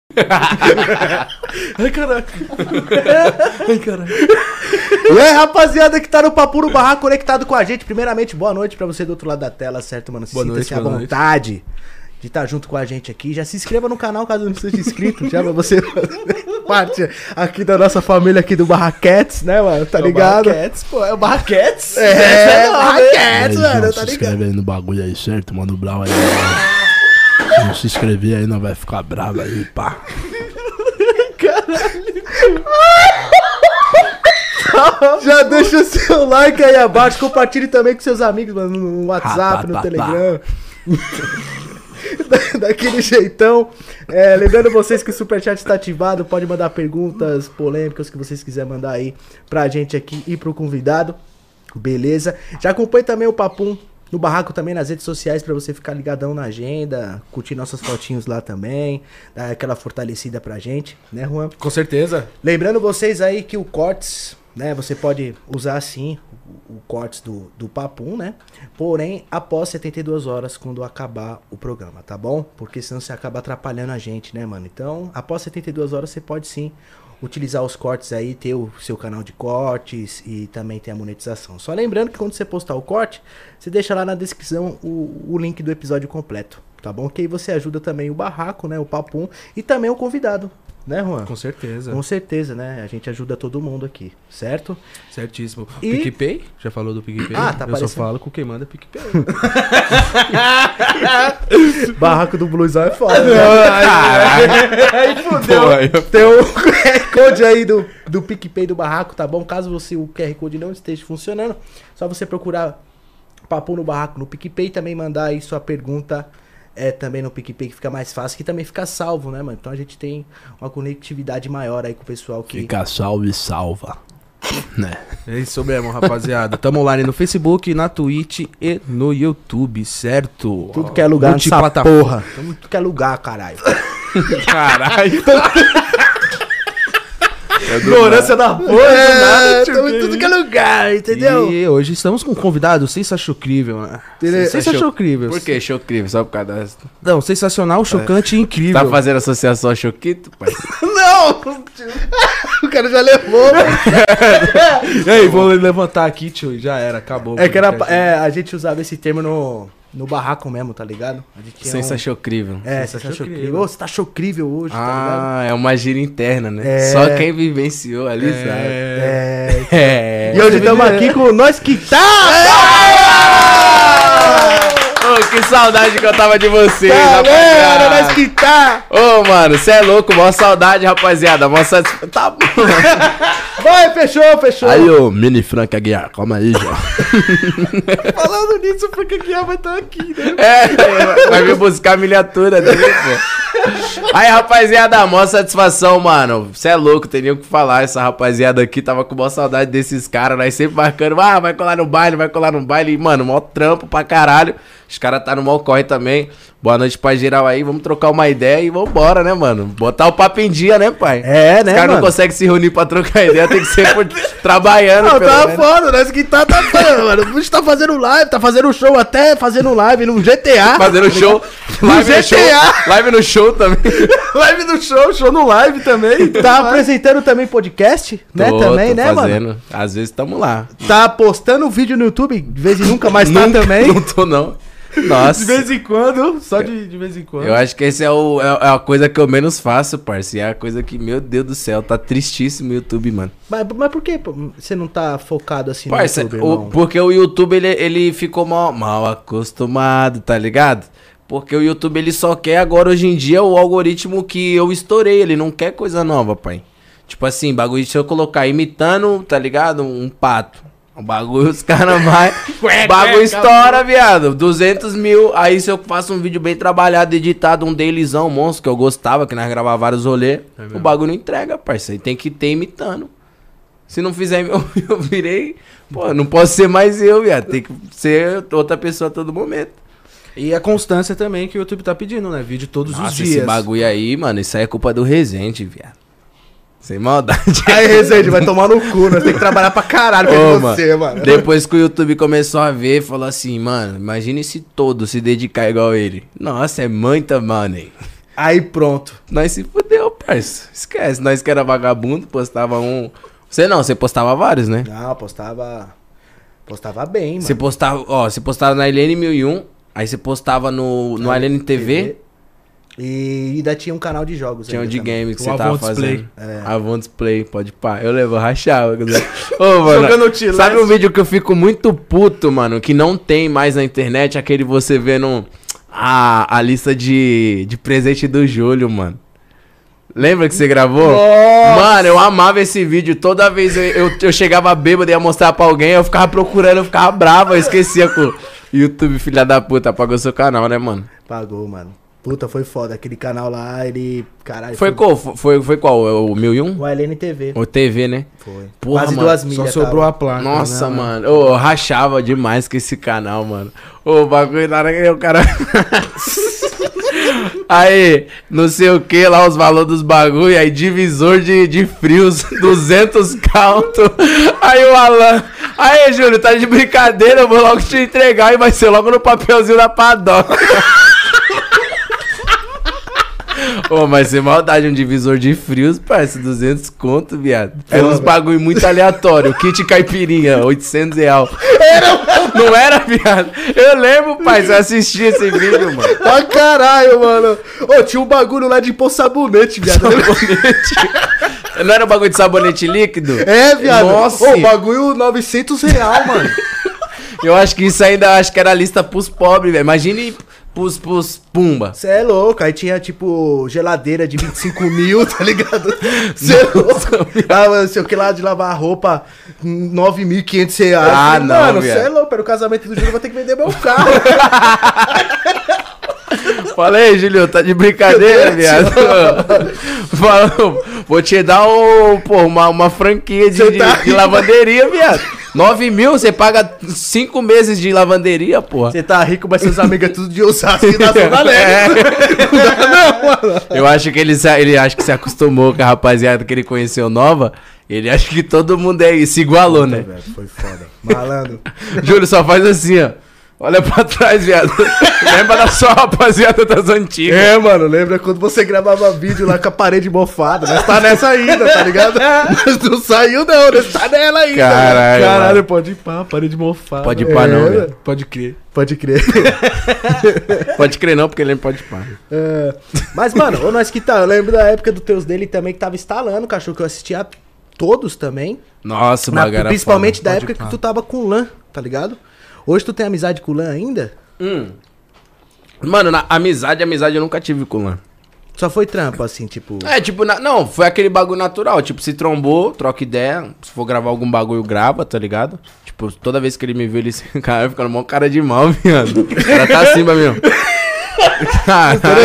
Ai, caraca. Ai, caraca. E aí, rapaziada que tá no Papo no Barraco conectado com a gente. Primeiramente, boa noite pra você do outro lado da tela, certo, mano? Sinta-se à vontade de estar junto com a gente aqui. Já se inscreva no canal caso não seja inscrito, já pra você fazer parte aqui da nossa família aqui do Barraquetes, né, mano? Tá ligado? Barraquetes, pô, é o Barraquetes. Barraquetes, mano, tá Se ligado? inscreve aí no bagulho aí, certo? Mano, Brau aí. Não se inscrever aí, não vai ficar bravo aí, pá. Já deixa o seu like aí abaixo, compartilhe também com seus amigos, mano, no WhatsApp, no Telegram. Daquele jeitão. Lembrando vocês que o Superchat está ativado. Pode mandar perguntas polêmicas que vocês quiserem mandar aí pra gente aqui e pro convidado. Beleza? Já acompanhe também o Papum no Barraco também nas redes sociais pra você ficar ligadão na agenda, curtir nossas fotinhos lá também, dar aquela fortalecida pra gente, né, Juan? Com certeza. Lembrando vocês aí que o Cortes, né, você pode usar sim o Cortes do Papum, né? Porém, após 72 horas quando acabar o programa, tá bom? Porque senão você acaba atrapalhando a gente, né, mano? Então, após 72 horas você pode sim utilizar os cortes aí, ter o seu canal de cortes e também ter a monetização. Só lembrando que quando você postar o corte, você deixa lá na descrição o link do episódio completo, tá bom? Que aí você ajuda também o Barraco, né, o Papum e também o convidado, né, Juan? Com certeza. Com certeza, né? A gente ajuda todo mundo aqui, certo? Certíssimo. E- PicPay? Já falou do PicPay? Ah, tá Eu só aparecendo. falo com quem manda PicPay. Barraco do Bluesão é foda, né? Aí fudeu. Tem o QR Code aí do PicPay do Barraco, tá bom? Caso o QR Code não esteja funcionando, só você procurar Papo no Barraco no PicPay, também mandar aí sua pergunta também no PicPay, que fica mais fácil, que também fica salvo, né, mano? Então a gente tem uma conectividade maior aí com o pessoal que... Fica salve e salva. Né? É isso mesmo, rapaziada. Tamo online no Facebook, na Twitch e no YouTube, certo? Tudo que é lugar nessa Multiplataforma. porra. Tudo que é lugar, caralho. Caralho. Ignorância da porra, nada, tio, tamo em que tudo que é lugar, entendeu? E hoje estamos com um convidado sensacional, né? Sensacional. Por que chocrível? Só por causa das... Não, sensacional, chocante e incrível. Tá fazendo associação a choquito, pai? Não! O cara já levou. E aí, vou levantar aqui, tio, e já era, acabou. É que era, a gente usava esse termo no barraco mesmo, tá ligado? A gente tinha Sensacional. você tá chocrível. Ô, você tá chocrível hoje, tá ligado? Ah, é uma gíria interna, né? É. Só quem vivenciou ali sabe. É. E hoje estamos aqui com nós que tá! Ô, que saudade que eu tava de vocês, Galera, rapaziada. nós que tá! Ô, mano, cê é louco, mó saudade, rapaziada. Mó satisfação. Tá bom. Vai, fechou. Aí, ô, Mini Frank Aguiar, calma aí, já. Falando nisso, porque que vai estar aqui, né? Vai vir buscar a miniatura dele, pô. Aí, rapaziada, mó satisfação, mano. Cê é louco, teria o que falar. Essa rapaziada aqui tava com mó saudade desses caras, nós sempre marcando, vai colar no baile. E, mano, mó trampo pra caralho. Os caras tá no mó corre também. Boa noite pra geral aí, vamos trocar uma ideia e vambora, né, mano? Botar o papo em dia, né, pai? É, né, Os caras não mano? conseguem se reunir pra trocar ideia, tem que ser trabalhando, Não, pelo tá menos. foda, nós que tá foda, mano. A gente tá fazendo live, tá fazendo show até fazendo live no GTA. Fazendo show. Live no show. GTA. Live no show também. Live no show no live também. Tá apresentando também podcast, né? Também, né, mano? fazendo. Às vezes tamo lá. Tá postando vídeo no YouTube, de vez em nunca, mas tá também. Não tô, não. Nossa. De vez em quando, só de vez em quando. Eu acho que esse é a coisa que eu menos faço, parceiro. É a coisa que, meu Deus do céu, tá tristíssimo o YouTube, mano. Mas por que você não tá focado assim no Parça, YouTube, irmão? porque o YouTube, ele ficou mal acostumado, tá ligado? Porque o YouTube, ele só quer agora, hoje em dia, o algoritmo que eu estourei. Ele não quer coisa nova, pai. Tipo assim, bagulho, se eu colocar imitando, tá ligado? Um pato. O bagulho, os caras vai. O bagulho estoura, viado. 200 mil. Aí se eu faço um vídeo bem trabalhado, editado, um dailysão, monstro, que eu gostava, que nós gravava vários rolês. O bagulho não entrega, parceiro. Tem que ter imitando. Se não fizer, eu virei. Pô, não posso ser mais eu, viado. Tem que ser outra pessoa a todo momento. E a constância também que o YouTube tá pedindo, né? Vídeo todos os Nossa, dias. esse bagulho aí, mano, isso aí é culpa do Resende, viado. Sem maldade. Aí, Rezende, vai tomar no cu, nós temos que trabalhar pra caralho Ô, pra você, mano. Depois que o YouTube começou a ver, falou assim, mano, imagine se todos se dedicar igual ele. Nossa, é muita money. Aí pronto. Nós se fudeu, parça. Esquece. Nós que era vagabundo, postava um... Você postava vários, né? Não, postava bem, mano. Você postava na LN1001, aí você postava no LN TV. E ainda tinha um canal de jogos. Tinha um de também. game que O você tava Avon Display. fazendo. Avon Display, pode pá. Eu levo, eu rachava. Ô, mano, Jogando Outlast. sabe um vídeo que eu fico muito puto, mano, que não tem mais na internet? Aquele você vendo a lista de presente do Júlio, mano. Lembra que você gravou? Nossa! Mano, eu amava esse vídeo. Toda vez eu chegava bêbado e ia mostrar pra alguém, eu ficava procurando, eu ficava bravo, eu esquecia com o YouTube, filha da puta, apagou seu canal, né, mano? Pagou, mano. Puta, foi foda. Aquele canal lá, ele... Caralho. Foi qual? Foi qual? O 1001? O LNTV. O TV, né? Foi. Porra, Quase mano, 2 Só milhas. sobrou tava. a placa. Nossa, né, mano. Eu rachava demais com esse canal, mano. O bagulho na hora que o cara... Aí, não sei o que lá, os valores dos bagulho. Aí, divisor de frios, 200 calto. Aí o Alan... Aí, Júlio, tá de brincadeira, eu vou logo te entregar e vai ser logo no papelzinho da padoca. Ô, mas sem maldade, um divisor de frios, parça, 200 conto, viado. Era uns bagulho muito aleatório. Kit caipirinha, 800 real. Não era, viado? Eu lembro, pai, eu assisti esse vídeo, mano. Ah, caralho, mano. Ô, tinha um bagulho lá de pôr sabonete, viado. Sabonete. Não era um bagulho de sabonete líquido? É, viado. Nossa. Ô, bagulho 900 real, mano. Eu acho que isso ainda, acho que era lista pros pobres, velho. Imagine pros pumba. Cê é louco. Aí tinha, tipo, geladeira de 25 mil, tá ligado? Cê é louco. Ah, não sei o que lá de lavar roupa, 9.500 reais. Ah, Falei, não, mano, viado. cê é louco. Pelo casamento do Júlio, eu vou ter que vender meu carro. Falei, Julio, tá de brincadeira, viado. Falou, vou te dar uma franquia de lavanderia, viado. 9 mil, você paga 5 meses de lavanderia, porra. Você tá rico, mas seus amigos é tudo de Osasco e da Zona Leste. Não, mano. Eu acho que ele acha que se acostumou com a rapaziada que ele conheceu nova. Ele acha que todo mundo se igualou, né? Velho, foi foda. Malandro. Júlio, só faz assim, ó. Olha pra trás, viado. Lembra da sua rapaziada das antigas. É, mano, lembra quando você gravava vídeo lá com a parede mofada? Nós tá nessa ainda, tá ligado? Nós não saiu não, nós tá nela ainda. Caralho, Caralho, mano. pode ir pá, parede mofada. Pode ir pá não, É. velho. Pode crer. Pode crer. Pode crer não, porque ele pode pá. É. Mas, mano, ô, nós que tá, eu lembro da época do teus dele também que tava instalando, cachorro, que eu assistia todos também. Nossa, o Na- bagulho era principalmente foda. da Pode época pá. que tu tava com o Lan, tá ligado? Hoje tu tem amizade com o Lan ainda? Mano, na amizade eu nunca tive com o Lan. Só foi trampo, assim, tipo... É, tipo, não, foi aquele bagulho natural. Tipo, se trombou, troca ideia. Se for gravar algum bagulho, grava, tá ligado? Tipo, toda vez que ele me vê, ele cara, fica numa cara de mal, viado. O cara tá assim, meu. Caralho,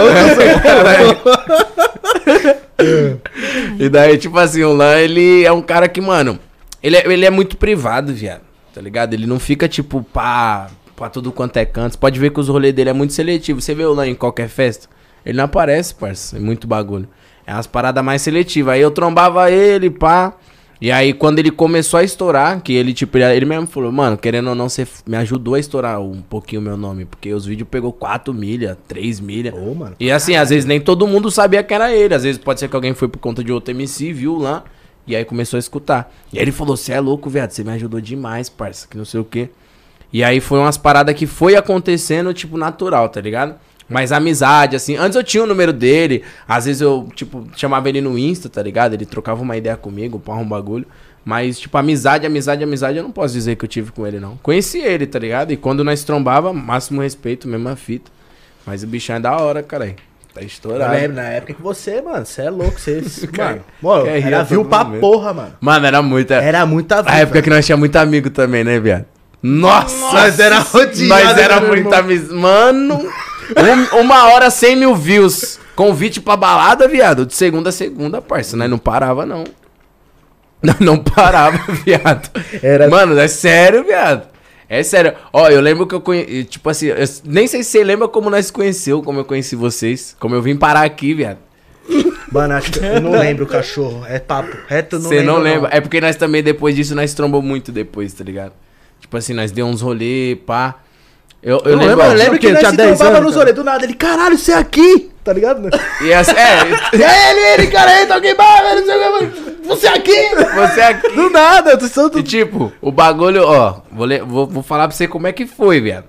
E daí, tipo assim, o Lan, ele é um cara que, mano, ele é muito privado, viado. Tá ligado? Ele não fica, tipo, pra tudo quanto é canto. Você pode ver que os rolês dele é muito seletivo. Você vê o Lan em qualquer festa, ele não aparece, parça. É muito bagulho. É umas paradas mais seletivas. Aí eu trombava ele, pá. E aí, quando ele começou a estourar, que ele, tipo, ele mesmo falou, mano, querendo ou não, você me ajudou a estourar um pouquinho o meu nome. Porque os vídeos pegou 4 milha, 3 milha. Ô, mano. E assim, às vezes nem todo mundo sabia que era ele. Às vezes pode ser que alguém foi por conta de outro MC, viu lá. E aí começou a escutar. E aí ele falou, você é louco, viado, você me ajudou demais, parça, que não sei o quê. E aí foi umas paradas que foi acontecendo, tipo, natural, tá ligado? Mas amizade, assim, antes eu tinha o número dele, às vezes eu, tipo, chamava ele no Insta, tá ligado? Ele trocava uma ideia comigo, pá, um bagulho. Mas, tipo, amizade, eu não posso dizer que eu tive com ele, não. Conheci ele, tá ligado? E quando nós trombava, máximo respeito, mesma fita. Mas o bichão é da hora, caralho. Tá Eu estourado. lembro, na época que você, mano, você é louco, você... Quer- mano, quer rir era a viu todo pra momento. porra, mano. Mano, era muita... Era muita A época que nós tinha muito amigo também, né, viado? Nossa! Nós era rodeado, Nós era né, muita irmão? amizade. Mano, uma hora 100 mil views. Convite pra balada, viado. De segunda a segunda, parça. Nós não parava, não. Nós não parava, viado. Era- Mano, é sério, viado. É sério. Ó, eu lembro que eu conheci... Tipo assim, eu nem sei se você lembra como nós se conheceu, como eu conheci vocês. Como eu vim parar aqui, viado. Mano, acho que eu não lembro, cachorro. É papo reto, não Você lembro. não lembra? É porque nós também, depois disso, nós trombou muito depois, tá ligado? Tipo assim, nós deu uns rolê, pá. Eu Eu lembro Porque que nós tinha se 10 trombava anos, nos cara. rolês do nada. Ele, caralho, você é aqui? tá ligado? Né? E essa, E aí, ele, cara, aí, tá alguém velho, você aqui? você aqui. Do nada, eu tô só E tipo, o bagulho, ó, vou falar pra você como é que foi, viado.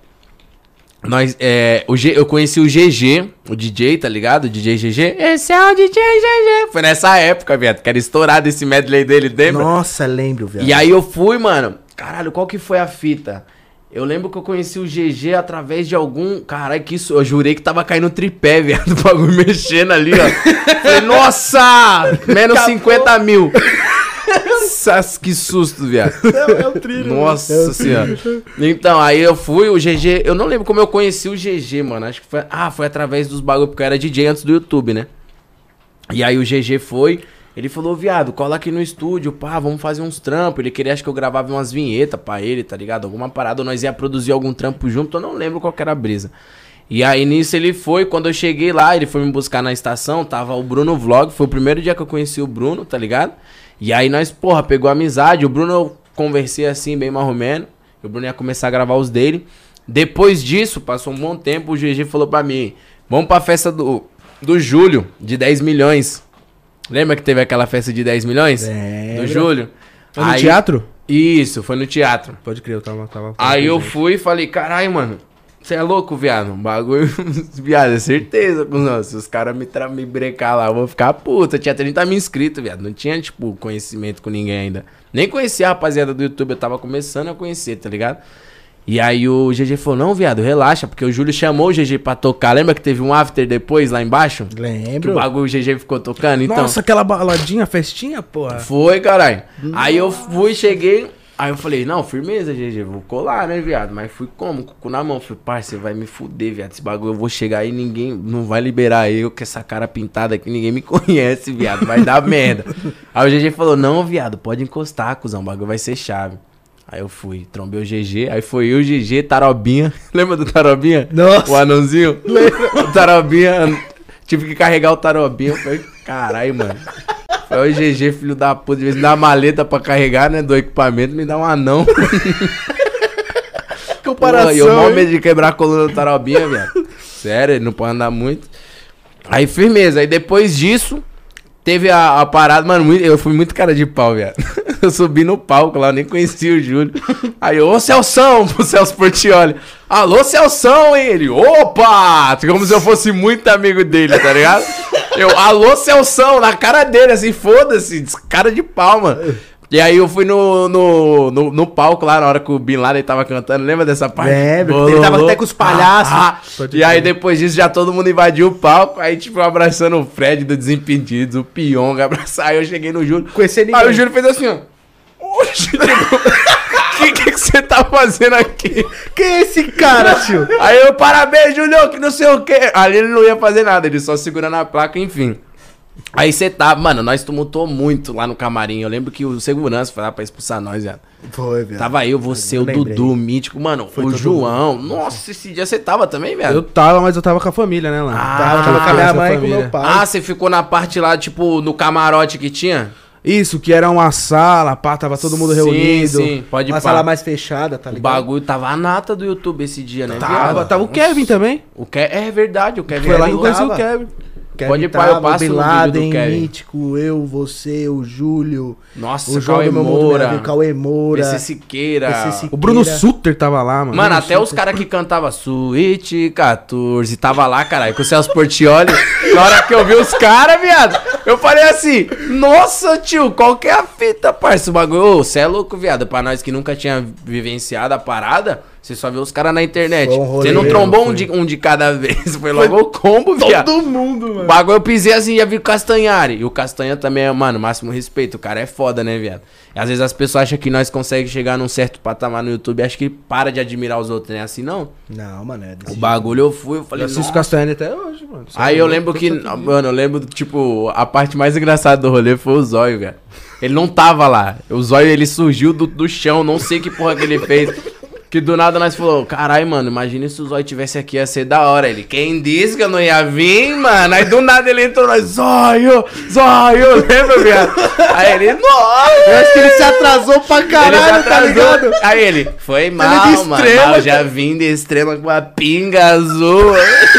Eu conheci o GG, o DJ, tá ligado? O DJ GG. Esse é o DJ GG. Foi nessa época, viado, que era estourado esse medley dele, lembra? Nossa, lembro, velho. E aí eu fui, mano. Caralho, qual que foi a fita? Eu lembro que eu conheci o GG através de algum... Caralho, que isso... Eu jurei que tava caindo tripé, viado. O bagulho mexendo ali, ó. Falei, nossa! Menos 50 mil. Nossa, que susto, viado. É o trilho. Nossa senhora. Então, aí eu fui, o GG... Eu não lembro como eu conheci o GG, mano. Acho que foi... foi através dos bagulhos, porque eu era DJ antes do YouTube, né? E aí o GG foi... Ele falou, viado, cola aqui no estúdio, pá, vamos fazer uns trampos. Ele queria, acho que eu gravava umas vinhetas pra ele, tá ligado? Alguma parada, ou nós ia produzir algum trampo junto, eu não lembro qual que era a brisa. E aí nisso ele foi, quando eu cheguei lá, ele foi me buscar na estação, tava o Bruno Vlog, foi o primeiro dia que eu conheci o Bruno, tá ligado? E aí nós, porra, pegou amizade, o Bruno eu conversei assim, bem marromeno, o Bruno ia começar a gravar os dele. Depois disso, passou um bom tempo, o GG falou pra mim, vamos pra festa do Júlio, de 10 milhões. Lembra que teve aquela festa de 10 milhões? Do Júlio? Foi no teatro? Isso, foi no teatro. Pode crer, eu tava Aí eu fui e falei, caralho, mano, você é louco, viado? Um bagulho, viado, é certeza. Não, se os caras me brecar lá, eu vou ficar puta. Tinha 30 mil inscritos, viado. Não tinha, tipo, conhecimento com ninguém ainda. Nem conhecia a rapaziada do YouTube, eu tava começando a conhecer, tá ligado? E aí o GG falou, não, viado, relaxa, porque o Júlio chamou o GG pra tocar. Lembra que teve um after depois, lá embaixo? Lembro. Que o bagulho o GG ficou tocando, então... Nossa, aquela baladinha, festinha, porra. Foi, caralho. Aí eu fui, cheguei... Aí eu falei, não, firmeza, GG, vou colar, né, viado? Mas fui como? Com o cu na mão. Falei, parça, você vai me fuder, viado. Esse bagulho eu vou chegar aí, ninguém não vai liberar eu com essa cara pintada aqui, ninguém me conhece, viado. Vai dar merda. Aí o GG falou, não, viado, pode encostar, cuzão, o bagulho vai ser chave. Aí eu fui, trombei o GG, aí foi eu, o GG, Tarobinha. Lembra do Tarobinha? Nossa. O anãozinho? Lembra? O Tarobinha, tive que carregar o Tarobinha. Eu falei, caralho, mano. Foi o GG, filho da puta, de vez me dá uma maleta pra carregar, né, do equipamento, me dá um anão. Comparação. E eu mal medo de quebrar a coluna do Tarobinha, velho. Sério, ele não pode andar muito. Aí, firmeza. Aí, depois disso, teve a parada. Mano, eu fui muito cara de pau, velho. Eu subi no palco lá, eu nem conhecia o Júlio. Aí, ô Celção, pro Celso Portiolli. Alô, Celção, hein? Ele, opa! Como se eu fosse muito amigo dele, tá ligado? Eu, alô, Celção, na cara dele, assim, foda-se, cara de pau, mano. E aí eu fui no palco lá, na hora que o Bin Laden tava cantando, lembra dessa parte? Lembro, ele tava até com os palhaços. E aí depois disso já todo mundo invadiu o palco, aí tipo abraçando o Fred do Desimpedidos, o Pyong, aí eu cheguei no Júlio. Conheci ninguém. Aí o Júlio fez assim, ó. Oxi, o que você tá fazendo aqui? Quem é esse cara, tio? Aí eu, parabéns, Júlio, que não sei o quê. Ali ele não ia fazer nada, ele só segurando a placa, enfim. Aí você tá, mano, nós tumultou muito lá no camarim. Eu lembro que o segurança foi lá pra expulsar nós, viado. Foi, velho. Tava eu, você, o Dudu, o Mítico, mano, o João. Nossa, esse dia você tava também, velho? Eu tava, mas eu tava com a família, né, lá. Tava com a minha mãe e com o meu pai. Ah, você ficou na parte lá, tipo, no camarote que tinha? Isso, que era uma sala, pá, tava todo mundo reunido. Sim, pode ir Uma sala mais fechada, tá O ligado? bagulho tava a nata do YouTube esse dia, né, Tava o Kevin também. É verdade, o Kevin Foi lá era que eu conheci o Kevin. Pode ir pra eu passo Bin no vídeo Laden, do Kevin. Mítico, eu, você, o Júlio. Nossa, o João Cauê do meu Moura, mundo, o Cauê Moura. PC Siqueira. PC Siqueira. O Bruno Sutter tava lá, mano. Mano, até os caras que cantavam Suíte 14 tava lá, caralho, com o Celso Portiolli. Na hora que eu vi os caras, viado, eu falei assim, nossa, tio, qual que é a fita, parça? O bagulho, você é louco, viado, pra nós que nunca tinha vivenciado a parada, você só vê os caras na internet. Foi um rolê, Você não trombou um de cada vez, foi logo o combo, viado. Todo mundo, mano. O bagulho eu pisei assim, já vi o Castanhari. E o Castanha também é, mano, máximo respeito. O cara é foda, né, viado? E às vezes as pessoas acham que nós conseguimos chegar num certo patamar no YouTube. Acho que para de admirar os outros, né? Assim não. Não, mano, é desse O bagulho eu fui, eu falei. Eu assisto nossa. Castanha até hoje, mano. Aí eu lembro que, mano, eu lembro, tipo, a parte mais engraçada do rolê foi o Zóio, velho. Ele não tava lá. O Zóio, ele surgiu do chão, não sei que porra que ele fez. Que do nada nós falou, caralho, mano, imagina se o Zóio tivesse aqui, ia ser da hora. Ele, quem disse que eu não ia vir, mano? Aí do nada ele entrou, nós, Zóio, lembra, viado? Aí ele, nossa! Eu acho que ele se atrasou pra Ele caralho, se tá atrasou. ligado? Aí ele, foi mal, de mano. Estrela, Eu já vim de Estrela com uma pinga azul.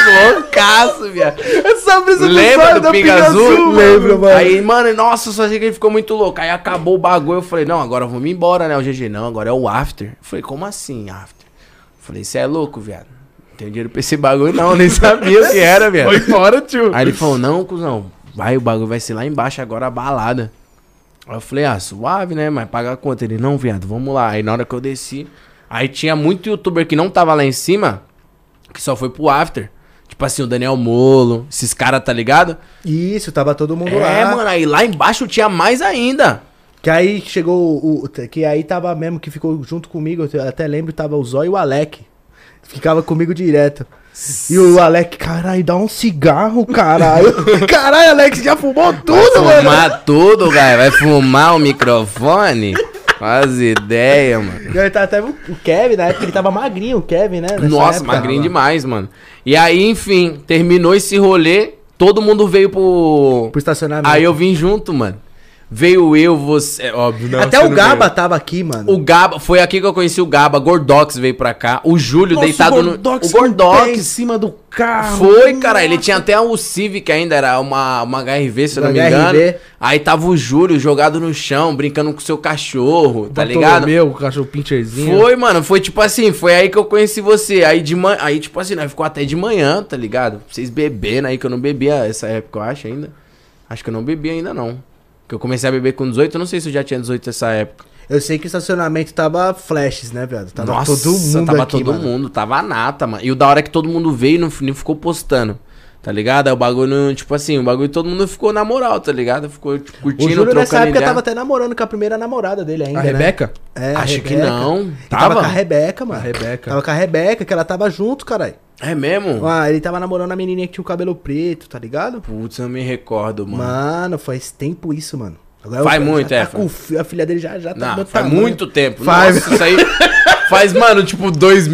Loucaço, viado. Essa brisa Lembra Zóio do da Pinga Azul? Lembro, mano. Aí, mano, nossa, só achei que ele ficou muito louco. Aí acabou o bagulho, eu falei, não, agora vamos embora, né? O GG, não, agora é o after. Eu falei, como assim, after? Eu falei, você é louco, viado. Não tenho dinheiro pra esse bagulho, não. Eu nem sabia o que era, viado. Foi embora, tio. Aí ele falou, não, cuzão, vai, o bagulho vai ser lá embaixo agora, a balada. Aí eu falei, suave, né? Mas paga a conta. Ele, não, viado, vamos lá. Aí na hora que eu desci, aí tinha muito youtuber que não tava lá em cima, que só foi pro after. Tipo assim, o Daniel Molo, esses caras, tá ligado? Isso, tava todo mundo lá. Mano, aí lá embaixo tinha mais ainda. Que aí chegou que aí tava mesmo, que ficou junto comigo, eu até lembro, tava o Zóio e o Alec. Ficava comigo direto. E o Alec, caralho, dá um cigarro, caralho. Caralho, Alex já fumou tudo, Vai mano. fumar tudo, cara. Vai fumar o microfone? Faz ideia, mano. E aí tava até o Kevin, na época ele tava magrinho, o Kevin, né? Nessa Nossa, época. magrinho demais, mano. E aí, enfim, terminou esse rolê, todo mundo veio pro... Pro estacionamento. Aí eu vim junto, mano. Veio eu, você... Óbvio, não, até você o não Gaba veio. tava aqui, mano. O Gaba, foi aqui que eu conheci o Gaba. Gordox veio pra cá. O Júlio deitado no... O com o pé em Gordox. cima do carro. Foi, cara. Ele tinha até o Civic ainda, era uma HRV, se eu não me engano. HRV. Aí tava o Júlio jogado no chão, brincando com o seu cachorro, tá ligado? Meu, o cachorro pincherzinho. Foi, mano, foi tipo assim, foi aí que eu conheci você. Aí de manhã, aí tipo assim, nós ficou até de manhã, tá ligado? Pra vocês bebendo aí, que eu não bebia essa época, eu acho ainda. Acho que eu não bebi ainda não. Que eu comecei a beber com 18, eu não sei se eu já tinha 18 nessa época. Eu sei que o estacionamento tava flashes, né, velho? Tava Nossa, todo mundo tava aqui, todo mano. mundo, tava a nata, mano. E o da hora que todo mundo veio não ficou postando, tá ligado? Aí o bagulho, tipo assim, o bagulho todo mundo ficou na moral, tá ligado? Ficou tipo, O curtindo, Júlio nessa trocando época ideia. tava até namorando com a primeira namorada dele ainda, A né? Rebeca? É, a Acho que Rebeca. não. Ele tava com a Tava? Rebeca, mano. A Rebeca. Tava com a Rebeca, que ela tava junto, caralho. É mesmo? Ah, ele tava namorando a menininha que tinha o cabelo preto, tá ligado? Putz, eu me recordo, mano. Mano, faz tempo isso, mano. Agora Faz já muito, tá com a filha dele já tá Não, do faz tamanho. muito tempo. Faz. Nossa, isso aí faz, mano, tipo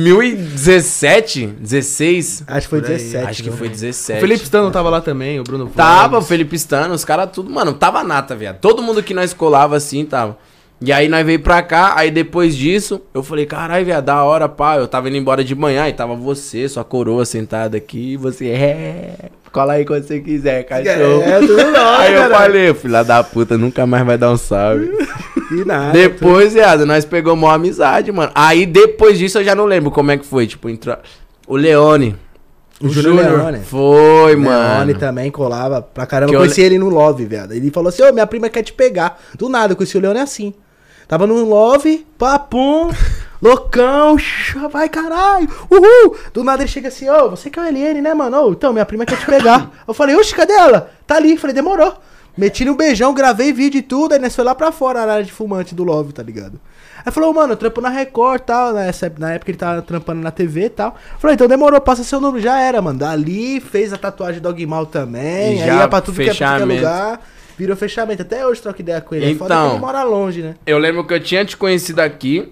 2017, 16. Acho que foi Por aí. 17. Acho que não? foi 17. O Felipe Stano tava lá também, o Bruno Tava, o Flores. Felipe Stano, os caras tudo, mano, tava nata, viado. Todo mundo que nós colava assim, tava. E aí nós veio pra cá, aí depois disso, eu falei, caralho, viado, da hora, pá. Eu tava indo embora de manhã e tava você, sua coroa sentada aqui, e você, cola aí quando você quiser, cachorro. É, tudo nosso, Aí eu cara. falei, filha da puta, nunca mais vai dar um salve. E nada. Depois, viado, nós pegamos uma amizade, mano. Aí depois disso eu já não lembro como é que foi. Tipo, entrou. O Leone. O Júnior Leone. Foi, Leone mano. também colava pra caramba. Que Eu conheci ele no Love, viado. Ele falou assim, ô, minha prima quer te pegar. Do nada, eu conheci o Leone assim. Tava no Love, papum, loucão, vai caralho, uhul. Do nada ele chega assim, ô, você que é o LN, né, mano? Ô, então, minha prima quer te pegar. Eu falei, oxe, cadê ela? Tá ali. Falei, demorou. Meti no beijão, gravei vídeo e tudo, aí nós foi lá pra fora, na área de fumante do Love, tá ligado? Aí falou, mano, eu trampo na Record e tal, na época ele tava trampando na TV e tal. Falei, então demorou, passa seu número, já era, mano. Dali, fez a tatuagem Dogmal também, E aí já ia pra tudo que é fechamento. lugar, virou fechamento. Até hoje troco ideia com ele, é foda Então. que ele mora longe, né? Eu lembro que eu tinha te conhecido aqui.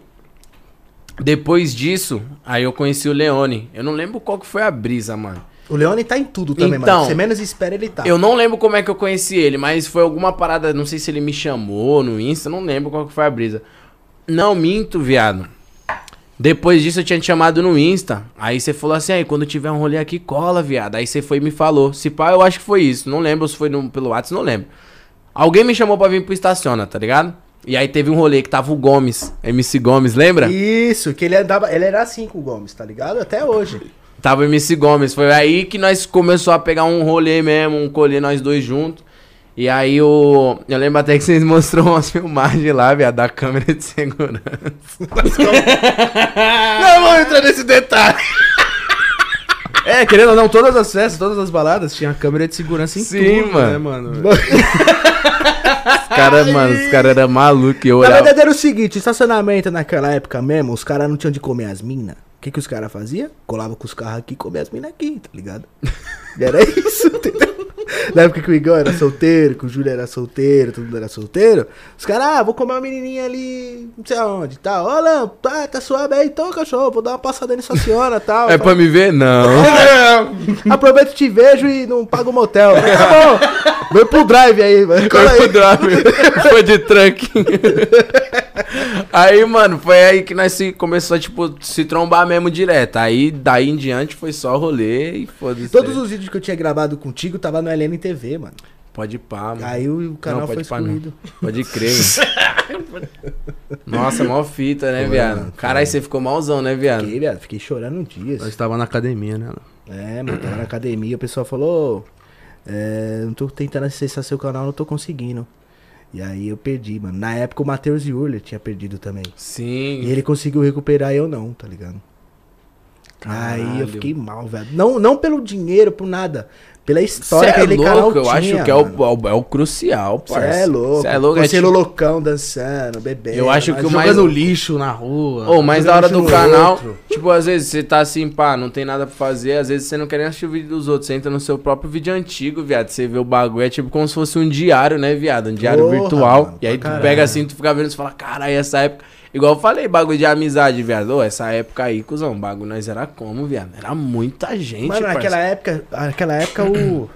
Depois disso, aí eu conheci o Leone. Eu não lembro qual que foi a brisa, mano. O Leone tá em tudo também, Então, mano. Você menos espera, ele tá. Eu não lembro como é que eu conheci ele, mas foi alguma parada, não sei se ele me chamou no Insta, não lembro qual que foi a brisa. Não, minto, viado. Depois disso eu tinha te chamado no Insta. Aí você falou assim, aí quando tiver um rolê aqui, cola, viado. Aí você foi e me falou. Se pá, eu acho que foi isso. Não lembro se foi pelo WhatsApp, não lembro. Alguém me chamou pra vir pro Estaciona, tá ligado? E aí teve um rolê que tava o Gomes, MC Gomes, lembra? Isso, que ele era assim com o Gomes, tá ligado? Até hoje. Tava o MC Gomes. Foi aí que nós começou a pegar um rolê mesmo, um colher nós dois juntos. E aí eu lembro até que vocês mostrou umas filmagens lá, viado, da câmera de segurança. Não vou entrar nesse detalhe. É, querendo ou não, todas as festas, todas as baladas tinha câmera de segurança em Sim, tudo, mano. né, mano? Os caras eram malucos. Eu Na olhava. verdade era o seguinte, estacionamento naquela época mesmo, os caras não tinham de comer as minas. O que os caras faziam? Colava com os carros aqui e comia as minas aqui, tá ligado? E era isso, entendeu? Na época que o Igão era solteiro, que o Júlio era solteiro, todo mundo era solteiro. Os caras, vou comer uma menininha ali, não sei aonde, tal. Ó, Lam, tá suave aí, então, cachorro, vou dar uma passada nisso senhora, tal. É pra me ver? Não. Aproveito e te vejo e não pago o motel. Tá bom, vem pro drive aí, mano. Cola Foi aí. pro drive. Foi de truck. Aí, mano, foi aí que nós começou a, tipo, se trombar mesmo direto. Aí, daí em diante, foi só rolê e foda-se. Todos os vídeos que eu tinha gravado contigo tava no LNTV, mano. Pode ir pá, mano. Aí o canal Não, foi pode pá, excluído. Pode crer, mano. Nossa, mó fita, né, Foi, viado? mano, Caralho, você ficou malzão, né, viado? Fiquei, viado, fiquei chorando dias. Nós tava na academia, né? É, mano, tava na academia, o pessoal falou, não tô tentando acessar seu canal, não tô conseguindo. E aí eu perdi, mano. Na época o Matheus Yurler tinha perdido também. Sim. E ele conseguiu recuperar e eu não, tá ligado? Aí eu Caralho. fiquei mal, velho. Não pelo dinheiro, por nada. Pela Cê história é que aquele canal louco, eu tinha, acho que é o crucial, Cê parça. é louco. Cê é louco, Você é tipo... loucão dançando, bebendo. Eu acho que o mais... Jogando lixo na rua. Ô, mais jogando da hora lixo do no canal, outro. tipo, às vezes você tá assim, pá, não tem nada pra fazer, às vezes você não quer nem assistir o vídeo dos outros, você entra no seu próprio vídeo antigo, viado, você vê o bagulho, é tipo como se fosse um diário, né, viado, um diário Porra, virtual, mano, e aí pra tu caralho. pega assim, tu fica vendo, tu fala, caralho, essa época, igual eu falei, bagulho de amizade, viado, ô, essa época aí, cuzão, bagulho nós era como, viado, era muita gente, Mano, parça. naquela época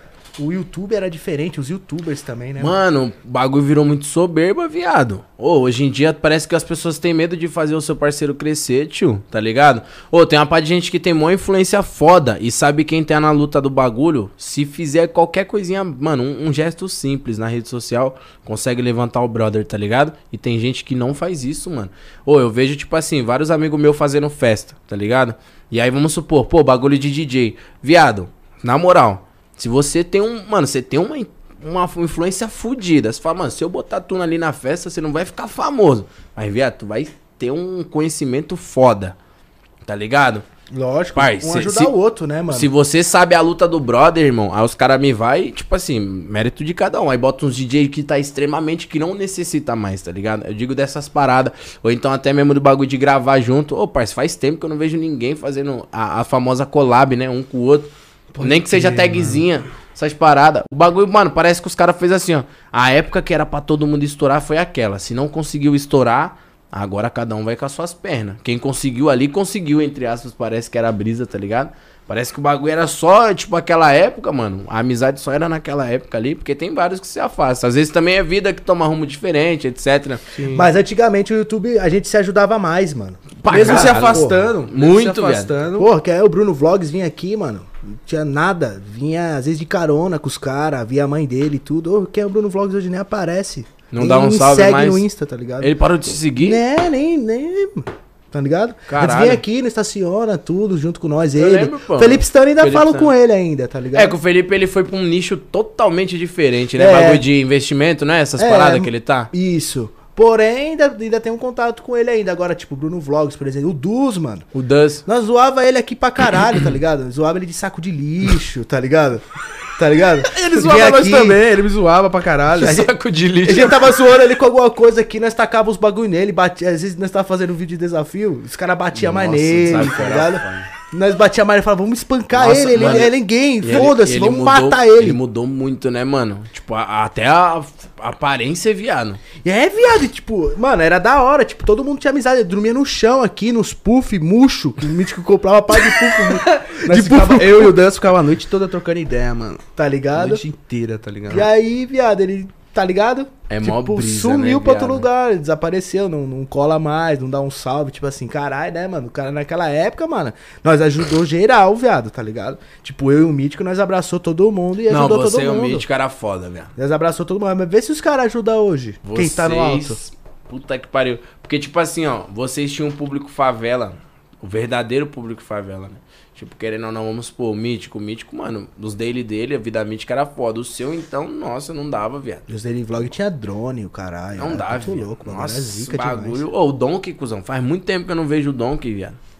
o YouTube era diferente, os YouTubers também, né? Mano, o bagulho virou muito soberba, viado. Ô, hoje em dia parece que as pessoas têm medo de fazer o seu parceiro crescer, tio, tá ligado? Ô, tem uma parte de gente que tem mó influência foda e sabe quem tá na luta do bagulho, se fizer qualquer coisinha, mano, um gesto simples na rede social, consegue levantar o brother, tá ligado? E tem gente que não faz isso, mano. Ô, eu vejo, tipo assim, vários amigos meus fazendo festa, tá ligado? E aí vamos supor, pô, bagulho de DJ. Viado, na moral... Se você tem mano, você tem uma influência fodida. Você fala, mano, se eu botar tu ali na festa, você não vai ficar famoso. Mas, viado, tu vai ter um conhecimento foda. Tá ligado? Lógico, Pai, um ajudar o outro, né, mano? Se você sabe a luta do brother, irmão, aí os caras me vai, tipo assim, mérito de cada um. Aí bota uns DJ que tá extremamente, que não necessita mais, tá ligado? Eu digo dessas paradas. Ou então até mesmo do bagulho de gravar junto. Ô, parceiro, faz tempo que eu não vejo ninguém fazendo a famosa collab, né? Um com o outro. Nem que seja tagzinha, essas paradas. O bagulho, mano, parece que os caras fez assim, ó. A época que era pra todo mundo estourar foi aquela. Se não conseguiu estourar, agora cada um vai com as suas pernas. Quem conseguiu ali, conseguiu, entre aspas, parece que era a brisa, tá ligado? Parece que o bagulho era só, tipo, aquela época, mano. A amizade só era naquela época ali, porque tem vários que se afastam. Às vezes também é vida que toma rumo diferente, etc. Mas antigamente o YouTube, a gente se ajudava mais, mano. Mesmo se caralho, afastando. porra. Muito, se afastando. Porra, que é o Bruno Vlogs vinha aqui, mano. Não tinha nada. Vinha, às vezes, de carona com os caras. Via a mãe dele e tudo. Ô, quem é o Bruno Vlogs hoje nem aparece. Não Nem dá um me salve segue mais. no Insta, tá ligado? Ele parou de se seguir? Né, nem. Tá ligado? Caralho. Antes vem aqui, não estaciona, tudo, junto com nós. Eu Ele. lembro, pô. Felipe Stano ainda Felipe falo Stano. com ele ainda, tá ligado? É, que o Felipe, ele foi pra um nicho totalmente diferente, né? É. Bagulho de investimento, né? Essas É, paradas que ele tá. Isso. Porém, ainda tem um contato com ele ainda. Agora, tipo, o Bruno Vlogs, por exemplo. O Dus, mano. O Duz. Nós zoava ele aqui pra caralho, tá ligado? Zoava ele de saco de lixo, tá ligado? Tá ligado? Ele Vinha zoava nós aqui, também, ele me zoava pra caralho. Saco de A lixo. gente tava zoando ele com alguma coisa aqui, nós tacava os bagulho nele, batia, às vezes nós tava fazendo um vídeo de desafio, os caras batiam mais Nossa, nele, sabe tá que era ligado? foda. Nós batia mais e falava, vamos espancar Nossa, ele, mano, ele é ninguém, E foda-se, ele vamos mudou- matar ele. Ele mudou muito, né, mano? Tipo, até a aparência é viado. E é, viado, e, tipo, mano, era da hora, tipo, todo mundo tinha amizade, dormia no chão aqui, nos puff, murcho, que o Mítico comprava pá de puff, Nós ficava- eu e o Dan ficava a noite toda trocando ideia, mano. tá A ligado? noite inteira, tá ligado? E aí, viado, ele, tá ligado? É mó brisa, sumiu né, pra outro viado? lugar, desapareceu, não cola mais, não dá um salve, tipo assim, caralho, né, mano? O cara naquela época, mano, nós ajudou geral, viado, tá ligado? Tipo, eu e o Mítico, nós abraçou todo mundo e Não, ajudou você todo e o mundo. Mítico era foda, velho. Nós abraçou todo mundo, mas vê se os caras ajudam hoje, quem tá no alto. Puta que pariu. Porque, tipo assim, ó, vocês tinham um público favela, o verdadeiro público favela, né? Tipo, querendo ou não, vamos supor, o Mítico, mano, nos daily dele, a vida mítica era foda. O seu, então, nossa, não dava, viado. Os dele vlog tinha drone, o caralho. Não era dá, muito viado. louco, mano, Nossa, era zica bagulho. demais. Ô, o Donkey, cuzão, faz muito tempo que eu não vejo o Donkey, viado.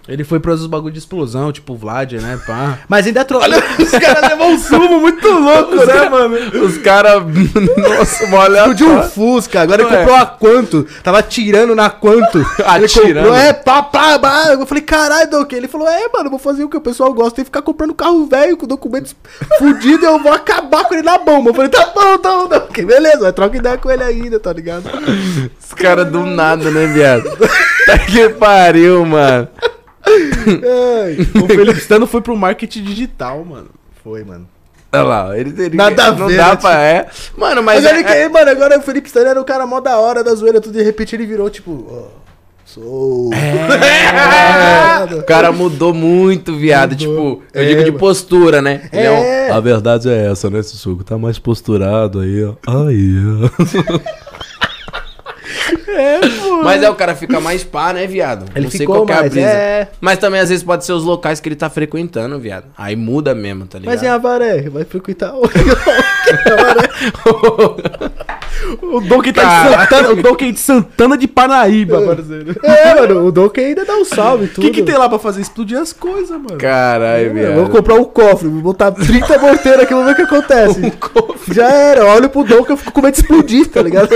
Ele foi pros bagulho de explosão, tipo o Vlad, né, pá. Mas ainda Olha, os caras levam um sumo muito louco, né, mano? Os caras. Nossa, olha. explodiu um Fusca, agora ele Não é. comprou a Quanto. Tava atirando na Quanto. Ele Atirando? comprou, pá. Eu falei, caralho, Doc. Ele falou, mano, vou fazer o que o pessoal gosta. Tem que ficar comprando carro velho com documentos fudidos e eu vou acabar com ele na bomba. Eu falei, tá bom, Doc. Beleza, vai troca ideia com ele ainda, tá ligado? Os caras do nada, né, viado? Tá que pariu, mano. Ai, O Felipe Stano foi pro marketing digital, mano. foi, mano. Olha lá, ele Nada a não ver, dá né, pra. Mano, mas. Mas ele, mano, agora o Felipe Stano era o cara mó da hora da zoeira, tudo de repente ele virou tipo, sou. O cara mudou muito, viado. Mudou. Tipo, eu digo de postura, né? Ele é A verdade é essa, né, Sussuco? Tá mais posturado aí, ó. Aí, ó. Mas o cara fica mais pá, né, viado? Ele não sei ficou qual que é a mais, brisa. Mas também às vezes pode ser os locais que ele tá frequentando, viado. Aí muda mesmo, tá ligado? Mas em Avaré, vai frequentar o O Donkey tá de Santana, o Donkey de Santana de Paraíba, parceiro. mano, o Donkey ainda dá um salve e O tudo. que tem lá pra fazer? Explodir as coisas, mano. Caralho, Eu viado. vou comprar um cofre, vou botar 30 morteiros aqui, vamos ver o que acontece. Já era, eu olho pro Donkey, eu fico com medo de explodir, tá ligado?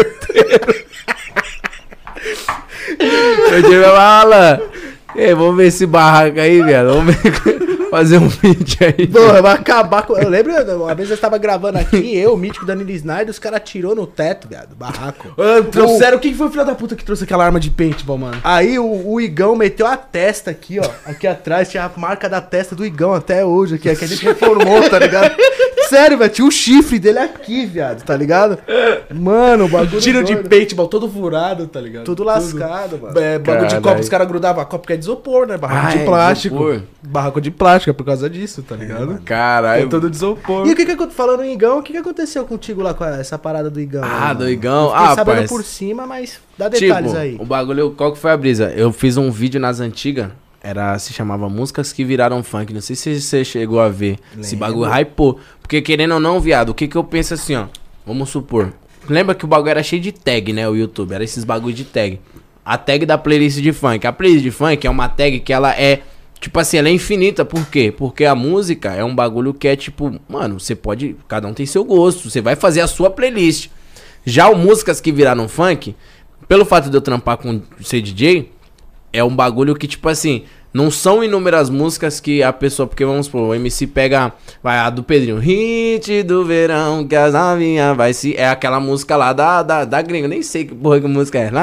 Eu digo, Alan, vamos ver esse barraco aí, viado. Vamos ver, fazer um vídeo aí. Porra, vai acabar com. Eu lembro, uma vez eu estava gravando aqui, eu, o mítico Danilo Snyder, os caras atirou no teto, viado, barraco. Trouxeram, quem foi o filho da puta que trouxe aquela arma de paintball, mano? Aí o Igão meteu a testa aqui, ó. Aqui atrás tinha a marca da testa do Igão até hoje, aqui, que a gente reformou, tá ligado? Sério, velho, tinha o chifre dele aqui, viado, tá ligado? Mano, o bagulho. Tiro de doido. paintball todo furado, tá ligado? Tudo lascado, mano. É, bagulho de Caralho. copo, os caras grudavam a copo que é de isopor, né? Barraco Ah, de é, plástico. isopor. Barraco de plástico, é por causa disso, tá ligado? É Caralho. todo de isopor. E o que que falando em Igão, o que que aconteceu contigo lá com essa parada do Igão? Ah, aí, do mano? Igão? Eu fiquei Ah, sabendo parça. por cima, mas dá detalhes aí. O bagulho, qual que foi a brisa? Eu fiz um vídeo nas antigas, se chamava Músicas que Viraram Funk. Não sei se você chegou a ver. Esse bagulho hypou. Porque querendo ou não, viado, o que que eu penso assim, ó. Vamos supor. Lembra que o bagulho era cheio de tag, né? O YouTube, era esses bagulho de tag. A tag da playlist de funk. A playlist de funk é uma tag que ela é, tipo assim, ela é infinita. Por quê? Porque a música é um bagulho que é tipo, mano, você pode, cada um tem seu gosto. Você vai fazer a sua playlist. Já o Músicas que Viraram Funk, pelo fato de eu trampar com ser DJ, é um bagulho que, tipo assim, não são inúmeras músicas que a pessoa... Porque, vamos supor, o MC pega... Vai, a do Pedrinho. Hit do verão que as novinhas vai se... É aquela música lá da gringa. Nem sei que porra que música é.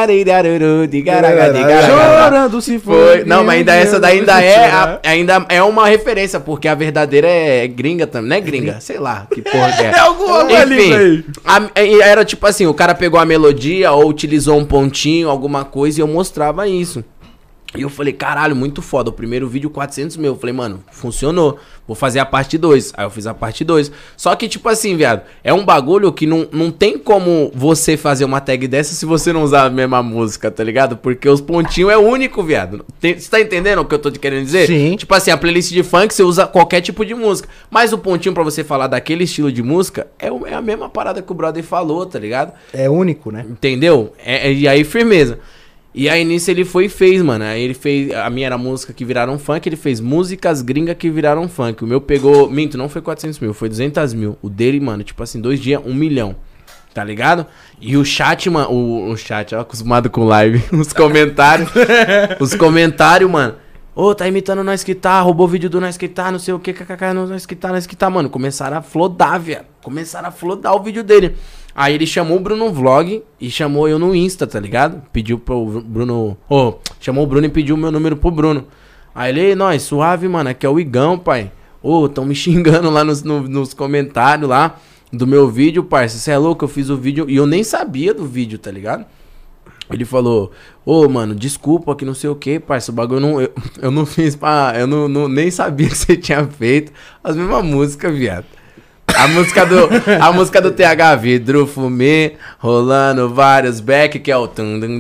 Chorando se Foi. Não, mas ainda essa daí ainda é uma referência, porque a verdadeira é gringa também. Não é gringa? Sei lá que porra que é. É alguma ali, velho. Era tipo assim, o cara pegou a melodia ou utilizou um pontinho, alguma coisa, e eu mostrava isso. E eu falei, caralho, muito foda. O primeiro vídeo, 400 mil. Eu falei, mano, funcionou. Vou fazer a parte 2. Aí eu fiz a parte 2. Só que, tipo assim, viado, é um bagulho que não tem como você fazer uma tag dessa se você não usar a mesma música, tá ligado? Porque os pontinhos é único, viado. Você tá entendendo o que eu tô te querendo dizer? Sim. Tipo assim, a playlist de funk você usa qualquer tipo de música. Mas o pontinho pra você falar daquele estilo de música é a mesma parada que o brother falou, tá ligado? É único, né? Entendeu? E aí, firmeza. E aí nisso ele foi e fez, mano. Aí ele fez. A minha era música que viraram funk. Ele fez músicas gringas que viraram funk. O meu pegou. Minto, não foi 400 mil, foi 200 mil. O dele, mano, tipo assim, 2 dias, 1 milhão. Tá ligado? E o chat, mano. O chat, ó, acostumado com live. Os comentários. Os comentários, mano. Ô, tá imitando nós que tá, roubou o vídeo do nós que tá, não sei o que, nós que tá, mano. Começaram a flodar, viado. Começaram a flodar o vídeo dele. Aí ele chamou o Bruno Vlog e chamou eu no Insta, tá ligado? Pediu pro Bruno... chamou o Bruno e pediu o meu número pro Bruno. Aí ele, nós, suave, mano, aqui é o Igão, pai. Tão me xingando lá nos comentários lá do meu vídeo, parça. Você é louco? Eu fiz o vídeo e eu nem sabia do vídeo, tá ligado? Ele falou, mano, desculpa que não sei o que, parça, o bagulho eu não fiz pra... Eu nem sabia que você tinha feito as mesmas músicas, viado. A música do TH, vidro, fumê, rolando vários back, que é o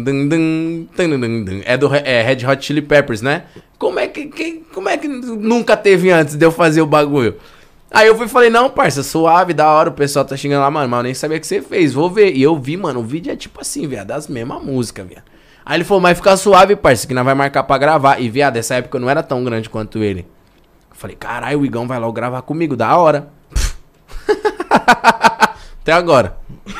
é do Red Hot Chili Peppers, né? Como é que nunca teve antes de eu fazer o bagulho? Aí eu fui e falei, não, parça, suave, da hora, o pessoal tá xingando lá, mano, mas eu nem sabia que você fez, vou ver. E eu vi, mano, o vídeo é tipo assim, viado, das mesmas músicas, viado. Aí ele falou, mas fica suave, parça, que nós vai marcar pra gravar. E, viado, essa época eu não era tão grande quanto ele. Eu falei, caralho, o Igão vai logo gravar comigo, da hora. Até agora.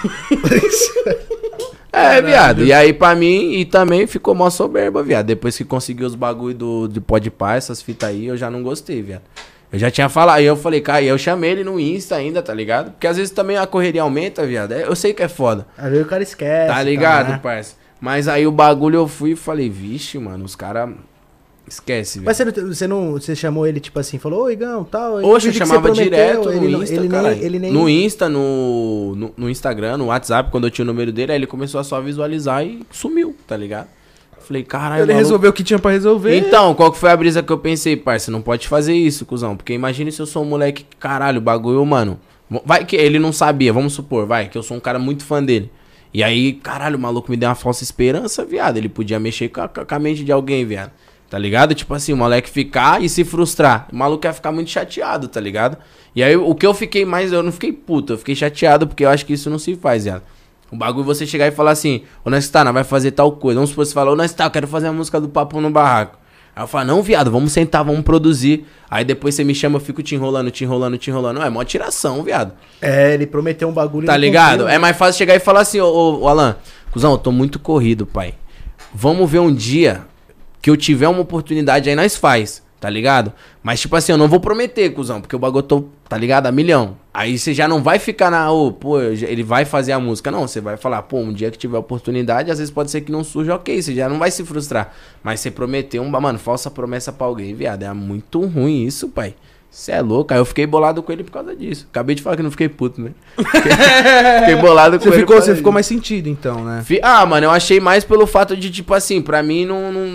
Viado. E aí, pra mim, e também ficou mó soberba, viado. Depois que consegui os bagulho de Podpah, essas fitas aí, eu já não gostei, viado. Eu já tinha falado, aí eu falei, cara, e eu chamei ele no Insta ainda, tá ligado? Porque às vezes também a correria aumenta, viado. Eu sei que é foda. Às vezes o cara esquece. Tá ligado, né? parça? Mas aí o bagulho eu fui e falei, vixe, mano, os caras... Esquece, velho. Mas você chamou ele, tipo assim, falou, ô Igão, tal. Oxe, eu chamava direto no Insta, ele cara. nem... No Insta, no Instagram, no WhatsApp, quando eu tinha o número dele, aí ele começou a só visualizar e sumiu, tá ligado? Falei, caralho, Ele resolveu o que tinha pra resolver. Então, qual que foi a brisa que eu pensei, parça? Não pode fazer isso, cuzão. Porque imagine se eu sou um moleque, caralho, o bagulho, mano. Vai que ele não sabia, vamos supor, vai, que eu sou um cara muito fã dele. E aí, caralho, o maluco me deu uma falsa esperança, viado. Ele podia mexer com a mente de alguém, viado. Tá ligado? Tipo assim, o moleque ficar e se frustrar. O maluco ia ficar muito chateado, tá ligado? E aí, o que eu fiquei mais, eu não fiquei puto, eu fiquei chateado porque eu acho que isso não se faz, viado. O bagulho é você chegar e falar assim, ô Nestar, nós vai fazer tal coisa. Vamos supor, você fala, ô Nestar, eu quero fazer a música do Papo no Barraco. Aí eu falo, não, viado, vamos sentar, vamos produzir. Aí depois você me chama, eu fico te enrolando. Não, é mó tiração, viado. É, ele prometeu um bagulho. Tá ligado? É mais fácil chegar e falar assim, ô Alan, cuzão, eu tô muito corrido, pai. Vamos ver um dia que eu tiver uma oportunidade, aí nós faz, tá ligado? Mas tipo assim, eu não vou prometer, cuzão, porque o bagulho tô, tá ligado? A milhão. Aí você já não vai ficar pô, ele vai fazer a música. Não, você vai falar, pô, um dia que tiver oportunidade, às vezes pode ser que não surja, ok, você já não vai se frustrar. Mas você prometeu mano, falsa promessa pra alguém, viado, é muito ruim isso, pai. Você é louco, aí eu fiquei bolado com ele por causa disso. Acabei de falar que não fiquei puto, né? Fiquei bolado com ele. Você ficou mais sentido, então, né? Mano, eu achei mais pelo fato de, tipo assim, pra mim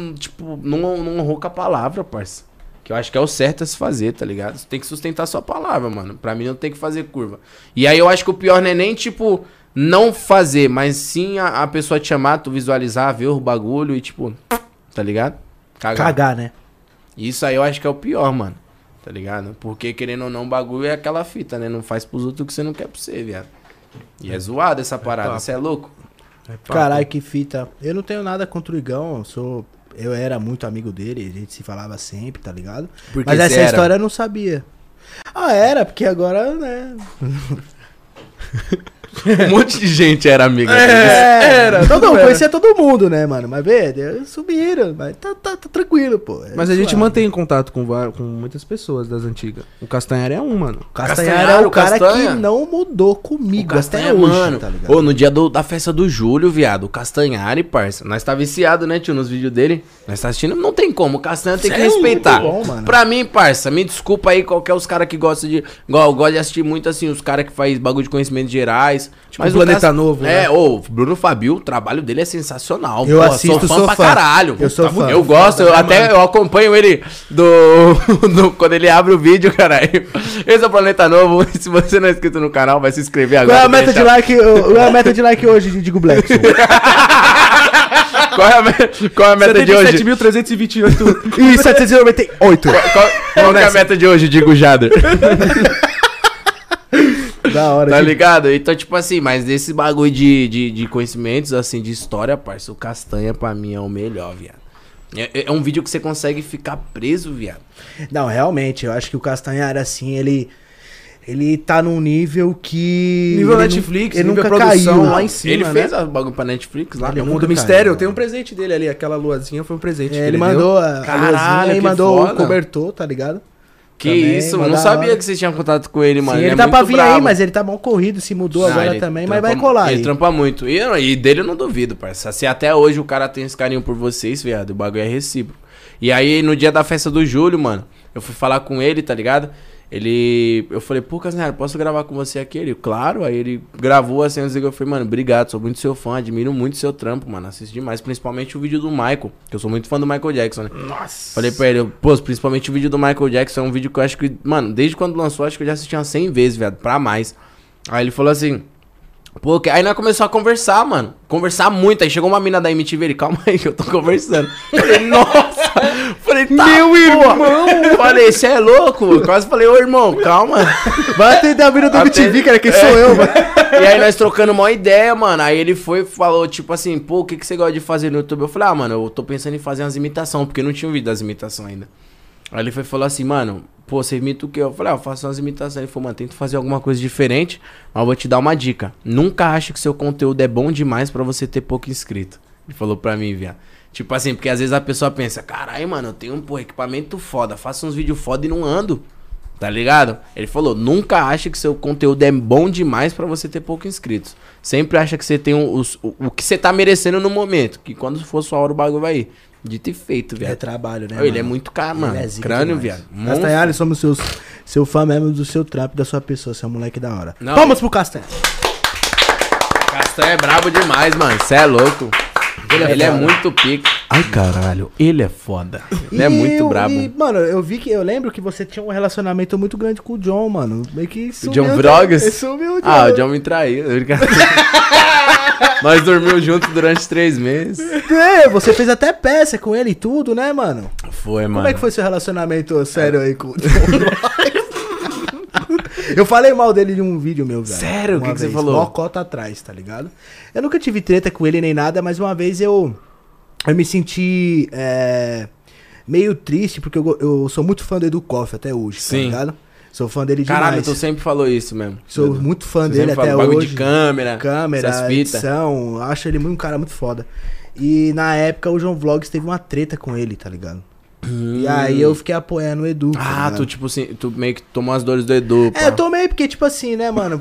não honrou com a palavra, parça. Que eu acho que é o certo a se fazer, tá ligado? Você tem que sustentar sua palavra, mano. Pra mim não tem que fazer curva. E aí eu acho que o pior não é nem, tipo, não fazer, mas sim a pessoa te chamar, tu visualizar, ver o bagulho e, tipo, tá ligado? Cagar, né? Isso aí eu acho que é o pior, mano. Tá ligado? Porque, querendo ou não, o bagulho é aquela fita, né? Não faz pros outros o que você não quer pra você, viado. E é zoado essa parada, você é louco? Caralho, que fita. Eu não tenho nada contra o Igão, eu era muito amigo dele, a gente se falava sempre, tá ligado? Porque mas essa história eu não sabia. Era, porque agora, né... Um monte de gente era amiga era. Conhecia todo mundo, né, mano? Mas, velho, subiram. Mas tá tranquilo, pô. Mas a gente mantém contato com muitas pessoas das antigas. O Castanhari é um, mano. O Castanhari é o cara que não mudou comigo até hoje, mano. Tá ligado? No dia da festa do Júlio, viado, o Castanhari, parça. Nós tá viciado, né, tio, nos vídeos dele. Nós tá assistindo, não tem como. O Castanhari tem que respeitar. Bom, mano. Pra mim, parça, me desculpa aí qualquer os caras que gostam de... Igual, eu gosto de assistir muito, assim, os caras que faz bagulho de conhecimentos gerais. Tipo, mas o Planeta Novo, né? O Bruno Fabio, o trabalho dele é sensacional. Eu assisto, sou fã pra caralho. Eu sou fã. Eu gosto, eu acompanho ele quando ele abre o vídeo, caralho. Esse é o Planeta Novo. Se você não é inscrito no canal, vai se inscrever agora. Qual é a meta de like hoje, Digo Black? Qual é a meta de hoje? 77.328 e 798. Qual é a meta de hoje, Digo Jader? Da hora. Tá ligado? Então, tipo assim, mas desse bagulho de conhecimentos, assim, de história, parça, o Castanha pra mim é o melhor, viado. É um vídeo que você consegue ficar preso, viado. Não, realmente, eu acho que o Castanhari, assim, ele tá num nível que... Nível Netflix, ele nível nunca produção caiu. lá em cima, Ele né? fez o bagulho pra Netflix lá. É o nunca Mundo Mistério. caiu, Tem um presente dele ali, aquela luazinha foi um presente. que ele deu. mandou a Caralho, luzinha e que mandou foda. o cobertor, tá ligado? Que Também, isso, eu mano, não da sabia hora. que vocês tinham contato com ele, mano. Sim, ele é tá pra muito vir aí, brabo. mas ele tá mal corrido, se mudou Não, agora ele também, mas trampa- vai colar Ele aí. trampa muito. E dele eu não duvido, parça. Se até hoje o cara tem esse carinho por vocês, viado, o bagulho é recíproco. E aí, no dia da festa do Júlio, mano, eu fui falar com ele, tá ligado? Eu falei, pô, Castanhari, posso gravar com você aqui? Ele, claro. Aí ele gravou assim, eu falei, mano, obrigado, sou muito seu fã, admiro muito seu trampo, mano, assisto demais, principalmente o vídeo do Michael, que eu sou muito fã do Michael Jackson, né? Nossa. Falei pra ele, pô, principalmente o vídeo do Michael Jackson, é um vídeo que eu acho que, mano, desde quando lançou, acho que eu já assisti umas 100 vezes, viado, pra mais. Aí ele falou assim, pô, aí nós começamos a conversar, mano, conversar muito, aí chegou uma mina da MTV, ele, calma aí que eu tô conversando. Falei, nossa, falei, Meu irmão! Falei, cê é louco? Quase falei, ô irmão, calma. Vai atender a vida do MTV, cara, quem sou eu, mano. E aí nós trocando uma ideia, mano. Aí ele foi e falou, tipo assim, pô, o que você gosta de fazer no YouTube? Eu falei, mano, eu tô pensando em fazer umas imitações, porque não tinha ouvido das imitações ainda. Aí ele foi e falou assim, mano, pô, você imita o quê? Eu falei, eu faço umas imitações. Ele falou, mano, tenta fazer alguma coisa diferente, mas eu vou te dar uma dica. Nunca ache que seu conteúdo é bom demais pra você ter pouco inscrito. Ele falou pra mim, viado. Tipo assim, porque às vezes a pessoa pensa, caralho, mano, eu tenho um equipamento foda, faço uns vídeos foda e não ando. Tá ligado? Ele falou, nunca acha que seu conteúdo é bom demais pra você ter pouco inscritos. Sempre acha que você tem o que você tá merecendo no momento. Que quando for sua hora o bagulho vai ir. Dito e feito, viado. É trabalho, né? Ele é muito caro, mano. É Crânio, viado. Castanhari, somos seu fã mesmo do seu trampo e da sua pessoa. Você é um moleque da hora. Não, Palmas pro Castanha. Castanho é brabo demais, mano. Cê é louco. Ele é muito pica. Ai, caralho. Ele é foda. Ele é muito brabo. Mano, eu lembro que você tinha um relacionamento muito grande com o John, mano. Meio que O John Vlogs? Sumiu, Ah, o John me traiu. Nós dormimos juntos durante 3 meses. É, você fez até peça com ele e tudo, né, mano? Foi, mano. Como é que foi seu relacionamento sério aí com o John? Eu falei mal dele em um vídeo meu, velho. Sério? O que você falou? Mocota atrás, tá ligado? Eu nunca tive treta com ele nem nada, mas uma vez eu me senti meio triste, porque eu sou muito fã do Edu Koff até hoje, Sim. tá ligado? Sou fã dele demais. Caralho, tu sempre falou isso mesmo. Sou muito fã Você dele sempre até fala, bagulho hoje. de câmera, essas fitas. Edição, acho ele um cara muito foda. E na época o João Vlogs teve uma treta com ele, tá ligado? E aí eu fiquei apoiando o Edu. tá Ah, ligado? tu tipo assim, tu meio que tomou as dores do Edu, pá. Eu tomei porque, tipo assim, né, mano,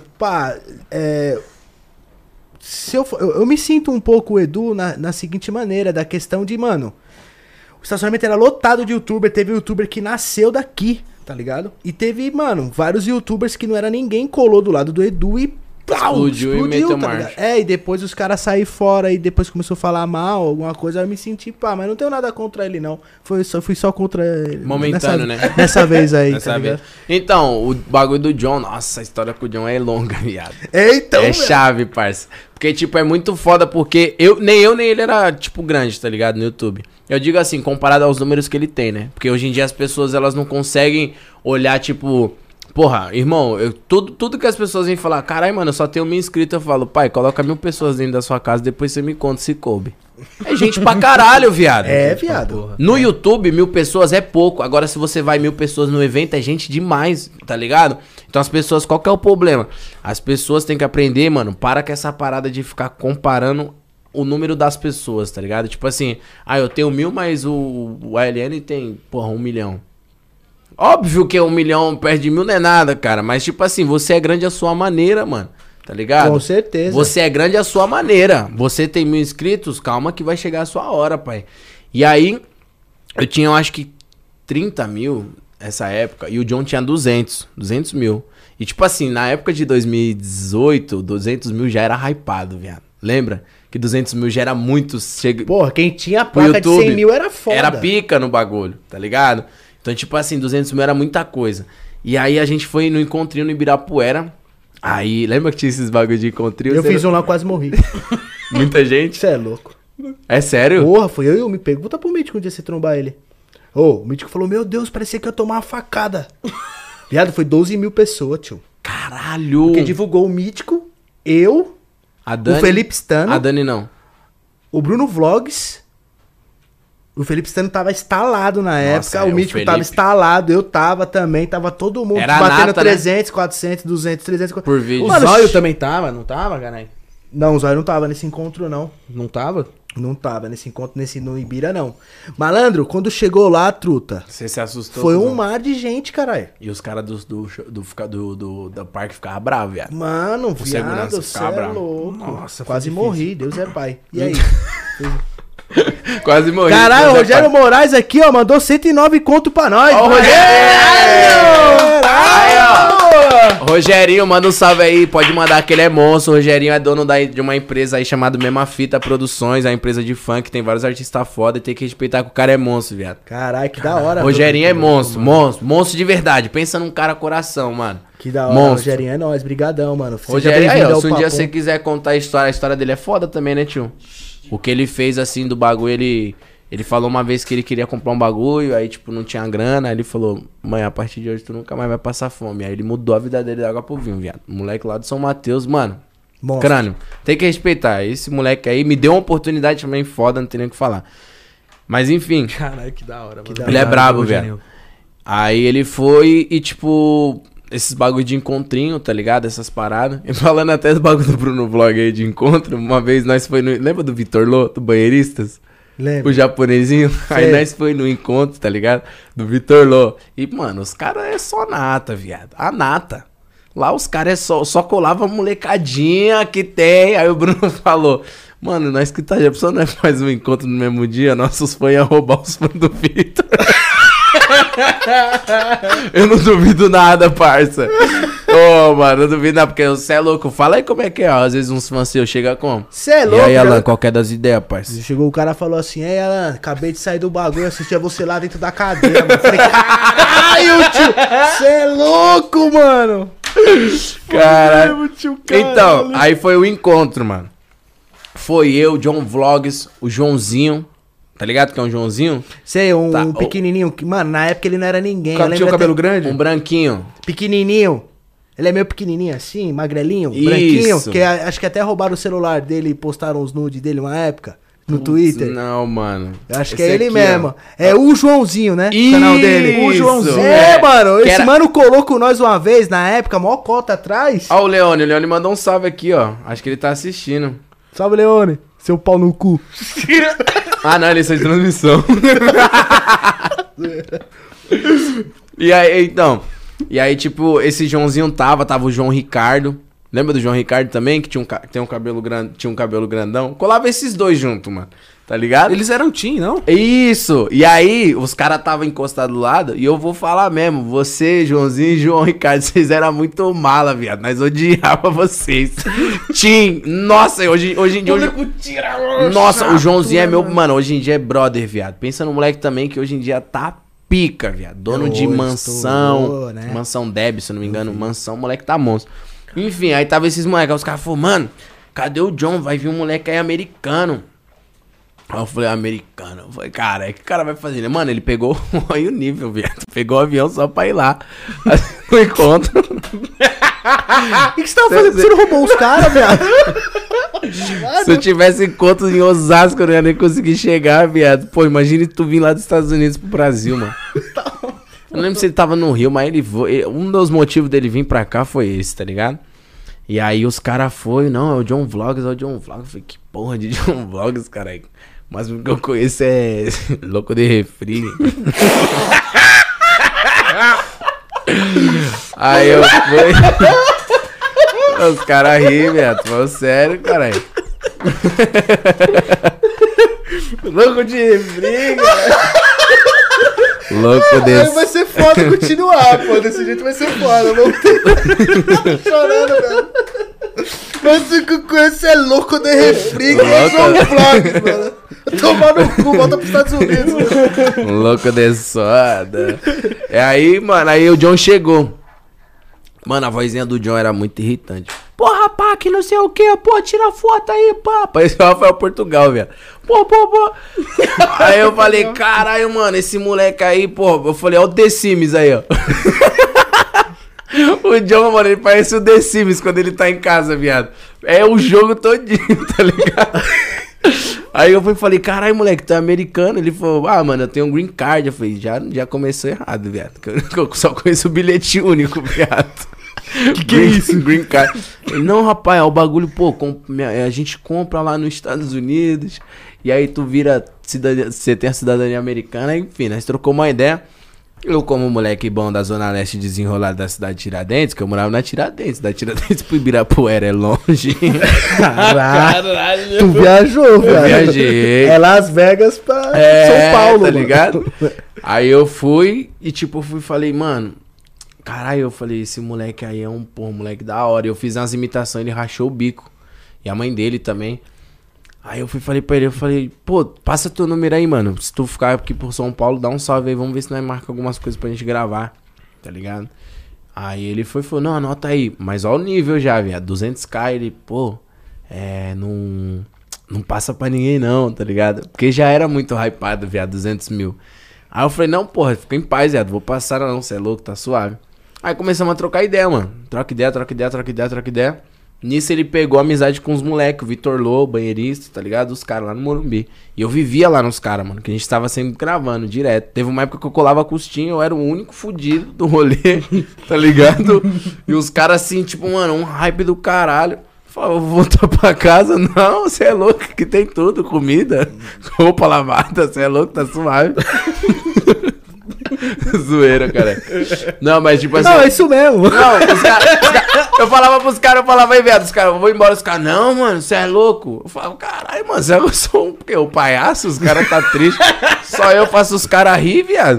se eu me sinto um pouco o Edu na seguinte maneira, da questão de, mano, o estacionamento era lotado de youtuber, teve youtuber que nasceu daqui, tá ligado? E teve, mano, vários youtubers que não era ninguém, colou do lado do Edu e Explodiu e meteu marcha. ligado? E depois os caras saíram fora e depois começou a falar mal, alguma coisa, eu me senti, mas não tenho nada contra ele, não. Fui só contra ele. Momentâneo, né? Nessa vez aí, Nessa tá vez. ligado? Então, o bagulho do John, nossa, a história com o John é longa, viado. Então, É chave, parça. Porque, tipo, é muito foda porque nem ele era, tipo, grande, tá ligado? No YouTube. Eu digo assim, comparado aos números que ele tem, né? Porque hoje em dia as pessoas, elas não conseguem olhar, tipo... Porra, irmão, tudo que as pessoas vêm falar, caralho, mano, eu só tenho 1000 inscritos, eu falo, pai, coloca 1000 pessoas dentro da sua casa, depois você me conta se coube. É gente pra caralho, viado. Viado. No YouTube, 1000 pessoas é pouco. Agora, se você vai 1000 pessoas no evento, é gente demais, tá ligado? Então as pessoas, qual que é o problema? As pessoas têm que aprender, mano, para com essa parada de ficar comparando o número das pessoas, tá ligado? Tipo assim, eu tenho 1000, mas o ALN tem, porra, 1 milhão. Óbvio que 1 milhão perto de 1000 não é nada, cara. Mas, tipo assim, você é grande à sua maneira, mano. Tá ligado? Com certeza. Você é grande à sua maneira. Você tem 1000 inscritos, calma que vai chegar a sua hora, pai. E aí, eu tinha, eu acho que 30 mil essa época. E o John tinha 200 mil. E, tipo assim, na época de 2018, 200 mil já era hypado, viado. Lembra? Que 200 mil já era muito... Porra, quem tinha a placa de 100 mil era foda. Era pica no bagulho, tá ligado? Então, tipo assim, 200 mil era muita coisa. E aí a gente foi no encontrinho no Ibirapuera. Aí, lembra que tinha esses bagulho de encontrinho? Eu fiz um lá, quase morri. Muita gente? Você é louco. É sério? Porra, foi eu e o Me pergunta pro Mítico um dia você trombar ele. O Mítico falou, meu Deus, parecia que eu ia tomar uma facada. Viado, foi 12 mil pessoas, tio. Caralho! Quem divulgou o Mítico, eu, A Dani, o Felipe Stano, A Dani não. o Bruno Vlogs. O Felipe Stano tava instalado na época, o Mítico tava instalado, eu tava também, tava todo mundo Era batendo nata, 300, 400, 200, 300... Por vídeo. O Mano, Zóio também tava, não tava, caralho? Não, o Zóio não tava nesse encontro, não. Não tava? Não tava nesse encontro, no Ibira, não. Malandro, quando chegou lá, truta, Você se assustou? foi cuzão? um mar de gente, caralho. E os caras do parque ficavam bravos, viado. Mano, O segurança viado, ficava cê é bravo. louco. Nossa, foi quase difícil. morri, Deus é pai. E aí? Quase morri. Caralho, o Deus é Rogério pai. Moraes aqui, ó, mandou 109 conto pra nós. Ó, o Rogério! Aí, ó. Rogerinho, manda um salve aí. Pode mandar que ele é monstro. O Rogerinho é dono de uma empresa aí chamada Mesma Fita Produções. É uma empresa de funk. Tem vários artistas foda. E tem que respeitar que o cara é monstro, viado. Caralho, que da hora. Rogerinho é mano. monstro, monstro. Monstro de verdade. Pensa num cara coração, mano. Que da hora, Monstro. Rogerinho é nóis, brigadão, mano. Seja Rogerinho, aí, bem-vindo ó, ao se um dia Papo. você quiser contar a história dele é foda também, né, tio? O que ele fez, assim, do bagulho, Ele falou uma vez que ele queria comprar um bagulho, aí, tipo, não tinha grana. Aí ele falou, mãe, a partir de hoje tu nunca mais vai passar fome. Aí ele mudou a vida dele da água pro vinho, viado. Moleque lá de São Mateus, mano. Monstro. Crânio. Tem que respeitar. Esse moleque aí me deu uma oportunidade também foda, não tem nem o que falar. Mas enfim. Caralho, que da hora, mano. Ele é brabo, velho. Aí ele foi e, tipo, esses bagulho de encontrinho, tá ligado? Essas paradas. E falando até do bagulho do Bruno Vlog aí de encontro, uma vez nós foi no... Lembra do Vitor Lô, do Banheiristas? Lembra? O japonesinho. Aí nós foi no encontro, tá ligado? Do Vitor Lô. E, mano, os caras é só nata, viado. A nata. Lá os caras é só colava molecadinha que tem. Aí o Bruno falou... Mano, nós que tá já pensando, nós faz um encontro no mesmo dia, nossos fãs iam roubar os fãs do Vitor. Eu não duvido nada, parça. Ô, mano, não duvido nada, porque você é louco. Fala aí como é que é, ó. Às vezes uns fãs seus chegam como? Você é louco, E aí, já- Alan, qual que é das ideias, parça? Chegou o cara e falou assim, ei, Alan, acabei de sair do bagulho, assistia você lá dentro da cadeia, mano. Falei, caralho, tio, você é louco, mano. Caralho. Então, aí foi o encontro, mano. Foi eu, John Vlogs, o Joãozinho. Tá ligado que é um Joãozinho? Sei, um Tá, pequenininho, que, mano, na época ele não era ninguém. eu Tinha lembro o cabelo até- grande? Um branquinho. Pequenininho. Ele é meio pequenininho assim, magrelinho, Isso. branquinho. Que acho que até roubaram o celular dele e postaram os nudes dele uma época. No Twitter. Não, mano. Eu acho que Esse é ele aqui, mesmo. ó. É o Joãozinho, né? O canal dele. Isso. O Joãozinho. É, É, mano. que Esse era- mano colou com nós uma vez, na época, mó cota atrás. Ó o Leone mandou um salve aqui, ó. Acho que ele tá assistindo. Salve, Leone. Seu pau no cu. Ah, não, ele saiu de transmissão. E aí, então. E aí, tipo, esse Joãozinho tava o João Ricardo. Lembra do João Ricardo também? Que tinha um cabelo grande, tinha um cabelo grandão. Colava esses dois junto, mano. Tá ligado? Eles eram team, não? Isso! E aí, os caras estavam encostados do lado, e eu vou falar mesmo, você, Joãozinho e João Ricardo, vocês eram muito mala, viado. Nós odiava vocês. Tim, nossa, hoje em dia... Nossa, o Joãozinho é meu... Mano, hoje em dia é brother, viado. Pensa no moleque também que hoje em dia tá pica, viado. Dono de Hoje mansão, estourou, né? mansão Deb, se eu não me engano, mansão, moleque tá monstro. Enfim, aí tava esses moleques, aí os caras falaram, mano, cadê o John? Vai vir um moleque aí americano. Aí eu falei, americano. Eu falei, cara, é que o cara vai fazer? Mano, ele pegou aí o nível, viado. Pegou o avião só pra ir lá. No encontro. O que você tava fazendo? Você não roubou os caras, viado? Se eu tivesse encontro em Osasco, eu não ia nem conseguir chegar, viado. Pô, imagine tu vir lá dos Estados Unidos pro Brasil, mano. Eu não lembro se ele tava no Rio, mas um dos motivos dele vir pra cá foi esse, tá ligado? E aí os caras foram, não, é o John Vlogs, é o John Vlogs. Eu falei, que porra de John Vlogs, caralho. Mas o que eu conheço é louco de refri. Aí eu fui. Os caras ri, velho. Falou sério, caralho. Louco de refri, cara. Louco Aí desse. vai ser foda continuar, pô. Desse jeito vai ser foda. Não tem... Tô chorando, velho. Mas o que eu conheço é louco de refri, que é João Vlogs, mano. Tomar no cu, volta pros Estados Unidos. Louco de soda. É aí, mano, aí o John chegou. Mano, a vozinha do John era muito irritante. Porra, pá, que não sei o que, pô, tira foto aí, pá. Parece o Rafael Portugal, velho. Pô. Aí eu falei, caralho, mano, esse moleque aí, pô. Eu falei, ó o The Sims aí, ó. O John, mano, ele parece o The Sims quando ele tá em casa, viado. É o jogo todinho, tá ligado? Aí eu fui e falei, caralho, moleque, tu é americano? Ele falou, ah, mano, eu tenho um green card. Eu falei, já começou errado, viado. Que eu só conheço o bilhete único, viado. Que é isso? Green card. Ele, não, rapaz, é o bagulho, pô, a gente compra lá nos Estados Unidos. E aí tu vira cidadania, você tem a cidadania americana, enfim, nós trocou uma ideia. Eu, como moleque bom da Zona Leste desenrolado da cidade de Tiradentes, que eu morava na Tiradentes, da Tiradentes pro Ibirapuera é longe. Caralho. Tu viajou, velho. Viajei. É Las Vegas pra São Paulo, tá mano. ligado? Aí eu fui e tipo, falei, mano, caralho, eu falei, esse moleque aí é um moleque da hora. Eu fiz umas imitações, ele rachou o bico. E a mãe dele também. Aí eu falei pra ele, pô, passa teu número aí, mano. Se tu ficar aqui por São Paulo, dá um salve aí, vamos ver se nós marca algumas coisas pra gente gravar, tá ligado? Aí ele falou, não, anota aí. Mas ó o nível já, viado, 200k, ele, pô, não passa pra ninguém não, tá ligado? Porque já era muito hypado, viado, 200 mil. Aí eu falei, não, porra, fica em paz, viado, vou passar não, cê é louco, tá suave. Aí começamos a trocar ideia, mano. Troca ideia. Nisso ele pegou amizade com os moleques, o Vitor Lô, banheirista, tá ligado? Os caras lá no Morumbi. E eu vivia lá nos caras, mano, que a gente tava sempre gravando direto. Teve uma época que eu colava costinha, eu era o único fudido do rolê, tá ligado? E os caras assim, tipo, mano, um hype do caralho. Falei, vou voltar pra casa? Não, você é louco, que tem tudo, comida, roupa lavada, você é louco, tá suave. Zoeira, cara. Não, mas tipo assim. Não, é isso mesmo. Não, eu falava pros caras, aí, viado, os caras, eu vou embora, os caras, não, mano, você é louco. Eu falava, caralho, mano, eu sou o palhaço, os caras tá triste. Só eu faço os caras rir, viado.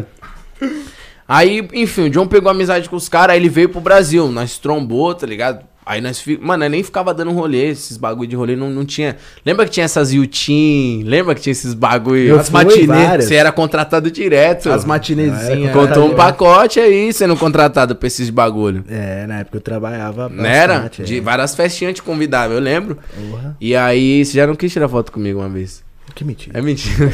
Aí, enfim, o John pegou amizade com os caras, aí ele veio pro Brasil, nós trombou, tá ligado? Aí nós, mano, eu nem ficava dando rolê, esses bagulho de rolê não tinha. Lembra que tinha essas Yutin? Lembra que tinha esses bagulho? As matinês. Você era contratado direto. As matinezinhas. Contou um pacote aí, sendo contratado pra esses bagulho. É, na época eu trabalhava bastante. Não era? De várias festinhas te convidava, eu lembro. Porra. E aí, você já não quis tirar foto comigo uma vez? Que mentira. É mentira.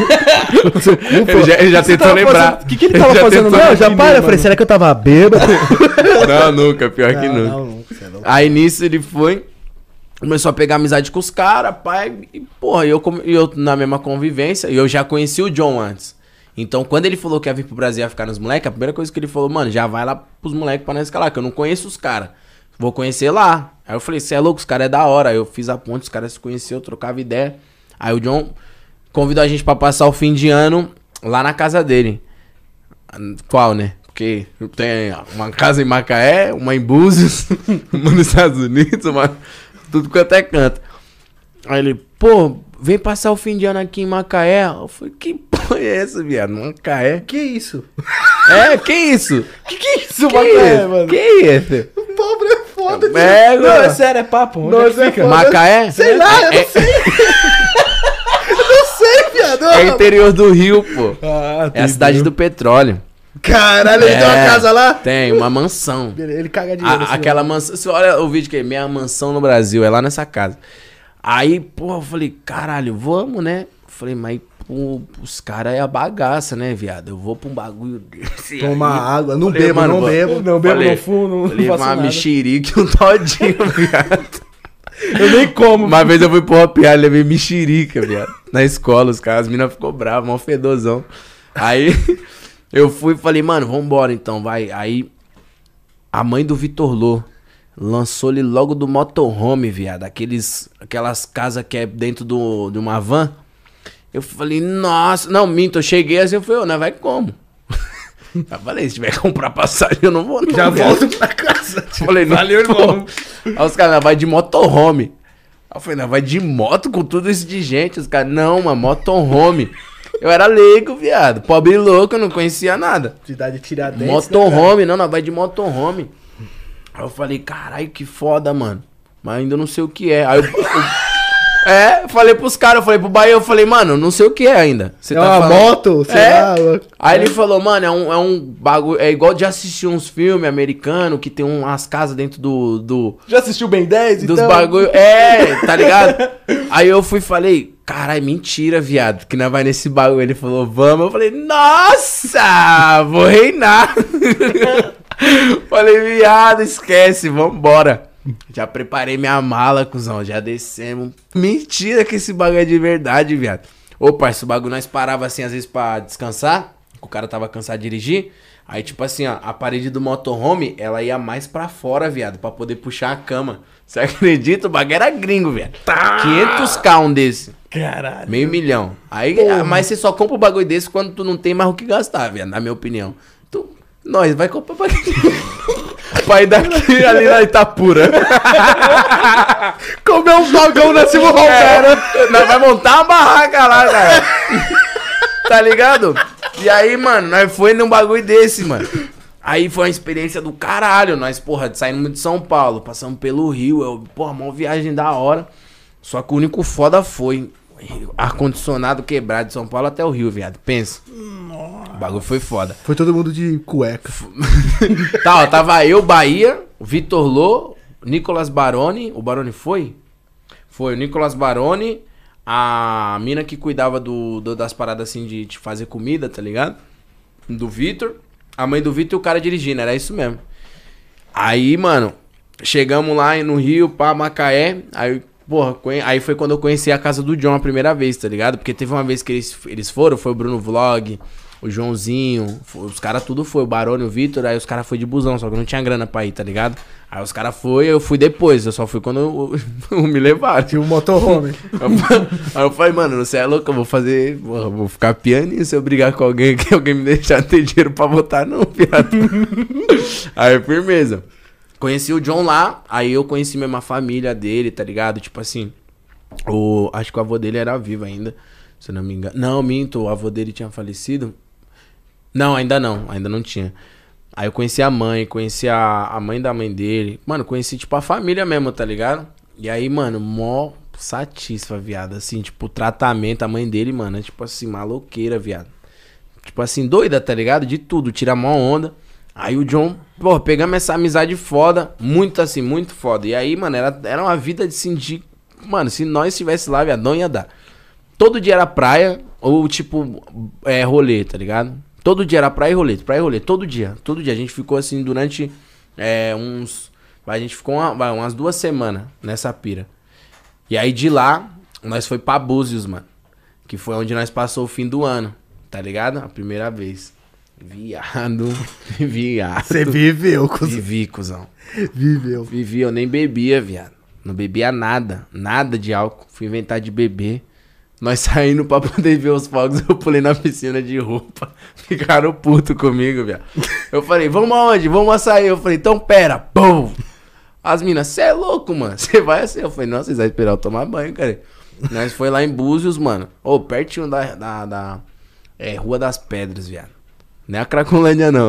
ele já tentou lembrar. O que ele tava fazendo? Não, já para. Eu falei, será que eu tava bêbado? Não, nunca. Pior que nunca. Não, você é louco. Aí nisso ele foi, começou a pegar amizade com os caras, pai. E porra, eu na mesma convivência, e eu já conheci o John antes. Então quando ele falou que ia vir pro Brasil e ia ficar nos moleques, a primeira coisa que ele falou, mano, já vai lá pros moleques pra nós escalar, que eu não conheço os caras. Vou conhecer lá. Aí eu falei, cê é louco, os caras é da hora. Aí eu fiz a ponte, os caras se conheceram, trocava ideia. Aí o John convidou a gente pra passar o fim de ano lá na casa dele. Qual, né? Porque tem uma casa em Macaé, uma em Búzios, uma nos Estados Unidos, uma... tudo quanto é canto. Aí ele, pô, vem passar o fim de ano aqui em Macaé. Eu falei, que porra é essa, viado? Macaé? Que isso? É, que isso? Que isso, Que Macaé, isso? mano? Que isso? O pobre é foda. É, Não, mano. é sério, é papo. Onde Não, é que fica? Macaé? Sei lá, eu não sei. Eu não sei, viado. É interior do Rio, pô. Ah, É a cidade do petróleo. Caralho, ele tem uma casa lá? Tem, uma mansão. Ele caga dinheiro. assim, Aquela mansão. Você olha o vídeo que é minha mansão no Brasil, é lá nessa casa. Aí, pô, eu falei, caralho, vamos, né? Falei, mas pô, os caras é a bagaça, né, viado? Eu vou pra um bagulho desse. Tomar aí. água. Não Falei, bebo, mano, não bebo. Não bebo, falei, não fumo, não Falei, faço uma nada. mexerica e um todinho, viado. Eu nem como. Uma vez eu fui pro Hopiar, levei mexerica, viado. Na escola, os caras, as minas ficou bravas, mó fedozão. Aí eu fui e falei, mano, vambora então, vai. Aí a mãe do Vitor Lô lançou-lhe logo do motorhome, viado. Aquelas casas que é dentro de uma van. Eu falei, nossa, não, minto, eu cheguei assim, eu falei, ô, nós vai como? Eu falei, se tiver que comprar passagem, eu não vou não. Já viado. volto pra casa. Falei, não, Valeu, irmão. Aí os caras, nós vai de motorhome. Aí eu falei, nós vai de moto com tudo isso de gente. Os caras, não, mano, motorhome. Eu era leigo, viado. Pobre e louco, eu não conhecia nada. Cidade Tiradentes. Motorhome, não, nós vai de motorhome. Aí eu falei, caralho, que foda, mano. Mas ainda não sei o que é. Aí eu falei pros caras, eu falei pro Bahia, eu falei, mano, não sei o que é ainda. Você É uma moto, sei lá. Aí ele falou, mano, é um bagulho, é igual de assistir uns filmes americanos que tem umas casas dentro do Já assistiu Ben 10, dos então? bagulho, tá ligado? Aí eu fui e falei, caralho, mentira, viado, que nós vai nesse bagulho. Ele falou, vamos. Eu falei, nossa, vou reinar. Falei, viado, esquece, vambora. Já preparei minha mala, cuzão, já descemos. Mentira que esse bagulho é de verdade, viado. Ô, parça, o bagulho nós parava assim, às vezes pra descansar, o cara tava cansado de dirigir. Aí, tipo assim, ó, a parede do motorhome, ela ia mais pra fora, viado, pra poder puxar a cama. Você acredita? O bagulho era gringo, viado. 500k um desse. Caralho. Meio milhão. Aí, mas você só compra um bagulho desse quando tu não tem mais o que gastar, viado, na minha opinião. Nós vai comprar pra pra ir daqui ali na Itapura. Comer um dogão na Silva Romero. Nós vai montar uma barraca lá, cara. Tá ligado? E aí, mano, nós foi num bagulho desse, mano. Aí foi uma experiência do caralho. Nós, porra, saímos de São Paulo, passamos pelo Rio. Porra, uma viagem da hora. Só que o único foda foi ar-condicionado quebrado de São Paulo até o Rio, viado. Pensa. O bagulho foi foda. Foi todo mundo de cueca. Tá, ó, tava eu, Bahia, o Vitor Lô, Nicolas Baroni. O Baroni foi? Foi, o Nicolas Baroni, a mina que cuidava das paradas assim de fazer comida, tá ligado? Do Vitor, a mãe do Vitor e o cara dirigindo, era isso mesmo. Aí, mano, chegamos lá no Rio, pá, Macaé, aí, porra, aí foi quando eu conheci a casa do John a primeira vez, tá ligado? Porque teve uma vez que eles foram, foi o Bruno Vlog, o Joãozinho, os caras tudo foi, o Barone, o Vitor, aí os caras foi de busão, só que eu não tinha grana pra ir, tá ligado? Aí os caras foi, eu fui depois, eu só fui quando me levaram. Tinha um motorhome. Aí eu falei, mano, você é louco, eu vou fazer, porra, vou ficar pianinho se eu brigar com alguém, que alguém me deixar ter dinheiro pra votar, não, piada. Aí, firmeza. Conheci o John lá, aí eu conheci mesmo a família dele, tá ligado? Tipo assim, acho que o avô dele era vivo ainda, se eu não me engano. Não, minto, o avô dele tinha falecido. Não, ainda não tinha. Aí eu conheci a mãe, conheci a mãe da mãe dele. Mano, conheci, tipo, a família mesmo, tá ligado? E aí, mano, mó satisfa, viado. Assim, tipo, o tratamento, a mãe dele, mano, é tipo assim, maloqueira, viado. Tipo assim, doida, tá ligado? De tudo, tira mó onda. Aí o John, pô, pegamos essa amizade foda, muito assim, muito foda. E aí, mano, era uma vida assim de... Mano, se nós estivesse lá, viado, não ia dar. Todo dia era praia ou, tipo, rolê, tá ligado? Todo dia era praia e rolê, todo dia. Todo dia. A gente ficou assim durante a gente ficou umas 2 semanas nessa pira. E aí de lá, nós foi pra Búzios, mano. Que foi onde nós passou o fim do ano, tá ligado? A primeira vez. Viado. Você viveu, cuzão. Vivi, cuzão. Vivi, eu nem bebia, viado. Não bebia nada de álcool. Fui inventar de beber. Nós saindo pra poder ver os fogos, eu pulei na piscina de roupa. Ficaram puto comigo, viado. Eu falei, vamos aonde? Vamos açaí. Eu falei, então pera. Pum! As minas, cê é louco, mano. Você vai assim. Eu falei, não, vocês vão esperar eu tomar banho, cara. Nós foi lá em Búzios, mano. Pertinho da Rua das Pedras, viado. Não é a Cracolândia, não.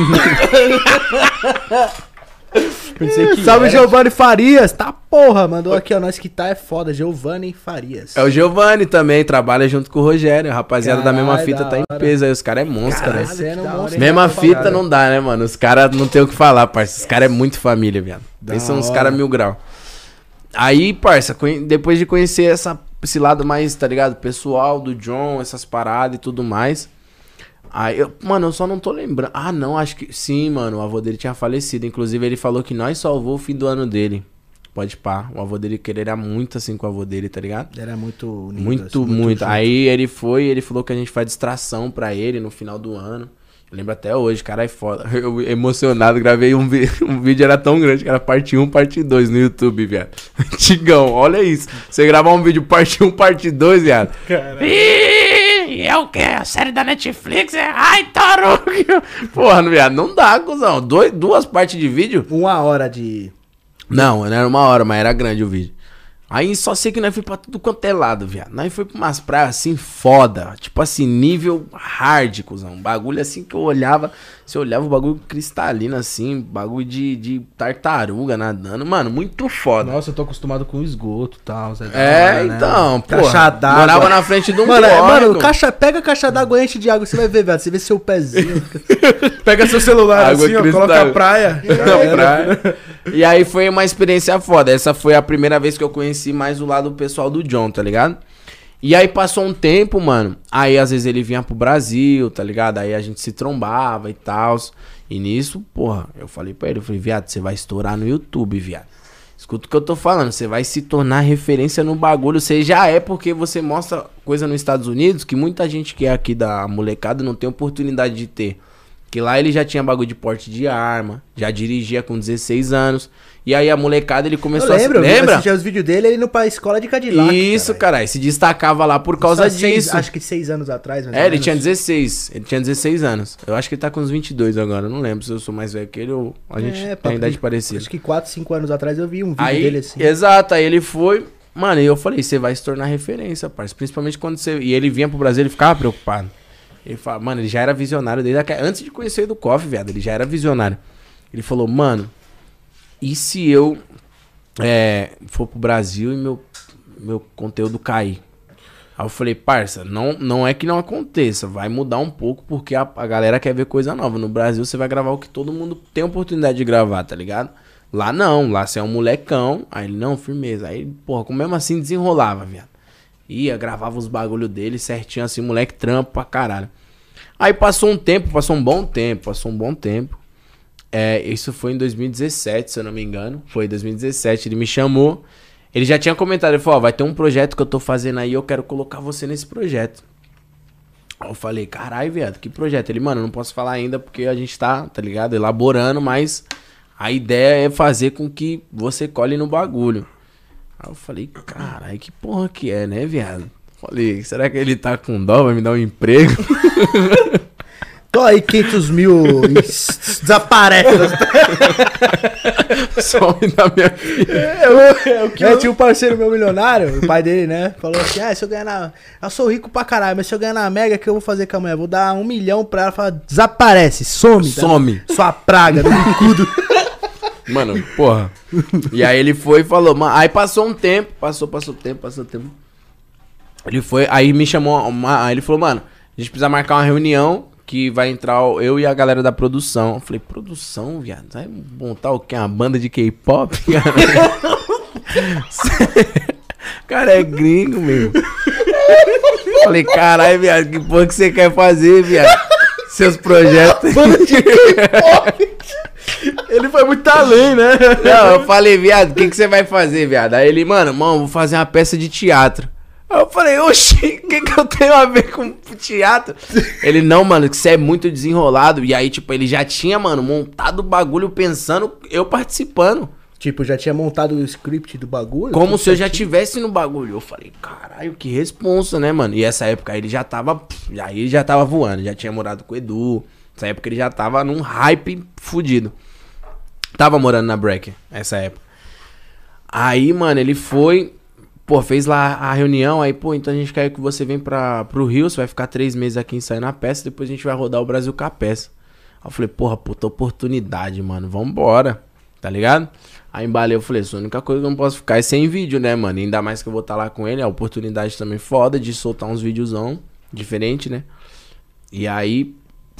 Salve, Giovanni Farias. Tá porra, mandou aqui, ó. Nós que tá é foda. Giovanni Farias. É o Giovanni também, trabalha junto com o Rogério. A rapaziada da mesma fita da tá em hora. peso aí. Os caras é monstro, cara. Mesma Mesma fita não dá, né, mano? Os caras não tem o que falar, parça. Os caras é muito família, viado. Eles são uns caras 1000 grau. Aí, parça, depois de conhecer esse lado mais, tá ligado? Pessoal do John, essas paradas e tudo mais. Aí, mano, eu só não tô lembrando. Ah, não, acho que... Sim, mano, o avô dele tinha falecido. Inclusive, ele falou que nós salvou o fim do ano dele. Pode pá. O avô dele era muito assim com o avô dele, tá ligado? Era muito unido, muito, assim, muito. junto. Aí ele falou que a gente faz distração pra ele no final do ano. Eu lembro até hoje, cara, é foda. Eu emocionado, gravei um vídeo, era tão grande que era parte 1, parte 2 no YouTube, viado. Antigão, olha isso. Você gravar um vídeo parte 1, parte 2, viado. Caralho. É o quê? A série da Netflix? Ai, tarugo. Porra, viado, não dá, cuzão. 2 partes de vídeo? 1 hora de... Não era 1 hora, mas era grande o vídeo. Aí só sei que nós foi pra tudo quanto é lado, viado. Nós foi pra umas praias assim foda. Tipo assim, nível hard, cuzão. Um bagulho assim que eu olhava. Você olhava o bagulho cristalino assim. Bagulho de tartaruga nadando. Mano, muito foda. Nossa, eu tô acostumado com esgoto e tal. Então, pô. Caixa d'água. Morava na frente de um Mano, córrego. pega a caixa d'água e enche de água. Você vai ver, velho. Você vê seu pezinho. Pega seu celular Água assim, ó, cristal. coloca a praia. Na praia. E aí foi uma experiência foda. Essa foi a primeira vez que eu conheci mais o lado pessoal do John, tá ligado? E aí passou um tempo, mano. Aí às vezes ele vinha pro Brasil, tá ligado? Aí a gente se trombava e tal. E nisso, porra, eu falei pra ele, viado, você vai estourar no YouTube, viado. Escuta o que eu tô falando, você vai se tornar referência no bagulho. Você já é porque você mostra coisa nos Estados Unidos que muita gente que é aqui da molecada não tem oportunidade de ter. Que lá ele já tinha bagulho de porte de arma, já dirigia com 16 anos. E aí a molecada ele começou Eu lembro, a... Lembra? Eu assisti os vídeos dele, ele indo pra escola de Cadillac. Isso, caralho, se destacava lá por causa disso. Acho que 6 anos atrás, mais ou Ele menos. tinha 16. Ele tinha 16 anos. Eu acho que ele tá com uns 22 agora. Eu não lembro se eu sou mais velho que ele ou a gente tem a idade parecida. Acho que 4, 5 anos atrás eu vi um vídeo Aí, dele assim. exato, aí ele foi. Mano, e eu falei, você vai se tornar referência, parceiro. Principalmente quando você. E ele vinha pro Brasil, ele ficava preocupado. Ele falava, mano, ele já era visionário desde antes de conhecer o do Coffee, viado. Ele já era visionário. Ele falou, mano, e se eu for pro Brasil e meu conteúdo cair? Aí eu falei, parça, não é que não aconteça, vai mudar um pouco porque a galera quer ver coisa nova. No Brasil você vai gravar o que todo mundo tem oportunidade de gravar, tá ligado? Lá não, lá você é um molecão. Aí ele, não, firmeza. Aí, porra, como mesmo assim desenrolava, viado. Ia, gravava os bagulho dele certinho, assim, moleque trampo pra caralho. Aí passou um bom tempo. Isso foi em 2017, se eu não me engano. Foi em 2017, ele me chamou. Ele já tinha comentado, ele falou, ó, vai ter um projeto que eu tô fazendo aí, eu quero colocar você nesse projeto. Aí eu falei, caralho, viado, que projeto? Ele, mano, eu não posso falar ainda porque a gente tá ligado, elaborando, mas a ideia é fazer com que você colhe no bagulho. Aí eu falei, caralho, que porra que é, né, viado? Falei, será que ele tá com dó, vai me dar um emprego? Tô aí 500 mil e desaparece. Some da minha vida. Tinha um parceiro meu milionário, o pai dele, né? Falou assim, se eu ganhar na... Eu sou rico pra caralho, mas se eu ganhar na Mega, o que eu vou fazer com a mulher? Vou dar 1 milhão pra ela, falar, desaparece, some. Some. Tá? Sua praga, do bicudo. Mano, porra. E aí ele foi e falou, mano, aí passou um tempo, passou tempo. Ele foi, aí me chamou, aí ele falou, mano, a gente precisa marcar uma reunião que vai entrar eu e a galera da produção. Eu falei, produção, viado? Vai montar o quê? Uma banda de K-pop? Cara, é gringo, meu. Falei, caralho, viado, que porra que você quer fazer, viado? Seus projetos. Banda de K-pop. Ele foi muito além, né? Não, eu falei, viado, o que você vai fazer, viado? Aí ele, mano, vou fazer uma peça de teatro. Aí eu falei, oxi, o que eu tenho a ver com teatro? Ele, não, mano, que você é muito desenrolado. E aí, tipo, ele já tinha, mano, montado o bagulho pensando, eu participando. Tipo, já tinha montado o script do bagulho? Como se eu já tivesse no bagulho. Eu falei, caralho, que responsa, né, mano? E essa época aí ele já tava voando, já tinha morado com o Edu. Nessa época ele já tava num hype fudido. Tava morando na Brecker, essa época. Aí, mano, ele foi... Pô, fez lá a reunião, aí, pô, então a gente quer que você venha pro Rio, você vai ficar 3 meses aqui ensaiando a peça, depois a gente vai rodar o Brasil com a peça. Aí eu falei, porra, puta oportunidade, mano, vambora, tá ligado? Aí embalei, eu falei, a única coisa que eu não posso ficar é sem vídeo, né, mano? Ainda mais que eu vou estar lá com ele, a oportunidade também foda de soltar uns videozão diferente, né? E aí,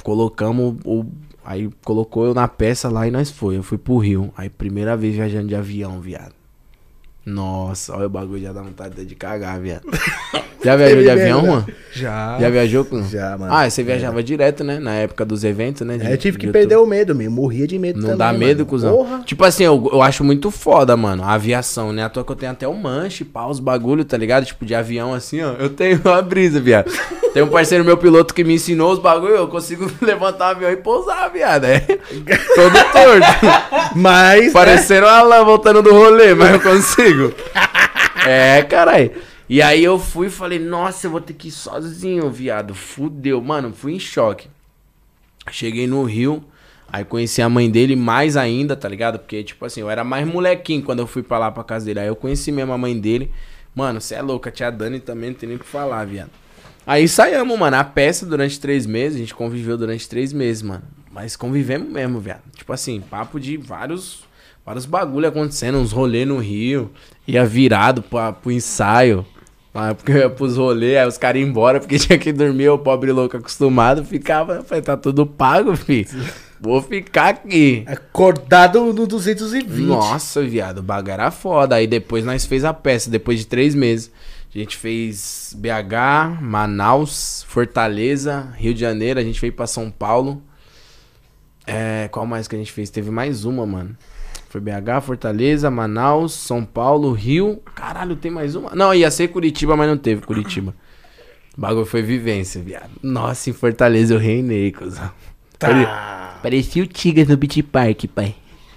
aí colocou eu na peça lá e nós eu fui pro Rio. Aí primeira vez viajando de avião, viado. Nossa, olha o bagulho, já dá vontade de cagar, viado. Já viajou de avião, mano? Já. Já viajou com? Já, mano. Ah, você viajava direto, né? Na época dos eventos, né? Eu tive que perder o medo, meu. Morria de medo Não também, dá medo, mano. cuzão? Porra. Tipo assim, eu acho muito foda, mano, a aviação, né? À toa que eu tenho até o manche, pá, os bagulho, tá ligado? Tipo, de avião assim, ó. Eu tenho uma brisa, viado. Tem um parceiro meu piloto que me ensinou os bagulho, eu consigo levantar o avião e pousar, viado. É todo torto. Mas... Parecendo uma lã voltando do rolê, mas eu consigo. É, caralho. E aí eu fui e falei, nossa, eu vou ter que ir sozinho, viado. Fudeu. Mano, fui em choque. Cheguei no Rio, aí conheci a mãe dele mais ainda, tá ligado? Porque, tipo assim, eu era mais molequinho quando eu fui pra lá, pra casa dele. Aí eu conheci mesmo a mãe dele. Mano, você é louca, tia Dani também não tem nem o que falar, viado. Aí saímos, mano, a peça durante 3 meses. A gente conviveu durante 3 meses, mano. Mas convivemos mesmo, viado. Tipo assim, papo de vários bagulho acontecendo, uns rolês no Rio. Ia virado pro ensaio. Porque eu ia pros rolês, aí os caras iam embora porque tinha que dormir, o pobre louco acostumado. Ficava, falei, tá tudo pago, filho. Vou ficar aqui. Acordado no 220. Nossa, viado, o bagulho era foda. Aí depois nós fez a peça, depois de 3 meses. A gente fez BH, Manaus, Fortaleza, Rio de Janeiro. A gente veio pra São Paulo. Qual mais que a gente fez? Teve mais uma, mano. Foi BH, Fortaleza, Manaus, São Paulo, Rio. Caralho, tem mais uma? Não, ia ser Curitiba, mas não teve Curitiba. O bagulho foi vivência, viado. Nossa, em Fortaleza eu reinei, cuzão. Tá. Parecia o Tigres no Beach Park, pai.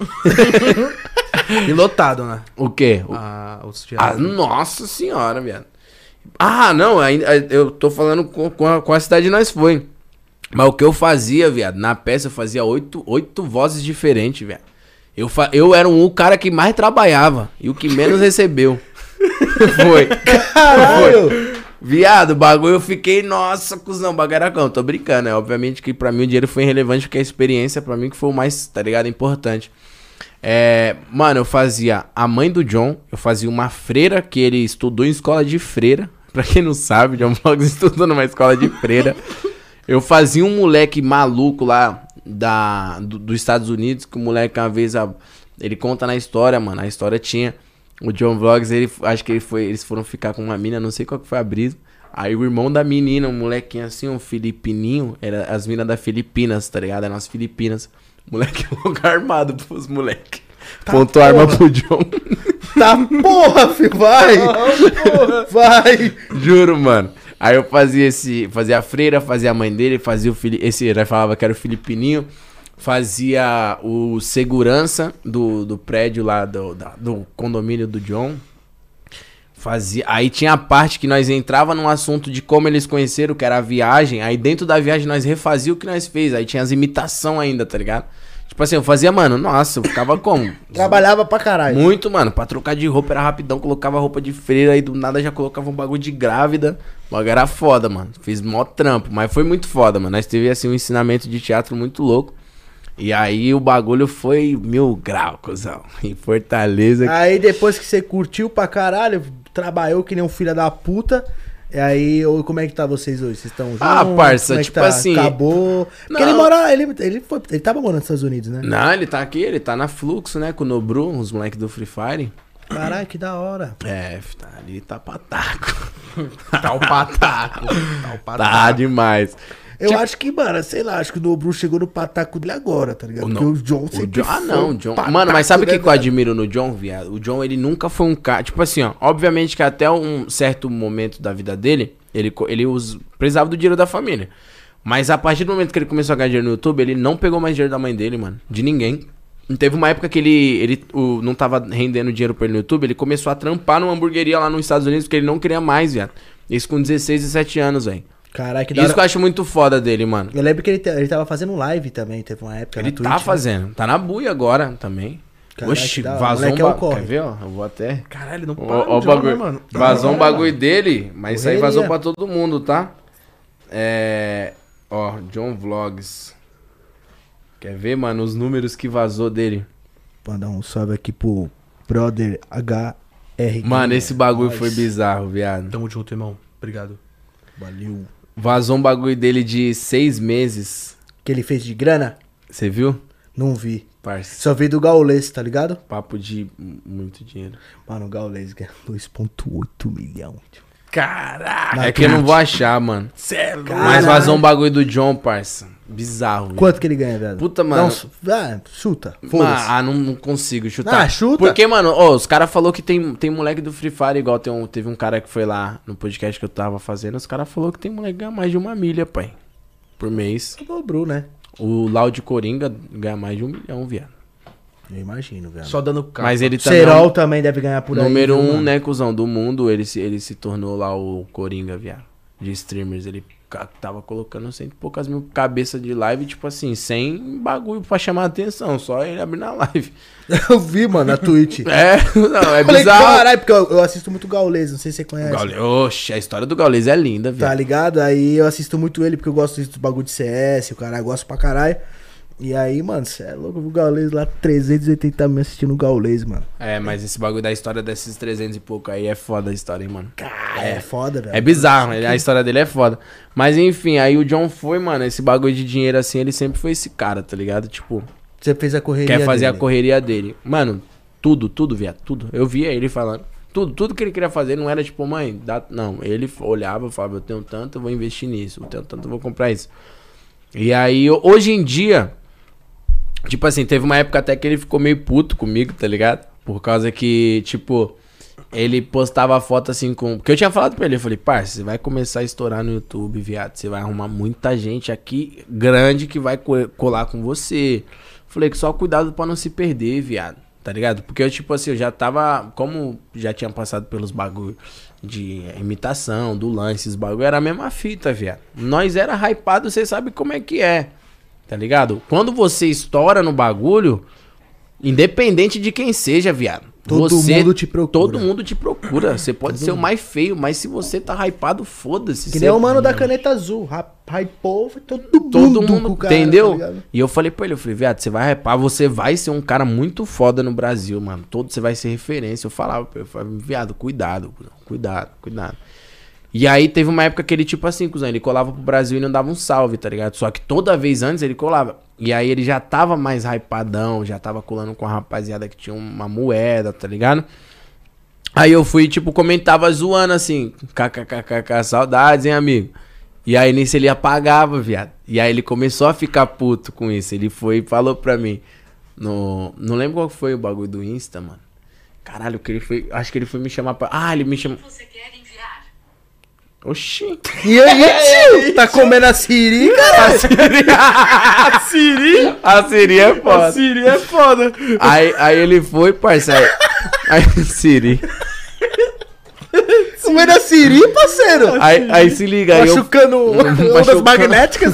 E lotado, né? O quê? Nossa senhora, viado. Ah, não, eu tô falando com a cidade nós foi. Mas o que eu fazia, viado, na peça eu fazia 8 vozes diferentes, viado. Eu era o cara que mais trabalhava e o que menos recebeu. Foi. Caralho! Foi. Viado, o bagulho eu fiquei, nossa, cuzão, bagaracão. Tô brincando, né? Obviamente que pra mim o dinheiro foi irrelevante, porque a experiência pra mim que foi o mais, tá ligado, importante. Mano, eu fazia a mãe do John, eu fazia uma freira que ele estudou em escola de freira. Pra quem não sabe, John Vlogs estudou numa escola de freira. Eu fazia um moleque maluco lá dos Estados Unidos, que o moleque uma vez, ele conta na história, mano, a história tinha O John Vlogs, acho que eles foram ficar com uma mina, não sei qual que foi a brisa. Aí o irmão da menina, um molequinho assim, um filipininho, era as minas da Filipinas, tá ligado? Eram as Filipinas. O moleque louco armado pros moleques. Tá Pontou a arma pro John. Tá porra, filho, vai! Vai! Juro, mano. Aí eu fazia a freira, fazia a mãe dele, fazia esse herói falava que era o Filipininho, fazia o segurança do prédio lá, do condomínio do John. Aí tinha a parte que nós entrava num assunto de como eles conheceram, que era a viagem. Aí dentro da viagem nós refazia o que nós fez. Aí tinha as imitações ainda, tá ligado? Tipo assim, eu fazia, mano, nossa, eu ficava como? Trabalhava pra caralho. Muito, mano. Pra trocar de roupa era rapidão, colocava roupa de freira, aí do nada já colocava um bagulho de grávida. O bagulho era foda, mano. Fiz mó trampo, mas foi muito foda, mano. Nós teve, assim, um ensinamento de teatro muito louco. E aí o bagulho foi 1000 graus, cuzão. Em Fortaleza. Aí depois que você curtiu pra caralho, trabalhou que nem um filho da puta. E aí, como é que tá vocês hoje? Vocês estão juntos? Ah, parça, Como é que tipo tá? assim... Acabou. Porque Não. ele mora... Ele tava morando nos Estados Unidos, né? Não, ele tá aqui, ele tá na Fluxo, né? Com o Nobru, os moleques do Free Fire. Caralho, que da hora. É, tá ali, tá pataco. Tá o pataco. Tá demais. Eu acho que, mano, sei lá, acho que o Nobru chegou no pataco dele agora, tá ligado? Porque o John sempre O John. Mano, mas sabe o que eu admiro no John, viado? O John, ele nunca foi um cara. Tipo assim, ó. Obviamente que até um certo momento da vida dele, ele precisava do dinheiro da família. Mas a partir do momento que ele começou a ganhar dinheiro no YouTube, ele não pegou mais dinheiro da mãe dele, mano. De ninguém. Não teve uma época que ele não tava rendendo dinheiro pra ele no YouTube, ele começou a trampar numa hamburgueria lá nos Estados Unidos, porque ele não queria mais, viado. Isso com 16 e 17 anos, velho. Caralho, que da Isso hora. que eu acho muito foda dele, mano. Eu lembro que ele tava fazendo live também, teve uma época Ele na Twitch, tá né? fazendo. Tá na buia agora também. Caralho, Oxi, que da hora. vazou Moleque um é o bagulho. corre. Quer ver, ó? Eu vou até... Caralho, não para Ó, o o John, bagulho. né, mano? Vazou um bagulho dele, mas isso aí Correria. vazou pra todo mundo, tá? Ó, John Vlogs. Quer ver, mano, os números que vazou dele? Mandar um salve aqui pro brother HR. Mano, esse bagulho Nós. foi bizarro, viado. Tamo junto, irmão. Obrigado. Valeu. Vazou um bagulho dele de 6 meses. Que ele fez de grana? Você viu? Não vi. Parça. Só vi do Gaules, tá ligado? Papo de muito dinheiro. Mano, o Gaules ganha 2,8 milhão. Caraca! Na É que eu não Twitch. vou achar, mano. Celo. Mas vazou um bagulho do John, parça. Bizarro, velho. Quanto que ele ganha, velho? Puta, mano. Chuta. Foda-se. Não consigo chutar. Ah, chuta. Porque, mano, ó, os caras falaram que tem moleque do Free Fire, igual teve um cara que foi lá no podcast que eu tava fazendo, os caras falaram que tem moleque que ganha mais de 1 milha, pai. Por mês. Dobrou, né? O Loud Coringa ganha mais de 1 milhão, viado. Eu imagino, velho. Só dando capa. Mas ele também Serol também deve ganhar por aí. número viu, 1, mano? né, cuzão, do mundo, ele se tornou lá o Coringa, viado. De streamers, ele tava colocando cento e poucas mil cabeças de live, tipo assim, sem bagulho pra chamar atenção, só ele abrindo a live. Eu vi, mano, na Twitch. Não, é Falei, bizarro. caralho, porque eu assisto muito Gaules, não sei se você conhece. Oxe, a história do Gaules é linda, Tá viado. ligado? Aí eu assisto muito ele, porque eu gosto dos bagulho de CS, o cara gosta pra caralho. E aí, mano, cê é louco, eu vi o Gaules lá, 380 mil assistindo o Gaules, mano. É, mas esse bagulho da história desses 300 e pouco aí é foda a história, hein, mano. Cara, é foda, velho. É bizarro, a história dele é foda. Mas enfim, aí o John foi, mano, esse bagulho de dinheiro assim, ele sempre foi esse cara, tá ligado? Tipo, Você fez a correria quer fazer dele. a correria dele. Mano, tudo, viado, tudo. Eu via ele falando. Tudo que ele queria fazer não era tipo, mãe, não. Ele olhava e falava, eu tenho tanto, eu vou investir nisso. Eu tenho tanto, eu vou comprar isso. E aí, hoje em dia, tipo assim, teve uma época até que ele ficou meio puto comigo, tá ligado? Por causa que, tipo, ele postava foto assim com... Porque eu tinha falado pra ele, eu falei, parça, você vai começar a estourar no YouTube, viado. Você vai arrumar muita gente aqui grande que vai colar com você. Falei que só cuidado pra não se perder, viado. Tá ligado? Porque eu, tipo assim, eu já tava... Como já tinha passado pelos bagulho de imitação, do lance, esses bagulho, era a mesma fita, viado. Nós era hypado, você sabe como é que é. Tá ligado? Quando você estoura no bagulho, independente de quem seja, viado. Todo mundo te procura. Todo mundo te procura. Você pode ser o mais feio, mas se você tá hypado, foda-se. Que Você- nem o mano da caneta azul. Hypou, foi todo mundo, com o cara, entendeu? tá ligado? E eu falei pra ele, eu falei, viado, você vai hypar, você vai ser um cara muito foda no Brasil, mano. Você vai ser referência. Eu falava pra ele, eu falava, viado, cuidado. E aí teve uma época que ele, tipo assim, cuzão, ele colava pro Brasil e não dava um salve, tá ligado? Só que toda vez antes ele colava. E aí ele já tava mais hypadão, já tava colando com a rapaziada que tinha uma moeda, tá ligado? Aí eu fui, tipo, comentava zoando assim, kkkk, saudades, hein, amigo? E aí nisso ele apagava, viado. E aí ele começou a ficar puto com isso. Ele foi e falou pra mim, não lembro qual foi o bagulho do Insta, mano. Caralho, que ele foi, acho que ele foi me chamar pra... Ah, ele me chamou... Você quer enviar? Oxi. E aí, tio? Tá comendo a Siri, cara? A Siri? A Siri é A foda. Siri é foda. Aí ele foi, parceiro. Aí Siri. Comendo a Siri, parceiro? Aí se liga, aí eu... Machucando ondas Machucando. magnéticas?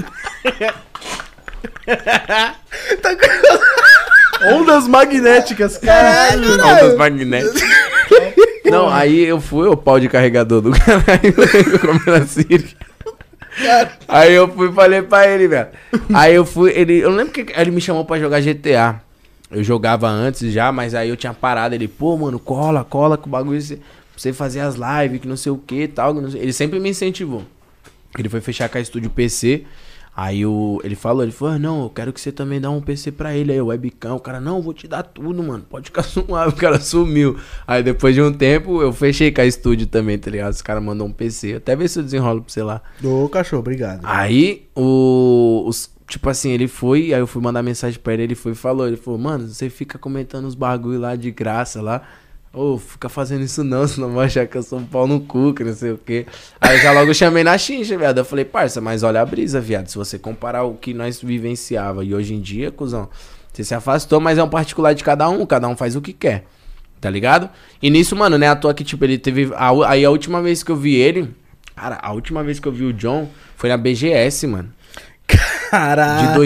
Tá com- Ondas magnéticas, caralho. Ondas magnéticas. Não, aí eu fui o pau de carregador do caralho, comendo a Siri. Aí eu fui e falei pra ele, velho. Aí eu fui, eu lembro que ele me chamou pra jogar GTA. Eu jogava antes já, mas aí eu tinha parado. Ele, pô, mano, cola com o bagulho, pra você fazer as lives, que não sei o que e tal. Ele sempre me incentivou. Ele foi fechar com a Estúdio PC. Aí ele falou, não, eu quero que você também dá um PC pra ele aí, o webcam. O cara, não, eu vou te dar tudo, mano, pode ficar suave. O cara sumiu. Aí depois de um tempo, eu fechei com a Estúdio também, tá ligado? Os caras mandou um PC, até ver se eu desenrolo pra você lá. Ô, cachorro, obrigado. Aí, tipo assim, ele foi, aí eu fui mandar mensagem pra ele falou, mano, você fica comentando os bagulho lá de graça lá. Ô, fica fazendo isso não, senão vai achar que eu sou um pau no cu, que não sei o quê. Aí eu já logo chamei na xincha, viado. Eu falei, parça, mas olha a brisa, viado. Se você comparar o que nós vivenciava e hoje em dia, cuzão, você se afastou, mas é um particular de cada um faz o que quer. Tá ligado? E nisso, mano, né, à toa que, tipo, ele teve... Aí a última vez que eu vi ele... Cara, a última vez que eu vi o John foi na BGS, mano. Caralho. De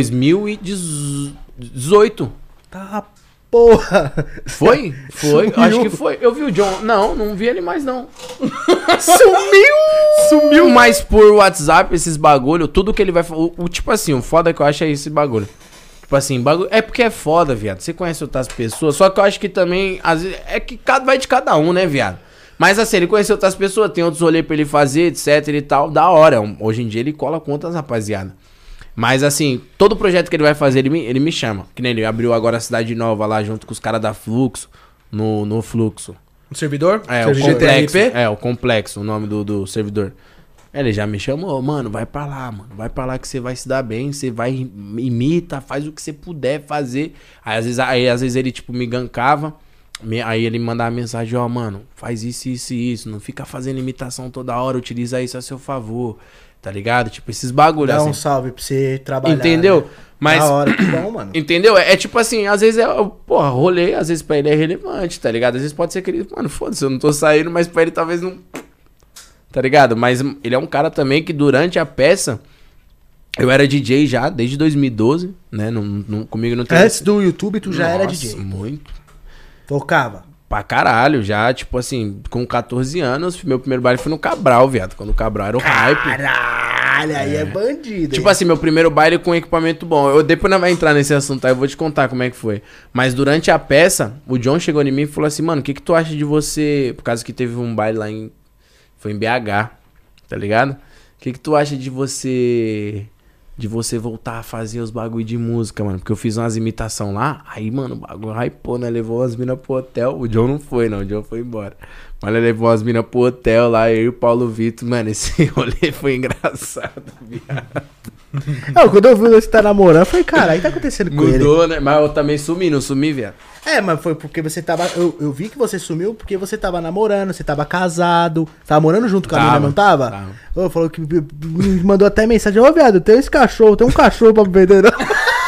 2018. Tá, porra. Foi? Foi? Sumiu. Acho que foi. Eu vi o John. Não vi ele mais, não. Sumiu. Mas por WhatsApp, esses bagulho, tudo que ele vai... tipo assim, o foda que eu acho é esse bagulho. Tipo assim, bagulho... É porque é foda, viado. Você conhece outras pessoas, só que eu acho que também... Às vezes, é que vai de cada um, né, viado? Mas assim, ele conheceu outras pessoas, tem outros rolês pra ele fazer, etc e tal. Da hora. Hoje em dia ele cola com outras rapaziada. Mas assim, todo projeto que ele vai fazer, ele me chama. Que nem ele abriu agora a Cidade Nova lá junto com os caras da Fluxo, no Fluxo. No servidor? É, Servidor o Complexo. GTRP? É, o Complexo, o nome do servidor. Ele já me chamou, mano, vai pra lá, mano. Vai pra lá que você vai se dar bem, você vai, imita, faz o que você puder fazer. Aí às vezes ele, tipo, me gankava. Aí ele mandava mensagem, ó, mano, faz isso, isso e isso. Não fica fazendo imitação toda hora, utiliza isso a seu favor. Tá ligado? Tipo, esses bagulhos Dá assim. um salve pra você trabalhar. Entendeu? Né? Mas... Da hora, que bom, mano. Entendeu? É tipo assim, às vezes porra, rolê, às vezes pra ele é relevante, tá ligado? Às vezes pode ser que ele, mano, foda-se, eu não tô saindo, mas pra ele talvez não... Tá ligado? Mas ele é um cara também que durante a peça, eu era DJ já, desde 2012, né? Comigo não tem... Antes do YouTube, tu já era Nossa, DJ. muito. Tocava. Pra caralho, já, tipo assim, com 14 anos, meu primeiro baile foi no Cabral, viado. Quando o Cabral era o hype. Caralho, aí é bandido. Tipo hein? assim, meu primeiro baile com equipamento bom. Depois não vai entrar nesse assunto aí, eu vou te contar como é que foi. Mas durante a peça, o John chegou em mim e falou assim, mano, o que tu acha de você... Por causa que teve um baile lá foi em BH, tá ligado? O que tu acha de você voltar a fazer os bagulho de música, mano? Porque eu fiz umas imitação lá, aí, mano, o bagulho hypou, né? Levou as minas pro hotel. O John não foi, não. O John foi embora. Mas ele levou as minas pro hotel lá, eu e o Paulo Vitor. Mano, esse rolê foi engraçado, viado. Não, quando eu vi você tá namorando, eu falei, caralho, o que tá acontecendo com ele? Mudou, né? Mas eu também não sumi, viado. É, mas foi porque você tava... Eu vi que você sumiu porque você tava namorando, você tava casado. Tava morando junto com a menina, não tava? Tava. Ô, falou que me mandou até mensagem. Ô, viado, tem esse cachorro, tem um cachorro pra me vender, não?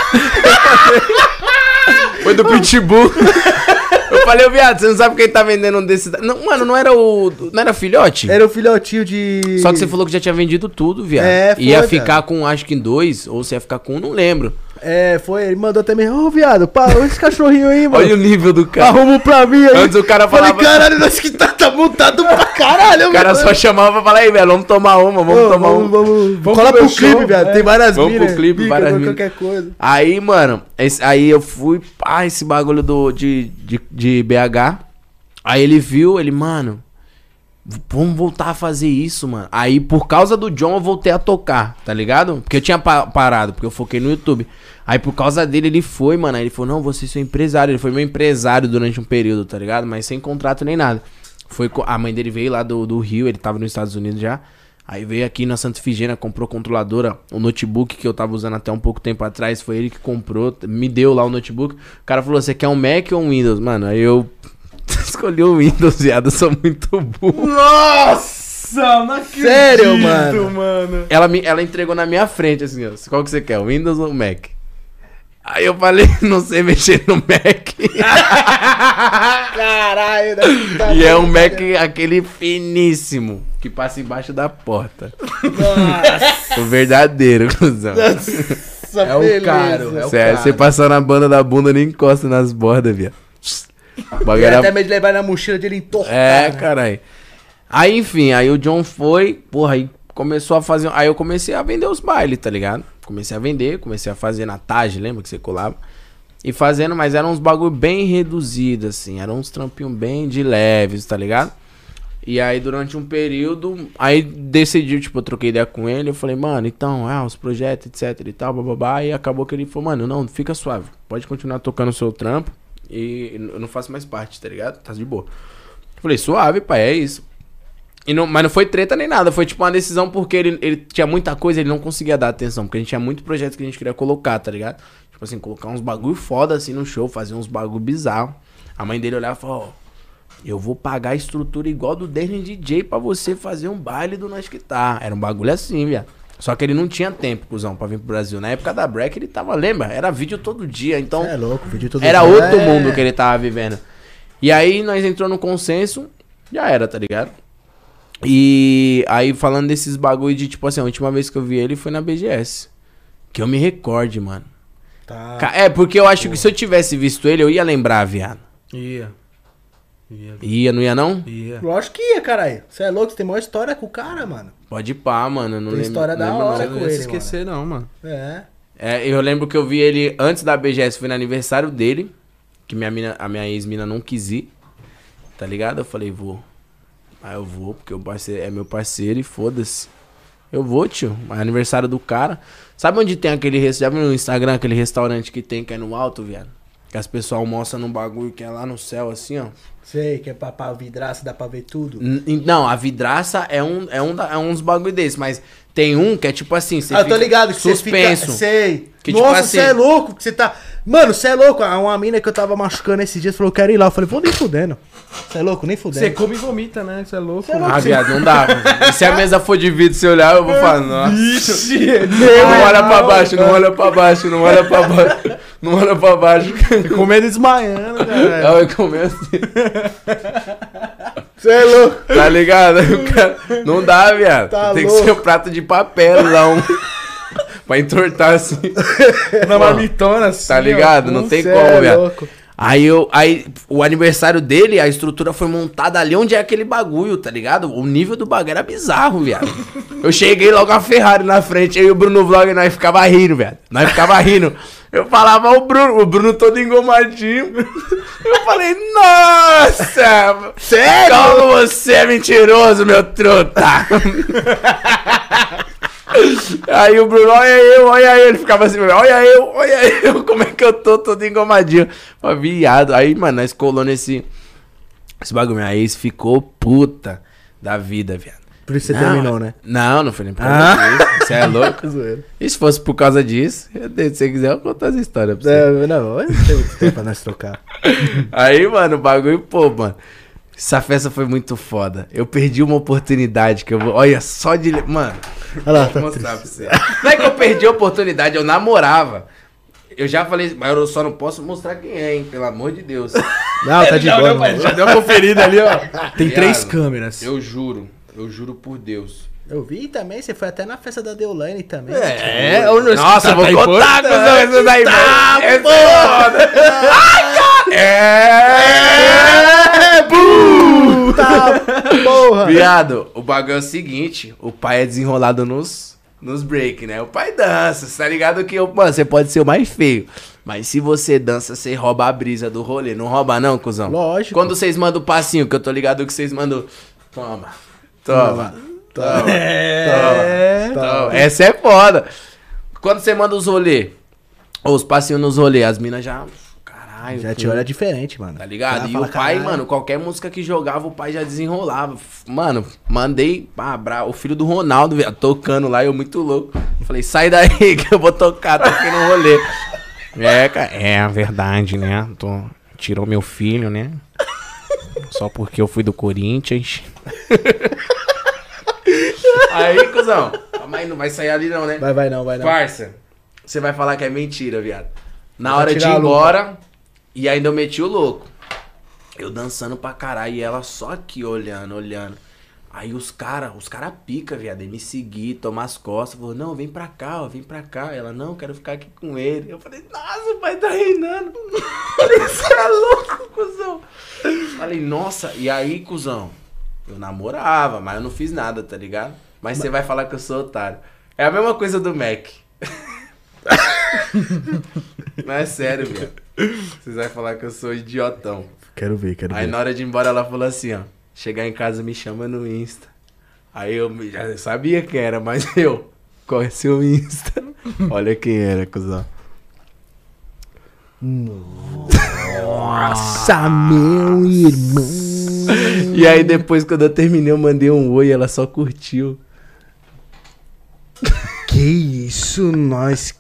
Foi do Pitbull. Eu falei, ô viado, você não sabe quem tá vendendo um desse... Não, mano, não era filhote? Era o filhotinho de... Só que você falou que já tinha vendido tudo, viado. É, foi, ia viado. ficar com, acho que em 2, ou você ia ficar com um, não lembro. É, foi, ele mandou até mensagem. Ô, viado, olha esse cachorrinho aí, mano. Olha o nível do cara. Arruma pra mim aí. Antes o cara Falei, falava... caralho, nós que tá montado pra caralho, O cara só chamava pra falar, aí, velho, vamos tomar uma, vamos tomar uma. Vamos cola pro clipe, viado. Tem várias Vamos pro minas, clipe, pica, várias qualquer coisa. Aí, mano, aí eu fui, esse bagulho de BH. Aí ele viu, mano, vamos voltar a fazer isso, mano. Aí, por causa do John, eu voltei a tocar, tá ligado? Porque eu tinha parado, porque eu foquei no YouTube. Aí por causa dele, ele foi, mano. Aí ele falou, não, você é seu empresário. Ele foi meu empresário durante um período, tá ligado? Mas sem contrato nem nada. A mãe dele veio lá do Rio, ele tava nos Estados Unidos já. Aí veio aqui na Santa Efigênia, comprou controladora, o notebook que eu tava usando até um pouco tempo atrás, foi ele que comprou, me deu lá o notebook. O cara falou, você quer um Mac ou um Windows? Mano, aí eu escolhi o Windows, viado, eu sou muito burro. Nossa, não acredito, Sério, mano? Ela entregou na minha frente, assim, ó, qual que você quer, o Windows ou o Mac? Aí eu falei, não sei mexer no Mac. Caralho, E é um Mac aquele finíssimo, que passa embaixo da porta. Nossa, O verdadeiro, cuzão. É o caro, é o Sério, caro. você passar na banda da bunda, nem encosta nas bordas, viado. O bagulho eu era- até medo de levar na mochila dele entortar. É, né? caralho. Aí, enfim, aí o John foi, porra, aí começou a fazer... Aí eu comecei a vender os bailes, tá ligado? Comecei a vender, comecei a fazer na Taj, lembra que você colava? E fazendo, mas eram uns bagulho bem reduzidos, assim. Eram uns trampinhos bem de leves, tá ligado? E aí, durante um período, aí decidiu, tipo, eu troquei ideia com ele. Eu falei, mano, então, os projetos, etc e tal, bababá. E acabou que ele falou, mano, não, fica suave. Pode continuar tocando o seu trampo. E eu não faço mais parte, tá ligado? Tá de boa. Eu falei, suave, pai, é isso. Mas não foi treta nem nada, foi tipo uma decisão porque ele tinha muita coisa, ele não conseguia dar atenção, porque a gente tinha muito projeto que a gente queria colocar, tá ligado? Tipo assim, colocar uns bagulho foda assim no show, fazer uns bagulho bizarro. A mãe dele olhava e falou, ó, eu vou pagar a estrutura igual do Disney DJ pra você fazer um baile do Nós Que Tá. Era um bagulho assim, viado. Só que ele não tinha tempo, cuzão, pra vir pro Brasil. Na época da Break ele tava, lembra? Era vídeo todo dia, então... É louco, vídeo todo Era dia. outro mundo que ele tava vivendo. E aí nós entrou no consenso, já era, tá ligado? E aí falando desses bagulho de, tipo assim, a última vez que eu vi ele foi na BGS. Que eu me recorde, mano. Tá. É, porque eu acho que se eu tivesse visto ele, eu ia lembrar, viado. Ia. Ia, não ia não? Ia. Lógico que ia, caralho. Você é louco, você tem maior história com o cara, mano. Pode ir pá, mano. Eu não Tem lembro, história não da lembro, hora não. com Eu não ia ele, se esquecer não, mano. É. Eu lembro que eu vi ele antes da BGS, foi no aniversário dele. Que a minha ex-mina não quis ir. Tá ligado? Eu falei, vou. Aí eu vou, porque o parceiro é meu parceiro e foda-se. Eu vou, tio. É aniversário do cara. Sabe onde tem aquele restaurante? Já viu no Instagram aquele restaurante que tem, que é no alto, viado? Que as pessoas almoçam num bagulho que é lá no céu, assim, ó. Sei, que é pra vidraça, dá pra ver tudo. Não, a vidraça é uns bagulho desse, mas tem um que é tipo assim, você Eu tô ligado que suspenso. você fica... Sei. Que tipo Nossa, assim- você é louco que você tá... Mano, você é louco. Uma mina que eu tava machucando esses dias falou, quero ir lá. Eu falei, vou nem fudendo. Você é louco? Nem fudendo. Você come e vomita, né? Você é louco. Cê é louco. Ah, viado, não dá. E se a mesa for de vidro, se olhar, eu vou falar, nossa. Vixe, Não olha pra baixo, não olha pra baixo, não olha pra baixo. Não olha pra baixo. comendo e desmaiando, cara. Eu começo assim. Você é louco. Tá ligado? O cara- Não dá, viado. Tá Tem louco. que ser um prato de papel lá, pra entortar assim. Na marmitona, assim. Tá ligado? Não tem Cê como, é viado. louco. Aí o aniversário dele, a estrutura foi montada ali onde é aquele bagulho, tá ligado? O nível do bagulho era bizarro, viado. Eu cheguei logo a Ferrari na frente, aí o Bruno Vlog, nós ficava rindo, viado. Nós ficava rindo. Eu falava o Bruno todo engomadinho. Eu falei, nossa! Sério? Como você é mentiroso, meu truta! Aí o Bruno, olha eu, ele ficava assim, olha eu, como é que eu tô todo engomadinho. Ó, viado. Aí, mano, nós colou esse bagulho. Minha ex ficou puta da vida, viado. Por isso você terminou, né? Não foi nem por causa disso. Você é louco? Zoeiro. E se fosse por causa disso, se você quiser, eu conto as histórias pra você. Não, não tem muito tempo pra nós trocar. Aí, mano, o bagulho, pô, mano. Essa festa foi muito foda. Eu perdi uma oportunidade que eu vou. Olha, só de. Mano, Olha lá, vou mostrar pra você. Não é que eu perdi a oportunidade, eu namorava. Eu já falei, mas eu só não posso mostrar quem é, hein? Pelo amor de Deus. Não, tá de boa. mano. Já deu uma conferida ali, ó. Tem Viado, 3 câmeras. Eu juro por Deus. Eu vi também, você foi até na festa da Deolane também. Nossa, eu vou contar com isso daí, Tá, velho. porra! Puta porra! Viado, o bagulho é o seguinte, o pai é desenrolado nos break, né? O pai dança, você tá ligado que, mano, você pode ser o mais feio, mas se você dança, você rouba a brisa do rolê. Não rouba não, cuzão? Lógico. Quando vocês mandam o passinho, que eu tô ligado que vocês mandam... Toma. Essa é foda. Quando você manda os rolê, Os passinhos nos rolês, as minas já... Caralho. Já te olha diferente, mano. Tá ligado? Já E fala, o pai, caralho. mano, qualquer música que jogava, o pai já desenrolava. Mano, mandei o filho do Ronaldo, velho, tocando lá, eu muito louco. Falei, sai daí que eu vou tocar, tô aqui no rolê. Cara, é a verdade, né? Tirou meu filho, né? Só porque eu fui do Corinthians. Aí, cuzão. Mas não vai sair ali não, né? Vai não. Parça, você vai falar que é mentira, viado. Na Vai hora de ir tirar a lupa. embora, e ainda eu meti o louco. Eu dançando pra caralho e ela só aqui olhando. Aí os cara pica, viado, e me seguir, tomar as costas. Falou, não, vem pra cá, ó, vem pra cá. Ela, não, quero ficar aqui com ele. Eu falei, nossa, o pai tá reinando. Falei, você é louco, cuzão. Falei, nossa, e aí, cuzão, eu namorava, mas eu não fiz nada, tá ligado? Mas você vai falar que eu sou otário. É a mesma coisa do Mac. Não é sério, viado. Vocês vão falar que eu sou idiotão. Quero ver. Aí na hora de ir embora ela falou assim, ó. Chegar em casa me chama no Insta. Aí eu já sabia quem era, mas qual é seu Insta? Olha quem era, cuzão. Nossa, meu irmão. E aí depois quando eu terminei eu mandei um oi e ela só curtiu. Que isso, nós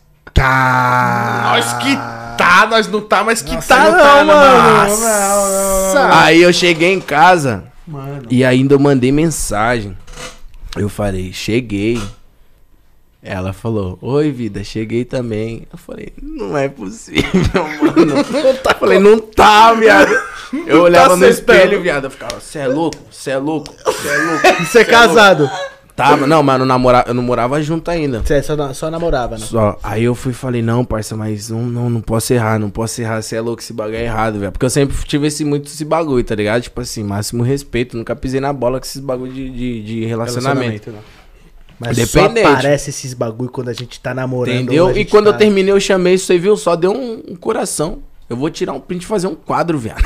Nós não tá, mas que Nossa, tá não tá, não, mano. mano. Não. Aí eu cheguei em casa Mano. e ainda eu mandei mensagem. Eu falei, cheguei. Ela falou, oi vida, cheguei também. Eu falei, não é possível, mano. Eu falei, não tá, viado. Eu olhava no espelho, viado. Eu ficava, cê é louco, cê é louco, cê é louco. Você é casado? Tava, não, mas eu não morava junto ainda. Você só namorava, né? Só. Aí eu fui e falei, não, parça, mas não posso errar, Você é louco, esse bagulho é errado, velho. Porque eu sempre tive muito esse bagulho, tá ligado? Tipo assim, máximo respeito. Nunca pisei na bola com esses bagulho de relacionamento. Não. Mas Dependente. só aparece esses bagulho quando a gente tá namorando. Entendeu? ou a E gente quando tá... eu terminei, eu chamei isso aí, viu? Só deu um coração. Eu vou tirar um print e fazer um quadro, viado.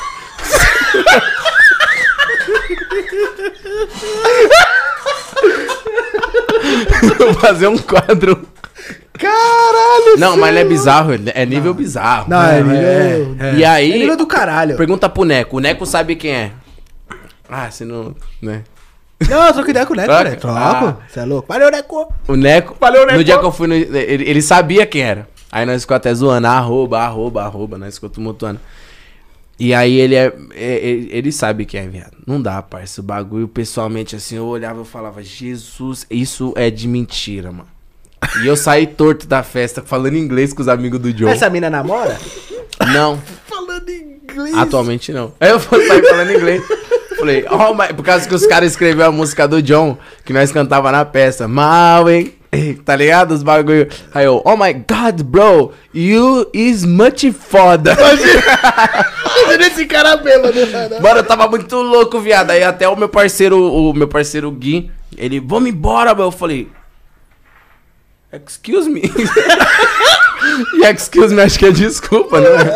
Vou fazer um quadro. Caralho! Não, mas não é bizarro, é nível bizarro. Não, é nível... E aí, É nível do caralho. pergunta pro Neco. O Neco sabe quem é. Ah, você não... né? Não, eu troco ideia com o Neco, Troca? né? Troco. Ah. Você é louco. Valeu, Neco. O Neco... Valeu, Neco. No dia que eu fui no... Ele sabia quem era. Aí nós ficamos até zoando. Arroba. Nós ficamos tumultuando. E aí ele sabe quem é, viado. Não dá, parça. O bagulho, pessoalmente, assim, eu olhava e falava, Jesus, isso é de mentira, mano. E eu saí torto da festa, falando inglês com os amigos do John. Essa mina namora? Não, Falando inglês. atualmente não. Aí eu saí falando inglês. Falei, oh my... Por causa que os caras escreveram a música do John, que nós cantava na peça. Mal, hein? Tá ligado? Os bagulho. Aí eu, oh my God, bro, you is much foda. Imagina esse cara bêbado. Mano, eu tava muito louco, viado. Aí até o meu parceiro Gui, ele, vamos embora, meu. Eu falei, excuse me. E excuse me, acho que é desculpa, né?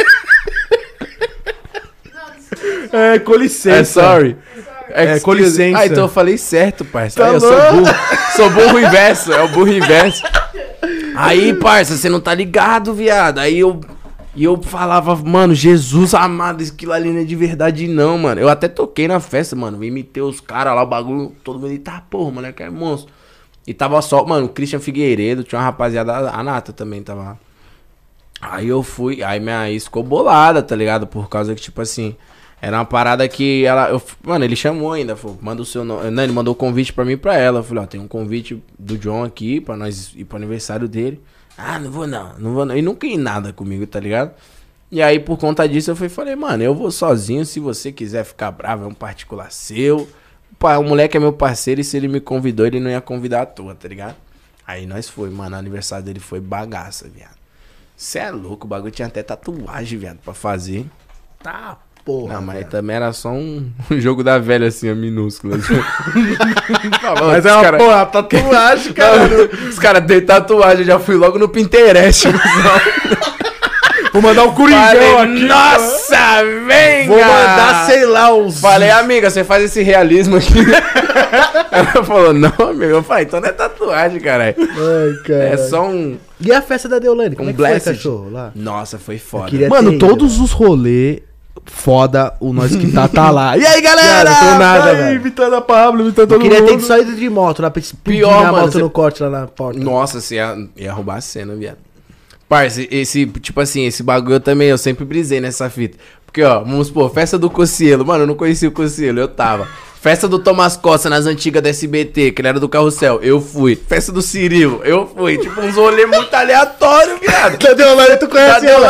É, com licença. É sorry. com licença. Ah, então eu falei certo, parça. Tá Aí eu sou louco. burro. Sou burro inverso, é o burro inverso. Aí, parça, você não tá ligado, viado. Aí eu falava, mano, Jesus amado, aquilo ali não é de verdade não, mano. Eu até toquei na festa, mano. Imitei os caras lá, o bagulho, todo mundo, tá, porra, mano, que é monstro. E tava só, mano, o Christian Figueiredo, tinha uma rapaziada, a Nata também tava lá. Aí eu fui, aí minha ex ficou bolada, tá ligado? Por causa que, tipo assim, era uma parada que ela... mano, ele chamou ainda, falou, manda o seu nome... Não, ele mandou o convite pra mim e pra ela. Eu falei, ó, tem um convite do John aqui pra nós ir pro aniversário dele. Ah, não vou não. E nunca ia nada comigo, tá ligado? E aí, por conta disso, eu falei, mano, eu vou sozinho, se você quiser ficar bravo, é um particular seu. O moleque é meu parceiro e se ele me convidou, ele não ia convidar à toa, tá ligado? Aí nós foi, mano, o aniversário dele foi bagaça, viado. Cê é louco, o bagulho tinha até tatuagem, viado, pra fazer. Tá, porra. Não, mas também era só um jogo da velha, assim, a minúscula. Mas é uma porra, tatuagem, cara. Os caras têm tatuagem, eu já fui logo no Pinterest. Vou mandar o Coringão Falei, aqui. nossa, venga! Vou mandar, sei lá, uns... Falei, amiga, você faz esse realismo aqui. Ela falou, não, amigo. Eu falei, então não é tatuagem, caralho. Ai, cara. É só um... E a festa da Deolane? Como Um é que foi, blessed. cachorro, lá? Nossa, foi foda. queria- Mano, ter ido. todos os rolês, foda, o Nós Que Tá lá. E aí, galera? Cara, tô nada, Vai, velho. imitando a Pablo, imitando Eu todo queria ter mundo. só ido de moto lá pra explodir Pior, a mano, moto você- no corte lá na porta. Nossa, você ia roubar a cena, viado. Parça, tipo assim, esse bagulho eu também, eu sempre brisei nessa fita. Porque, ó, vamos supor, festa do Cocielo. Mano, eu não conhecia o Cocielo, eu tava. Festa do Tomás Costa nas antigas da SBT, que ele era do Carrossel, eu fui. Festa do Cirilo, eu fui. Tipo, uns rolês muito aleatórios, viado. Da Deolane, tu conhece ela?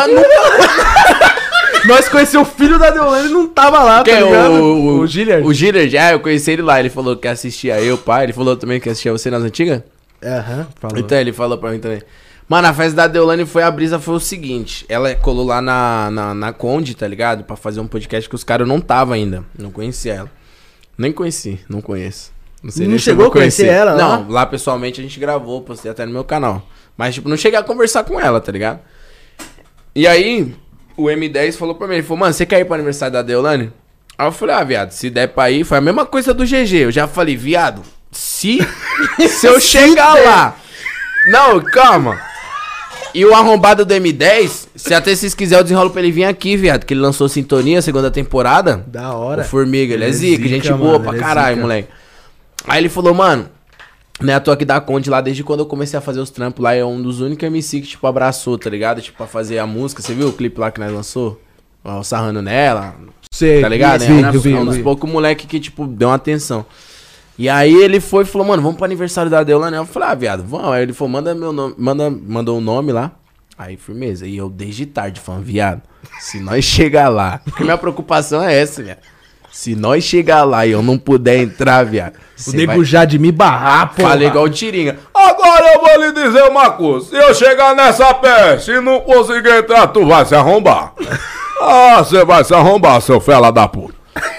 Nós conhecemos o filho da Deolane e não tava lá, Que tá é ligado? o Giller. O Giller, já, eu conheci ele lá. Ele falou que assistia eu, pai. Ele falou também que assistia você nas antigas. Aham. Falou. Então ele falou pra mim também. Mano, a festa da Deolane foi a brisa, foi o seguinte. Ela colou lá na Conde, tá ligado? Pra fazer um podcast que os caras não tava ainda. Não conhecia ela. Nem conheci, não conheço. sei Não nem se chegou eu vou a conhecer conhecer. ela lá? Não, lá pessoalmente a gente gravou, postei até no meu canal. Mas, tipo, não cheguei a conversar com ela, tá ligado? E aí, o M10 falou pra mim, ele falou, mano, você quer ir pro aniversário da Deolane? Aí eu falei, ah, viado, se der pra ir, foi a mesma coisa do GG. Eu já falei, viado, se eu chegar lá... Não, calma. E o arrombado do M10, se até vocês quiserem, eu desenrolo pra ele vir aqui, viado, que ele lançou Sintonia, segunda temporada. Da hora. O Formiga, ele é zica, gente zica, boa mano, pra ele é caralho, zica. moleque. Aí ele falou, mano, né, eu tô aqui da Conde lá desde quando eu comecei a fazer os trampos lá, é um dos únicos MC que, tipo, abraçou, tá ligado? Tipo, pra fazer a música, você viu o clipe lá que nós lançou? Ó, o Sarrando nela, Sei, tá ligado? vi, É um dos poucos moleque que, tipo, deu uma atenção. E aí ele foi e falou, mano, vamos pro aniversário da Deolane. Eu falei, ah, viado, vamos. Aí ele falou, manda meu nome, mandou o nome lá. Aí, firmeza. E eu desde tarde falando, viado, se nós chegar lá, porque minha preocupação é essa, viado. Se nós chegar lá e eu não puder entrar, viado, O você nego vai... já de me barrar, pô. Falei igual o Tiringa. Agora eu vou lhe dizer uma coisa. Se eu chegar nessa peste e não conseguir entrar, tu vai se arrombar. Ah, você vai se arrombar, seu fela da puta.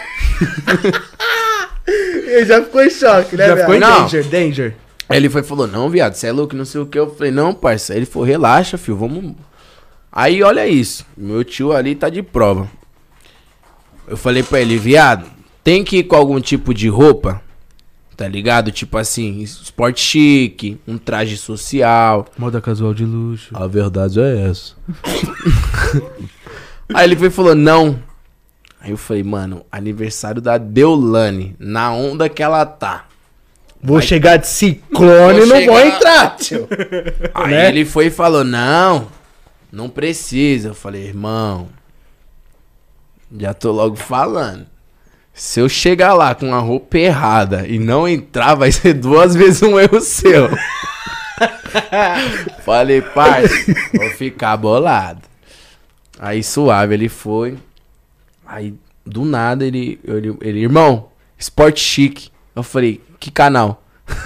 Ele já ficou em choque, né, Já ficou em velho? Não. danger. Aí ele foi e falou, não, viado, você é louco, não sei o que. Eu falei, não, parça. Aí ele falou, relaxa, filho, vamos... Aí, olha isso. Meu tio ali tá de prova. Eu falei pra ele, viado, tem que ir com algum tipo de roupa, tá ligado? Tipo assim, esporte chique, um traje social. Moda casual de luxo. A verdade é essa. Aí ele foi e falou, não. Aí eu falei, mano, aniversário da Deolane, na onda que ela tá. Vou chegar de ciclone e Vou não vou chegar- entrar, tio. Aí Né? ele foi e falou, não precisa. Eu falei, irmão, já tô logo falando. Se eu chegar lá com a roupa errada e não entrar, vai ser 2 vezes um erro seu. Falei, parça, vou ficar bolado. Aí suave, ele foi. Aí, do nada, ele irmão, esporte chique. Eu falei, que canal?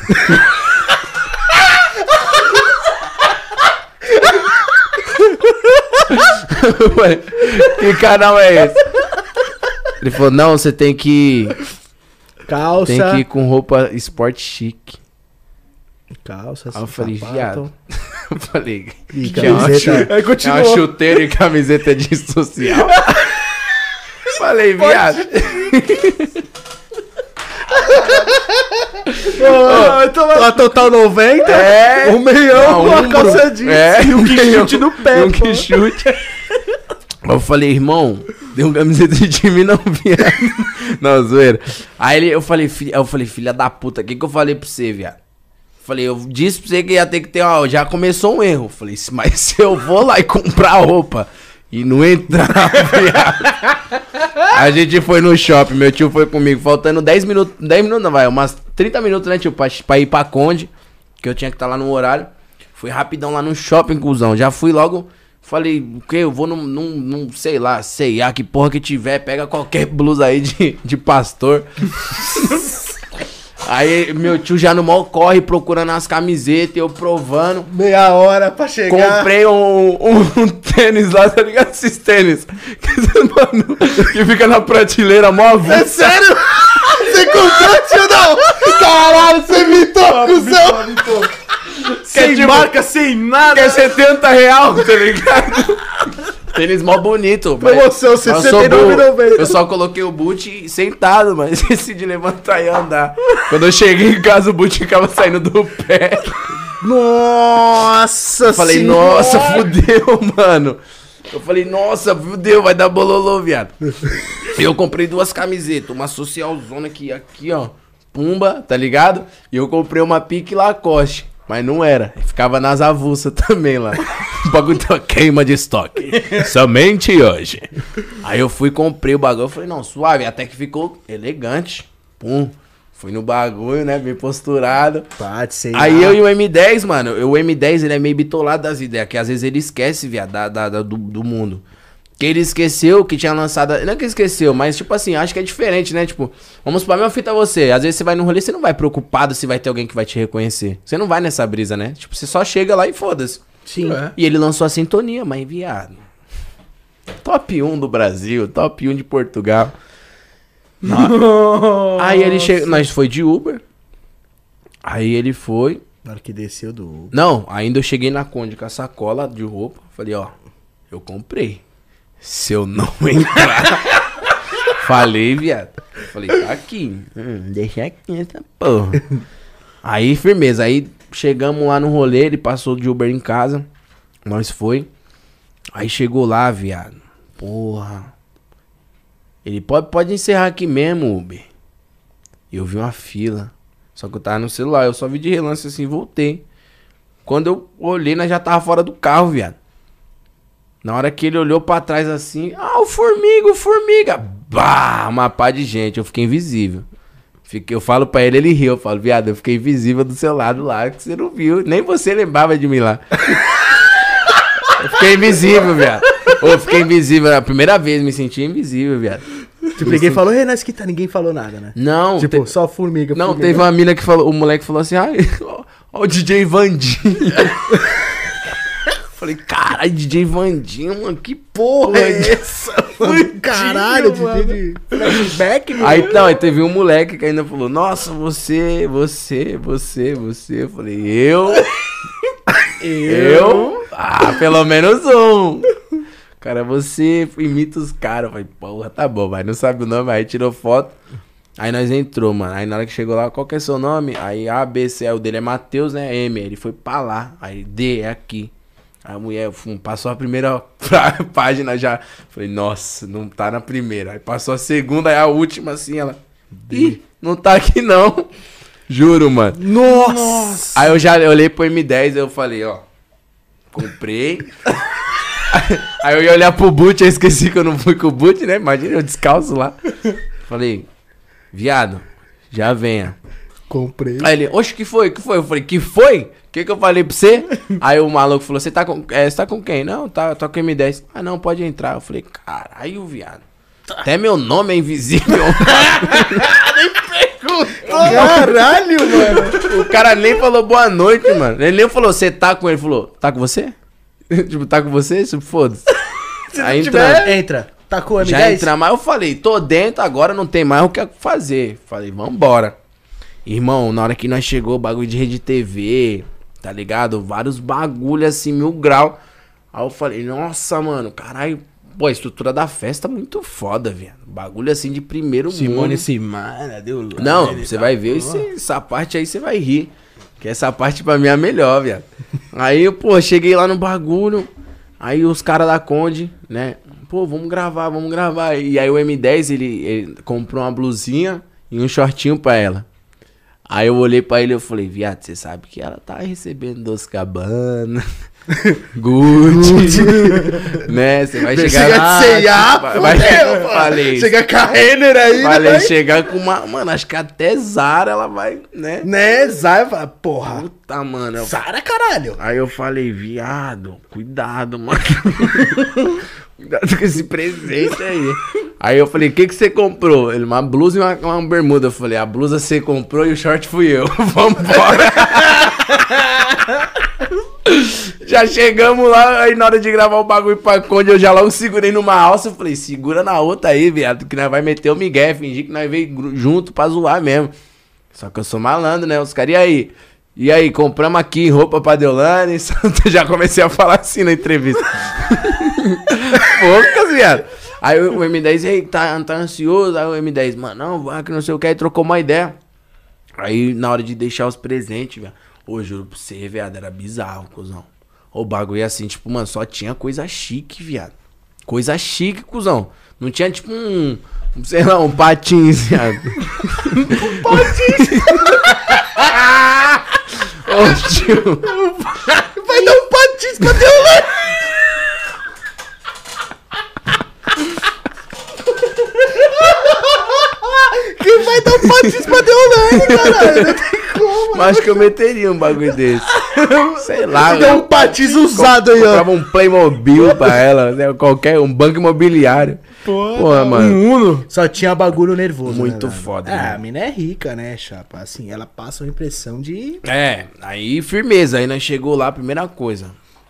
Eu falei, que canal é esse? Ele falou, não, você tem que Calça. ir com roupa esporte chique. Calça, Aí eu falei, sapato. viado. Eu falei, E que é uma, camiseta. Aí é continuou. uma chuteira e camiseta de social. Falei, viado. A total 90? É. Um meião, uma ombro. calça jeans. É, E um que chute no pé, E um pô. que chute. Eu falei, irmão, deu um camiseta de time não, viado. Não, zoeira. Aí eu falei, filha da puta, o que eu falei pra você, viado? Falei, eu disse pra você que ia ter que ter, ó, já começou um erro. Falei, mas se eu vou lá e comprar roupa e não entrar, viado. A gente foi no shopping, meu tio foi comigo, faltando 10 minutos não, vai, umas 30 minutos, né, tio, pra ir pra Conde, que eu tinha que estar lá no horário. Fui rapidão lá no shopping, cuzão, já fui logo, falei, o que, eu vou num sei lá, sei que porra que tiver, pega qualquer blusa aí de pastor. Aí meu tio já no mall corre procurando as camisetas, eu provando. Meia hora pra chegar. Comprei um tênis lá, tá ligado? Esses tênis. Mano, que fica na prateleira, mó É avulso. sério? Você comprou, tio, não? Caralho, você mitou, cuzão. Sem tipo- marca, sem nada. Que é R$70, tá ligado? Tênis mó bonito. Promoção, mas eu sou 69,90. burro. Eu só coloquei o boot sentado, mas esqueci de levantar e andar. Quando eu cheguei em casa, o boot ficava saindo do pé. Nossa Eu falei, senhora. nossa, fudeu, mano. Eu falei, nossa, fudeu, vai dar bololô, viado. E eu comprei 2 camisetas, uma socialzona aqui, ó, Pumba, tá ligado? E eu comprei uma Pique Lacoste, mas não era, ficava nas avulsas também lá. O bagulho tem uma queima de estoque, somente hoje. Aí eu fui, comprei o bagulho, eu falei, não, suave, até que ficou elegante, pum. Fui no bagulho, né, bem posturado. Pode ser. Aí eu e o M10, mano, o M10 ele é meio bitolado das ideias, que às vezes ele esquece, viado, do mundo. Que ele esqueceu que tinha lançado, não é que esqueceu, mas tipo assim, acho que é diferente, né, tipo, vamos supor, a mesma fita você, às vezes você vai no rolê, você não vai preocupado se vai ter alguém que vai te reconhecer. Você não vai nessa brisa, né, tipo, você só chega lá e foda-se. Sim. E ele lançou a Sintonia, mas viado, top 1 do Brasil, top 1 de Portugal. Aí ele chegou, nós foi de Uber. Aí ele foi. Na hora que desceu do... Não, ainda eu cheguei na Conde com a sacola de roupa. Falei, ó, eu comprei. Se eu não entrar. Falei, viado. Falei, tá aqui. Deixa aqui essa porra. Aí, firmeza. Aí chegamos lá no rolê. Ele passou de Uber em casa. Nós foi. Aí chegou lá, viado. Porra. Ele pode encerrar aqui mesmo, Uber. Eu vi uma fila. Só que eu tava no celular. Eu só vi de relance assim e voltei. Quando eu olhei, nós já tava fora do carro, viado. Na hora que ele olhou pra trás assim. Ah, o formiga. Bah, uma pá de gente. Eu fiquei invisível. Eu falo pra ele, ele riu. Eu falo, viado, eu fiquei invisível do seu lado lá. Que você não viu. Nem você lembrava de mim lá. Eu fiquei invisível, viado. Eu fiquei invisível. A primeira vez me senti invisível, viado. Tipo, ninguém falou, Renan, isso que tá, ninguém falou nada, né? Não. Tipo, só formiga. Não, formiga. teve uma mina que falou, o moleque falou assim, ai, ó o DJ Vandinho. Falei, caralho, DJ Vandinho, mano, que porra é essa? Caralho, mano. de flashback, mano. Aí teve um moleque que ainda falou, nossa, você. Eu falei, eu? Ah, pelo menos um. Cara, você imita os caras. Eu falei, porra, tá bom, mas não sabe o nome. Aí tirou foto. Aí nós entrou, mano. Aí na hora que chegou lá, qual que é seu nome? Aí A, B, C, o dele é Matheus, né? M. Ele foi pra lá. Aí D, é aqui. Aí a mulher passou a primeira página já. Falei, nossa, não tá na primeira. Aí passou a segunda, aí a última assim, ela. Ih, não tá aqui não. Juro, mano. Nossa! Aí eu já olhei pro M10 e eu falei, ó. Comprei. Aí eu ia olhar pro boot, eu esqueci que eu não fui com o boot, né? Imagina eu descalço lá. Falei, viado, já venha. Comprei. Aí ele, oxe, que foi? Eu falei, que foi? O que eu falei pra você? Aí o maluco falou, você tá com quem? Não, tô com o M10. Ah, não, pode entrar. Eu falei, caralho, viado. Até meu nome é invisível. Caralho, mano. O cara nem falou boa noite, mano. Ele nem falou, você tá com ele? Ele falou, tá com você? Tipo, tá com você? Foda-se. Aí entramos. Entra. Tá com o M10? Já entramos. Mas eu falei, tô dentro, agora não tem mais o que fazer. Falei, vambora. Irmão, na hora que nós chegou, bagulho de rede TV, tá ligado? Vários bagulho assim, 1000 grau. Aí eu falei, nossa, mano, caralho. Pô, a estrutura da festa é muito foda, velho. Bagulho assim de primeiro Simone mundo. Simara, deu lá. Não, você vai ver essa parte aí, você vai rir. Que essa parte pra mim é a melhor, viado. Aí, pô, cheguei lá no bagulho. Aí os caras da Conde, né? Pô, vamos gravar. E aí o M10, ele comprou uma blusinha e um shortinho pra ela. Aí eu olhei pra ele e eu falei, viado, você sabe que ela tá recebendo Dos Cabana, Gucci, né? Você vai chegar lá... Falei, chega com a Renner aí, falei, chegar com uma... Mano, acho que até Zara ela vai, né? Né, Zara, porra. Puta, mano. Zara, caralho. Aí eu falei, viado, cuidado, mano. Cuidado com esse presente aí. Aí eu falei, o que você comprou? Ele, uma blusa e uma bermuda. Eu falei, a blusa você comprou e o short fui eu. Vambora. Já chegamos lá, aí na hora de gravar o bagulho pra Conde, eu já logo segurei numa alça. Eu falei, segura na outra aí, viado, que nós vai meter o migué, fingir que nós veio junto pra zoar mesmo. Só que eu sou malandro, né? Os caras, e aí, compramos aqui roupa pra Deolane. Já comecei a falar assim na entrevista. Poucas, viado. Aí o M10, ei, tá ansioso? Aí o M10, mano, não, vai que não sei o que, aí trocou uma ideia. Aí na hora de deixar os presentes, velho. Ô, juro pra você, viado, era bizarro, cuzão. O bagulho assim, tipo, mano, só tinha coisa chique, viado. Coisa chique, cuzão. Não tinha, tipo, sei lá, um patins, viado. Um patins? Ô, tio. Vai dar um patins pra Deolane. Quem vai dar um patins pra Deolane, caralho? Não tem como. Mas acho que eu meteria um bagulho desse. Sei lá. Deu um patins usado aí, ó. Comprava um Playmobil pra ela, né, um banco imobiliário. Porra, mano. Um Uno. Só tinha bagulho nervoso. Muito né, foda. Ah, né? a mina é rica, né, chapa? Assim, ela passa uma impressão de... É, aí firmeza. Aí nós chegou lá, primeira coisa.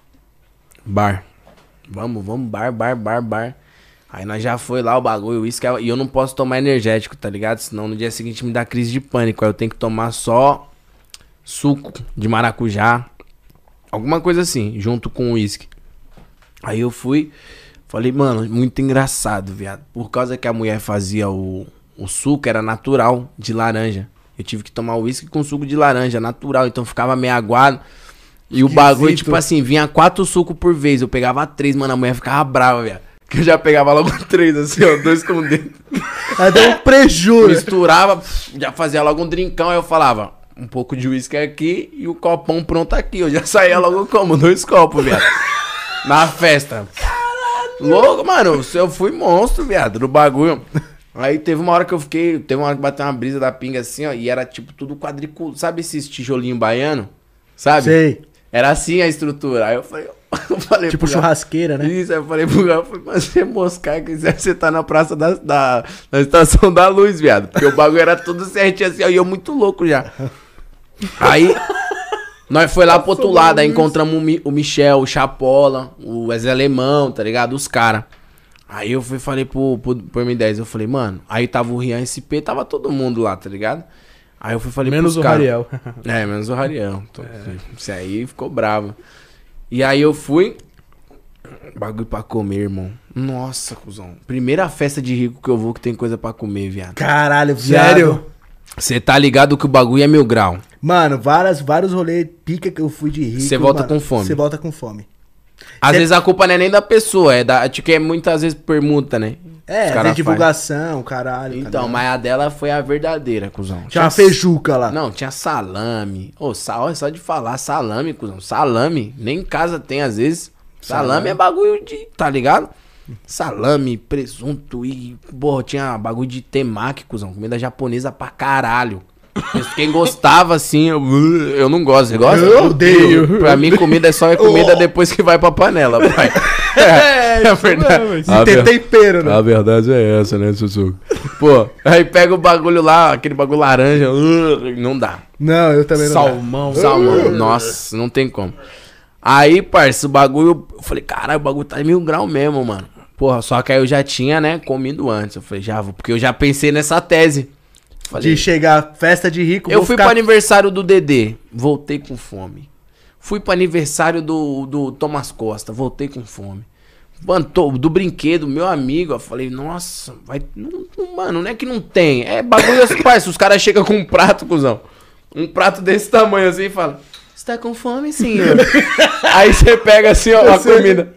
Bar. Vamos, bar. Aí nós já foi lá o bagulho, o uísque, e eu não posso tomar energético, tá ligado? Senão no dia seguinte me dá crise de pânico. Aí eu tenho que tomar só suco de maracujá, alguma coisa assim, junto com o uísque. Aí eu fui, falei, mano, muito engraçado, viado. Por causa que a mulher fazia o suco, era natural, de laranja. Eu tive que tomar o uísque com suco de laranja, natural, então ficava meio aguado. E o bagulho, tipo assim, vinha 4 sucos por vez, eu pegava 3, mano, a mulher ficava brava, viado. Que eu já pegava logo 3, assim, ó, 2 com o dedo. Aí deu um prejuízo. Misturava, já fazia logo um drinkão, aí eu falava, um pouco de uísque aqui e o copão pronto aqui. Eu já saía logo como? 2 copos, viado. Na festa. Caralho. Louco, mano, eu fui monstro, viado, no bagulho. Aí teve uma hora que eu fiquei, teve uma hora que bateu uma brisa da pinga assim, ó, e era tipo tudo quadriculado. Sabe esses tijolinho baiano? Sabe? Sei. Era assim a estrutura. Aí eu falei Tipo churrasqueira, né? Isso, aí eu falei pro cara, mas você moscar, quiser, você tá na praça da Estação da Luz, viado. Porque o bagulho era tudo certinho assim, ó, e eu muito louco já. Aí, nós foi lá pro outro lado, aí encontramos o Michel, o Chapola, o Wesley Alemão, tá ligado? Os caras. Aí eu falei pro M10, eu falei, mano, aí tava o Rian SP, tava todo mundo lá, tá ligado? Aí eu falei menos pros o Rariel. É, menos o Rariel. Então, isso aí ficou bravo. E aí eu fui, bagulho pra comer, irmão. Nossa, cuzão. Primeira festa de rico que eu vou que tem coisa pra comer, viado. Caralho, viado. Sério? Você tá ligado que o bagulho é 1000 grau. Mano, vários rolês pica que eu fui de rico. Você volta mano, com fome. Você volta com fome. Às vezes a culpa não é nem da pessoa, é da. Tipo, é muitas vezes permuta, né? É, Os cara tem divulgação, caralho. Então, tá mas a dela foi a verdadeira, cuzão. tinha uma feijuca lá. Não, tinha salame. Ô, só de falar salame, cuzão. Salame, nem em casa tem às vezes. Salame é bagulho de, tá ligado? Salame, presunto e, porra, tinha bagulho de temaki, cuzão. Comida japonesa pra caralho. Quem gostava, assim, eu não gosto. Você gosta? Eu odeio. Pra mim, comida é só comida depois que vai pra panela, pai. É verdade. E tem tempero, né? A verdade é essa, né, Sussuco? Pô, aí pega o bagulho lá, aquele bagulho laranja, não dá. Não, eu também não. Salmão. Nossa, não tem como. Aí, parça, o bagulho, eu falei, caralho, o bagulho tá 1000 grau mesmo, mano. Porra, só que aí eu já tinha, né, comido antes. Eu falei, já vou, porque eu já pensei nessa tese. Falei, De chegar festa de rico, eu fui pro aniversário do Dedê, voltei com fome. Fui pro aniversário do Thomas Costa, voltei com fome. Mano, do brinquedo, meu amigo, eu falei, nossa, vai. Mano, não é que não tem. É bagulho assim, parça. Os caras chegam com um prato, cuzão. Um prato desse tamanho assim e fala, você tá com fome, senhor? Aí você pega assim, ó, a comida.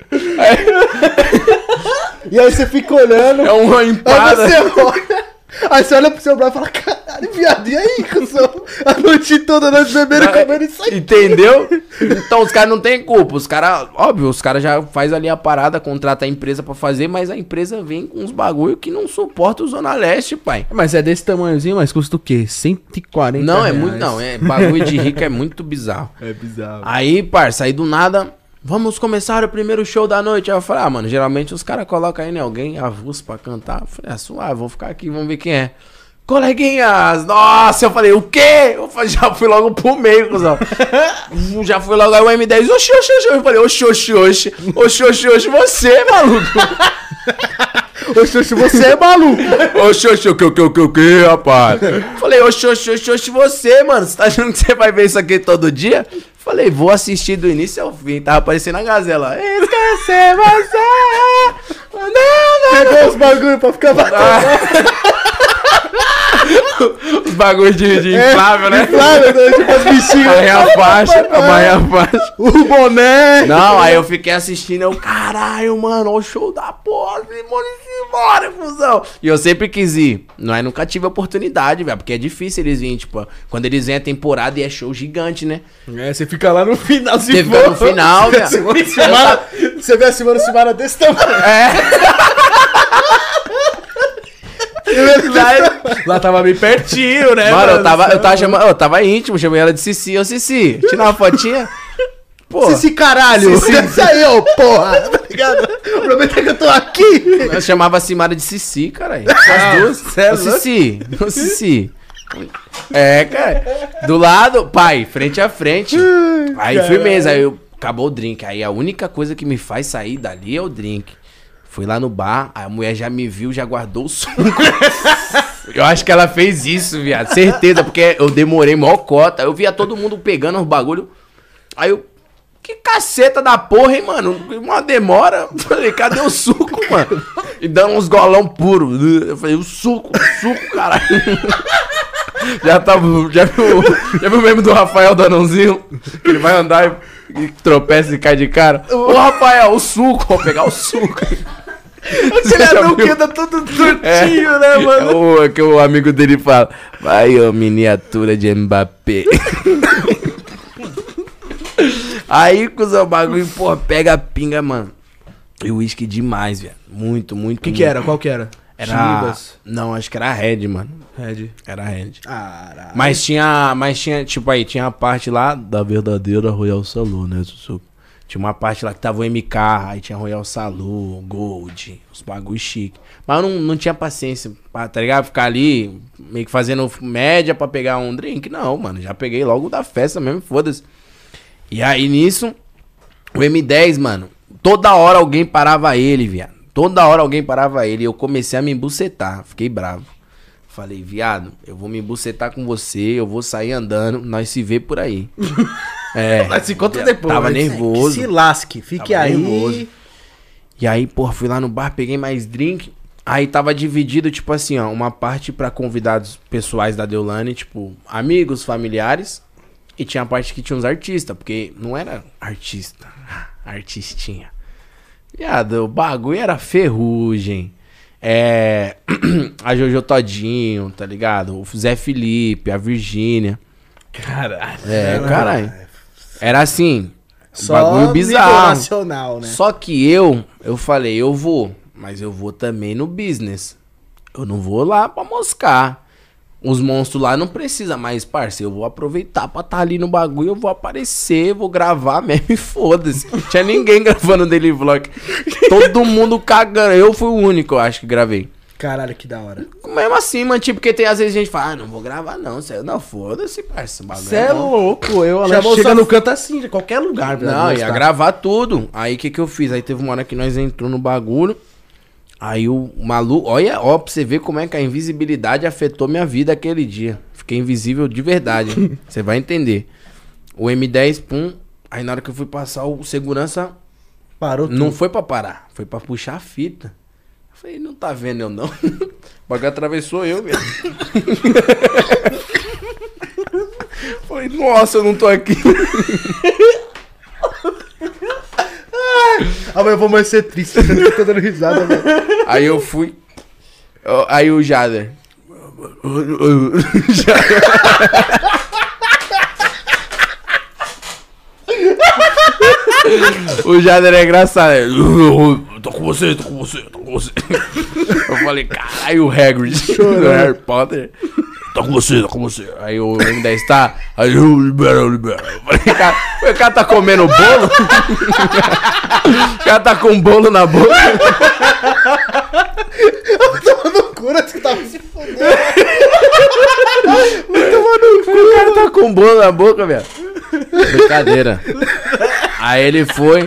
E aí você fica olhando. É uma empada. Aí você olha pro seu braço e fala, caralho, viado, e aí, cuzão? A noite toda nós bebendo e comendo isso aí. Entendeu? Então os caras não tem culpa. Os caras, óbvio, os caras já faz ali a parada, contrata a empresa pra fazer, mas a empresa vem com uns bagulho que não suporta o Zona Leste, pai. Mas é desse tamanhozinho, mas custa o quê? 140 Não, é reais. muito, não. É bagulho de rico é muito bizarro. É bizarro. Aí, parça, aí do nada, vamos começar o primeiro show da noite. Aí eu falei, mano, geralmente os caras colocam aí, né, alguém avulso pra cantar. Eu falei, suave, vou ficar aqui, vamos ver quem é. Coleguinhas, nossa, eu falei, o quê? Já fui logo pro meio, cuzão. Já fui logo aí o M10, oxi. Eu falei, oxi, você, maluco. Oxi, você é maluco. Oxi, o que, rapaz? Falei, oxi, você, mano, você tá achando que você vai ver isso aqui todo dia? Falei, vou assistir do início ao fim. Tava aparecendo a gazela. Esquecer você. bagulho pra ficar batendo. Os bagulhos de inflável, né? Inflável, né? Tipo as bichinhas. Amarrei a faixa. O boné. Não, aí eu fiquei assistindo, eu, caralho, mano, olha o show da porra, embora, fusão. E eu sempre quis ir, mas nunca tive a oportunidade, velho, porque é difícil eles virem, tipo, quando eles vêm a temporada e é show gigante, né? É, você fica lá no final, Você fica no final, velho. Você vê a Simone Simara desse tamanho. Lá tava bem pertinho, né? Mano, eu tava íntimo, chamei ela de Cici. Ô, Cici, tirar uma fotinha? Pô, Cici, caralho. Cici aí, ô, porra. Tá ligado? Aproveita que eu tô aqui. eu chamava a Simara de Cici, caralho. As duas. Ô, Cici, ô, Cici. É, cara. Do lado, pai, frente a frente. Aí, firmeza. Aí acabou o drink. Aí a única coisa que me faz sair dali é o drink. Fui lá no bar, a mulher já me viu, já guardou o suco. Eu acho que ela fez isso, viado. Certeza, porque eu demorei mó cota. Eu via todo mundo pegando os bagulho. Aí eu... Que caceta da porra, hein, mano? Uma demora. Falei, cadê o suco, mano? E dando uns golão puro. Eu falei, o suco, caralho. Já viu o meme do Rafael do Anãozinho? Que ele vai andar e tropeça e cai de cara. Ô, Rafael, o suco. Vou pegar o suco. Aquele anão que anda todo tortinho, né, mano? É que o amigo dele fala, vai, ô, miniatura de Mbappé. Aí, cuzão, o bagulho, pô, pega a pinga, mano. E o uísque demais, velho. Muito. O que era? Qual que era? Era... Chivas. Não, acho que era Red, mano. Red. Era Red. Caralho. Mas tinha, tipo aí, tinha a parte lá da verdadeira Royal Salud, né, Sussuco? Tinha uma parte lá que tava o MK, aí tinha Royal Salud, Gold, os bagulho chique. Mas eu não tinha paciência, tá ligado? Ficar ali, meio que fazendo média pra pegar um drink. Não, mano, já peguei logo da festa mesmo, foda-se. E aí nisso, o M10, mano, toda hora alguém parava ele, viado. Toda hora alguém parava ele e eu comecei a me embucetar, fiquei bravo. Falei, viado, eu vou me embucetar com você, eu vou sair andando, nós se vê por aí. Mas se conta depois. Tava nervoso. Se lasque, fique Tava aí. nervoso. E aí, porra, fui lá no bar, peguei mais drink. Aí tava dividido, tipo assim, ó, uma parte pra convidados pessoais da Deolane, tipo, amigos, familiares. E tinha a parte que tinha uns artistas, porque não era artista, artistinha. Viado, o bagulho era Ferrugem. A Jojo Todinho, tá ligado? O Zé Felipe, a Virgínia. Caralho. Caralho. Era assim, Só bagulho bizarro. nacional, né? Só que eu falei, eu vou, mas eu vou também no business. Eu não vou lá pra moscar. Os monstros lá não precisa mais, parceiro. Eu vou aproveitar pra estar ali no bagulho, eu vou aparecer, vou gravar mesmo e foda-se. Tinha ninguém gravando Daily Vlog. Todo mundo cagando. Eu fui o único, eu acho, que gravei. Caralho, que da hora. Mesmo assim, mano, tipo, porque tem às vezes gente fala, não vou gravar não, cê, não, foda-se, parceiro. Você é louco, ela Chamou chega só- no canto assim, de qualquer lugar, velho. Não, ia gravar tudo. Aí o que eu fiz? Aí teve uma hora que nós entrou no bagulho. Aí o maluco, olha, ó, pra você ver como é que a invisibilidade afetou minha vida aquele dia. Fiquei invisível de verdade. Você vai entender. O M10, pum. Aí na hora que eu fui passar, o segurança Parou não foi pra parar, foi pra puxar a fita. Eu falei, não tá vendo eu não. O bagulho atravessou eu, velho. Falei, nossa, eu não tô aqui. Amanhã eu vou mais ser triste. Eu tô dando risada, velho. Aí eu fui. Aí o Jader. O Jader é engraçado. Tô com você. Eu falei, caralho, o Hagrid do Harry Potter. Tô com você. Aí o M10 tá. Aí eu libera. Eu falei, o cara tá comendo bolo? O cara tá com um bolo na boca. Tava no cura, você tava se fodendo. O cara tá com um bolo na boca, velho. Brincadeira. Aí ele foi.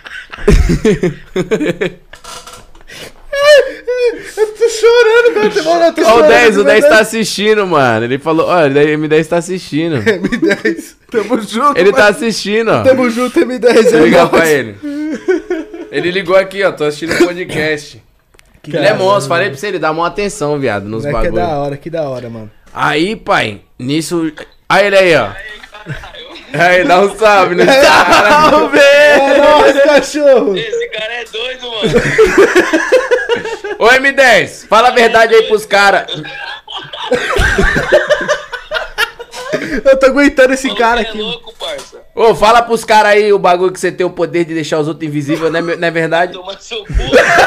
Eu tô chorando, velho. Eu tô Ó, o 10 tá assistindo, mano. Ele falou, ó, o M10 tá assistindo. M10. Tamo junto. Ele tá assistindo, ó. Tamo junto, M10. Deixa eu ligar nóis. pra ele. Ele ligou aqui, ó. Tô assistindo o podcast. Ele é monstro, falei pra você, ele dá uma atenção, viado, nos Que bagulhos. que da hora, mano. Aí, pai, nisso... Aí ele aí, ó. Aí, dá um salve no Instagram. É nóis, cachorro! Esse cara é doido, mano. Ô, M10, fala a verdade aí pros caras. Eu tô aguentando esse cara É aqui. louco, parça. Ô, fala pros caras aí o bagulho que você tem o poder de deixar os outros invisíveis, não é verdade? Toma seu cu.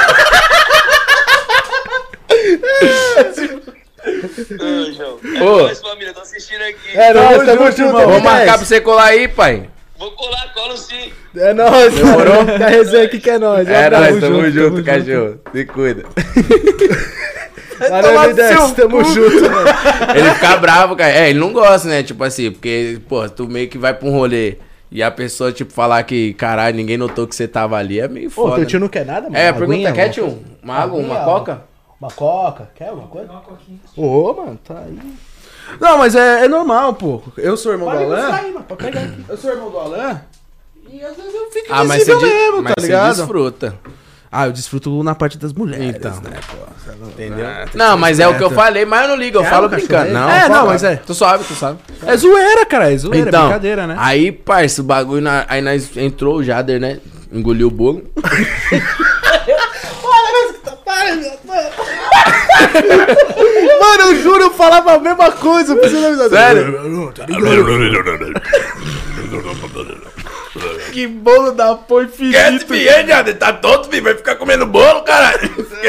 Não, João. É Ô. nóis, família. Tô assistindo aqui. É nóis, tamo junto, Vou irmão. marcar pra você colar aí, pai. Vou colar, colo sim. É nóis, Demorou? mano. A resenha aqui que é nóis. É Tamo nóis, tamo junto, cachorro. Se cuida. Valeu, M10, tamo junto, mano. Ele fica bravo, cara. É, ele não gosta, né? Tipo assim, porque, pô, tu meio que vai pra um rolê e a pessoa, tipo, falar que, caralho, ninguém notou que você tava ali, é meio Ô, foda. teu tio não quer nada, mano? É, Aguinha, pergunta, quer, mano? tio? Uma água, uma Aguinha, coca? Uma coca? Quer alguma coisa? Ô, mano, tá aí. Não, mas é normal, pô. Eu sou irmão do Pode Alan. sair, mano, pra pegar aqui. Eu sou irmão do Alan. E às vezes eu fico Ah, mas invisível você, mesmo, mas tá você ligado? desfruta. Ah, eu desfruto na parte das mulheres, Então. né, pô. Entendeu? Ah, tem que Não, ser mas é o que eu esperto. falei, mas eu não ligo, eu Quer falo um cachorro brincando. aí? Não, É, fala. não, mas é. Tu sabe, tu sabe. É zoeira, cara, é zoeira, é Então, brincadeira, né? aí, parça, o bagulho, aí nós entrou o Jader, né? Engoliu o bolo. Mano, eu juro, eu falava a mesma coisa. Precisa avisar. Sério? Que bolo da porra infinito. Jader, tá tonto, filho, vai ficar comendo bolo, caralho.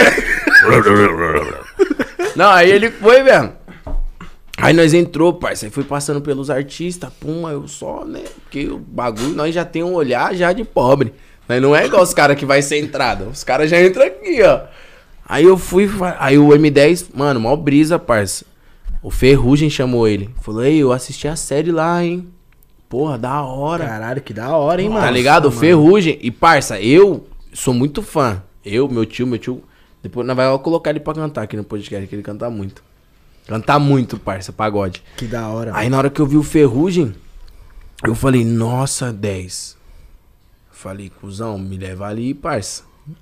Não, aí ele foi, velho. Aí nós entrou, parça, aí foi passando pelos artistas, pum, aí eu só, né, porque o bagulho, nós já tem um olhar já de pobre. Mas não é igual os caras que vai ser entrada, os caras já entram aqui, ó. Aí eu fui, aí o M10, mano, mó brisa, parça. O Ferrugem chamou ele, falou, ei, eu assisti a série lá, hein. Porra, da hora. Caralho, que da hora, hein, mano. Tá ligado? O Ferrugem. E, parça, eu sou muito fã. Eu, meu tio. Depois nós vamos colocar ele pra cantar aqui no podcast, que ele canta muito. Canta muito, parça, pagode. Que da hora. Aí na hora que eu vi o Ferrugem, eu falei, nossa, 10. Falei, cuzão, me leva ali, parça.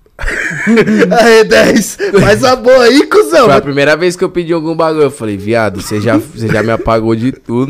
Aê, 10. Faz a boa aí, cuzão. Foi a primeira vez que eu pedi algum bagulho. Eu falei, viado, você já me apagou de tudo.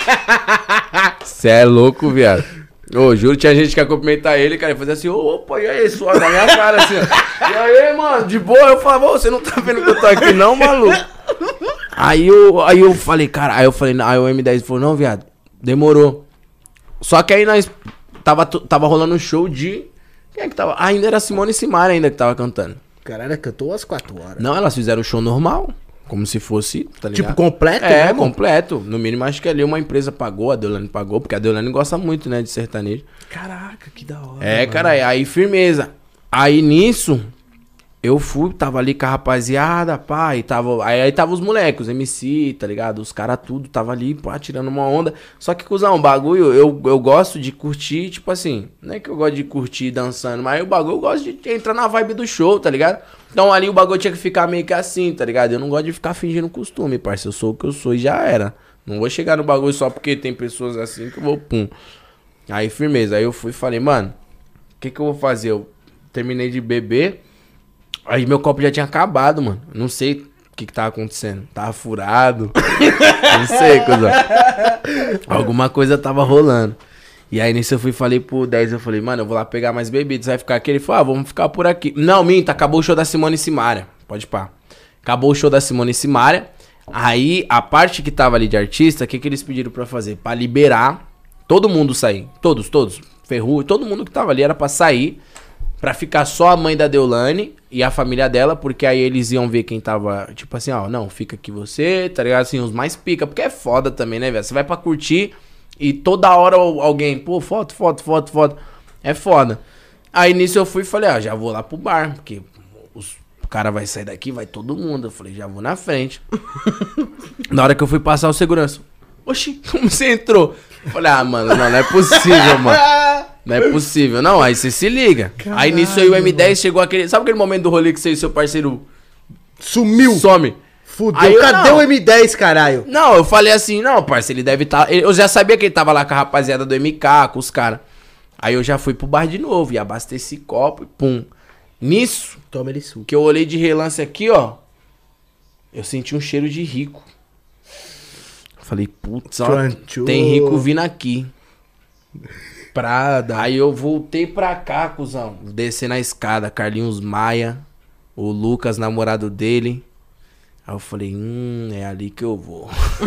Você é louco, viado. Ô, juro, tinha gente que ia cumprimentar ele, cara, e fazia assim, opa, e aí, suave na minha cara, assim, ó. E aí, mano, de boa, eu falava, ô, você não tá vendo que eu tô aqui não, maluco? Aí eu falei, cara, aí o M10 falou, não, viado, demorou. Só que aí nós, tava rolando um show de, quem é que tava? Ainda era Simone e Simaria ainda que tava cantando. Caralho, cantou às 4 horas. Não, elas fizeram o show normal, como se fosse, tá ligado? Tipo, completo É, mesmo? completo. No mínimo, acho que ali uma empresa pagou, a Deolane pagou, porque a Deolane gosta muito, né, de sertanejo. Caraca, que da hora. É, cara, aí firmeza. Aí nisso, eu fui, tava ali com a rapaziada, pá, e aí tava os moleques, os MC, tá ligado? Os caras tudo, tava ali, pá, tirando uma onda. Só que, cuzão, o bagulho, eu gosto de curtir, tipo assim, não é que eu gosto de curtir dançando, mas o bagulho eu gosto de entrar na vibe do show, tá ligado? Então ali o bagulho tinha que ficar meio que assim, tá ligado? Eu não gosto de ficar fingindo costume, parceiro. Eu sou o que eu sou e já era. Não vou chegar no bagulho só porque tem pessoas assim que eu vou, pum. Aí, firmeza. Aí eu fui e falei, mano, o que eu vou fazer? Eu terminei de beber, aí meu copo já tinha acabado, mano. Não sei o que tava acontecendo. Tava furado. Não sei, cuzão. Alguma coisa tava rolando. E aí nisso eu fui e falei pro 10, eu falei, mano, eu vou lá pegar mais bebidas, vai ficar aqui? Ele falou, vamos ficar por aqui. Não, minta, acabou o show da Simone e Simaria. Pode pá. Acabou o show da Simone e Simaria. Aí, a parte que tava ali de artista, o que eles pediram pra fazer? Pra liberar todo mundo sair. Todos. Ferrugem, todo mundo que tava ali era pra sair. Pra ficar só a mãe da Deolane e a família dela, porque aí eles iam ver quem tava, tipo assim, ó, não, fica aqui você, tá ligado? Assim, os mais pica, porque é foda também, né, velho? Você vai pra curtir e toda hora alguém, pô, foto. É foda. Aí nisso eu fui e falei, ó, já vou lá pro bar, porque o cara vai sair daqui, vai todo mundo. Eu falei, já vou na frente. Na hora que eu fui passar o segurança, oxi, como você entrou? Eu falei, ah, mano, não é possível, mano. Não é possível, não, aí você se liga. Caralho, aí nisso aí o M10 chegou aquele, sabe aquele momento do rolê que você e seu parceiro Sumiu. some? Fudeu. Aí eu Cadê não. o M10, caralho? Não, eu falei assim, não, parceiro, ele deve estar... Eu já sabia que ele tava lá com a rapaziada do MK, com os caras. Aí eu já fui pro bar de novo e abasteci copo e pum. Nisso, Toma ele suco. que eu olhei de relance aqui, ó. Eu senti um cheiro de rico. Falei, putz, ó, Tranchou. tem rico vindo aqui. Prada. Aí eu voltei pra cá, cuzão. Descer na escada, Carlinhos Maia, o Lucas, namorado dele. Aí eu falei, é ali que eu vou.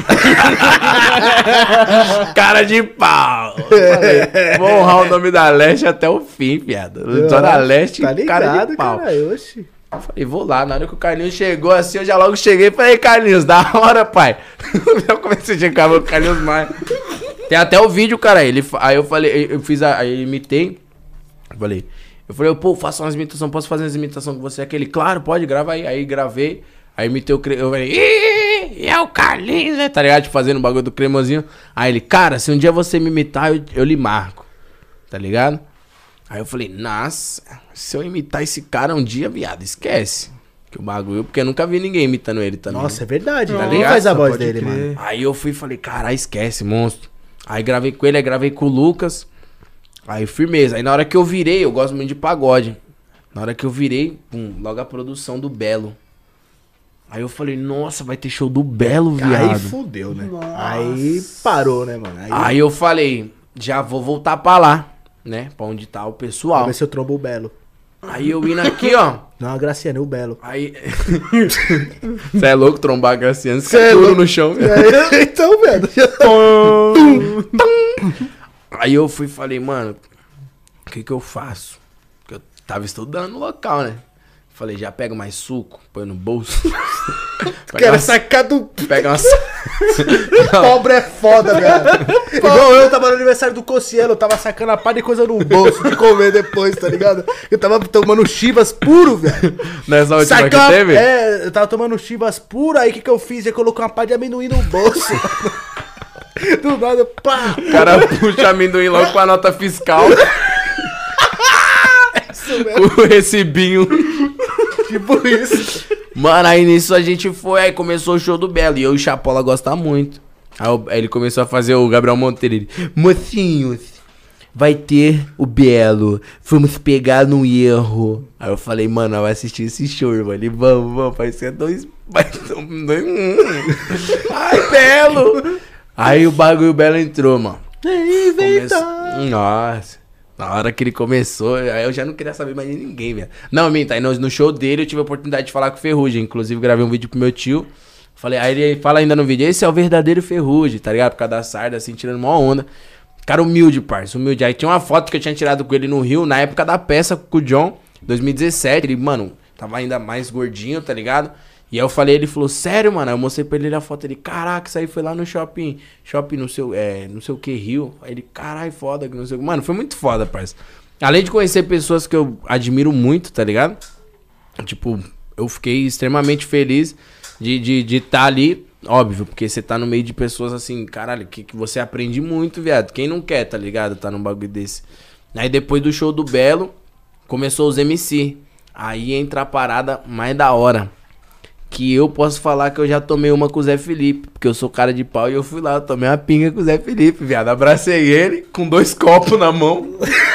Cara de pau. Eu falei, vou honrar o nome da Leste até o fim, viado. Zona Leste, Tá ligado, cara de pau. cara. Oxi. Eu falei, vou lá. Na hora que o Carlinhos chegou assim, eu já logo cheguei e falei, Carlinhos, da hora, pai. Eu comecei a checar o Carlinhos Maia. Tem até o vídeo, cara. Aí eu falei, eu fiz aí eu imitei. Eu falei, pô, faço umas imitações, posso fazer umas imitações com você? Aquele, claro, pode, grava aí. Aí gravei. Aí imitei eu falei, ih, é o Carlinhos, né? Tá ligado? Tipo, fazendo o bagulho do cremosinho. Aí ele, cara, se um dia você me imitar, eu lhe marco. Tá ligado? Aí eu falei, nossa, se eu imitar esse cara um dia, viado, esquece. Que o bagulho, porque eu nunca vi ninguém imitando ele também. Nossa, é verdade. Tá Ninguém ligado? faz a voz Pode dele, crer. mano. Aí eu fui e falei, caralho, esquece, monstro. Aí gravei com ele, aí gravei com o Lucas. Aí firmeza. Aí na hora que eu virei, eu gosto muito de pagode. Na hora que eu virei, pum, logo a produção do Belo. Aí eu falei, nossa, vai ter show do Belo, Aí viado. fudeu, né? Aí parou, né, mano? Aí eu falei, já vou voltar pra lá, né? Pra onde tá o Pra pessoal. ver se eu trombo o Belo. Aí eu indo aqui, ó. Não, a Graciane, o Belo. Aí. Você é louco trombar a Graciano, Cê você é é louco. no chão. Então, velho. Aí eu fui e falei, mano, o que eu faço? Porque eu tava estudando no local, né? Falei, já pega mais suco, põe no bolso. Quero sacar do Pega uma... pobre é foda, velho. Igual eu tava no aniversário do Cossielo, eu tava sacando a pá de coisa no bolso de comer depois, tá ligado? Eu tava tomando chivas puro, velho. Nessa última que Sacar- teve? É, eu tava tomando chivas puro, aí o que eu fiz? Eu coloquei uma pá de amendoim no bolso. Do nada, pá. O cara puxa amendoim logo com a nota fiscal. O recibinho. Tipo isso. Mano, aí nisso a gente foi, aí começou o show do Belo. E eu e o Chapola gostam muito. Aí ele começou a fazer o Gabriel Monteiro. Ele, mocinhos, vai ter o Belo. Vamos pegar no erro. Aí eu falei, mano, vai assistir esse show, irmão. Ele, vamos, vai ser dois. Ai, Belo! Aí o bagulho Belo entrou, mano. Nossa. Na hora que ele começou, aí eu já não queria saber mais de ninguém, velho. Não, minta, aí no show dele eu tive a oportunidade de falar com o Ferrugem. Inclusive, gravei um vídeo pro meu tio. Falei, aí ele fala ainda no vídeo, esse é o verdadeiro Ferrugem, tá ligado? Por causa da sarda, assim, tirando uma onda. Cara humilde, parça, humilde. Aí tinha uma foto que eu tinha tirado com ele no Rio, na época da peça com o John, 2017. Ele, mano, tava ainda mais gordinho, tá ligado? E aí eu falei, ele falou, sério, mano? Aí eu mostrei pra ele a foto, ele, caraca, isso aí foi lá no shopping não sei o que, Rio. Aí ele, caralho, foda, que não sei o que. Mano, foi muito foda, parça. Além de conhecer pessoas que eu admiro muito, tá ligado? Tipo, eu fiquei extremamente feliz de tá ali, óbvio, porque você tá no meio de pessoas assim, caralho, que você aprende muito, viado. Quem não quer, tá ligado? Tá num bagulho desse. Aí depois do show do Belo, começou os MC. Aí entra a parada mais da hora. Que eu posso falar que eu já tomei uma com o Zé Felipe, porque eu sou cara de pau e eu fui lá, eu tomei uma pinga com o Zé Felipe, viado. Abracei ele com 2 copos na mão.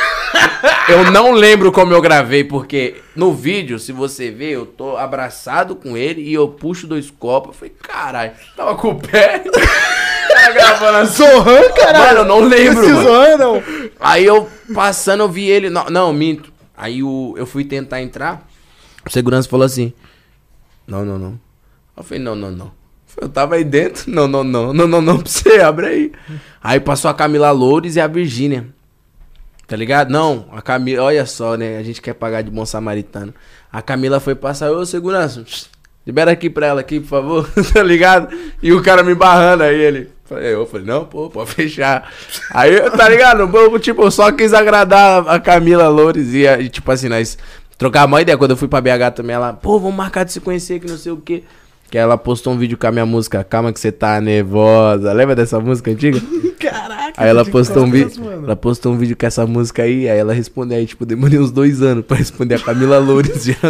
Eu não lembro como eu gravei, porque no vídeo, se você ver, eu tô abraçado com ele e eu puxo 2 copos. Eu falei, caralho, tava com o pé. Tava gravando assim. Zohan, caralho. Mano, eu não lembro, Esse mano. Zohan, não. Aí eu passando, eu vi ele. Não, minto. Aí eu fui tentar entrar. O segurança falou assim: Não. Eu falei, não. Eu tava aí dentro. Não, pra você, abre aí. Aí passou a Camila Loures e a Virgínia. Tá ligado? Não, a Camila, olha só, né? A gente quer pagar de bom samaritano. A Camila foi passar, ô segurança, libera aqui pra ela aqui, por favor, tá ligado? E o cara me barrando, aí ele. Eu falei, não, pô, pode fechar. Aí, tá ligado? Tipo, eu só quis agradar a Camila Loures e tipo assim, nós trocar uma ideia. Quando eu fui pra BH também, ela, pô, vamos marcar de se conhecer, que não sei o quê. Que ela postou um vídeo com a minha música, Calma que você tá nervosa. Lembra dessa música antiga? Caraca. Aí ela postou um vídeo, com essa música aí ela respondeu, aí tipo, demorei uns 2 anos pra responder a Camila Loures já.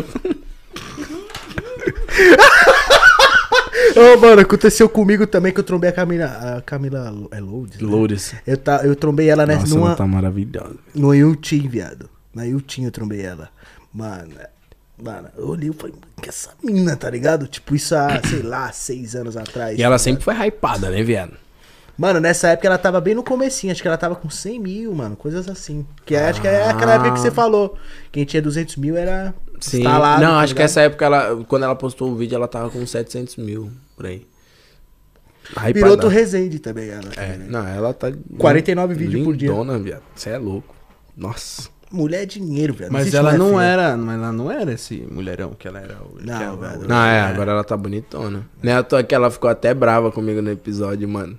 Ô, mano, aconteceu comigo também que eu trombei a Camila Lourdes, né? Loures. Eu trombei ela Nossa, numa, ela tá maravilhosa. no Yutin, viado. Na Yutin eu trombei ela. Mano, Mano, eu olhei e falei, que essa mina, tá ligado? Tipo, isso há, sei lá, 6 anos atrás. E ela tá sempre foi hypada, né, viado? Mano, nessa época ela tava bem no comecinho, acho que ela tava com 100 mil, mano, coisas assim. Que acho que é aquela época que você falou. Quem tinha 200 mil era Sim. instalado, Não, tá acho que ligado? essa época, quando ela postou o vídeo, ela tava com 700 mil, por aí. Hypada. Piloto Resende também, ela. É, não, ela tá... 49 vídeos por dia. Lindona, viado. Você é louco. Nossa. Mulher é dinheiro, velho. Mas existe ela mulher não feia. era, mas ela não era esse mulherão que ela era hoje. Não, que ela- velho. Não, agora ela tá bonitona. Né, à toa que ela ficou até brava comigo no episódio, mano.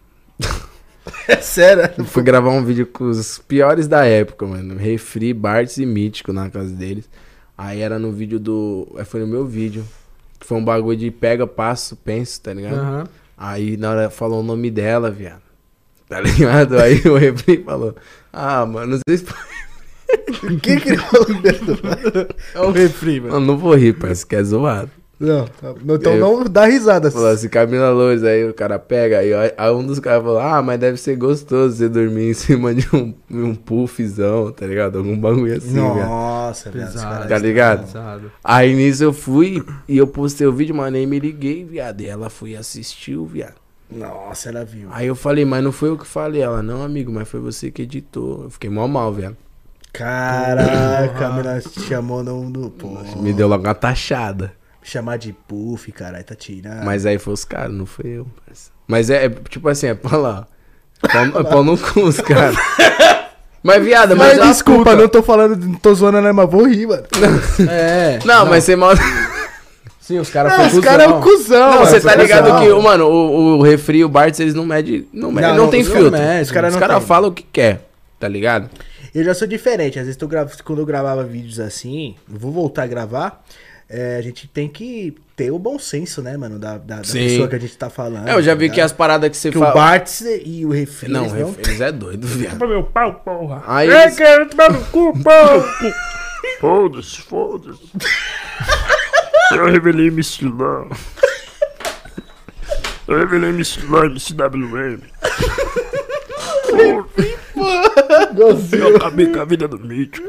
É sério. Eu fui gravar um vídeo com os piores da época, mano. Refri, Bartz e Mítico na casa deles. Aí era no vídeo do... Foi no meu vídeo. Que foi um bagulho de pega, passo, penso, tá ligado? Aham. Aí na hora falou o nome dela, viado. Tá ligado? Aí o Refri falou... Ah, mano, não sei se... Quem que ele falou mesmo? É o refri, velho. Eu não vou rir, parece que é zoado. Não, então Eu- não dá risada. Falou assim, Camila Loures, aí o cara pega, aí um dos caras falou, ah, mas deve ser gostoso você dormir em cima de um puffzão, tá ligado? Algum bagulho assim, viado. Nossa, velho. os Pesado. caras Tá ligado? Pesado. Aí nisso eu fui e eu postei o vídeo, mas nem me liguei, viado. E ela foi e assistiu, viado. Nossa, ela viu. Aí eu falei, mas não foi eu que falei. Ela, não, amigo, mas foi você que editou. Eu fiquei mó mal, viado. Caraca, a menina te chamou no... Pô, Me deu logo uma taxada. chamar de puff, caralho, tá tirando. Mas aí foi os caras, não foi eu, parceiro. Mas é tipo assim, é pra lá. Pau no cu, os caras. Mas, viado, Mas ela desculpa, puta. não tô falando, não tô zoando, né, mas vou rir, mano. É. Não, mas você mal. Sim, os caras Não, foram os caras é um cuzão, Não, mano, você tá foi ligado cuzão. que, mano, o Refri e o Bartz, eles não medem. Não tem não filtro. mede, os caras Os não caras tem. falam o que quer, tá ligado? Eu já sou diferente, às vezes quando eu gravava vídeos assim, vou voltar a gravar, a gente tem que ter o bom senso, né, mano, da Sim. pessoa que a gente tá falando. É, eu já vi tá que as paradas que você ligado? fala. Que o Bartz e o Refri, Não, eles eles é doido, viado. Meu pau, porra. Aí eles... quero tomar no cu, pô! Foda-se, foda-se. Eu revelei MC Lá. Eu revelei MC Lá, MCWM. Eu acabei com a vida do Mítico.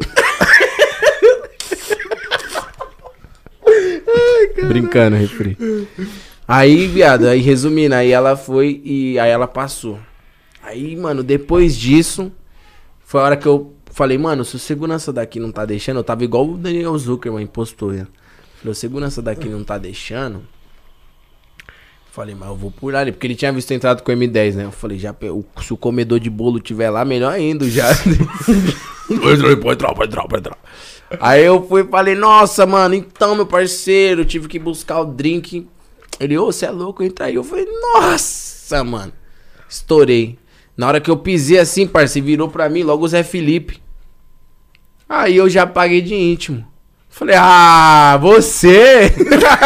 Brincando, Refri. Aí, viado, aí resumindo, aí ela foi e aí ela passou. Aí, mano, depois disso, foi a hora que eu falei, mano, se o segurança daqui não tá deixando, eu tava igual o Daniel Zuckerman, impostor, né? Falei, o segurança daqui não tá deixando. Falei, mas eu vou por ali, porque ele tinha visto entrado com o M10, né? Eu falei, se o comedor de bolo tiver lá, melhor ainda, já. Pode entrar. Aí eu fui e falei, nossa, mano, então, meu parceiro, tive que buscar o drink. Ele, ô, você é louco, entra aí. Eu falei, nossa, mano. Estourei. Na hora que eu pisei assim, parceiro, virou pra mim, logo o Zé Felipe. Aí eu já paguei de íntimo. Falei, ah, você?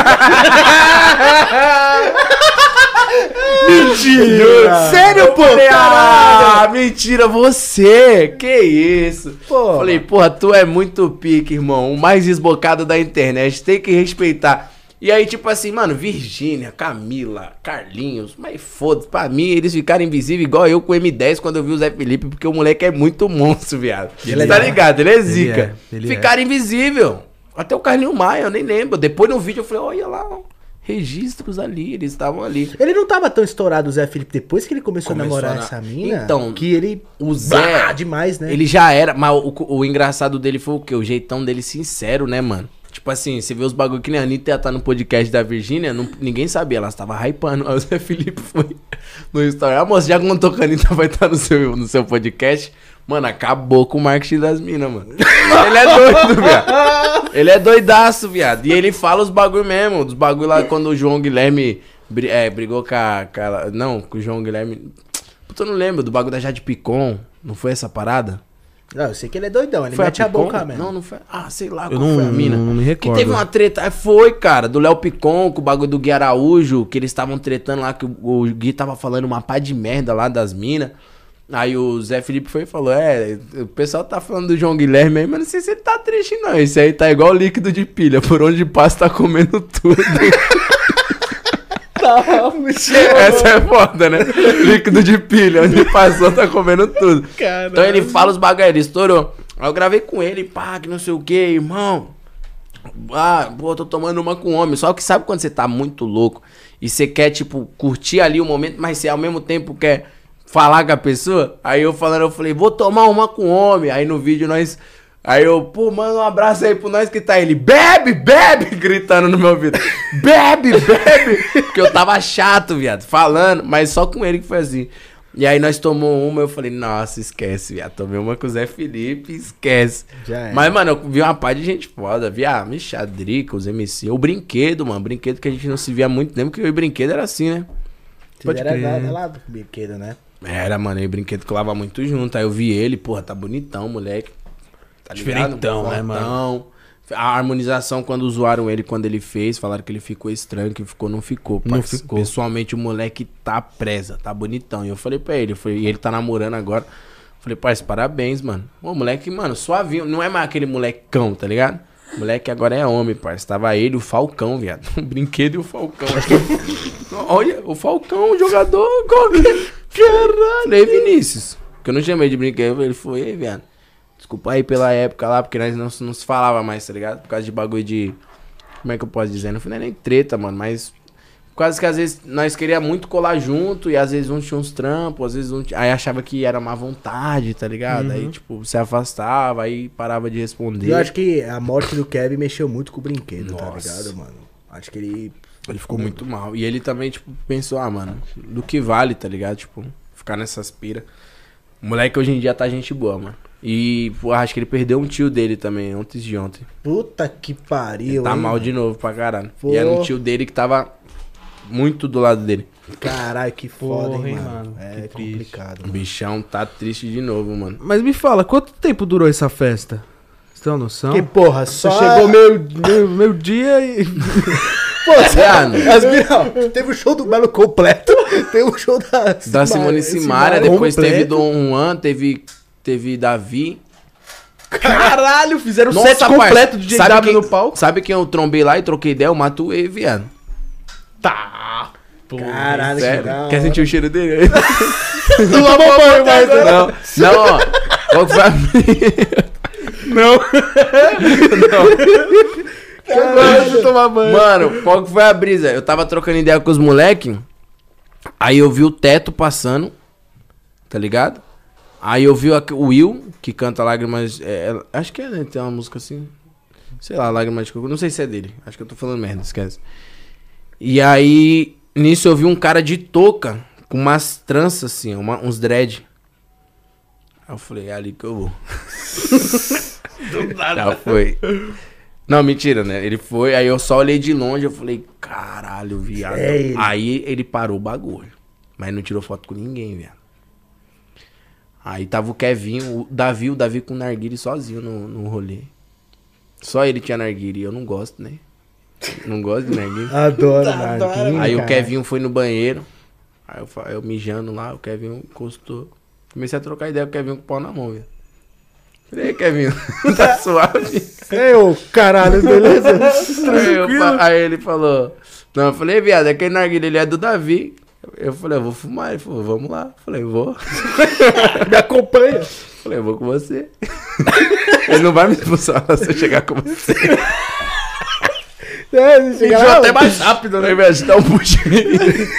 Mentira! Sério, pô? Ah, mentira, você? Que isso? Pô, Falei, porra, tu é muito pique, irmão. O mais desbocado da internet, tem que respeitar. E aí, tipo assim, mano, Virgínia, Camila, Carlinhos, mas foda-se, pra mim eles ficaram invisíveis igual eu com o M10 quando eu vi o Zé Felipe, porque o moleque é muito monstro, viado. Ele é Tá da- ligado? Ele é zica. ele Ficaram invisível. Até o Carlinho Maia, eu nem lembro. Depois no vídeo eu falei, olha lá, ó, registros ali, eles estavam ali. Ele não tava tão estourado, o Zé Felipe, depois que ele começou a Começou namorar a na- essa mina, Então, que ele... O Zé, demais, né? ele já era, mas o engraçado dele foi o quê? O jeitão dele sincero, né, mano? Tipo assim, você vê os bagulho que nem a Anitta ia tá no podcast da Virgínia, ninguém sabia, ela estava hypando. Aí o Zé Felipe foi no story. Ah, moça, já contou que a Anitta vai estar no seu podcast? Mano, acabou com o marketing das minas, mano. Ele é doido, viado. Ele é doidaço, viado. E ele fala os bagulho mesmo, dos bagulho lá quando o João Guilherme brigou com a... Não, com o João Guilherme... Puta, eu não lembro do bagulho da Jade Picon. Não foi essa parada? Não, eu sei que ele é doidão, ele Foi mete a Picon? boca mesmo. Não, não foi. Ah, sei lá, Eu qual foi a mina. não me Que recordo. teve uma treta. Foi, cara, do Léo Picon com o bagulho do Gui Araújo, que eles estavam tretando lá, que o Gui tava falando uma pá de merda lá das minas. Aí o Zé Felipe foi e falou, o pessoal tá falando do João Guilherme aí, mas não sei se ele tá triste não. Esse aí tá igual líquido de pilha, por onde passa tá comendo tudo. Essa é foda, né? Líquido de pilha, onde passou tá comendo tudo. Então ele fala os bagulho, ele estourou. Aí eu gravei com ele, pá, que não sei o que, irmão. Ah, pô, tô tomando uma com homem. Só que sabe quando você tá muito louco e você quer, tipo, curtir ali o momento, mas você ao mesmo tempo quer falar com a pessoa? Aí eu falei, vou tomar uma com homem. Aí no vídeo nós... Aí eu, pô, manda um abraço aí pro nós que tá ele. Bebe, bebe! Gritando no meu ouvido. Bebe, bebe! Porque eu tava chato, viado, falando, mas só com ele que foi assim. E aí nós tomamos uma, eu falei, nossa, esquece, viado. Tomei uma com o Zé Felipe, esquece. Já é. Mas, mano, eu vi uma par de gente foda. Vi a Michadrica, os MC. O Brinquedo, mano. Brinquedo que a gente não se via há muito tempo, porque o Brinquedo era assim, né? Vocês eram lá do Brinquedo, né? Era, mano. E o Brinquedo colava muito junto. Aí eu vi ele, porra, tá bonitão, moleque. Tá ligado? Diferentão, né, mano? A harmonização, quando zoaram ele, quando ele fez, falaram que ele ficou estranho, que ficou, não ficou. Não Parça. ficou. Pessoalmente, o moleque tá presa, tá bonitão. E eu falei pra ele, e ele tá namorando agora. Falei, parceiro, parabéns, mano. O moleque, mano, suavinho. Não é mais aquele molecão, tá ligado? O moleque agora é homem, parceiro. Tava ele e o Falcão, viado. O Brinquedo e o Falcão. Olha, o Falcão, o jogador. Caralho. Aí, Vinícius. Que eu não chamei de Brinquedo. Ele foi, ei, viado. Desculpa aí pela época lá, porque nós não se falava mais, tá ligado? Por causa de bagulho de... Como é que eu posso dizer? Não foi nem treta, mano, mas... Quase que às vezes nós queríamos muito colar junto, e às vezes um tinha uns trampos, às vezes um tinha... Aí achava que era má vontade, tá ligado? Aí, tipo, se afastava, aí parava de responder. Eu acho que a morte do Kevin mexeu muito com o Brinquedo, tá Nossa. ligado, mano? Acho que ele... Ele ficou muito mal. E ele também, tipo, pensou, mano, do que vale, tá ligado? Tipo, ficar nessas pira. O moleque hoje em dia tá gente boa, mano. E, pô, acho que ele perdeu um tio dele também, antes de ontem. Puta que pariu, Tá hein, mal mano? de novo pra caralho. Pô. E era um tio dele que tava muito do lado dele. Caralho, que foda, Porra, hein, hein, mano? mano? É Que triste. complicado, O mano. bichão tá triste de novo, mano. Mas me fala, quanto tempo durou essa festa? Você tem uma noção? Que porra, Só só... chegou meu dia e... Pô, Viado. as mina- teve o show do Belo completo, teve o show Da Simone Simaria, depois completo. teve Dom Juan, teve Davi. Caralho, fizeram Nossa, set parça, completo de sabe JW quem- no palco. Sabe quem eu trombei lá e troquei ideia? Eu Matuei, viado. Tá. Caralho, que Sério? da Quer hora. sentir o cheiro dele? Não tomou banho mais, né? Não, ó. Qual que foi a... Agora eu tomar banho. Mano, qual que foi a brisa? Eu tava trocando ideia com os moleque, aí eu vi o Teto passando, tá ligado? Aí eu vi o Will, que canta Lágrimas... acho que é, né? Tem uma música assim... Sei lá, Lágrimas de Coco. Não sei se é dele. Acho que eu tô falando merda, esquece. E aí, nisso eu vi um cara de touca, com umas tranças assim, uns dread. Aí eu falei, é ali que eu vou. Já foi. Não, mentira, né? Ele foi, aí eu só olhei de longe, eu falei, caralho, viado. É ele. Aí ele parou o bagulho. Mas não tirou foto com ninguém, viado. Aí tava o Kevin, o Davi com o narguile sozinho no rolê. Só ele tinha narguile, eu não gosto, né? Não gosto de narguile. Adoro, Narguinho, Aí o cara. Kevin foi no banheiro. Aí eu mijando lá, o Kevin encostou. Comecei a trocar ideia com o Kevin com o pau na mão, velho. Falei, Kevin, tá suave? Eu, caralho, beleza? Aí ele falou... Não, eu falei, viado, aquele narguilha, ele é do Davi. Eu falei, eu vou fumar. Ele falou, vamos lá. Eu falei, vou. Me acompanha. Falei, eu vou com você. Ele não vai me expulsar se eu chegar com você. É, você chega lá, até mais rápido, né? Ao invés de dar um puxo aí.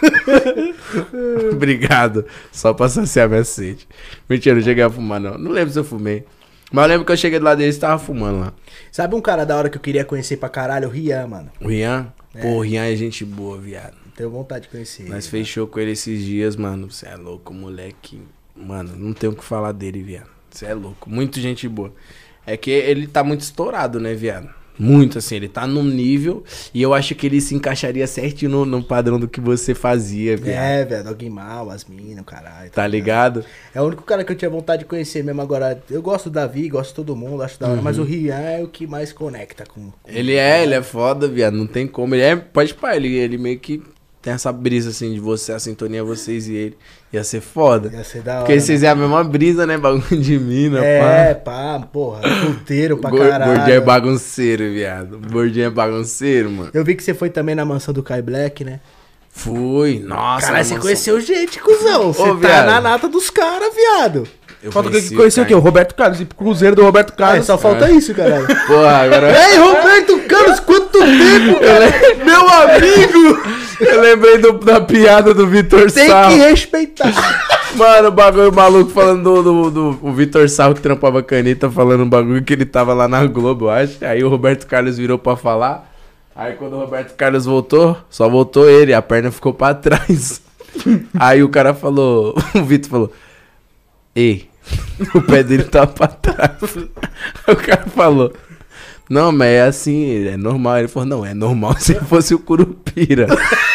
Obrigado. Só pra saciar minha sede. Mentira, não cheguei a fumar, não. Não lembro se eu fumei. Mas eu lembro que eu cheguei do lado dele e tava fumando lá. Sabe um cara da hora que eu queria conhecer pra caralho? O Rian, mano. O Rian? Pô, o Rian é gente boa, viado. Tenho vontade de conhecer. Nós ele, fechou com ele esses dias, mano. Você é louco, moleque. Mano, não tenho o que falar dele, viado. Você é louco. Muito gente boa. É que ele tá muito estourado, né, viado? Muito, assim. Ele tá num nível e eu acho que ele se encaixaria certinho no padrão do que você fazia, viado. É, velho, Dog Mal, as minas, caralho. Tá ligado? É o único cara que eu tinha vontade de conhecer mesmo agora. Eu gosto do Davi, gosto de todo mundo, acho da hora. Mas o Rian é o que mais conecta com... Ele é foda, viado. Não tem como. Ele é, pode pá, ele meio que tem essa brisa, assim, de você, a sintonia, vocês e ele. Ia ser foda. Ia ser da hora. Porque vocês é a mesma brisa, né? Bagulho de mina, É, pá. porra, solteiro pra Gordinho caralho. é bagunceiro, viado. Gordinho é bagunceiro, mano. Eu vi que você foi também na mansão do Kai Black, né? Fui, nossa. Caralho, você mansão. conheceu gente, cuzão. Você tá viado. na nata dos caras, viado. Falta que conhecer o quê? O Roberto Carlos. Ir pro Cruzeiro do Roberto Carlos. Só falta isso, caralho. Porra, agora... Ei, Roberto Carlos, quanto tempo, cara? Meu amigo! Eu lembrei da piada do Vitor Tem Sarro. que respeitar. Mano, o bagulho maluco falando do Vitor Sarro que trampava caneta, falando um bagulho que ele tava lá na Globo, eu acho. Aí o Roberto Carlos virou pra falar. Aí quando o Roberto Carlos voltou, só voltou ele, a perna ficou pra trás. Aí o cara falou, o Vitor falou, ei, o pé dele tá pra trás. Aí o cara falou, não, mas é assim, é normal. Ele falou, não, é normal se fosse o Curupira.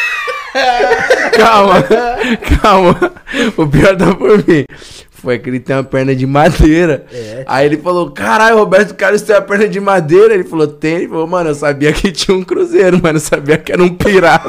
Calma. O pior tá por mim. Foi que ele tem uma perna de madeira. É. Aí ele falou, caralho, Roberto Carlos tem uma perna de madeira. Ele falou, tem. Ele falou, mano, eu sabia que tinha um cruzeiro, mas não sabia que era um pirata.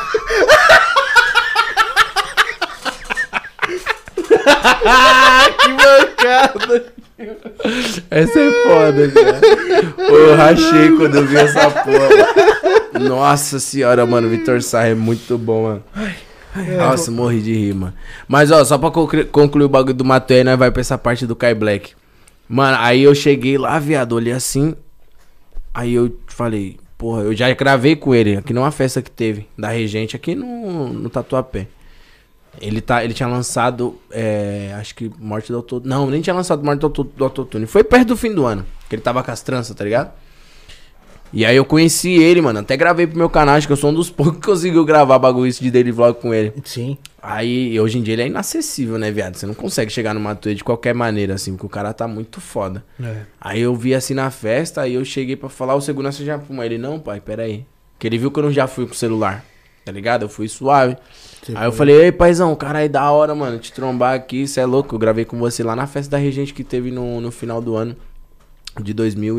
Que mancada! Essa é foda, cara. Pô, eu rachei quando eu vi essa porra. Nossa senhora, mano, o Vitor Sarro é muito bom, mano. Nossa, morri de rir, mano. Mas, ó, só pra concluir o bagulho do Matuê, nós vai pra essa parte do Kai Black. Mano, aí eu cheguei lá, viado, olhei assim. Aí eu falei, porra, eu já gravei com ele aqui numa festa que teve, da Regente, aqui no Tatuapé. Ele tinha lançado, acho que Morte do Autotune. Não, nem tinha lançado Morte do Autotune. Foi perto do fim do ano, que ele tava com as tranças, tá ligado? E aí eu conheci ele, mano. Até gravei pro meu canal, acho que eu sou um dos poucos que conseguiu gravar bagulho isso de daily vlog com ele. Sim. Aí, hoje em dia ele é inacessível, né, viado? Você não consegue chegar no Matuê de qualquer maneira, assim, porque o cara tá muito foda. Aí eu vi assim na festa, aí eu cheguei pra falar, o segurança já fuma. Ele, não, pai, pera aí. Porque ele viu que eu não já fui com o celular, tá ligado? Eu fui suave. Aí eu falei, ei, paizão, caralho, da hora, mano, te trombar aqui, cê é louco. Eu gravei com você lá na festa da Regente que teve no final do ano de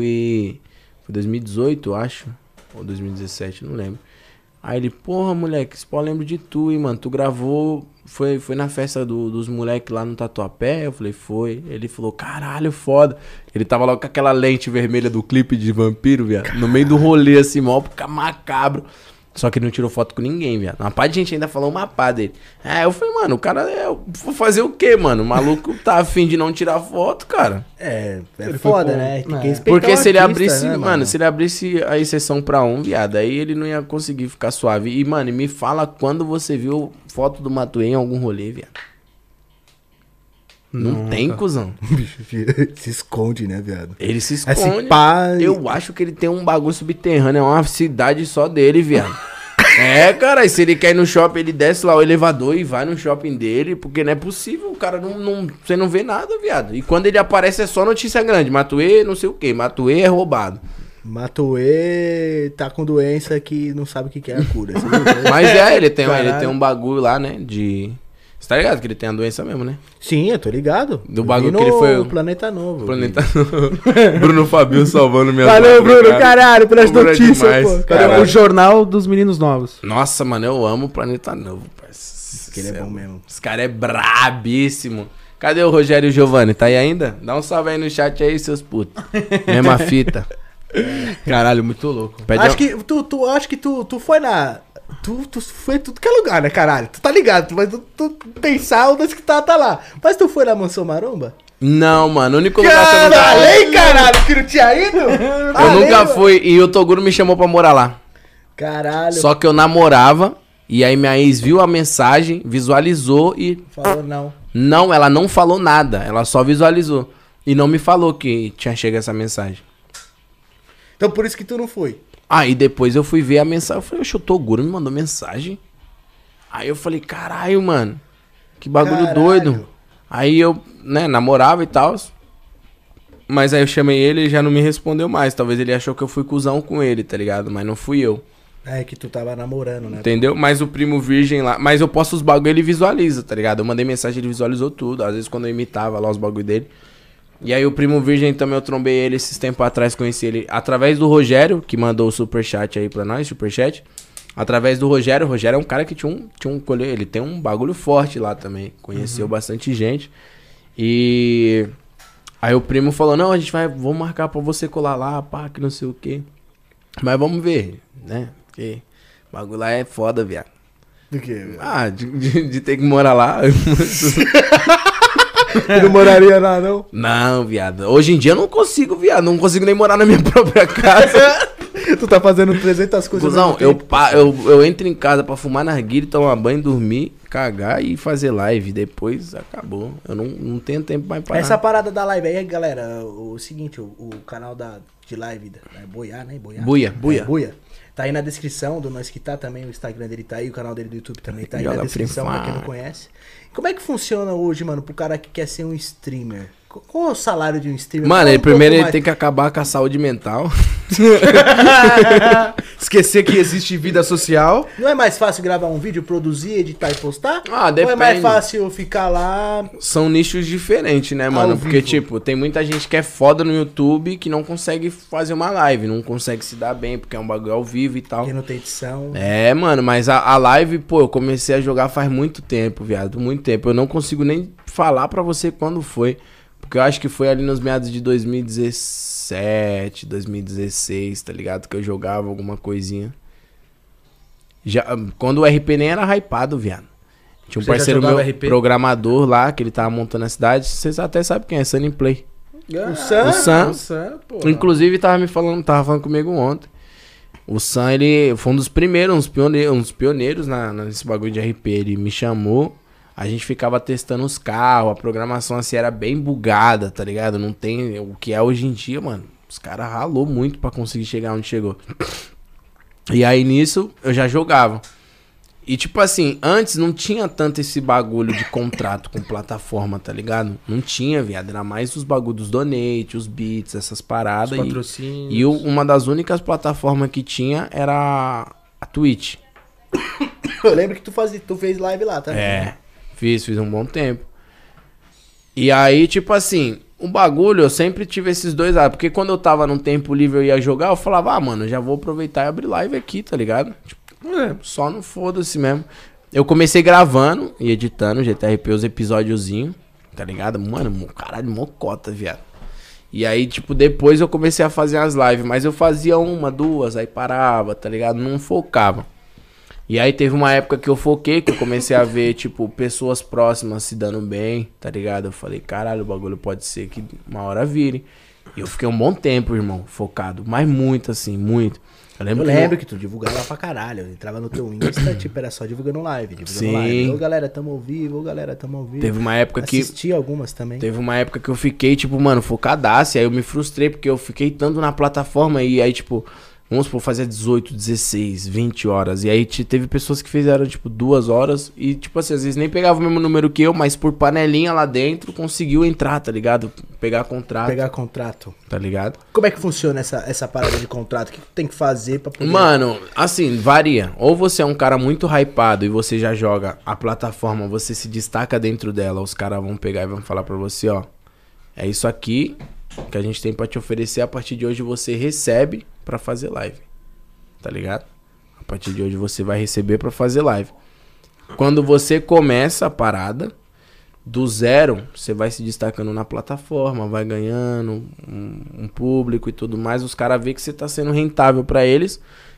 2018, eu acho, ou 2017, não lembro. Aí ele, porra, moleque, esse pau lembro de tu, hein, mano, tu gravou, foi na festa dos moleques lá no Tatuapé? Eu falei, foi. Ele falou, caralho, foda. Ele tava logo com aquela lente vermelha do clipe de vampiro, viado, no meio do rolê, assim, mó macabro. Só que ele não tirou foto com ninguém, viado. Uma pá de gente ainda falou uma pá dele. Eu falei, mano, o cara, vou fazer o quê, mano? O maluco tá afim de não tirar foto, cara. É foda, né? Tem que respeitar Porque o se ele artista, abrisse, né, mano, se ele abrisse a exceção pra um, viado, aí ele não ia conseguir ficar suave. E, mano, me fala quando você viu foto do Matuê em algum rolê, viado. Não tem, cuzão. Bicho, se esconde, né, viado? Ele se Esse esconde. pá... Eu acho que ele tem um bagulho subterrâneo, é uma cidade só dele, viado. Cara, e se ele quer ir no shopping, ele desce lá o elevador e vai no shopping dele, porque não é possível, o cara você não vê nada, viado. E quando ele aparece é só notícia grande, Matuê não sei o que, Matuê é roubado. Matuê tá com doença que não sabe o que é a cura. Mas ele tem um bagulho lá, né, Você tá ligado que ele tem a doença mesmo, né? Sim, eu tô ligado. Do bagulho que ele foi... O Planeta Novo. Bruno Fabio salvando minha... Valeu, Bruno, caralho, pelas notícias, pô. Cara, o Jornal dos Meninos Novos. Nossa, mano, eu amo o Planeta Novo, parceiro. Que ele é bom mesmo. Esse cara é brabíssimo. Cadê o Rogério Giovanni? Tá aí ainda? Dá um salve aí no chat aí, seus putos. Mesma fita. Caralho, muito louco. Acho que tu foi na... Tu foi em tudo que é lugar, né, caralho? Tu tá ligado, mas tu pensar onde que tá lá. Mas tu foi na Mansão Maromba? Não, mano, o único lugar que eu nunca... Caralho, caralho, que não tinha ido? Eu nunca fui e o Toguro me chamou pra morar lá. Caralho. Só que eu namorava e aí minha ex viu a mensagem, visualizou e... Falou não. Não, ela não falou nada, ela só visualizou. E não me falou que tinha chegado essa mensagem. Então por isso que tu não foi. Aí depois eu fui ver a mensagem, eu falei, oxe, o Toguro me mandou mensagem. Aí eu falei, caralho, mano, que bagulho doido. Aí eu, né, namorava e tal. Mas aí eu chamei ele e ele já não me respondeu mais. Talvez ele achou que eu fui cuzão com ele, tá ligado? Mas não fui eu. É que tu tava namorando, né? Entendeu? Mas o primo virgem lá... Mas eu posto os bagulho ele visualiza, tá ligado? Eu mandei mensagem, ele visualizou tudo. Às vezes quando eu imitava lá os bagulho dele. E aí o primo virgem também eu trombei ele esses tempos atrás, conheci ele através do Rogério, que mandou o superchat aí pra nós, superchat. Através do Rogério. O Rogério é um cara que tinha um colher, ele tem um bagulho forte lá também. Conheceu bastante gente. E aí o primo falou, não, vamos marcar pra você colar lá, pá, que não sei o quê. Mas vamos ver, né? Porque o bagulho lá é foda, viado. Do que? De ter que morar lá. Você não moraria lá, não? Não, viado. Hoje em dia eu não consigo, viado. Não consigo nem morar na minha própria casa. Tu tá fazendo 300 coisas. Cusão, ao mesmo tempo. eu entro em casa pra fumar narguilha, tomar banho, dormir, cagar e fazer live. Depois acabou. Eu não tenho tempo mais pra Essa nada. parada da live aí, galera, o seguinte, o canal de live é Boiá, né? Buia. Buia. Tá aí na descrição do Nós Que Tá também, o Instagram dele tá aí, o canal dele do YouTube também tá aí Joga na descrição, Free pra quem não Fire. conhece. Como é que funciona hoje, mano, pro cara que quer ser um streamer? Qual é o salário de um streamer? Mano, Fala ele um primeiro pouco ele mais. tem que acabar com a saúde mental. Esquecer que existe vida social. Não é mais fácil gravar um vídeo, produzir, editar e postar? Ah, Ou é depende. mais fácil ficar lá... São nichos diferentes, né, mano? Ao Porque, vivo. tipo, tem muita gente que é foda no YouTube que não consegue fazer uma live, não consegue se dar bem, porque é um bagulho ao vivo e tal. Que não tem edição. É, mano, mas a live, pô, eu comecei a jogar faz muito tempo, viado, muito tempo. Eu não consigo nem falar pra você quando foi, porque eu acho que foi ali nos meados de 2017, 2016, tá ligado? Que eu jogava alguma coisinha. Já, quando o RP nem era hypado, viado. Tinha um Você já parceiro jogava meu, RP? programador lá, que ele tava montando a cidade. Vocês até sabem quem é, Sunny Play. O Sam? O Sam, Nossa, pô. inclusive, tava falando comigo ontem. O Sam, ele foi um dos primeiros, uns pioneiros nesse bagulho de RP. Ele me chamou, a gente ficava testando os carros, a programação assim era bem bugada, tá ligado? Não tem o que é hoje em dia, mano. Os caras ralou muito pra conseguir chegar onde chegou. E aí nisso eu já jogava. E tipo assim, antes não tinha tanto esse bagulho de contrato com plataforma, tá ligado? Não tinha, viado. Era mais os bagulhos dos donate, os beats, essas paradas. Os E, patrocínios. e uma das únicas plataformas que tinha era a Twitch. Eu lembro que tu fez live lá, tá? É, fiz um bom tempo. E aí, tipo assim, o bagulho, eu sempre tive esses dois lados. Porque quando eu tava num tempo livre eu ia jogar, eu falava, ah, mano, já vou aproveitar e abrir live aqui, tá ligado? Tipo, só não foda-se mesmo. Eu comecei gravando e editando GTRP, os episódiozinhos, tá ligado? Mano, caralho, mocota, viado. E aí, tipo, depois eu comecei a fazer as lives, mas eu fazia uma, duas, aí parava, tá ligado? Não focava. E aí teve uma época que eu foquei, que eu comecei a ver, tipo, pessoas próximas se dando bem, tá ligado? Eu falei, caralho, o bagulho pode ser que uma hora vire. E eu fiquei um bom tempo, irmão, focado. Mas muito, assim, muito. Eu Eu lembro, lembro que tu divulgava pra caralho. Eu entrava no teu Insta, tipo, era só divulgando live. Sim. Live. Ô, galera, tamo ao vivo. Ô, galera, tamo ao vivo. Teve uma época que... Assisti algumas também. Teve uma época que eu fiquei, tipo, mano, focadaço. E aí eu me frustrei, porque eu fiquei tanto na plataforma. E aí, tipo, vamos supor, fazia 18, 16, 20 horas. E aí teve pessoas que fizeram, tipo, 2 horas. E, tipo assim, às vezes nem pegava o mesmo número que eu, mas por panelinha lá dentro conseguiu entrar, tá ligado? Pegar contrato, Pegar contrato. tá ligado? Como é que funciona essa parada de contrato? O que tu tem que fazer pra poder... Mano, assim, varia. Ou você é um cara muito hypado e você já joga a plataforma, você se destaca dentro dela, os caras vão pegar e vão falar pra você, ó, é isso aqui que a gente tem pra te oferecer, a partir de hoje você recebe pra fazer live, tá ligado? A partir de hoje você vai receber pra fazer live. Quando você começa a parada, do zero, você vai se destacando na plataforma, vai ganhando um público e tudo mais. Os caras veem que você tá sendo rentável pra eles.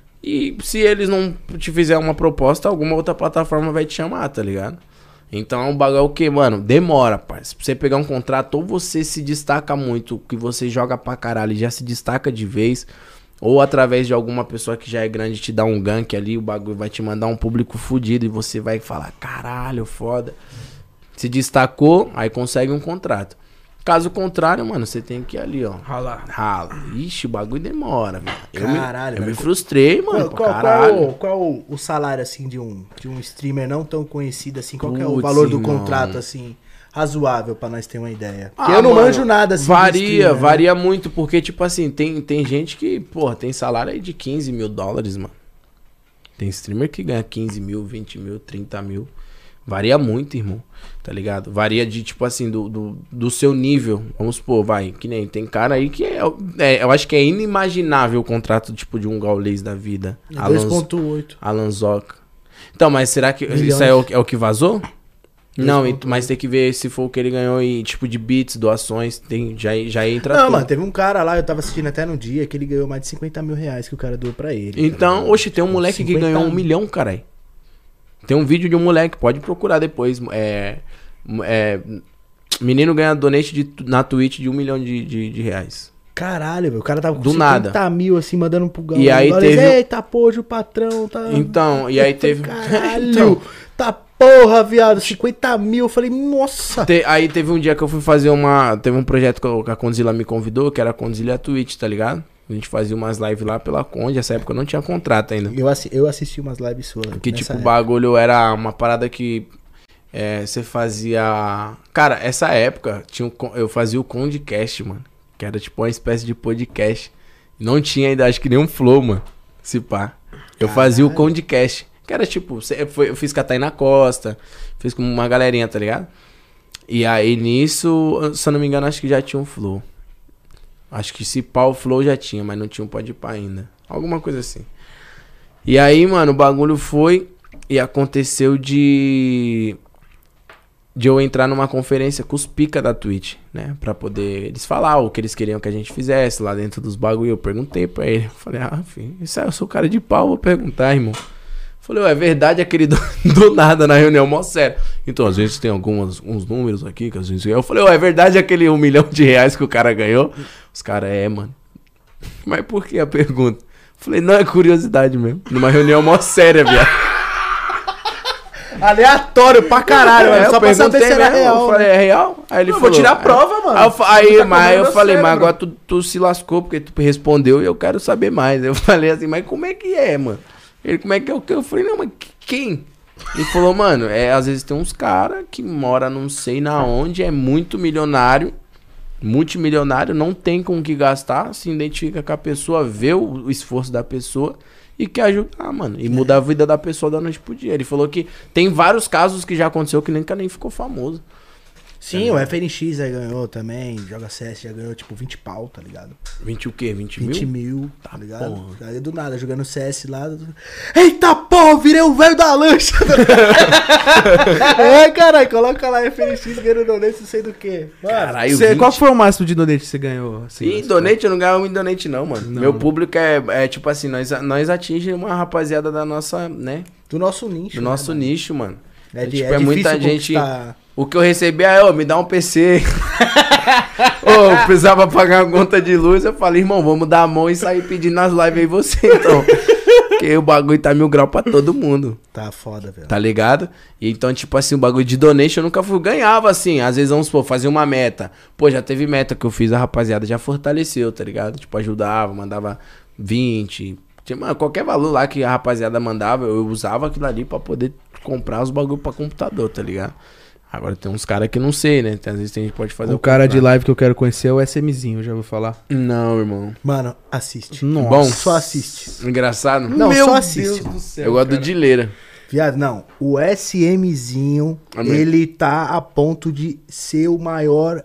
E se eles não te fizer uma proposta, alguma outra plataforma vai te chamar, tá ligado? Então é um bagulho o que, mano? Demora, parça. Pra você pegar um contrato, ou você se destaca muito, que você joga pra caralho e já se destaca de vez, ou através de alguma pessoa que já é grande te dá um gank ali, o bagulho vai te mandar um público fudido e você vai falar, caralho, foda. Se destacou, aí consegue um contrato. Caso contrário, mano, você tem que ir ali, ó. Rala. Ixi, o bagulho demora, velho. Caralho, Eu me velho. frustrei, mano, pra caralho. Qual o salário, assim, de um streamer não tão conhecido, assim? Qual que é o Putz, valor do irmão. contrato, assim, razoável pra nós ter uma ideia? Porque Ah, eu não mano, manjo nada, assim, de Varia, streamer, né? varia muito, porque, tipo assim, tem gente que, porra, tem salário aí de 15 mil dólares, mano. Tem streamer que ganha 15 mil, 20 mil, 30 mil. Varia muito, irmão, tá ligado? Varia de, tipo assim, do seu nível. Vamos supor, vai, que nem tem cara aí que eu acho que é inimaginável o contrato, tipo, de um gaulês da vida. 2.8. Alan Zoca. Então, mas será que Milhões. isso aí é o que vazou? Não, 2.8. mas tem que ver se for o que ele ganhou em, tipo, de bits, doações, já entra Não, tudo. mano, teve um cara lá, eu tava assistindo até no dia, que ele ganhou mais de 50 mil reais que o cara doou pra ele. Então, tá oxe, tem um moleque que 50 ganhou 1 mil. milhão, caralho. Tem um vídeo de um moleque, pode procurar depois. Menino ganha donate na Twitch de 1 milhão de reais. Caralho, velho. O cara tava com Do 50 nada. mil, assim, mandando pro E aí teve- Eita, porra, hoje o patrão tá... Então, e aí teve... Caralho. Então, Tá porra, viado. 50 mil. Eu falei, nossa. aí teve um dia que eu fui fazer teve um projeto que a Condzilla me convidou, que era a Condzilla Twitch, tá ligado? A gente fazia umas lives lá pela Conde, essa época eu não tinha contrato ainda. Eu assisti umas lives suas. Que nessa tipo, o época. bagulho era uma parada que você fazia... Cara, essa época eu fazia o Condecast, mano. Que era tipo uma espécie de podcast. Não tinha ainda, acho que nem um flow, mano. Se pá. Eu fazia o Condecast. Que era tipo, eu fiz com a Tainá Costa, fiz com uma galerinha, tá ligado? E aí nisso, se eu não me engano, acho que já tinha um flow. Acho que se pá o flow já tinha, mas não tinha um Podpah ainda. Alguma coisa assim. E aí, mano, o bagulho foi e aconteceu de eu entrar numa conferência com os pica da Twitch, né? Pra poder eles falar o que eles queriam que a gente fizesse lá dentro dos bagulho. Eu perguntei pra ele. Falei, filho, isso aí eu sou cara de pau, vou perguntar, irmão. Falei, é verdade aquele do nada na reunião, mó sério. Então, às vezes tem uns números aqui que às vezes... Eu falei, é verdade aquele 1 milhão de reais que o cara ganhou? Os caras, mano. Mas por que a pergunta? Falei, não, é curiosidade mesmo. Numa reunião mó séria, viado. Aleatório pra caralho, mano. Só pra saber se era real. Eu falei, é real? Aí ele Eu falou, vou tirar a prova, mano. Aí, Tá mas comendo eu falei, cérebro. mas agora tu se lascou porque tu respondeu e eu quero saber mais. Eu falei assim, mas como é que é, mano? Ele, como é que é o que? Eu falei, não, mas quem? Ele falou, mano, às vezes tem uns caras que mora não sei na onde, é muito milionário, multimilionário, não tem com o que gastar, se identifica com a pessoa, vê o esforço da pessoa e quer ajudar, mano. E mudar a vida da pessoa da noite pro dia. Ele falou que tem vários casos que já aconteceu que nunca nem ficou famoso. Sim, o FNX aí ganhou também. Joga CS já ganhou tipo 20 pau, tá ligado? 20 o quê? 20 20 mil? mil, tá ligado? porra. Aí do nada, jogando CS lá. Eita porra, virei o velho da lancha. Caralho, coloca lá FNX ganhando donate, não sei do que. Caralho, Qual foi o máximo de donate que você ganhou? Assim, Ih, donate, eu não ganho em donate não, mano. Meu público é tipo assim, nós atingimos uma rapaziada da nossa, né? Do nosso nicho. Do nosso nicho, mano. É, Tipo, é muita difícil gente... conquistar. O que eu recebi me dá um PC. Eu precisava pagar uma conta de luz. Eu falei, irmão, vamos dar a mão e sair pedindo nas lives aí você, então. Porque o bagulho tá 1000 graus pra todo mundo. Tá foda, velho. Tá ligado? E então, tipo assim, o bagulho de donation eu nunca ganhava, assim. Às vezes, vamos supor, fazer uma meta. Pô, já teve meta que eu fiz, a rapaziada já fortaleceu, tá ligado? Tipo, ajudava, mandava 20. Tinha, qualquer valor lá que a rapaziada mandava, eu usava aquilo ali pra poder comprar os bagulho pra computador, tá ligado? Agora tem uns caras que não sei, né? Às vezes a gente pode fazer O cara de live que eu quero conhecer é o SMzinho, já vou falar. Não, irmão. Mano, assiste. Nossa. Bom. Só assiste. Engraçado? Não, só assiste. Eu gosto do Dileira. Viado, não. O SMzinho, Amém. ele tá a ponto de ser o maior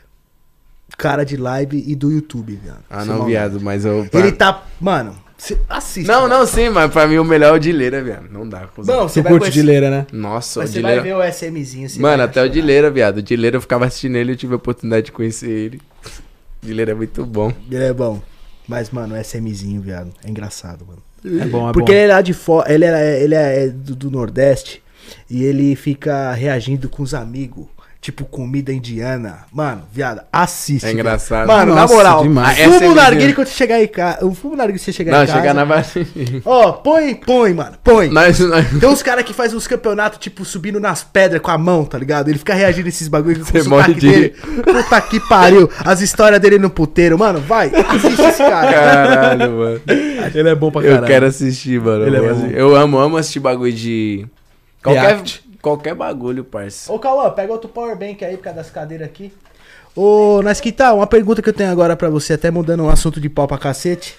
cara de live e do YouTube, viado. Ah, Esse não, maluco. viado, mas eu... Ele tá... Mano, assiste. Não, velho. não, sim, mas pra mim o melhor é o Dileira, viado. Não dá. cuzão. Não, você Você vai curte conhecer- de leira, né? Nossa, Mas o você vai Dileira... ver o SMzinho. você Mano, vai até o achar. Dileira, viado. O Dileira eu ficava assistindo ele e eu tive a oportunidade de conhecer ele. O Dileira é muito bom. Ele é bom. Mas, mano, o SMzinho, viado, é engraçado, mano. É bom, é Porque bom. ele é lá de fora, ele é do Nordeste e ele fica reagindo com os amigos, tipo comida indiana. Mano, viado, assiste. É engraçado. Viado. Mano, Nossa, na moral, demais. Ah, essa fumo é narguilha vizinha. quando você chegar em casa. O fumo narguilha que você chegar Não, em casa. chegar na Ó, põe, mano, põe. nós... Tem uns caras que fazem uns campeonatos, tipo, subindo nas pedras com a mão, tá ligado? Ele fica reagindo a esses bagulho com Você o morre sotaque de dele. Puta que pariu. As histórias dele no puteiro. Mano, vai, assiste esse cara. Caralho, mano. Ele é bom pra caralho. Eu quero assistir, mano. Ele é Eu bom. assistir. Eu amo assistir bagulho de... Qualquer bagulho, parça. Ô, Cauã, pega outro powerbank aí por causa das cadeiras aqui. Ô, Nasquita, uma pergunta que eu tenho agora pra você, até mudando um assunto de pau pra cacete.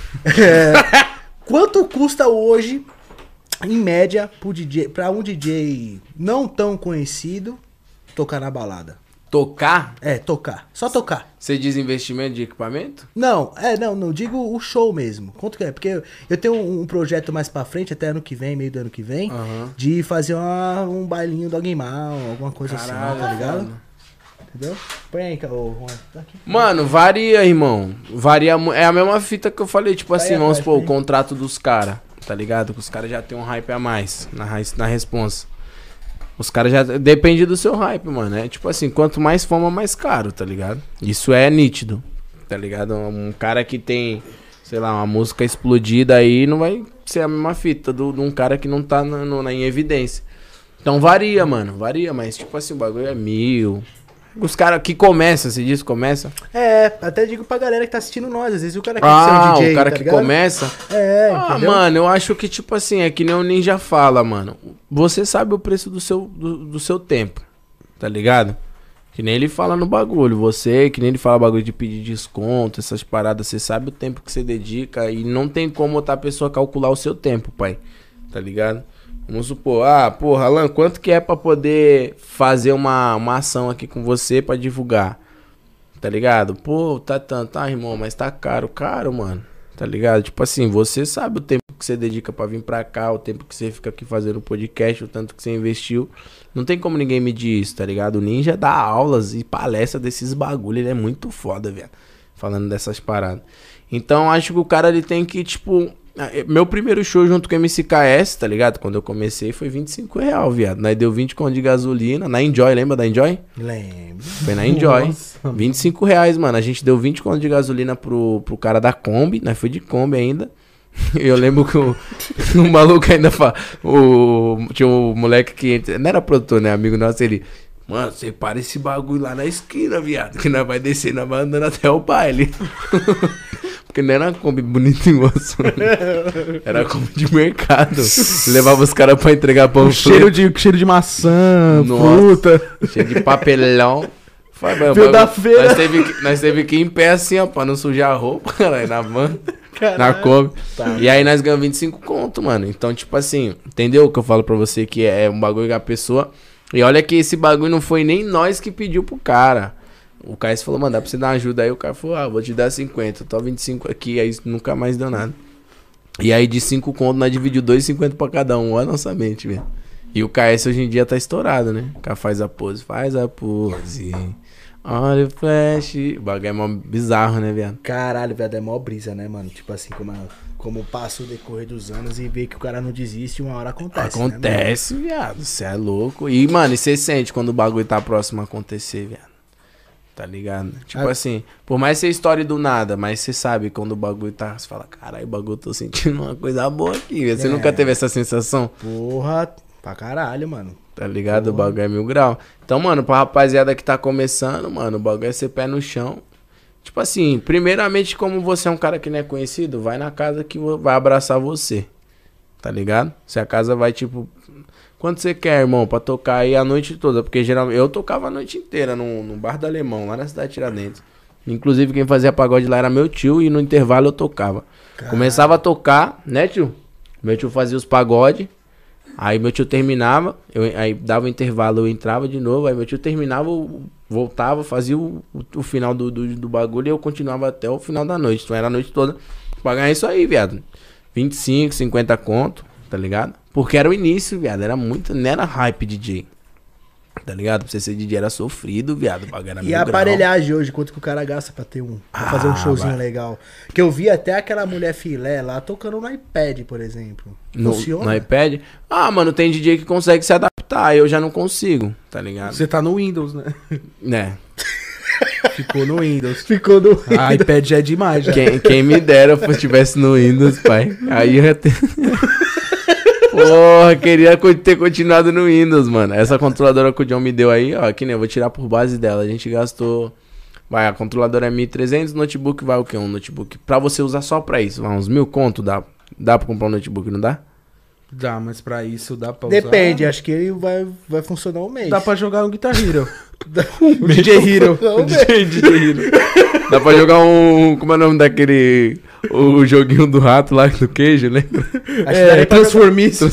Quanto custa hoje, em média, pra um DJ não tão conhecido tocar na balada? Tocar? É, tocar. Só tocar. Você diz investimento de equipamento? Não, não digo o show mesmo. Quanto que é? Porque eu tenho um projeto mais pra frente, até ano que vem, meio do ano que vem, Aham. de fazer um bailinho do Alguém Mal, alguma coisa assim, tá ligado? mano. Entendeu? Põe aí, ô, Juan. Tá aqui. Mano, varia, irmão. Varia. É a mesma fita que eu falei, tipo assim, Aí, vamos atrás, supor, o aí. contrato dos caras, tá ligado? Que os caras já tem um hype a mais na responsa. Os caras já... Depende do seu hype, mano. É tipo assim, quanto mais fama, mais caro, tá ligado? Isso é nítido, tá ligado? Um cara que tem, sei lá, uma música explodida aí não vai ser a mesma fita de um cara que não tá em evidência. Então varia, mano. Varia, mas tipo assim, o bagulho é 1.000... Os caras que começa, se diz começa. É, até digo pra galera que tá assistindo nós. Às vezes o cara quer ser um DJ, o cara tá que ligado? começa. Entendeu? Mano, eu acho que tipo assim, é que nem o Ninja fala, mano. Você sabe o preço do seu tempo, tá ligado? Que nem ele fala no bagulho. Você, que nem ele fala bagulho de pedir desconto, essas paradas. Você sabe o tempo que você dedica e não tem como outra pessoa calcular o seu tempo, pai. Tá ligado? Vamos supor, porra, Alan, quanto que é pra poder fazer uma ação aqui com você pra divulgar? Tá ligado? Pô, tá tanto, irmão, mas tá caro, mano. Tá ligado? Tipo assim, você sabe o tempo que você dedica pra vir pra cá, o tempo que você fica aqui fazendo podcast, o tanto que você investiu. Não tem como ninguém medir isso, tá ligado? O Ninja dá aulas e palestra desses bagulho, ele é muito foda, velho. Falando dessas paradas. Então, acho que o cara, ele tem que, tipo... Meu primeiro show junto com o MCKS, tá ligado? Quando eu comecei foi R$25, viado. Nós deu 20 conto de gasolina. Na Enjoy, lembra da Enjoy? Lembro. Foi na Enjoy. R$25, mano. A gente deu 20 conto de gasolina pro cara da Kombi. Nós foi de Kombi ainda. Eu lembro que o maluco ainda fala. Tinha um moleque que não era produtor, né? Amigo nosso, ele. Mano, você para esse bagulho lá na esquina, viado. Que nós vai descer, nós vai andando até o baile. Porque não era Kombi bonito igual a sua. Era Kombi de mercado. Levava os caras pra entregar pão Cheiro de maçã, fruta. Cheio de papelão. Foi, mano, Veio da feira. Nós teve que ir em pé assim, ó, pra não sujar a roupa, cara, na van, na Kombi. Tá. E aí nós ganhamos 25 conto, mano. Então, tipo assim, entendeu o que eu falo pra você? Que é um bagulho que a pessoa... E olha que esse bagulho não foi nem nós que pediu pro cara. O Caio falou, mano, dá pra você dar uma ajuda aí. O cara falou, vou te dar 50, tô 25 aqui. Aí nunca mais deu nada. E aí de 5 conto nós dividiu 2,50 pra cada um. Olha a nossa mente, velho. E o KS hoje em dia tá estourado, né? O cara faz a pose. Olha o flash. O bagulho é mó bizarro, né, viado? Caralho, velho, é mó brisa, né, mano? Tipo assim, como passa o decorrer dos anos e vê que o cara não desiste, uma hora acontece. Acontece, né, viado. Você é louco. E, mano, e você sente quando o bagulho tá próximo a acontecer, viado? Tá ligado? Tipo assim, por mais ser história do nada, mas você sabe quando o bagulho tá. Você fala, caralho, o bagulho tô sentindo uma coisa boa aqui. Você nunca teve essa sensação? Porra, pra caralho, mano. Tá ligado? Porra. O bagulho é 1000 graus. Então, mano, pra rapaziada que tá começando, mano, o bagulho é ser pé no chão. Tipo assim, primeiramente, como você é um cara que não é conhecido, vai na casa que vai abraçar você. Tá ligado? Se a casa vai, tipo... Quanto você quer, irmão, pra tocar aí a noite toda? Porque geralmente eu tocava a noite inteira no Bar do Alemão, lá na cidade de Tiradentes. Inclusive quem fazia pagode lá era meu tio e no intervalo eu tocava. Caramba. Começava a tocar, né, tio? Meu tio fazia os pagodes, aí meu tio terminava, aí dava o intervalo, eu entrava de novo, aí meu tio terminava, eu voltava, fazia o final do bagulho e eu continuava até o final da noite. Então era a noite toda pra ganhar isso aí, viado. 25, 50 conto, tá ligado? Porque era o início, viado, era muito, não era hype DJ, tá ligado? Pra você ser DJ era sofrido, viado, era e a aparelhagem hoje, quanto que o cara gasta pra ter pra fazer um showzinho legal? Que eu vi até aquela mulher filé lá tocando no iPad, por exemplo. Funciona? No iPad? Mano, tem DJ que consegue se adaptar, eu já não consigo, tá ligado? Você tá no Windows, né? Né. Ficou no Windows. Ficou no Windows. A iPad já é demais, já. Quem me dera se eu estivesse no Windows, pai. Aí eu ia ter... Porra, queria ter continuado no Windows, mano. Essa controladora que o John me deu aí, ó, que nem eu vou tirar por base dela. A gente gastou... Vai, a controladora é 1.300, o notebook vai o quê? Um notebook pra você usar só pra isso. Vai uns 1.000 conto, dá pra comprar um notebook, não dá? Dá, mas pra isso dá pra usar... Depende, acho que ele vai funcionar um mês. Dá pra jogar um Guitar Hero. Um DJ Hero. DJ Hero. Dá pra jogar um... Como é o nome daquele... O joguinho do rato lá, do queijo, lembra? Transformice.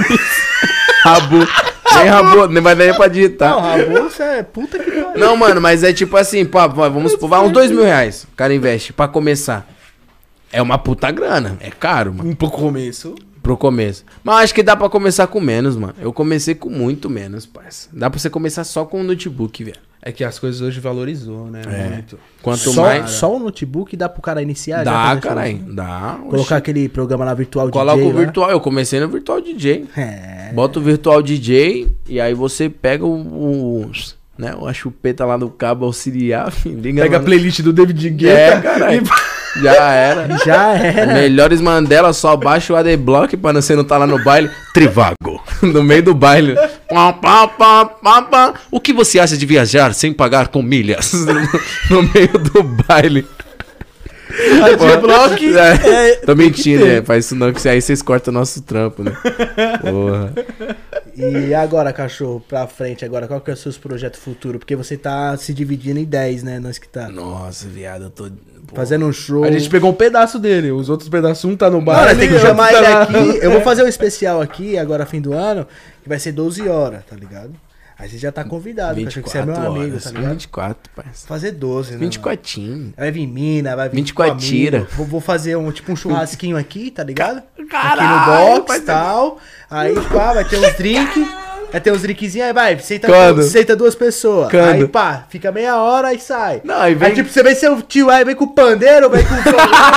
Rabu. Nem Rabu, nem vai dar pra digitar. Não, Rabu, você é puta que pariu. Não, mano, mas é tipo assim, pá, vamos supor, vai uns R$2.000 o cara investe pra começar. É uma puta grana, é caro, mano. Pro começo. Pro começo. Mas acho que dá pra começar com menos, mano. Eu comecei com muito menos, parça. Dá pra você começar só com o notebook, velho. É que as coisas hoje valorizou, né? Muito. Quanto Só, mais... só o notebook dá pro cara iniciar? já Dá, fazer caralho. show? Dá. Colocar aquele programa lá, Virtual Coloca DJ o lá. virtual. Eu comecei no virtual DJ. É. Bota o virtual DJ e aí você pega né, a chupeta lá no cabo auxiliar. Liga Pega lá a playlist do David Guetta. É, caralho. Já era. Já era. Melhores Mandela, só baixa o ADBlock pra você não tá lá no baile. Trivago. No meio do baile. Pá, pá, pá, pá, pá. O que você acha de viajar sem pagar com milhas? No meio do baile. ADBlock Tô mentindo, faz isso não, que aí vocês cortam o nosso trampo, né? Porra. E agora, cachorro, pra frente agora, qual que é os seus projetos futuros? Porque você tá se dividindo em 10, né? Nós que tá Nossa, viado, eu tô... fazendo um show. A gente pegou um pedaço dele, os outros pedaços, um tá no bar. Mano, ali, tem que outro chamar tá ele lá. aqui. Eu vou fazer um especial aqui, agora fim do ano, que vai ser 12 horas, tá ligado? Aí você já tá convidado, cachorro, que você é meu amigo, horas, tá ligado? 24, parça. Fazer 12, né? 24. Mano? Vai vir mina, vai vir 24 tipo tira. amigo. Vou fazer um churrasquinho aqui, tá ligado? Caralho, aqui no box vai e tal. Aí, pá, vai ter uns drinks. Vai ter uns drinkzinhos, aí vai, Quando? senta duas pessoas. Quando? Aí, pá, fica meia hora e sai. Não, aí vem- tipo, você vem seu tio, aí vem com o pandeiro, vem com o...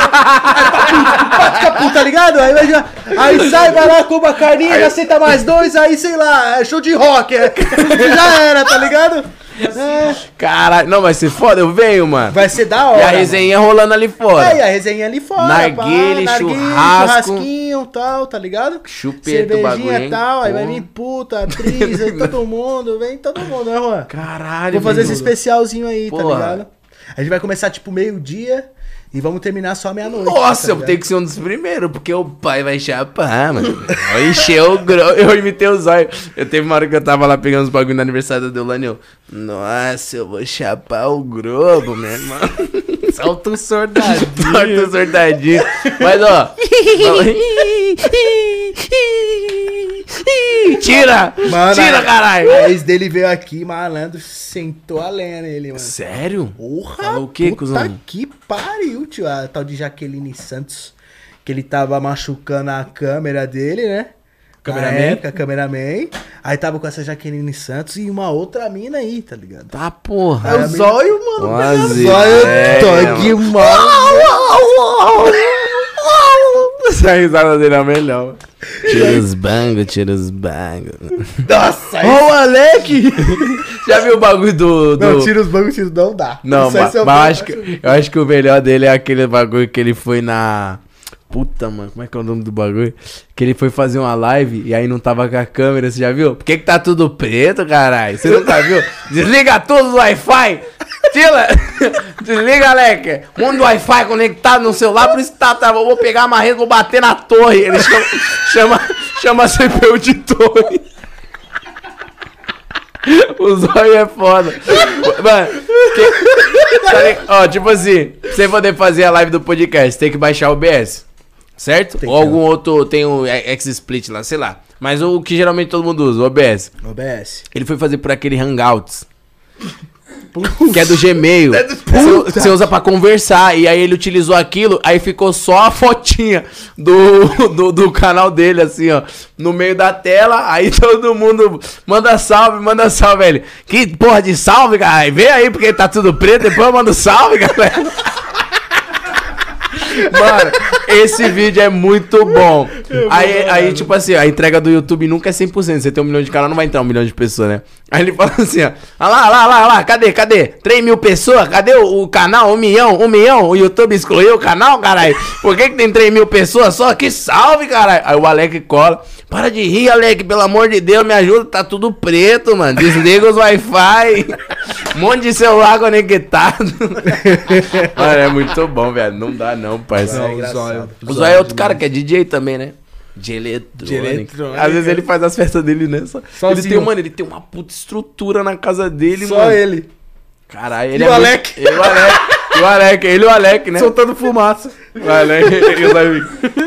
Aí, tá ligado? Aí sai, vai lá, come a carninha, já senta mais dois, aí, sei lá, é show de rock. Já era, tá ligado? É, Caralho, não, vai ser foda, eu venho, mano. vai ser da hora. E a resenha rolando ali fora. Aí a resenha ali fora, Narguile, pá, churrasco. churrasquinho e tal, tá ligado? Chupeta o bagulho, Cervejinha hein? e tal, aí vai Pô. vir puta, atriz, aí todo mundo, vem todo mundo, né, Juan? Caralho, Vou fazer esse velho. especialzinho aí, tá Porra. ligado? A gente vai começar tipo meio-dia e vamos terminar só meia-noite. Nossa, tá eu ligado? tenho que ser um dos primeiros, porque o pai vai chapar, mano. Vai encher o grosso. Eu imitei o zóio. Eu teve uma hora que eu tava lá pegando os bagulho no aniversário da Deolane. Nossa, eu vou chapar o Globo, meu irmão. Solta o soldadinho. Torta o sortadinho. Mas, ó. Tira! Mano, Tira, caralho! A ex dele veio aqui, malandro, sentou a lenha nele, mano. Sério? Porra, Falou o quê, puta cuzão? que pariu, tio. A tal de Jaqueline Santos, que ele tava machucando a câmera dele, né? Cameraman. Na época, cameraman. Aí tava com essa Jaqueline Santos e uma outra mina aí, tá ligado? Tá, porra. É o zóio, mano. Quase. Zóio É, Tog, mano. Essa risada dele é a melhor. Tira os bangos, tira os bangos. Nossa, Ó o Alec! Já viu o bagulho do... Não, tira os bancos, tira, não dá. Não, Isso aí mas seu eu banco, acho que, eu acho que o melhor dele é aquele bagulho que ele foi na... Puta, mano, como é que é o nome do bagulho? Que ele foi fazer uma live e aí não tava com a câmera, você já viu? Por que que tá tudo preto, caralho? Você nunca viu? Desliga tudo do Wi-Fi! Tira! Desliga, Alec! Mundo Wi-Fi conectado no celular, por isso que tá... Eu vou pegar a marreta, vou bater na torre. Ele chama a CPU de torre. O zóio é foda. Mano, ó, tipo assim, pra você poder fazer a live do podcast, tem que baixar o OBS, certo? Tem Ou que. algum outro, tem o X-Split lá, sei lá. Mas o que geralmente todo mundo usa, o OBS. OBS. Ele foi fazer por aquele Hangouts. Que é do Gmail. Você usa pra conversar. E aí ele utilizou aquilo. Aí ficou só a fotinha do canal dele, assim, ó. No meio da tela. Aí todo mundo manda salve, velho. Que porra de salve, cara. Vê aí, porque tá tudo preto. Depois eu mando salve, galera. Mano, esse vídeo é muito bom. Aí, tipo assim, a entrega do YouTube nunca é 100%. Você tem 1 milhão de canal, não vai entrar 1 milhão de pessoas, né? Aí ele fala assim, ó. Lá, cadê? 3 mil pessoas? Cadê o canal? 1 milhão? O YouTube excluiu o canal, caralho? Por que tem 3 mil pessoas só? Que salve, caralho. Aí o Alec cola. Para de rir, Alec, pelo amor de Deus, me ajuda. Tá tudo preto, mano. Desliga os Wi-Fi. Um monte de celular conectado. Mano, é muito bom, velho. Não dá não, parceiro. Não, o Zóio. O Zóio é outro cara que é DJ também, né? De eletrônica. Às vezes ele faz as festas dele nessa. Sozinho. Ele tem uma puta estrutura na casa dele, Só mano. ele. Caralho, ele E é o muito- Alec? Ele e o Alec. Ele e o Alec, né? Soltando fumaça. O Alec e o Alec.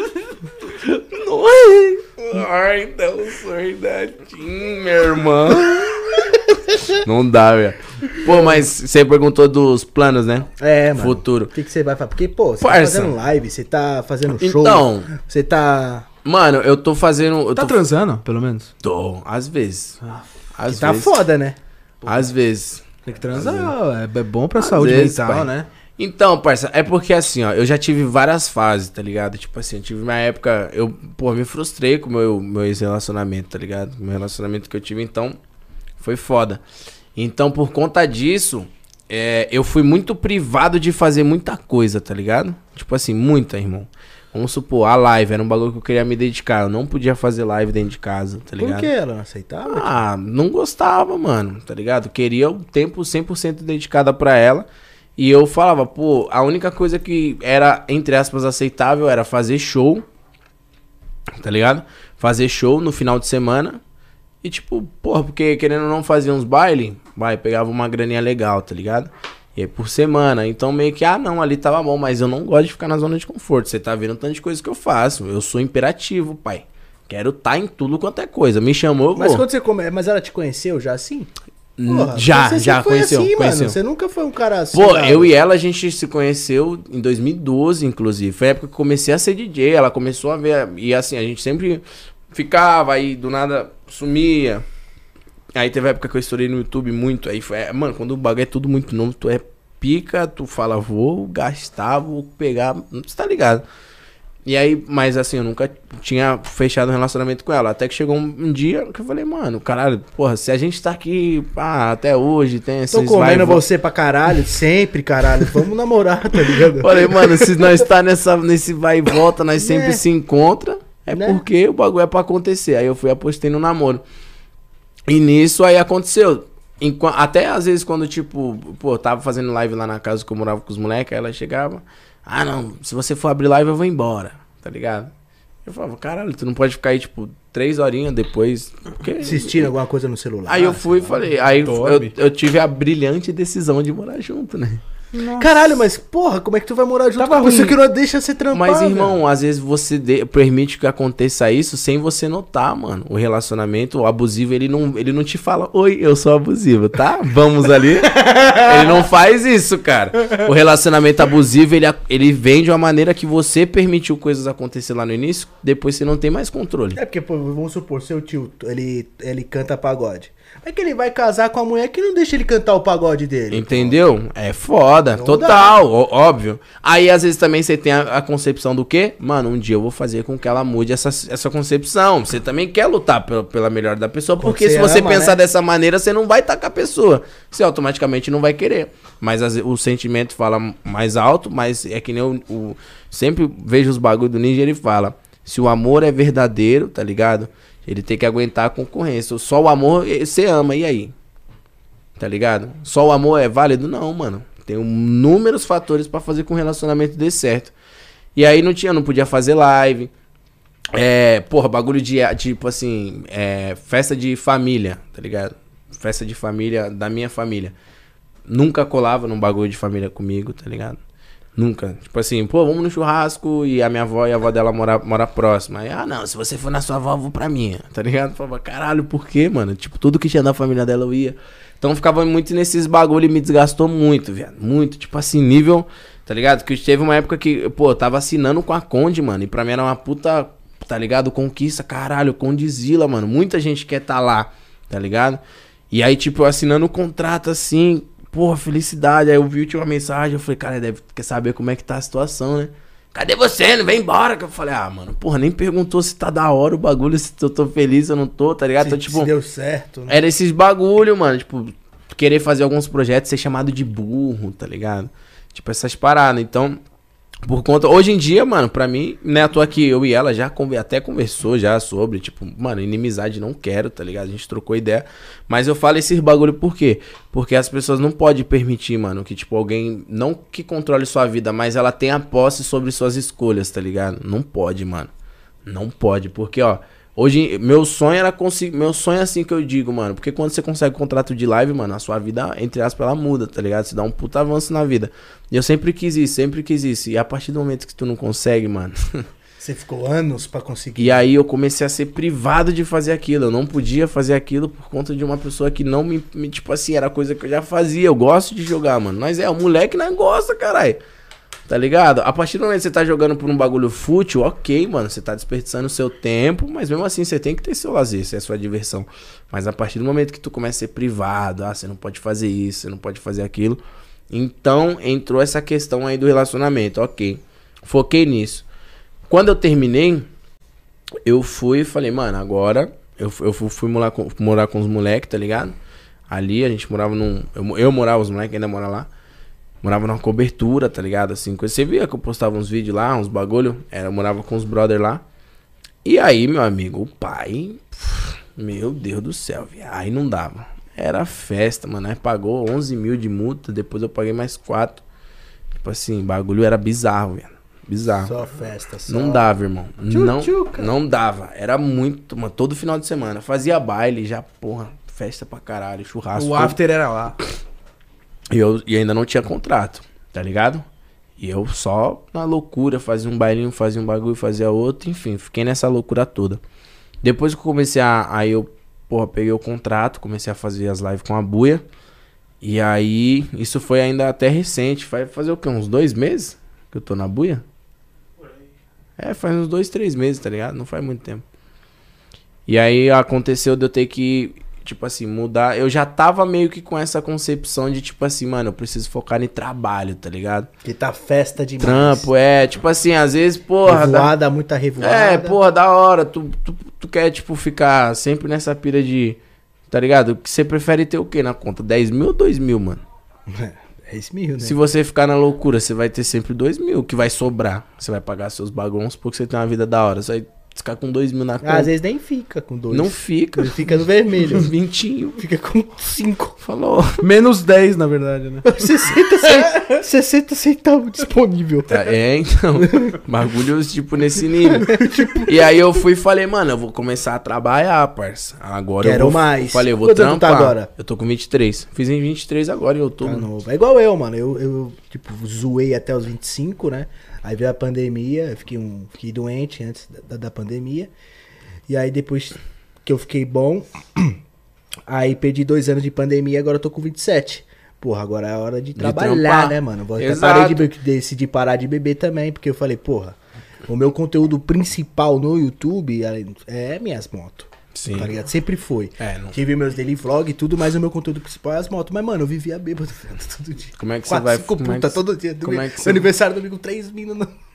Ai, então, soldadinho, meu irmão. Não dá, velho. Pô, mas você perguntou dos planos, né? É, mano. Futuro. O que você vai fazer? Porque, pô, você tá Parça. fazendo live, você tá fazendo show. Então, Você tá... mano, eu tô fazendo... Eu Tá tô... transando, pelo menos? Tô, às vezes. Às Tá vezes. foda, né? Às vezes. Tem que transar, é bom pra saúde vezes, mental, pai. né? Então, parça, é porque assim, ó, eu já tive várias fases, tá ligado? Tipo assim, eu tive uma época, me frustrei com o meu ex-relacionamento, tá ligado? Meu relacionamento que eu tive, então, foi foda. Então, por conta disso, eu fui muito privado de fazer muita coisa, tá ligado? Tipo assim, muita, irmão. Vamos supor, a live era um bagulho que eu queria me dedicar. Eu não podia fazer live dentro de casa, tá ligado? Por que ela não aceitava? Ah, não gostava, mano, tá ligado? Queria o tempo 100% dedicado pra ela. E eu falava, pô, a única coisa que era, entre aspas, aceitável era fazer show, tá ligado? Fazer show no final de semana. E tipo, porra, porque querendo ou não fazer uns baile, pegava uma graninha legal, tá ligado? E aí por semana, então meio que, não, ali tava bom, mas eu não gosto de ficar na zona de conforto. Você tá vendo o tanto de coisa que eu faço. Eu sou imperativo, pai. Quero tá em tudo quanto é coisa. Me chamou, eu vou. Mas quando você mas ela te conheceu já assim? Porra, já você sempre foi conheceu, assim, conheceu. Mano. Você nunca foi um cara assim. Pô, cara. eu e ela, a gente se conheceu em 2012, inclusive. Foi a época que eu comecei a ser DJ. Ela começou a ver. E assim, a gente sempre ficava, aí do nada sumia. Aí teve a época que eu estourei no YouTube muito. Aí foi. Mano, quando o bagulho é tudo muito novo, tu é pica, tu fala, vou gastar, vou pegar. Você tá ligado? E aí, mas assim, eu nunca tinha fechado um relacionamento com ela. Até que chegou um dia que eu falei, mano, caralho, porra, se a gente tá aqui, até hoje, tem esses... Tô comendo você pra caralho, sempre, caralho. Vamos namorar, tá ligado? Falei, mano, se nós tá nesse vai e volta, nós sempre se encontra, porque o bagulho é pra acontecer. Aí eu fui apostei no namoro. E nisso aí aconteceu. Até às vezes quando, tipo, pô, tava fazendo live lá na casa que eu morava com os moleques, aí ela chegava... não, se você for abrir live eu vou embora, tá ligado? Eu falava, caralho, tu não pode ficar aí, tipo, 3 horinhas depois... Assistindo alguma coisa no celular. Aí eu fui e falei, aí eu tive a brilhante decisão de morar junto, né? Nossa. Caralho, mas porra, como é que tu vai morar junto com a pessoa que não deixa você trampar? Mas, irmão, às vezes você permite que aconteça isso sem você notar, mano. O relacionamento abusivo, ele não te fala, oi, eu sou abusivo, tá? Vamos ali. Ele não faz isso, cara. O relacionamento abusivo, ele vem de uma maneira que você permitiu coisas acontecer lá no início, depois você não tem mais controle. É porque, pô, vamos supor, seu tio, ele canta pagode. É que ele vai casar com a mulher que não deixa ele cantar o pagode dele. Entendeu? Pô. É foda, não total, óbvio. Aí às vezes também você tem a concepção do quê? Mano, um dia eu vou fazer com que ela mude essa concepção. Você também quer lutar pela melhor da pessoa, porque se você pensar dessa maneira, você não vai estar com a pessoa. Você automaticamente não vai querer. Mas o sentimento fala mais alto, mas é que nem eu sempre vejo os bagulho do Ninja, ele fala, se o amor é verdadeiro, tá ligado? Ele tem que aguentar a concorrência. Só o amor, você ama, e aí? Tá ligado? Só o amor é válido? Não, mano. Tem inúmeros fatores pra fazer com que o relacionamento dê certo. E aí não podia fazer live. Bagulho de, tipo assim, festa de família, tá ligado? Festa de família, da minha família. Nunca colava num bagulho de família comigo, tá ligado? Nunca. Tipo assim, pô, vamos no churrasco e a minha avó e a avó dela mora próxima. Aí, não, se você for na sua avó, eu vou pra minha, tá ligado? Falava, caralho, por quê, mano? Tipo, tudo que tinha da família dela eu ia. Então ficava muito nesses bagulho e me desgastou muito, viado. Muito, tipo assim, nível, tá ligado? Que teve uma época que, pô, eu tava assinando com a Conde, mano. E pra mim era uma puta, tá ligado? Conquista, caralho, Condizila, mano. Muita gente quer tá lá, tá ligado? E aí, tipo, eu assinando o contrato assim... Porra, felicidade. Aí eu vi uma mensagem, eu falei, cara, quer saber como é que tá a situação, né? Cadê você? Não vem embora. Que eu falei, mano, porra, nem perguntou se tá da hora o bagulho, se eu tô feliz ou não tô, tá ligado? Então, tipo, se deu certo, né? Era esses bagulho, mano, tipo, querer fazer alguns projetos, ser chamado de burro, tá ligado? Tipo, essas paradas. Então, por conta... Hoje em dia, mano, pra mim, né, eu tô aqui, eu e ela já até conversou já sobre, tipo, mano, inimizade não quero, tá ligado? A gente trocou ideia. Mas eu falo esses bagulho por quê? Porque as pessoas não podem permitir, mano, que, tipo, alguém, não que controle sua vida, mas ela tenha posse sobre suas escolhas, tá ligado? Não pode, mano. Não pode, porque, ó, hoje, meu sonho era conseguir, meu sonho é assim que eu digo, mano, porque quando você consegue contrato de live, mano, a sua vida, entre aspas, ela muda, tá ligado? Você dá um puta avanço na vida. E eu sempre quis isso. E a partir do momento que tu não consegue, mano... Você ficou anos pra conseguir. E aí eu comecei a ser privado de fazer aquilo. Eu não podia fazer aquilo por conta de uma pessoa que não me tipo assim, era coisa que eu já fazia. Eu gosto de jogar, mano. Mas o moleque não gosta, caralho. Tá ligado? A partir do momento que você tá jogando por um bagulho fútil, ok, mano, você tá desperdiçando o seu tempo, mas mesmo assim você tem que ter seu lazer, isso é a sua diversão. Mas a partir do momento que tu começa a ser privado, você não pode fazer isso, você não pode fazer aquilo. Então entrou essa questão aí do relacionamento, ok. Foquei nisso. Quando eu terminei, eu fui e falei, mano, agora eu fui morar com os moleques, tá ligado? Ali a gente morava num... Eu morava, os moleques ainda moram lá. Morava numa cobertura, tá ligado? Assim, você via que eu postava uns vídeos lá, uns bagulho. Eu morava com os brother lá. E aí, meu amigo, o pai... Meu Deus do céu, viado. Aí não dava. Era festa, mano. Aí pagou 11 mil de multa. Depois eu paguei mais 4. Tipo assim, bagulho era bizarro, velho. Bizarro. Só festa, só... Não dava, irmão. Não dava. Era muito, mano. Todo final de semana. Fazia baile já, porra. Festa pra caralho. Churrasco. O after era lá. E ainda não tinha contrato, tá ligado? E eu só na loucura, fazia um bailinho, fazia um bagulho, fazia outro, enfim, fiquei nessa loucura toda. Depois que eu comecei aí eu, porra, peguei o contrato, comecei a fazer as lives com a Buia. E aí, isso foi ainda até recente, vai fazer o quê? Uns 2 meses que eu tô na Buia? Faz uns 2, 3 meses, tá ligado? Não faz muito tempo. E aí aconteceu de eu ter que... Tipo assim, mudar. Eu já tava meio que com essa concepção de, tipo assim, mano, eu preciso focar em trabalho, tá ligado? Que tá festa demais. Trampo, tipo assim, às vezes, porra. Revoada, muita revoada. Porra, da hora. Tu quer, tipo, ficar sempre nessa pira de. Tá ligado? Que você prefere ter o quê na conta? 10 mil ou 2 mil, mano? 10 mil, né? Se você ficar na loucura, você vai ter sempre 2 mil, que vai sobrar. Você vai pagar seus bagunços porque você tem uma vida da hora. Você vai ficar com 2 mil na conta. Às vezes nem fica com 2. Não fica. Ele fica no vermelho. 20. Fica com 5. Falou. Menos 10, na verdade, né? 60 centavos disponível. Então. Bagulhos, tipo, nesse nível. E aí eu fui e falei, mano, eu vou começar a trabalhar, parça. Agora Quero eu vou... mais. Falei, eu vou Quanto trampar. tá agora? Eu tô com 23. Fiz em 23 agora, em outubro. Tá novo. É igual eu, mano. Eu tipo, zoei até os 25, né? Aí veio a pandemia, eu fiquei doente antes da pandemia. E aí depois que eu fiquei bom, aí perdi 2 anos de pandemia, agora eu tô com 27. Porra, agora é a hora de trabalhar, trampar. né, mano? Eu Exato. decidi parar de beber também, porque eu falei, porra, o meu conteúdo principal no YouTube é minhas motos. Sim. Tá ligado? Sempre foi. Não... Tive meus daily vlog e tudo, mas o meu conteúdo principal é as motos. Mas, mano, eu vivia bêbado todo dia. Como é que 4, você vai... 5 como é puta que... todo dia. Como é que meu você... aniversário domingo, 3 minas.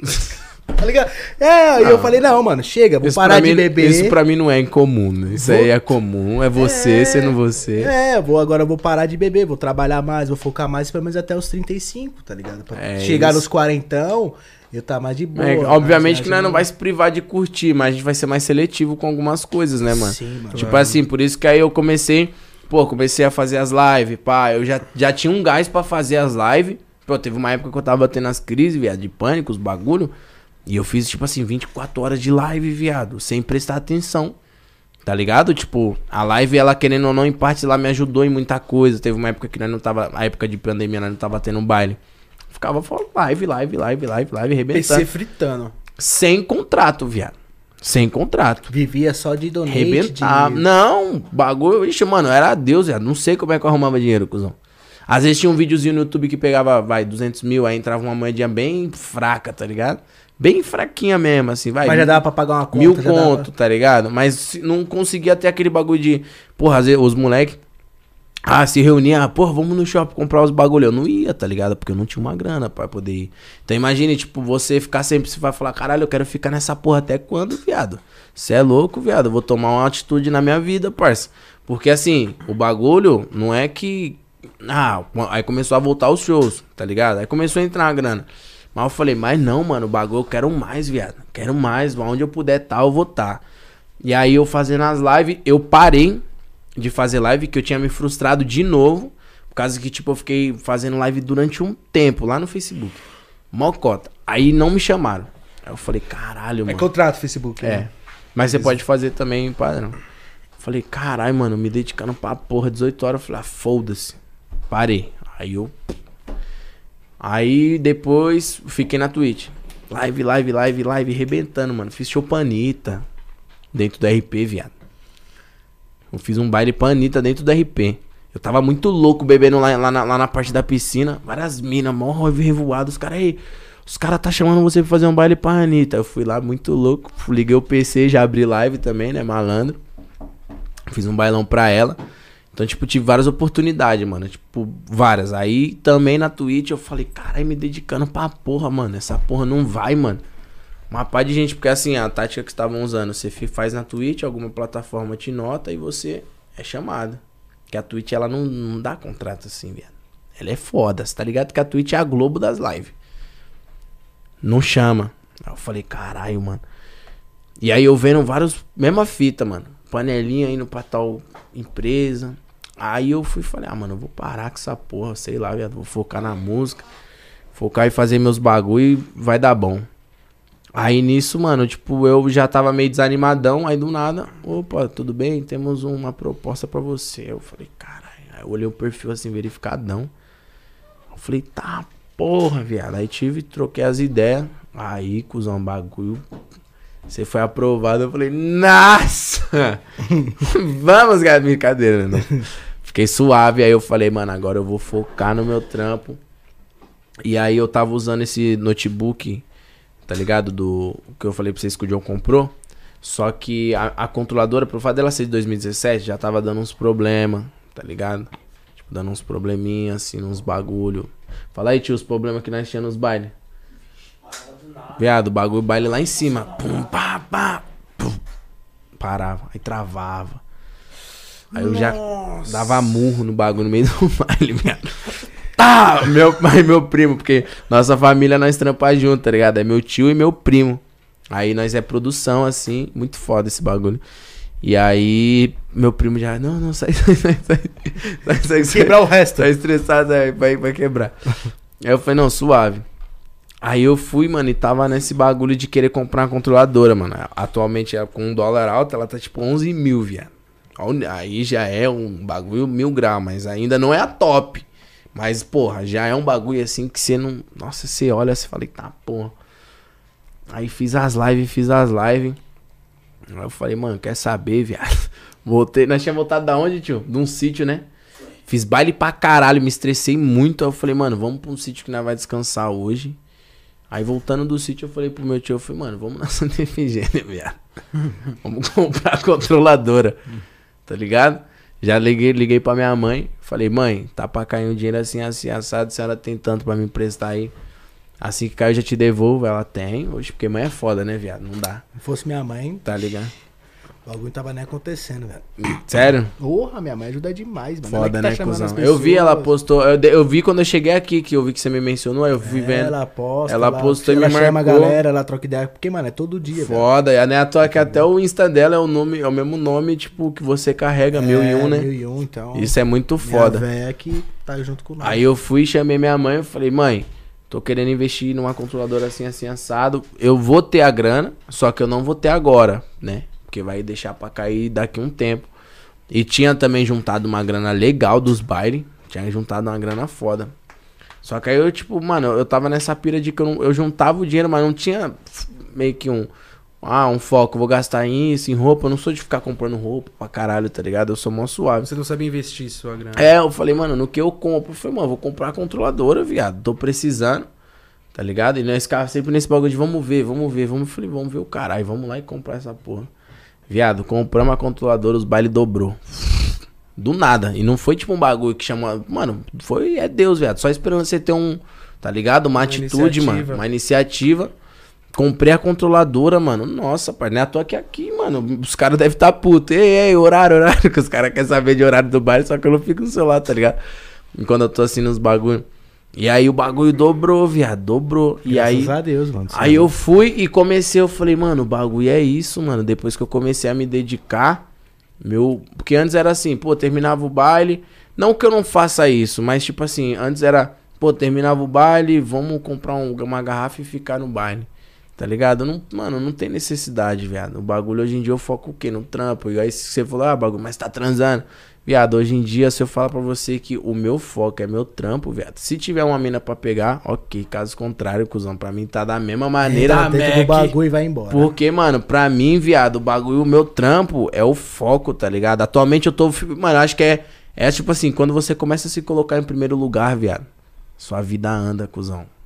Tá ligado? E eu falei, não, mano, chega, vou parar de beber. Isso pra mim não é incomum, né? Isso aí é comum, é você sendo você. Agora eu vou parar de beber, vou trabalhar mais, vou focar mais, pelo menos até os 35, tá ligado? Pra chegar nos 40, eu tá mais de boa. Obviamente que nós não vai se privar de curtir, mas a gente vai ser mais seletivo com algumas coisas, né, mano? Sim, mano. Tipo assim, por isso que aí eu comecei a fazer as lives, pá. Eu já tinha um gás pra fazer as lives. Pô, teve uma época que eu tava tendo as crises, viado, de pânico, os bagulho. E eu fiz, tipo assim, 24 horas de live, viado, sem prestar atenção. Tá ligado? Tipo, a live, ela querendo ou não, em parte, ela me ajudou em muita coisa. Teve uma época que nós não tava, a época de pandemia, nós não tava tendo um baile. Ficava live, arrebentando. PC fritando. Sem contrato, viado. Sem contrato. Vivia só de donate. Arrebentar. Não, bagulho. Ixi, mano, era Deus, viado. Não sei como é que eu arrumava dinheiro, cuzão. Às vezes tinha um videozinho no YouTube que pegava, 200 mil, aí entrava uma moedinha bem fraca, tá ligado? Bem fraquinha mesmo, assim, vai. Mas já dava pra pagar uma conta. 1000 conto, tá ligado? Mas não conseguia ter aquele bagulho de... Porra, às vezes os moleques... se reunia, porra, vamos no shopping comprar os bagulho. Eu não ia, tá ligado? Porque eu não tinha uma grana pra poder ir. Então imagine, tipo, você ficar sempre... Você vai falar, caralho, eu quero ficar nessa porra até quando, viado? Você é louco, viado? Eu vou tomar uma atitude na minha vida, parça. Porque assim, o bagulho não é que... aí começou a voltar os shows, tá ligado? Aí começou a entrar a grana. Mas eu falei, mas não, mano, o bagulho eu quero mais, viado. Quero mais, onde eu puder tá, eu vou tá. E aí eu fazendo as lives, eu parei de fazer live, que eu tinha me frustrado de novo. Por causa que, tipo, eu fiquei fazendo live durante um tempo lá no Facebook. Mocota. Aí não me chamaram. Aí eu falei, caralho, mano. É contrato Facebook, né? Mas você pode fazer também, padrão. Eu falei, caralho, mano, me dedicando pra porra, 18 horas. Eu falei, foda-se. Parei. Aí depois fiquei na Twitch. Live, arrebentando, mano. Fiz show pra Anitta dentro do RP, viado. Eu fiz um baile pra Anitta dentro do RP. Eu tava muito louco bebendo lá na parte da piscina. Várias minas, mó revoado. Os caras aí, os caras tá chamando você pra fazer um baile pra Anitta. Eu fui lá muito louco, liguei o PC, já abri live também, né, malandro. Fiz um bailão pra ela. Então, tipo, tive várias oportunidades, mano. Tipo, várias. Aí, também na Twitch, eu falei, caralho, me dedicando pra porra, mano. Essa porra não vai, mano. Uma pá de gente, porque assim, a tática que estavam usando, você faz na Twitch, alguma plataforma te nota e você é chamado. Porque a Twitch, ela não dá contrato assim, viado. Ela é foda, você tá ligado que a Twitch é a Globo das lives. Não chama. Aí eu falei, caralho, mano. E aí eu vendo vários, mesma fita, mano. Panelinha indo pra tal empresa. Aí eu fui e falei, mano, eu vou parar com essa porra, sei lá, viado. Vou focar na música. Focar e fazer meus bagulho e vai dar bom. Aí nisso, mano, tipo, eu já tava meio desanimadão. Aí do nada, opa, tudo bem? Temos uma proposta pra você. Eu falei, caralho. Aí eu olhei o perfil assim, verificadão. Eu falei, tá, porra, viado. Aí troquei as ideias. Aí, cuzão, bagulho. Você foi aprovado. Eu falei, nossa! Vamos, cara, brincadeira, né? Fiquei suave. Aí eu falei, mano, agora eu vou focar no meu trampo. E aí eu tava usando esse notebook, tá ligado? Do que eu falei pra vocês que o John comprou. Só que a controladora, pro fato dela ser de 2017, já tava dando uns problemas, tá ligado? Tipo, dando uns probleminhas, assim, uns bagulho. Fala aí, tio, os problemas que nós tínhamos nos bailes. Viado, o bagulho, baile lá em cima. Pum, pá, pá. Pum. Parava, aí travava. Aí eu já dava murro no bagulho no meio do baile, viado. Tá, meu pai e meu primo, porque nossa família nós trampamos junto, tá ligado? É meu tio e meu primo. Aí nós é produção, assim, muito foda esse bagulho. E aí, meu primo já, não, sai. Quebrar o resto. Tá estressado aí, vai quebrar. Aí eu falei, não, suave. Aí eu fui, mano, e tava nesse bagulho de querer comprar uma controladora, mano. Atualmente, com $1 alto, ela tá tipo 11 mil, viado. Aí já é um bagulho 1000 graus, mas ainda não é a top. Mas, porra, já é um bagulho assim que você não... Nossa, você olha e fala, tá, porra. Aí fiz as lives. Aí eu falei, mano, quer saber, viado? Voltei, nós tínhamos voltado da onde, tio? De um sítio, né? Fiz baile pra caralho, me estressei muito. Aí eu falei, mano, vamos pra um sítio que nós vai descansar hoje. Aí voltando do sítio, eu falei pro meu tio, eu falei, mano, vamos na Santa Efigênia, viado. Vamos comprar a controladora, tá ligado? Já liguei pra minha mãe, falei, mãe, tá pra cair um dinheiro assim, assado, se ela tem tanto pra me emprestar aí. Assim que caiu, eu já te devolvo. Ela tem, hoje, porque mãe é foda, né, viado? Não dá. Se fosse minha mãe, tá ligado? O bagulho tava nem acontecendo, velho. Sério? Porra, minha mãe ajuda demais, mano. Foda, tá né, cuzão? Eu vi, ela postou. Eu vi quando eu cheguei aqui, que eu vi que você me mencionou. Aí eu fui vendo. Ela posta. Ela postou e me marcou. Ela chama a galera, ela troca ideia. Porque, mano, é todo dia, velho. Foda. E a né, que até o Insta dela é o mesmo nome, tipo, que você carrega, 1001, né? 1001, então. Isso é muito foda. Minha véia que tá junto com nós. Aí eu fui, chamei minha mãe, eu falei, mãe, tô querendo investir numa controladora assim, assado. Eu vou ter a grana, só que eu não vou ter agora, né? Porque vai deixar pra cair daqui um tempo. E tinha também juntado uma grana legal dos bailes. Tinha juntado uma grana foda. Só que aí eu, tipo, mano, eu tava nessa pira de que eu juntava o dinheiro, mas não tinha meio que um foco. Vou gastar isso, em roupa. Eu não sou de ficar comprando roupa pra caralho, tá ligado? Eu sou mó suave. Você não sabe investir sua grana. É, eu falei, mano, no que eu compro? Eu falei, mano, vou comprar a controladora, viado. Tô precisando, tá ligado? E nós ficava sempre nesse bagulho de vamos ver. Eu falei, vamos ver o caralho, vamos lá e comprar essa porra. Viado, compramos a controladora, os bailes dobrou. Do nada. E não foi tipo um bagulho que chama... Mano, é Deus, viado. Só esperando você ter tá ligado? Uma atitude, mano. Uma iniciativa. Comprei a controladora, mano. Nossa, pai, não é à toa que aqui, mano. Os caras devem estar putos. Ei, horário. Que os caras querem saber de horário do baile, só que eu não fico no celular, tá ligado? Enquanto eu tô assim nos bagulho. E aí o bagulho dobrou, viado, dobrou. E aí, graças a Deus, mano. Aí eu fui e comecei, eu falei, mano, o bagulho é isso, mano. Depois que eu comecei a me dedicar, porque antes era assim, pô, terminava o baile. Não que eu não faça isso, mas tipo assim, antes era, pô, terminava o baile, vamos comprar uma garrafa e ficar no baile. Tá ligado? Mano, não tem necessidade, viado. O bagulho hoje em dia eu foco o quê? No trampo. E aí você falou, bagulho, mas tá transando. Viado, hoje em dia, se eu falar pra você que o meu foco é meu trampo, viado. Se tiver uma mina pra pegar, ok. Caso contrário, cuzão, pra mim tá da mesma maneira. Tá dentro do bagulho e vai embora. Porque, mano, pra mim, viado, o bagulho, o meu trampo é o foco, tá ligado? Atualmente eu tô... Mano, acho que é tipo assim, quando você começa a se colocar em primeiro lugar, viado, sua vida anda, cuzão.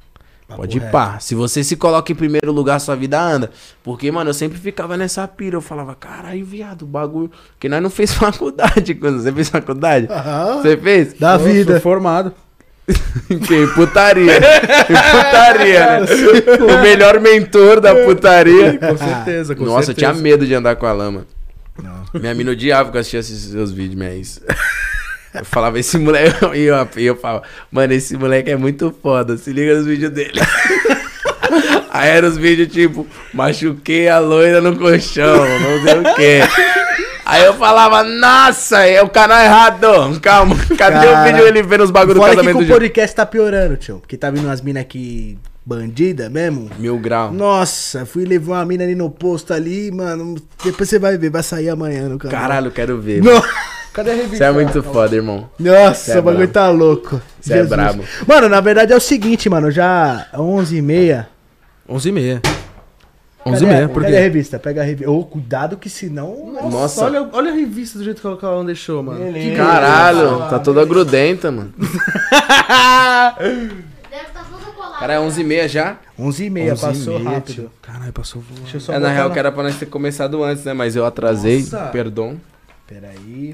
Pode ir pá. Se você se coloca em primeiro lugar, sua vida anda. Porque, mano, eu sempre ficava nessa pira. Eu falava, caralho, viado, o bagulho. Porque nós não fez faculdade. Quando você fez faculdade? Você fez? Da vida. Sou formado. Que putaria. Putaria, né? O melhor mentor da putaria. Com certeza, com Nossa, certeza. eu tinha medo de andar com a lama. Minha mina odiava que eu assistia esses seus vídeos, minha ex. Eu falava, esse moleque. E eu falava, mano, esse moleque é muito foda. Se liga nos vídeos dele. Aí eram os vídeos tipo, machuquei a loira no colchão, não sei o quê. Aí eu falava, nossa, é o canal errado. Calma, cadê o vídeo ele vendo os bagulho do Fora que casamento com o do podcast tá piorando, tio. Porque tá vindo umas minas aqui bandida mesmo. 1000 graus. Nossa, fui levar uma mina ali no posto ali, mano. Depois você vai ver, vai sair amanhã no canal. Caralho, eu quero ver. No... Cadê a revista? Você é muito foda, irmão. Nossa, Cê é o bagulho brabo. tá louco. Você é brabo. Mano, na verdade é o seguinte, mano. Já 11h30. 11h30. Cadê 11h30, por Cadê a quê? revista? Pega a revista. Ô, cuidado que senão... Nossa. Olha a revista do jeito que ela não deixou, mano. Beleza. Caralho, tá toda grudenta, mano. Deve estar toda colada. Cara, é 11h30 já? 11h30, passou 11h30, rápido. tio. Caralho, passou voando. Deixa eu só Na botar real, que era pra nós ter começado antes, né? Mas eu atrasei, Nossa. perdão. Peraí.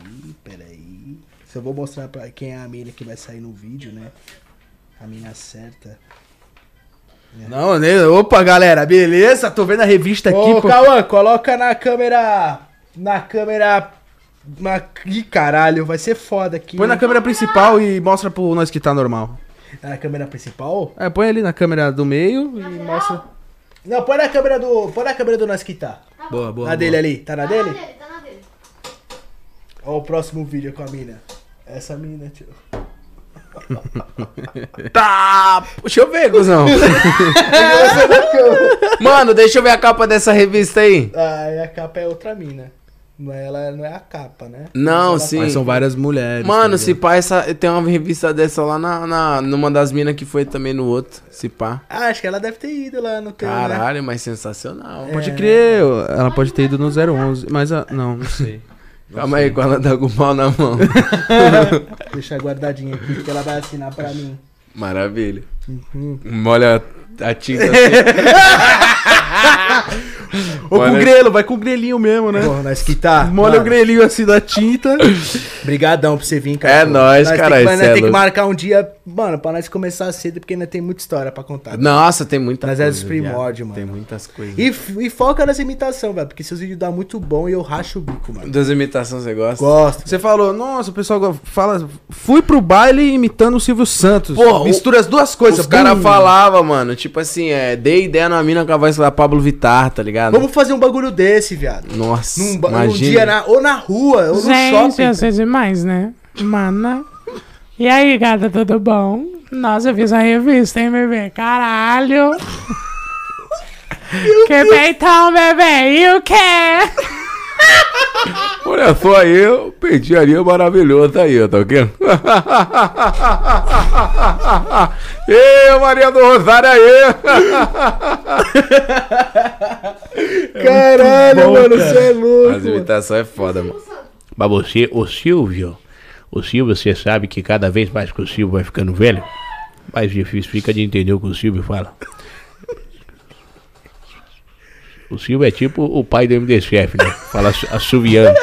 Se eu vou mostrar pra quem é a mina que vai sair no vídeo, né? A mina certa. Não, né? Opa, galera, beleza? Tô vendo a revista aqui, Ô, pô. Cauã, coloca na câmera... Ih, caralho, vai ser foda aqui. Põe na câmera principal e mostra pro nós que tá normal. Na câmera principal? É, põe ali na câmera do meio e mostra. Não, põe na câmera do nós que tá. Boa, boa. Na dele ali, tá na dele? Tá na dele. Ó o próximo vídeo com a mina. Essa mina, tio. Tá! Deixa eu ver, cuzão. Mano, deixa eu ver a capa dessa revista aí. Ah, e a capa é outra mina. Ela não é a capa, né? Não, Mas ela sim. Mas são várias mulheres. Mano, tá se ligado? pá, tem uma revista dessa lá numa das minas que foi também no outro. Se pá. Ah, acho que ela deve ter ido lá no teu, né? Caralho, mas sensacional. Pode crer, ela pode ter ido no 011, mas não sei. Calma aí, com ela tá com o pau na mão. Deixa guardadinha aqui, porque ela vai assinar pra mim. Maravilha. Uhum. Molha a tinta assim. Ou com Olha- grelo, vai com grelhinho mesmo, né? Porra, nós que tá. Molha o Mano, grelhinho assim da tinta. Brigadão pra você vir, cara. É nóis, Nós caralho, Nós cê é tem que louco. marcar um dia, mano, pra nós começar cedo, porque ainda tem muita história pra contar. Nossa, tem muita Nós é dos primórdios, viado. Tem mano. muitas coisas. E foca nas imitações, velho, porque seus vídeos dão muito bom e eu racho o bico, mano. Das imitações você gosta? Gosto. Você falou, nossa, o pessoal fala. Fui pro baile imitando o Silvio Santos. Porra, mistura as duas coisas. Os caras bum. falavam, mano, tipo assim, dei ideia numa mina com a voz da Pablo Vittar, tá ligado? Vamos fazer um bagulho desse, viado. Nossa, Num imagina. dia, ou na rua, ou no Gente, shopping. eu sei demais, né? Mana. E aí, gata, tudo bom? Nossa, eu fiz a revista, hein, bebê? Caralho. Que peitão, bebê? E o quê? Olha só aí, o pentearia maravilhoso aí, tá ok? Ê, Maria do Rosário aí! Caralho, mano, você é louco. As imitações é foda, mano. Mas você, o Silvio, você sabe que cada vez mais que o Silvio vai ficando velho, mais difícil fica de entender o que o Silvio fala. O Silvio é tipo o pai do MD Chef, né? Fala assoviando.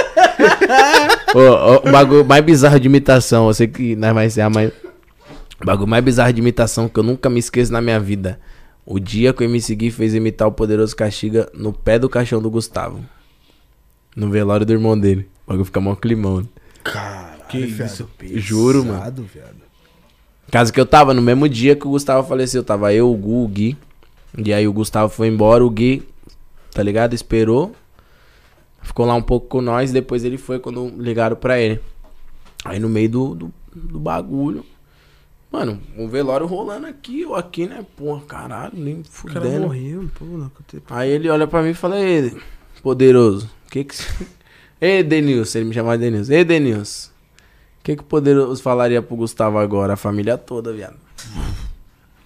O bagulho mais bizarro de imitação, eu sei que nós vai encerrar, mas. O bagulho mais bizarro de imitação que eu nunca me esqueço na minha vida. O dia que o MC Gui fez imitar o Poderoso Castiga no pé do caixão do Gustavo. No velório do irmão dele. O bagulho fica mó climão. Né? Caralho, Que isso? Juro, mano. pesado, viado. Caso que eu tava no mesmo dia que o Gustavo faleceu. Tava eu, o Gu, o Gui. E aí o Gustavo foi embora, o Gui, tá ligado? Esperou. Ficou lá um pouco com nós. Depois ele foi quando ligaram pra ele. Aí no meio do bagulho. Mano, um velório rolando aqui, ou aqui, né? Porra, caralho, nem O cara fudendo. morreu, pô, não aconteceu. Aí ele olha pra mim e fala, ei, Poderoso, que você... Ei, Denilson, ele me chamava de Denilson. Ei, Denilson, que o Poderoso falaria pro Gustavo agora? A família toda, viado.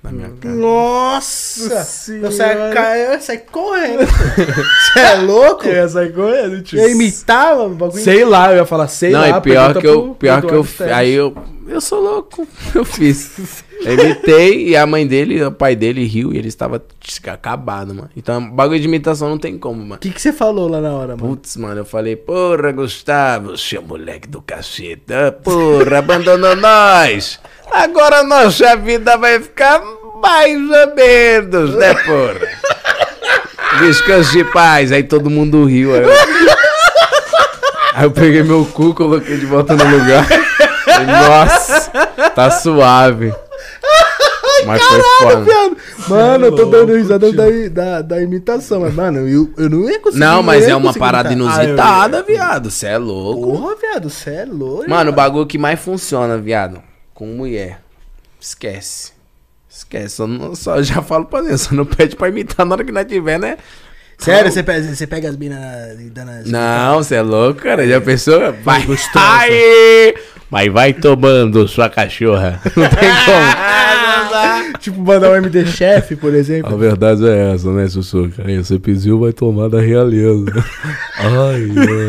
na minha cara. Nossa! Eu saí correndo. Você é louco? Eu ia sair correndo, tio. Eu imitava o bagulho. Sei lá, eu ia falar, sei Não, lá. e pior pergunta que eu, pro pior que eu, Eduardo Teles. aí eu sou louco, eu fiz. Eu imitei e a mãe dele, o pai dele riu e ele estava acabado, mano. Então, bagulho de imitação não tem como, mano. O que você falou lá na hora, mano? Putz, mano, eu falei, porra, Gustavo, seu moleque do cacete, porra, abandonou nós. Agora nossa vida vai ficar mais ou menos, né, porra? Descanse de paz. Aí todo mundo riu. Aí eu peguei meu cu, coloquei de volta no lugar. Falei, nossa, tá suave. Mas foi foda. Mano, eu tô dando risada da imitação, mas, mano, eu não ia conseguir. Não, mas eu ia é uma conseguir parada imitar. inusitada, viado. Cê é louco. Porra, viado, você é louco. Mano, o bagulho que mais funciona, viado, com mulher. Esquece. Esquece. Só já falo pra Deus, só não pede pra imitar na hora que nós tiver, né? Sério, você pega as minas dando as... Não, você é louco, cara. Já pensou? Vai. Aê! Mas vai tomando sua cachorra. Não tem como. Tipo, mandar um MD Chef, por exemplo. A verdade é essa, né, Sussuca? Aí você pediu, vai tomar da realeza. Ai,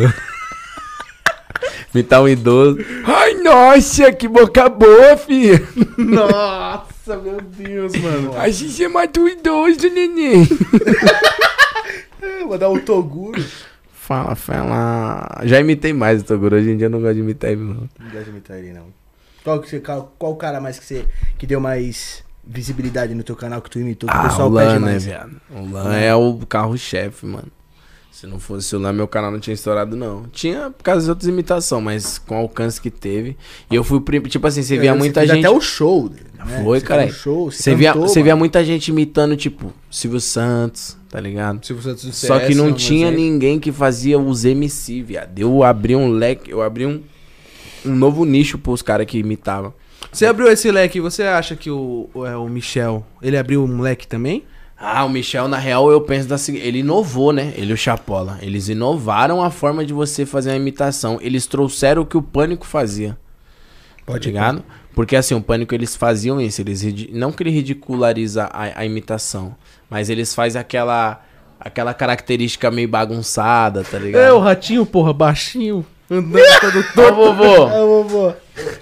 Imitar um idoso. Ai, nossa, que boca boa, filha. Nossa, meu Deus, mano. A gente é matou um idoso, neném. Mandar um Toguro. Fala. Já imitei mais o Toguro. Hoje em dia eu não gosto de imitar ele, não. Não gosto de imitar ele, não. Qual cara mais que deu mais visibilidade no teu canal que tu imitou? Que o Ah, pessoal o pede Lan, né, mais? viado? O Lan é o carro-chefe, mano. Se não fosse o Lan, meu canal não tinha estourado, não. Tinha por causa das outras imitações, mas com o alcance que teve. E eu fui, tipo assim, você via muita fez gente... até o show dele, né? Foi, Você cara. fez um show, Você via muita gente imitando, tipo, Silvio Santos, tá ligado? Se você Só que não tinha nem. ninguém que fazia os MC, viado. Eu abri um leque, eu abri um novo nicho pros caras que imitavam. Você abriu esse leque, você acha que o Michel, ele abriu um leque também? Ah, o Michel, na real, eu penso da seguinte... Ele inovou, né? Ele e o Chapola. Eles inovaram a forma de você fazer a imitação. Eles trouxeram o que o Pânico fazia. Pode ligado? Porque assim, o Pânico, eles faziam isso. Não que ele ridiculariza a imitação, mas eles fazem aquela característica meio bagunçada, tá ligado? É, o ratinho, porra, baixinho, andando todo Ô, torto. vovô! É, vovô.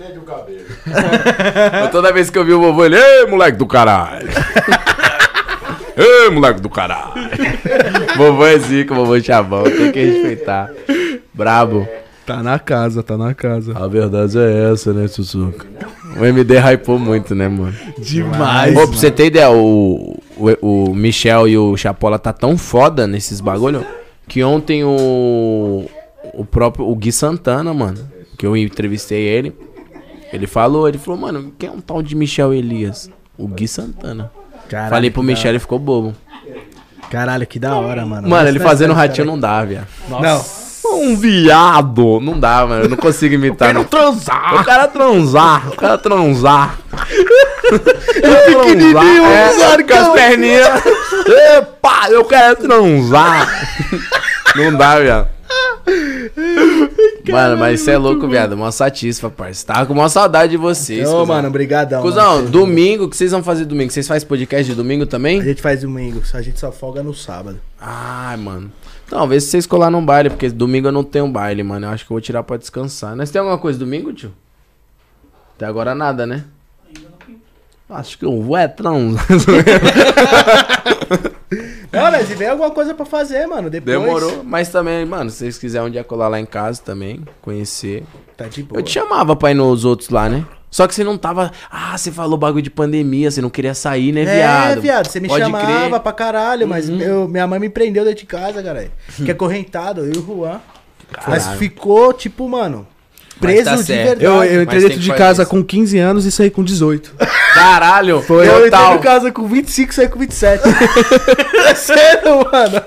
Toda vez que eu vi o vovô, ele... Ei, moleque do caralho! Ei, moleque do caralho! Vovô é zica, vovô é chavão, tem que respeitar. Brabo. Tá na casa, tá na casa. a verdade é essa, né, Sussuca? O MD hypou muito, né, mano? Demais. Ô, pra você ter ideia, o Michel e o Chapola tá tão foda nesses bagulho que ontem o Gui Santana, mano, que eu entrevistei ele falou, mano, quem é um tal de Michel Elias? O Gui Santana. Caralho, Falei pro que Michel, ele ficou bobo. Caralho, que da hora, mano. Mano, ele Nossa, fazendo cara. ratinho não dá, viado. Não. Um viado. Não dá, mano. Eu não consigo imitar. Eu quero transar. O cara transar. pequenininho, com as perninhas. Epa, eu quero transar. Não dá, viado. Mano, mas você é louco, viado. Mó satisfa, parça. Tava com mó saudade de vocês. Ô, cuzão. mano, brigadão. Cuzão, mano. domingo, o que vocês vão fazer domingo? Vocês fazem podcast de domingo também? A gente faz domingo, a gente só folga no sábado. Ai, mano. Talvez vocês colar num baile, porque domingo eu não tenho baile, mano. Eu acho que eu vou tirar pra descansar. Mas tem alguma coisa domingo, tio? Até agora nada, né? Acho que eu vou transar. Não, mas se vem alguma coisa pra fazer, mano, depois. Demorou. Mas também, mano, se vocês quiserem um dia colar lá em casa também, conhecer. Tá de boa. Eu te chamava pra ir nos outros lá, né? Só que você não tava... Ah, você falou bagulho de pandemia, você não queria sair, né, viado? É, viado, você me Pode chamava crer. pra caralho, mas minha mãe me prendeu dentro de casa, caralho. Que é correntado, eu e o Juan. Mas Caralho. ficou, tipo, mano, preso tá de certo. verdade. Eu Mas entrei tem dentro que de fazer casa isso. com 15 anos e saí com 18. Caralho, foi Eu entrei total. em casa com 25 e saí com 27. É sério, mano.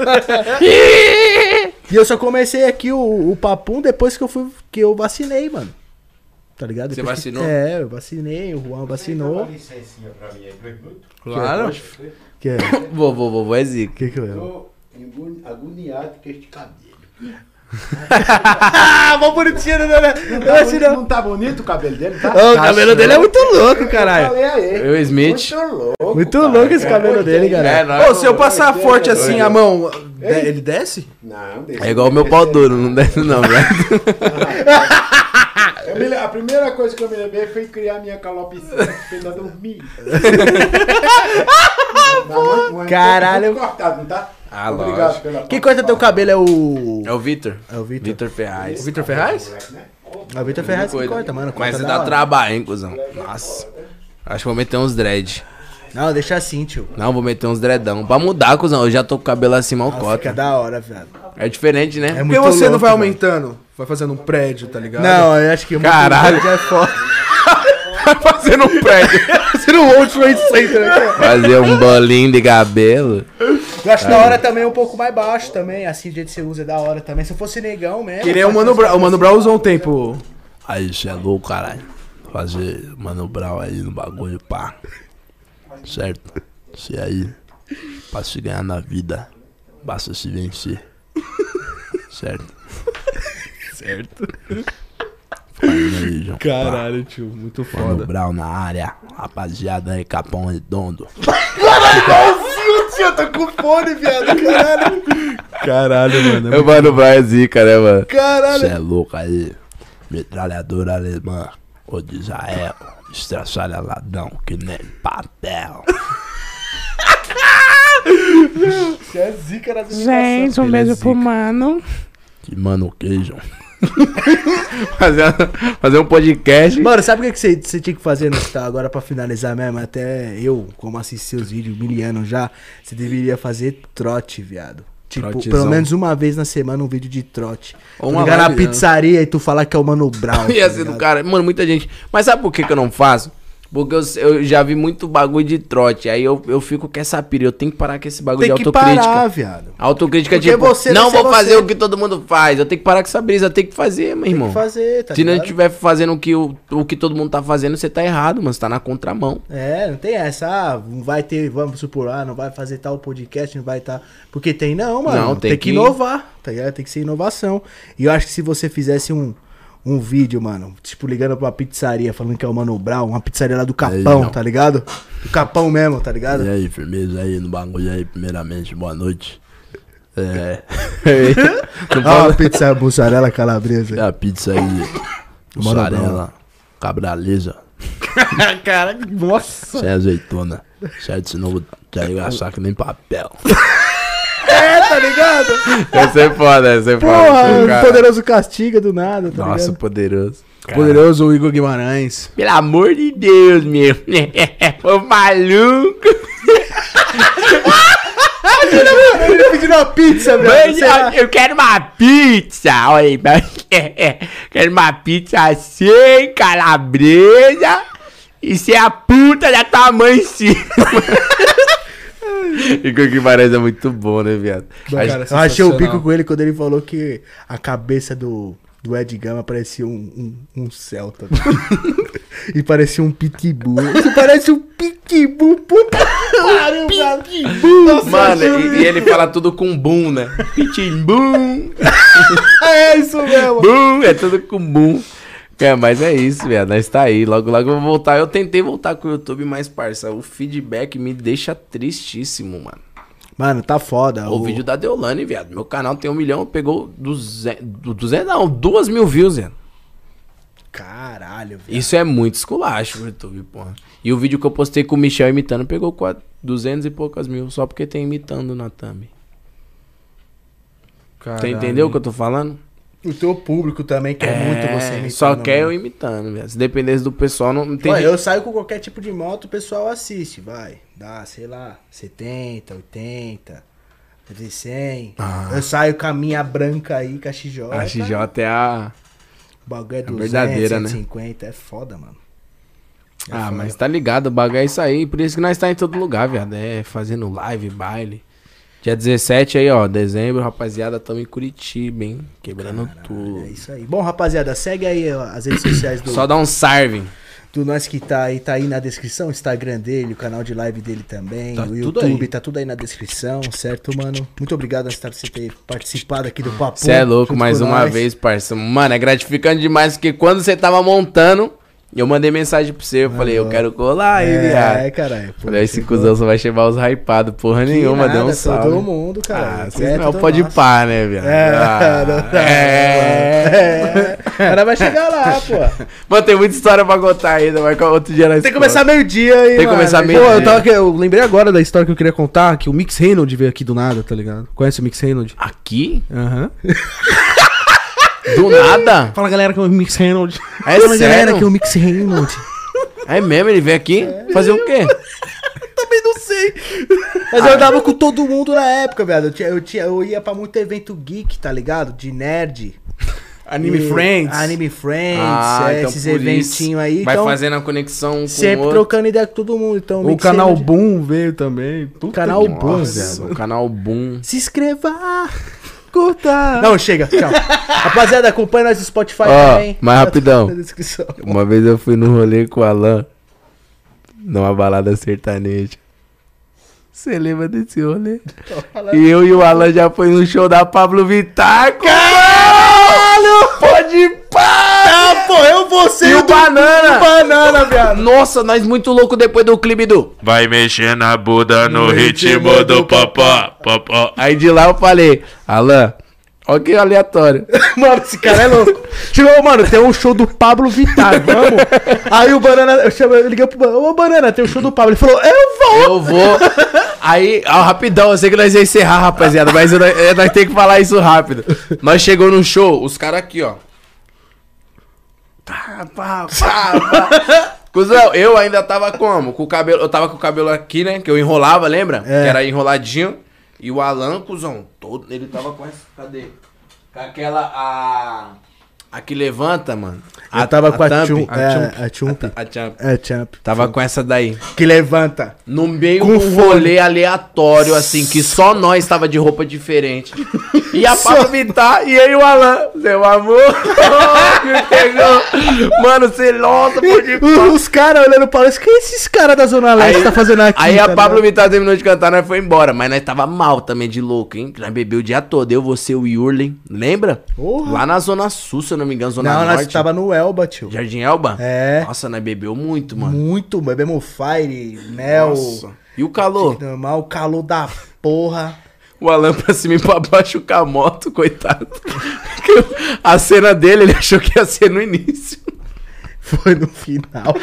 E eu só comecei aqui o papum depois que eu vacinei, mano. Tá ligado? Você Depois que- vacinou? É, eu vacinei, o Juan vacinou. Claro. Que é? Vovô é zica. Que eu? Tô agoniado com este cabelo. Ah, mó bonitinho, né? Não tá bonito o cabelo dele, tá? O cabelo dele é muito louco, caralho. Falei aí. Eu, Smith. Muito louco esse cabelo dele, galera. Ô, se eu passar forte assim a mão, ele desce? Não, deixa. É igual o meu pau duro, não desce não, velho. A primeira coisa que eu me lembrei foi criar minha calopsita pra dormir. Caralho. Cortado, não tá? Ah, Obrigado lógico. pela Quem corta teu cabelo é o... É o Vitor. É o Vitor. Vitor Ferraz. O Vitor Ferraz? É o Vitor Ferraz que Cuida. corta, mano. Mas Corta você da dá hora. trabalho, hein, cuzão? Nossa. Acho que vou meter uns dread. Não, deixa assim, tio. Não, vou meter uns dreadão. Pra mudar, cuzão. Eu já tô com o cabelo assim, mal Nossa, fica cota. da hora, velho. É diferente, né? É Por que muito você não louco, vai velho. aumentando? Vai fazendo um prédio, tá ligado? Não, eu acho que Caralho. já é foda. Fazendo um prédio. Fazendo um World Trade Center, né? Fazer um bolinho de cabelo. Eu acho da hora também um pouco mais baixo também, assim, o jeito que você usa é da hora também. Se eu fosse negão mesmo... Que nem o Mano Brown. O Mano Brown usou um tempo. Aí, você é louco, caralho. Fazer Mano Brown aí no bagulho, pá. Certo? Se aí, pra se ganhar na vida, basta se vencer. Certo? Certo. Falando aí, João. Caralho, tio. Muito Mano foda. Brown na área. Rapaziada aí, Capão Redondo. Tio, eu tô com fone, viado, caralho. Caralho, mano. O Mano Brown é zica, né, mano? Você é louco aí. Metralhadora alemã. Ou de Israel. Estraçalha ladrão que nem papel. Você é zica nas Gente, um beijo pro mano. Que mano queijo. Fazer um podcast. Mano, sabe o que você tinha que fazer no tá, agora pra finalizar mesmo? Até eu, como assisti seus vídeos miliano já, você deveria fazer trote, viado. Tipo, Trotezão. pelo menos uma vez na semana um vídeo de trote. Ou Tu uma ligar na live, né? pizzaria e tu falar que é o Mano Brown. Ia tá ser do ligado? cara. Mano, muita gente. Mas sabe por que eu não faço? Porque eu já vi muito bagulho de trote. Aí eu fico com essa pira. Eu tenho que parar com esse bagulho Tem de que autocrítica. parar, viado. Autocrítica, Porque tipo, você não vai ser vou fazer você. o que todo mundo faz. Eu tenho que parar com essa brisa. Eu tenho que fazer, meu irmão. Tem que fazer, tá Se não ligado? estiver fazendo o que todo mundo tá fazendo, você tá errado, mano. Você tá na contramão. É, não tem essa, não vai ter, vamos supor, não vai fazer tal podcast, não vai estar. Porque tem não, mano. Não, tem tem que que- inovar, tá ligado? Tem que ser inovação. E eu acho que se você fizesse um vídeo, mano, tipo, ligando pra uma pizzaria, falando que é o Mano Brown, uma pizzaria lá do Capão, não. tá ligado? Do Capão mesmo, tá ligado? E aí, firmeza aí no bagulho aí, primeiramente, boa noite. Ah, uma pizza mussarela calabresa. É a pizza aí, mussarela, cabraleza, Cara, nossa. sem azeitona. Certo? Senão eu vou te gastar que nem papel. É, tá ligado? Essa é foda, essa é Porra, o poderoso castiga do nada, tá Nossa, ligado? poderoso. Poderoso Igor Guimarães. Pelo amor de Deus, meu. Ô maluco. Ele pedindo uma pizza, velho. sei lá. Eu quero uma pizza. Olha aí, quero uma pizza sem calabresa e sem a puta da tua mãe em cima. E o Guimarães é muito bom, né, viado? Cara, Eu achei o sensacional. bico com ele quando ele falou que a cabeça do Ed Gama parecia um Celta. E parecia um pitbull. Isso parece um pitbull, puta que pariu, cara. Nossa, Mano, achei- e ele fala tudo com boom, né? Pitim-boom, É isso mesmo. boom, é tudo com boom. É, mas é isso, velho. Nós tá aí. Logo, logo eu vou voltar. Eu tentei voltar com o YouTube, mas, parça, o feedback me deixa tristíssimo, mano. Mano, tá foda. O vídeo da Deolane, viado. Meu canal tem 1 milhão, pegou 200 não, 2.000 views, velho. Caralho, velho. Isso é muito esculacho pro YouTube, porra. E o vídeo que eu postei com o Michel imitando pegou 200 e poucas mil, só porque tem imitando na thumb. Você Caralho. entendeu o que eu tô falando? O teu público também quer muito você imitando. Só quer eu mano. imitando, velho. Se dependesse do pessoal, não tem. Ó, gente- eu saio com qualquer tipo de moto, o pessoal assiste, vai. Dá, sei lá, 70, 80, 100. Eu saio com a minha branca aí, com a XJ. A XJ é a. O bagulho é 200, verdadeira, né? 150, é foda, mano. É Ah, foda. mas tá ligado, o bagulho é isso aí. Por isso que nós tá em todo lugar, viado. É fazendo live, baile. Dia 17 aí, ó, dezembro, rapaziada, tamo em Curitiba, hein? Quebrando tudo. É isso aí. Bom, rapaziada, segue aí ó, as redes sociais Só dá um salve. do nós que tá aí na descrição, o Instagram dele, o canal de live dele também, Tá o tudo YouTube, aí. tá tudo aí na descrição, certo, mano? Muito obrigado por você ter participado aqui do Papo. Você é louco, junto mais com uma nós. vez, parça. Mano, é gratificante demais, porque quando você tava montando, eu mandei mensagem pra você, eu falei, eu quero colar aí, viado. É, caralho. pô, Falei, esse chegou. cuzão só vai chamar os hypados, porra Que nenhuma, nada, deu um salve. todo mundo, cara. Ah, vocês não pode nosso. pá, né, viado? É. Ela vai chegar lá, pô. Mano, tem muita história pra contar ainda, mas outro dia nós Tem que começar meio-dia aí, Tem que mano. começar Pô, meio-dia. eu lembrei agora da história que eu queria contar, que o Mix Reynolds veio aqui do nada, tá ligado? Conhece o Mix Reynolds? Aqui? Aham. Do nada? Fala, galera, que é o Mix Reynolds. É Fala, galera, sério? que é o Mix Reynolds. É mesmo, ele veio aqui fazer o quê? Também não sei. Mas eu andava com todo mundo na época, velho. Eu ia pra muito evento geek, tá ligado? De nerd. Anime E- Friends. Anime Friends, então esses por isso eventinhos aí. vai Então, fazendo a conexão com sempre o outro. trocando ideia com todo mundo. Então, O Mix canal Reynolds- Boom veio também. Puta Canal que Boom, Nossa, velho. o canal Boom. Se inscreva, curta. Não, chega, tchau. Rapaziada, acompanha nós no Spotify Ó, também. mas Tá rapidão. tudo na descrição. Uma vez eu fui no rolê com o Alan, numa balada sertaneja. Você lembra desse rolê? E eu e o Alan já foi no show da Pablo Vittar. Caralho! Pode pá! Ah, pô, eu vou ser E o Banana! Banana, viado. Nossa, nós muito louco depois do clipe do... Vai mexer na Buda no ritmo do papá, papá. Aí de lá eu falei, Alan, olha que aleatório. Mano, esse cara é louco. Chegou, mano, tem um show do Pablo Vittar, vamos? Aí o Banana, eu liguei pro Banana, ô Banana, tem um show do Pablo. Ele falou, eu vou. Eu vou. Aí, ó, rapidão, eu sei que nós ia encerrar, rapaziada, mas nós temos que falar isso rápido. Nós chegou no show, os caras aqui, ó. Pá, pá, pá, pá. Cusão, eu ainda tava como? Com o cabelo, eu tava com o cabelo aqui, né? Que eu enrolava, lembra? Que era enroladinho. E o Alan, cuzão, todo, ele tava com essa. Cadê? Com aquela. A que levanta, mano. Eu tava com a thumb, Chum- a a Chump. Chump. A Chump. É, champ. Tava com essa daí. Que levanta. No meio Com de um rolê aleatório, assim, que só nós tava de roupa diferente. E a Pablo Vittar, e eu e o Alan, seu amor, me pegou. Mano, você nossa, pode Os caras olhando pra nós, que esses caras da Zona Leste tá fazendo aqui? Aí a tá Pablo ligado? Vittar terminou de cantar, nós foi embora. Mas nós tava mal também de louco, hein? Nós bebeu o dia todo. Eu, você, o Yurlen. Lembra? Porra. Lá na Zona Sul, se eu não me engano, Zona Não, Norte. nós tava no Elba, tio. Jardim Elba? É. Nossa, nós bebeu muito, mano. Muito, bebemos Fire, Mel, Nossa. E o calor? normal, calor da porra. O Alan pra cima e pra baixo com a moto, coitado. A cena dele, ele achou que ia ser no início. Foi no final.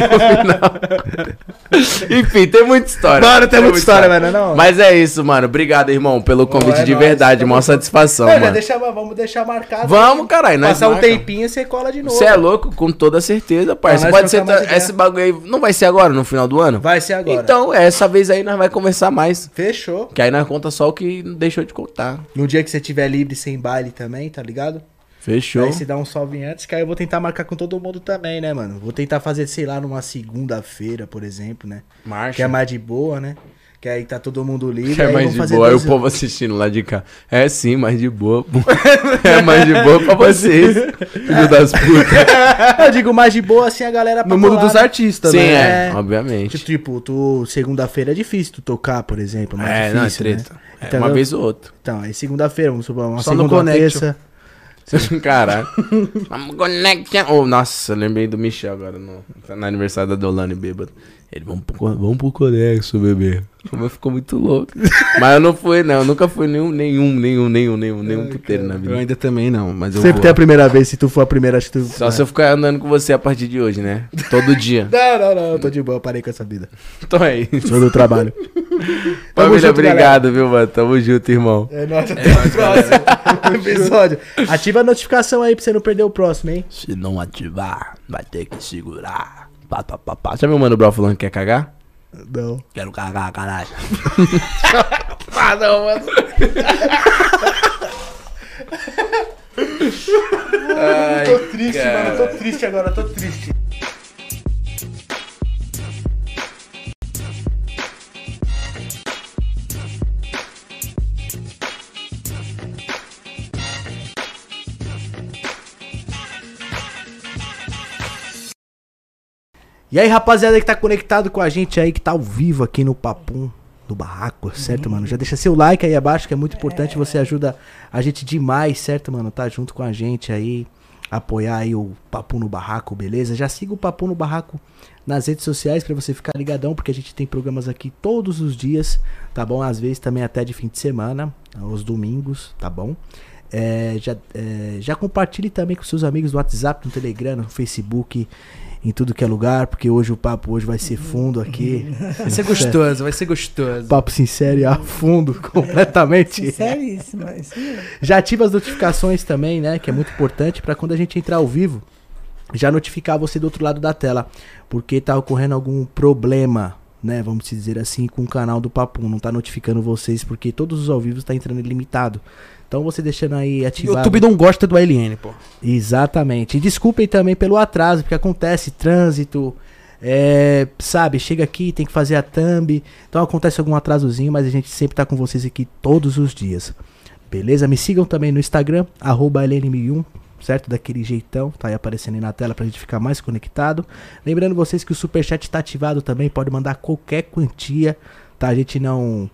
Enfim, tem muita história. Mano, tem muita história, mano, não. Mas é isso, mano. Obrigado, irmão, pelo convite é de nóis, verdade. tamo Mó junto. satisfação, Não, já mano. vamos deixar marcado. Vamos, caralho. Nós Passar um marca. tempinho, você cola de novo. Você é louco? Com toda certeza, parça. nós Pode ser. trocar mais ideia. Esse bagulho aí não vai ser agora, no final do ano? Vai ser agora. Então, essa vez aí nós vai conversar mais. Fechou. Que aí nós conta só o que deixou de contar. No dia que você tiver livre, sem baile também, tá ligado? Fechou. Aí você dá um salve antes, que aí eu vou tentar marcar com todo mundo também, né, mano? Vou tentar fazer, sei lá, numa segunda-feira, por exemplo, né? Marcha. Que é mais de boa, né? Que aí tá todo mundo livre. Que é aí mais vamos de fazer boa. Aí o 12 povo assistindo lá de cá. É sim, mais de boa. Pô. É mais de boa pra vocês. Filho das putas. Eu digo mais de boa, assim, a galera pra No mundo colar, dos né? artistas, Sim, né? é. Obviamente. Tipo, tu, segunda-feira é difícil tu tocar, por exemplo. Mais É, difícil, não, é treta. Né? É, Então, uma eu- vez ou outra. Então, aí segunda-feira, vamos supor, uma Só no segunda, uma Connection. terça. Caralho. Vamos conectar. Oh, nossa, eu lembrei do Michel agora no aniversário da Dolane bêbado. Ele, vamos pro Conexo, bebê. Como ficou muito louco. Mas eu não fui, não. Eu nunca fui nenhum puteiro na Eu vida. ainda também não, mas eu Sempre vou. tem a primeira vez, se tu for a primeira, acho que tu... Só se eu ficar andando com você a partir de hoje, né? Todo dia. Não, eu tô de boa, parei com essa vida. Então é isso. Sou do trabalho. Família, junto, obrigado, viu, mano? Tamo junto, irmão. É nóis, até o próximo episódio. Ativa a notificação aí pra você não perder o próximo, hein? Se não ativar, vai ter que segurar. Pá, pá, pá, pá. Já viu o Mano Brown falando que quer cagar? Não. Quero cagar, caralho. Ah, não, mano. Tô triste, mano. Tô triste agora, tô triste. E aí, rapaziada que tá conectado com a gente aí, que tá ao vivo aqui no Papum do Barraco, certo, mano? Já deixa seu like aí abaixo, que é muito importante, você ajuda a gente demais, certo, mano? Tá junto com a gente aí, apoiar aí o Papum no Barraco, beleza? Já siga o Papum no Barraco nas redes sociais pra você ficar ligadão, porque a gente tem programas aqui todos os dias, tá bom? Às vezes também até de fim de semana, aos domingos, tá bom? Já compartilhe também com seus amigos no WhatsApp, no Telegram, no Facebook, em tudo que é lugar, porque hoje o papo hoje vai ser fundo aqui. Vai ser gostoso, vai ser gostoso. Papo sincero e a fundo, completamente. Sinceríssimo, isso mesmo. Já ativa as notificações também, né? Que é muito importante pra quando a gente entrar ao vivo, já notificar você do outro lado da tela. Porque tá ocorrendo algum problema, né? Vamos dizer assim, com o canal do Papum. Não tá notificando vocês, porque todos os ao vivos tá entrando ilimitado. Então você deixando aí O ativado. YouTube não gosta do ALN, pô. Exatamente. E desculpem também pelo atraso, porque acontece trânsito, sabe, chega aqui, tem que fazer a thumb. Então acontece algum atrasozinho, mas a gente sempre tá com vocês aqui todos os dias. Beleza? Me sigam também no Instagram, @LN1001, certo? Daquele jeitão, tá aí aparecendo aí na tela pra gente ficar mais conectado. Lembrando vocês que o Superchat tá ativado também, pode mandar qualquer quantia, tá? A gente não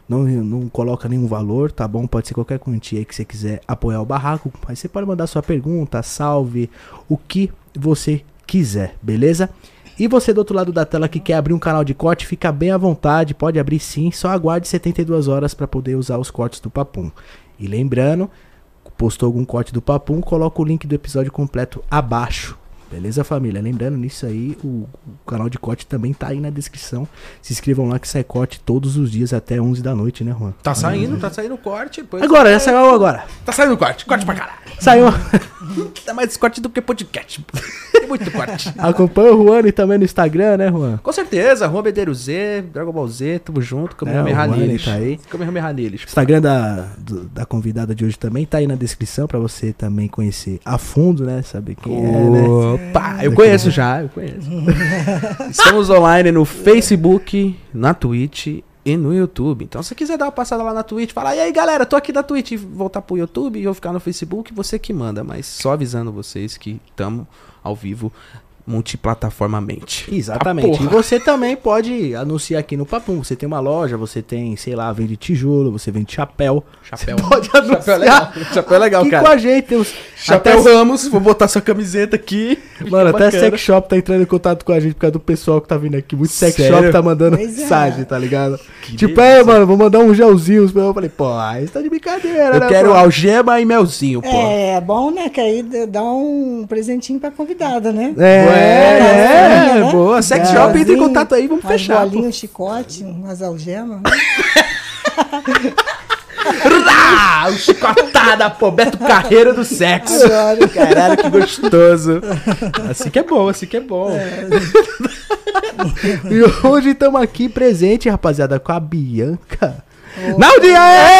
coloca nenhum valor, tá bom? Pode ser qualquer quantia aí que você quiser apoiar o Barraco. Aí você pode mandar sua pergunta, salve, o que você quiser, beleza? E você do outro lado da tela que quer abrir um canal de corte, fica bem à vontade, pode abrir sim, só aguarde 72 horas para poder usar os cortes do Papum. E lembrando, postou algum corte do Papum, coloca o link do episódio completo abaixo. Beleza, família? Lembrando nisso aí, o canal de corte também tá aí na descrição. Se inscrevam lá que sai corte todos os dias até 11 da noite, né, Juan? Tá saindo o corte. Pois Agora, já saiu agora. Tá saindo o corte pra caralho. Saiu. Tá mais corte do que podcast. Tem muito corte. Acompanha o Juan e também no Instagram, né, Juan? Com certeza, Juan Bedeiro Z, Dragon Ball Z, tamo junto, Kamehameha o Juan, neles. tá aí. Kamehameha neles. Instagram da convidada de hoje também tá aí na descrição pra você também conhecer a fundo, né? Saber quem é, né? Opa, eu conheço já, eu conheço. Estamos online no Facebook, na Twitch e no YouTube. Então, se você quiser dar uma passada lá na Twitch, falar, e aí galera, tô aqui na Twitch, e voltar pro YouTube e eu ficar no Facebook, você que manda. Mas só avisando vocês que estamos ao vivo multiplataformamente. Exatamente. Ah, E você também pode anunciar aqui no Papum. Você tem uma loja, você tem, sei lá, vende tijolo, você vende chapéu. Chapéu. Você pode anunciar. Chapéu é legal. Chapéu é legal, aqui cara. com a gente. Tem uns, Chapéu até, Ramos, vou botar sua camiseta aqui. mano, até Bacana. sex shop tá entrando em contato com a gente por causa do pessoal que tá vindo aqui. Muito sex Sério? shop tá mandando Pois é. mensagem, tá ligado? Que Tipo, delícia. mano, vou mandar um gelzinho. Eu falei, pô, aí você tá de brincadeira, Eu né, quero pô? algema e melzinho, pô. É bom, né? Que aí dá um presentinho pra convidada, né? É, né? Boa. Sex É, shop, entra em assim, contato aí, vamos Umas fechar. pô. bolinhas, um chicote, umas algemas. Ah, o chicotada, pô. Beto Carreiro do sexo. Adoro. Caralho, que gostoso. Assim que é bom, assim que é bom. E hoje estamos aqui presente, rapaziada, com a Bianca. Naldia!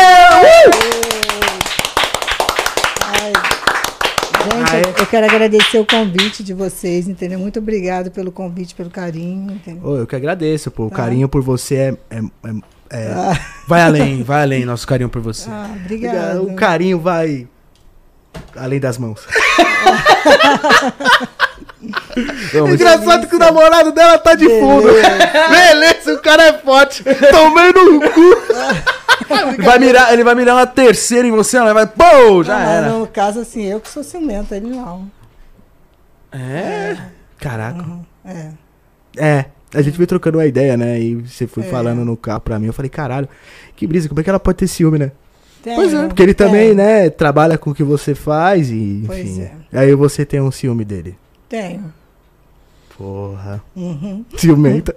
Gente, eu quero agradecer o convite de vocês, entendeu? Muito obrigado pelo convite, pelo carinho, entendeu? Ô, eu que agradeço, pô. O carinho por você Vai além, nosso carinho por você. Ah, obrigado. O carinho vai além das mãos. Engraçado que o namorado dela tá de fundo. Beleza, o cara é forte. Tomei no cu. Ele vai mirar uma terceira em você, ela vai. Pô, já era. No caso, assim, eu que sou ciumenta, ele não. É? Caraca. É. A gente veio trocando uma ideia, né? E você foi falando no carro pra mim. Eu falei, caralho, que brisa, como é que ela pode ter ciúme, né? Pois é, porque ele também, né, trabalha com o que você faz e, Pois enfim. é. Aí você tem um ciúme dele. Tenho. Porra. Uhum. Ciumenta.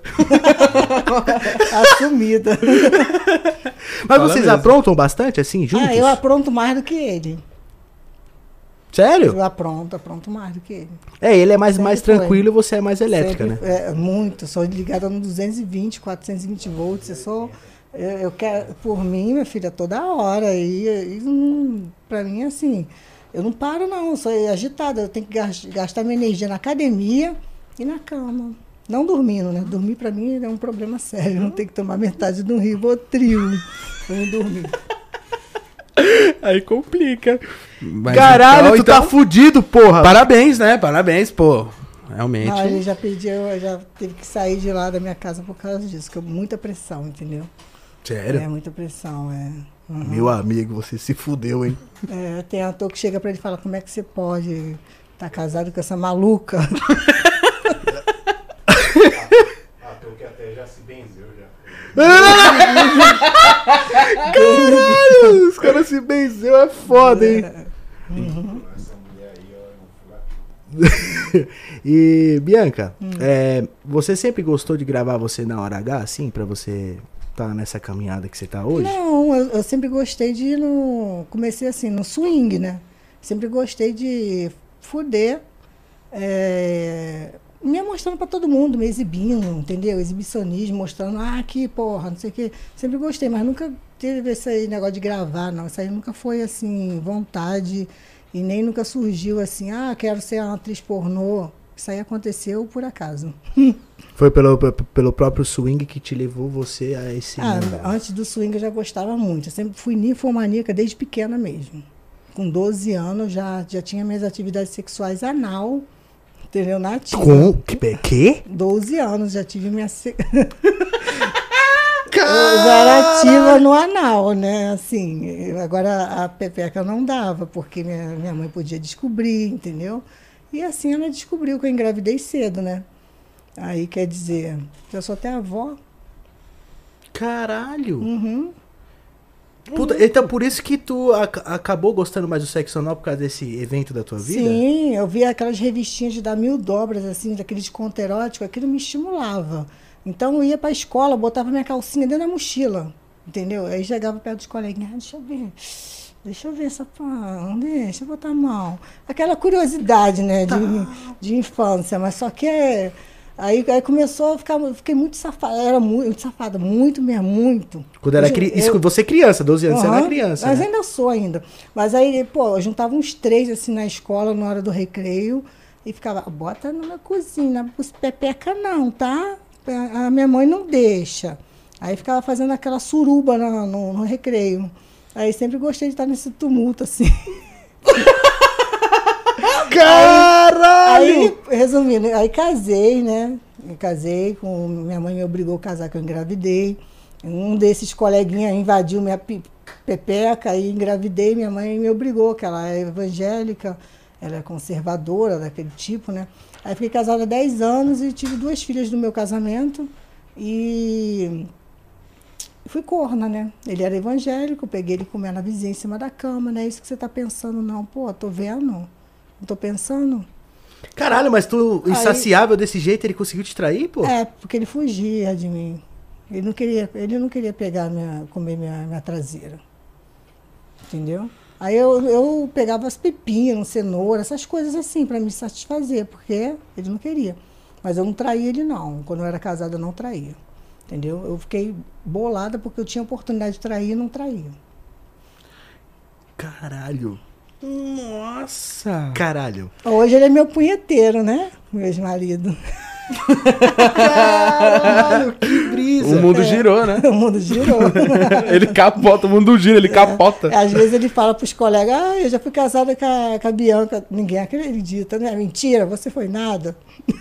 Assumida. Mas Fala vocês mesmo. aprontam bastante, assim, juntos? Eu apronto mais do que ele. Sério? Eu apronto mais do que ele. Ele é mais Sempre tranquilo e você é mais elétrica, Sempre, né? Muito. Sou ligada no 220, 420 volts. Eu quero, por mim, minha filha, toda hora. Pra mim, assim, eu não paro, não. Eu sou agitada. Eu tenho que gastar minha energia na academia e na cama. Não dormindo, né? Dormir, pra mim, é um problema sério. Eu não tenho que tomar metade do Rivotril pra não dormir. Aí complica. Mas Caralho, então- tu tá fudido, porra. Parabéns, né? Parabéns, pô. realmente. Não, ele já pediu, eu já teve que sair de lá da minha casa por causa disso, que muita pressão, entendeu? Sério? É, muita pressão, é. Uhum. Meu amigo, você se fudeu, hein? É, tem ator que chega pra ele e fala, como é que você pode estar casado com essa maluca? Ator que até já se benzeu já. Caralho, os caras se benzeu, é foda, hein? Essa mulher aí, ó, E, Bianca, você sempre gostou de gravar você na hora H, assim, pra você tá nessa caminhada que você tá hoje? Não, eu sempre gostei de ir no... Comecei assim, no swing, né? Sempre gostei de fuder, me mostrando pra todo mundo, me exibindo, entendeu? Exibicionismo, mostrando, aqui, porra, não sei o quê. Sempre gostei, mas nunca teve esse aí negócio de gravar, não. Isso aí nunca foi, assim, vontade e nem nunca surgiu assim, quero ser uma atriz pornô. Isso aí aconteceu por acaso. Foi pelo próprio swing que te levou você a esse... Antes do swing eu já gostava muito. Eu sempre fui ninfomaníaca desde pequena mesmo. Com 12 anos já tinha minhas atividades sexuais anal, entendeu? Na ativa. Com... Quê? 12 anos já tive minha... Eu já era ativa no anal, né? Assim, agora a pepeca não dava, porque minha mãe podia descobrir, entendeu? E assim ela descobriu que eu engravidei cedo, né? Aí, quer dizer, eu sou até avó. Caralho! Uhum. Puta, então por isso que tu acabou gostando mais do sexo anal por causa desse evento da tua vida? Sim, eu via aquelas revistinhas de dar 1000 dobras, assim, daqueles conto erótico, aquilo me estimulava. Então eu ia pra escola, botava minha calcinha dentro da mochila, entendeu? Aí chegava perto dos coleguinhas, deixa eu ver essa pã, deixa eu botar a mão. Aquela curiosidade, né, de infância, mas só que aí começou a fiquei muito safada, era muito safada, muito mesmo, muito. Quando era você criança, 12 anos, você era criança, mas né? ainda sou ainda. Mas aí, pô, eu juntava uns 3 assim na escola, na hora do recreio, e ficava, bota na cozinha, os pepeca não, tá? A minha mãe não deixa. Aí ficava fazendo aquela suruba no recreio. Aí sempre gostei de estar nesse tumulto, assim. Caralho! Aí, resumindo, aí casei, né? Minha mãe me obrigou a casar, que eu engravidei. Um desses coleguinhas invadiu minha pepeca e engravidei. Minha mãe me obrigou, que ela é evangélica, ela é conservadora, daquele tipo, né? Aí fiquei casada há 10 anos e tive 2 filhas do meu casamento. E fui corna, né? Ele era evangélico, peguei ele comer na vizinha em cima da cama, não é isso que você tá pensando, não. Pô, tô vendo, não tô pensando. Caralho, mas tu, insaciável desse jeito, ele conseguiu te trair, pô? É, porque ele fugia de mim. Ele não queria pegar comer minha traseira. Entendeu? Aí eu pegava as pepinas, cenoura, essas coisas assim, pra me satisfazer, porque ele não queria. Mas eu não traía ele, não. Quando eu era casada, eu não traía. Entendeu? Eu fiquei bolada porque eu tinha oportunidade de trair e não traía. Caralho. Nossa! Caralho. Hoje ele é meu punheteiro, né? Meu ex-marido. Caralho, que brisa. O mundo girou, né? O mundo girou. Ele capota, o mundo gira, ele capota. Às vezes ele fala pros colegas, eu já fui casada com a Bianca. Ninguém acredita, né? Mentira, você foi nada.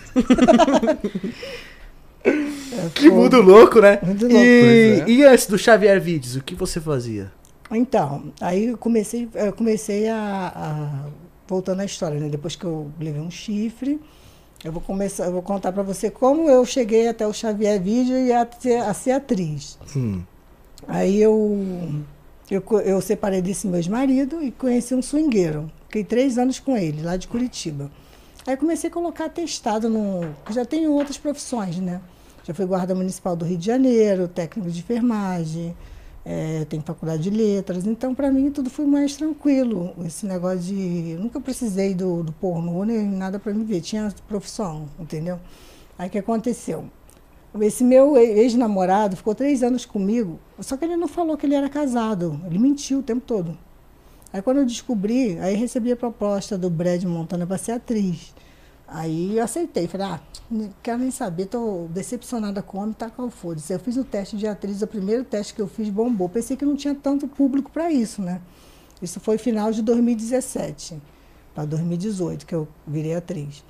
Que mundo louco, né? Muito louco. E antes do Xavier Vídeos, o que você fazia? Então, aí eu comecei a voltando à história, né? Depois que eu levei um chifre, eu vou contar para você como eu cheguei até o Xavier Vídeo e a ser atriz. Aí eu separei desse meu ex-marido e conheci um swingueiro. Fiquei 3 anos com ele, lá de Curitiba. Aí comecei a colocar atestado já tenho outras profissões, né? Já fui guarda municipal do Rio de Janeiro, técnico de enfermagem, tenho faculdade de letras. Então, para mim, tudo foi mais tranquilo. Esse negócio de... Nunca precisei do pornô, nem nada para me ver. Tinha profissão, entendeu? Aí o que aconteceu? Esse meu ex-namorado ficou 3 anos comigo, só que ele não falou que ele era casado. Ele mentiu o tempo todo. Aí quando eu descobri, aí recebi a proposta do Brad Montana para ser atriz. Aí eu aceitei, falei, não quero nem saber, tô decepcionada com o homem, tá com foda-se. Eu fiz o teste de atriz, o primeiro teste que eu fiz bombou. Pensei que não tinha tanto público para isso, né? Isso foi final de 2017, para 2018, que eu virei atriz.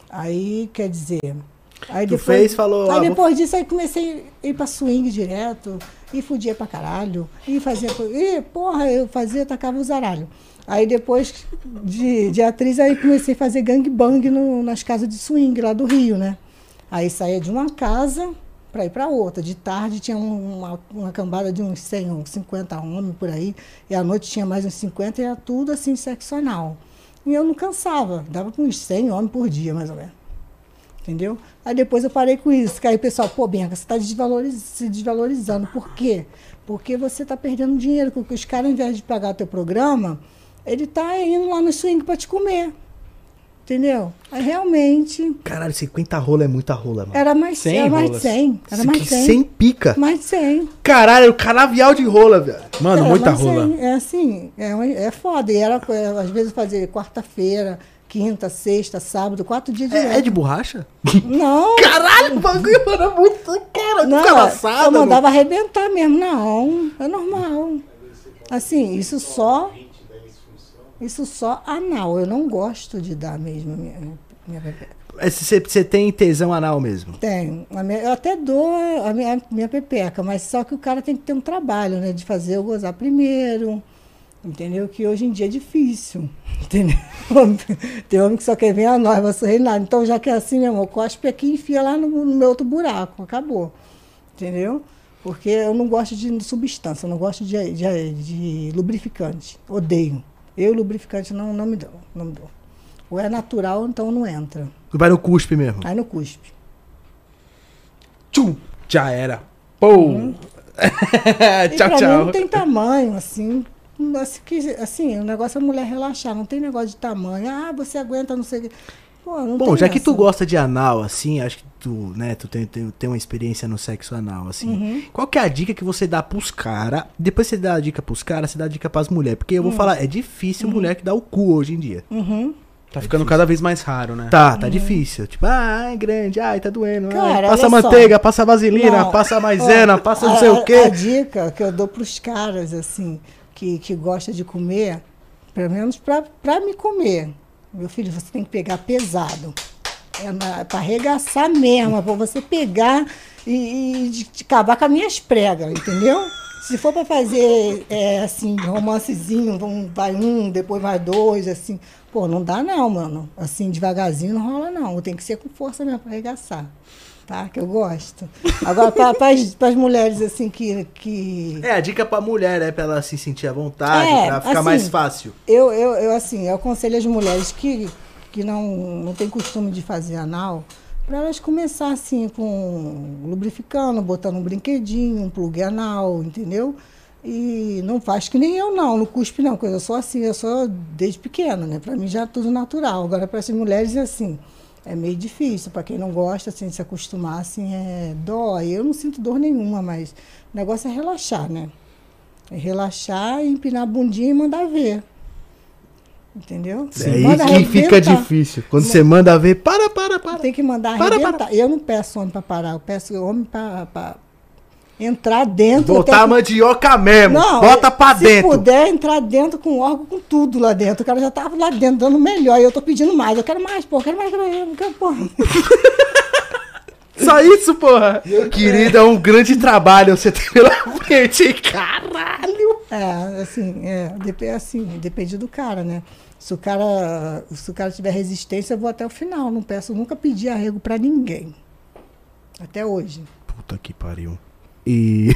Aí, quer dizer... Aí Tu fez, falou, Aí ah, depois disso, aí comecei a ir pra swing direto, e fudia pra caralho, e fazia... E, porra, eu fazia, tacava o zaralho. Aí depois de atriz, aí comecei a fazer gangbang nas casas de swing lá do Rio, né? Aí saía de uma casa para ir para outra. De tarde tinha uma cambada de uns 100, uns 50 homens por aí, e à noite tinha mais uns 50, e era tudo assim, seccional. E eu não cansava, dava com uns 100 homens por dia, mais ou menos. Entendeu? Aí depois eu parei com isso, que aí o pessoal, pô, Bianca, você está se desvalorizando. Por quê? Porque você está perdendo dinheiro, porque os caras, ao invés de pagar o teu programa, ele tá indo lá no swing para te comer. Entendeu? Aí realmente... Caralho, 50 rola é muita rola, mano. Era mais 100 era mais rolas. 100. Era mais 100. 100 pica. Mais 100. Caralho, o canavial de rola, velho. Mano, Era muita mais rola. 100. É assim, é foda. E era, às vezes, fazer quarta-feira, quinta, sexta, sábado, 4 dias direto. É de borracha? Não. Caralho, o bagulho era muito... Cara, Não, ficava assado, eu mandava arrebentar mesmo. Não, é normal. Assim, isso só anal. Eu não gosto de dar mesmo a minha pepeca. Você tem tesão anal mesmo? Tenho. Eu até dou a minha pepeca, mas só que o cara tem que ter um trabalho, né? De fazer eu gozar primeiro. Entendeu? Que hoje em dia é difícil. Entendeu? Tem homem que só quer ver a noiva sorrindo. Então, já que é assim, meu amor, cospe aqui e enfia lá no meu outro buraco. Acabou. Entendeu? Porque eu não gosto de substância, eu não gosto de lubrificante. Odeio. Eu, lubrificante, não me dou. Não me dou. Ou é natural, então não entra. Vai no cuspe mesmo. Aí no cuspe. Tchum, já era. Pô. E Tchau, pra mim tchau. não tem tamanho, assim. Assim, o negócio é a mulher relaxar, não tem negócio de tamanho. Ah, você aguenta, não sei o quê. Pô, não Bom, tem já que tu essa. gosta de anal, assim, acho que tu, né, tu tem uma experiência no sexo anal, assim. Qual que é a dica que você dá pros caras? Depois você dá a dica pros caras, você dá a dica pras mulheres. Porque eu vou falar, é difícil mulher que dá o cu hoje em dia. Tá ficando cada vez mais raro, né? Tá difícil. Tipo, é grande, tá doendo. Cara, passa olha só. manteiga, passa vaselina, Não. passa maisena, passa não sei o A quê. dica que eu dou pros caras, assim, que gostam de comer, pelo menos pra me comer. Meu filho, você tem que pegar pesado. Pra arregaçar mesmo, pra você pegar e de acabar com as minhas pregas, entendeu? Se for pra fazer, assim, romancezinho, vai depois vai dois, assim, pô, não dá não, mano. Assim, devagarzinho não rola não. Tem que ser com força mesmo pra arregaçar, tá? Que eu gosto. Agora, pras mulheres, assim, que... É, a dica pra mulher, né? Pra ela se sentir à vontade, pra ficar assim, mais fácil. Eu aconselho as mulheres que não tem costume de fazer anal, para elas começar assim, com lubrificando, botando um brinquedinho, um plug anal, entendeu? E não faz que nem eu não cuspe não, porque eu sou assim, eu sou desde pequena, né? Para mim já é tudo natural. Agora, para essas mulheres, assim, é meio difícil. Para quem não gosta, assim, de se acostumar, assim, dói. Eu não sinto dor nenhuma, mas o negócio é relaxar, né? É relaxar, empinar a bundinha e mandar ver. Entendeu? É aí que fica difícil. Quando você manda ver, para. Tem que mandar Para. arrebentar. Eu não peço homem para parar, eu peço homem para entrar dentro. Botar a mandioca mesmo. Não, bota pra se dentro. puder entrar dentro com órgão, com tudo lá dentro. O cara já tava lá dentro, dando melhor. E eu tô pedindo mais. Eu quero mais, pô. Quero mais. Porra. Só isso, porra. Meu querido, é um grande trabalho você ter pela frente. Caralho. Depende do cara, né? Se o cara tiver resistência, eu vou até o final. Não peço, nunca pedi arrego pra ninguém. Até hoje. Puta que pariu. E...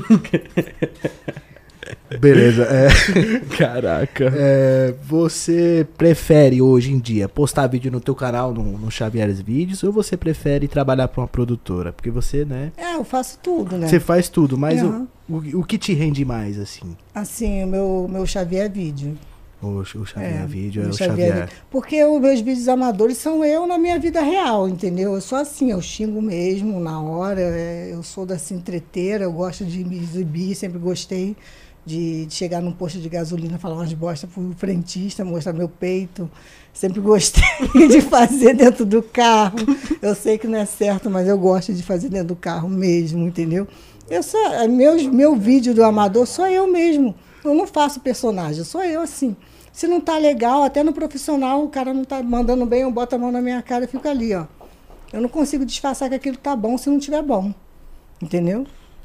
Beleza, Caraca. você prefere hoje em dia postar vídeo no teu canal, no Xavier's Vídeos, ou você prefere trabalhar pra uma produtora? Porque você, né? Eu faço tudo, né? Você faz tudo, mas Uhum. o que te rende mais, assim? Assim, o meu Xavier Vídeo. O Xavier Vídeo é o o Xavier. Porque os meus vídeos amadores são eu na minha vida real, entendeu? Eu sou assim, eu xingo mesmo na hora, eu sou assim, treteira, eu gosto de me exibir, sempre gostei de chegar num posto de gasolina, falar umas bosta pro frentista, mostrar meu peito. Sempre gostei de fazer dentro do carro. Eu sei que não é certo, mas eu gosto de fazer dentro do carro mesmo, entendeu? Meu vídeo do amador sou eu mesmo. Eu não faço personagem, sou eu assim. Se não tá legal, até no profissional, o cara não tá mandando bem, eu boto a mão na minha cara e fico ali, ó. Eu não consigo disfarçar que aquilo tá bom se não tiver bom. Entendeu?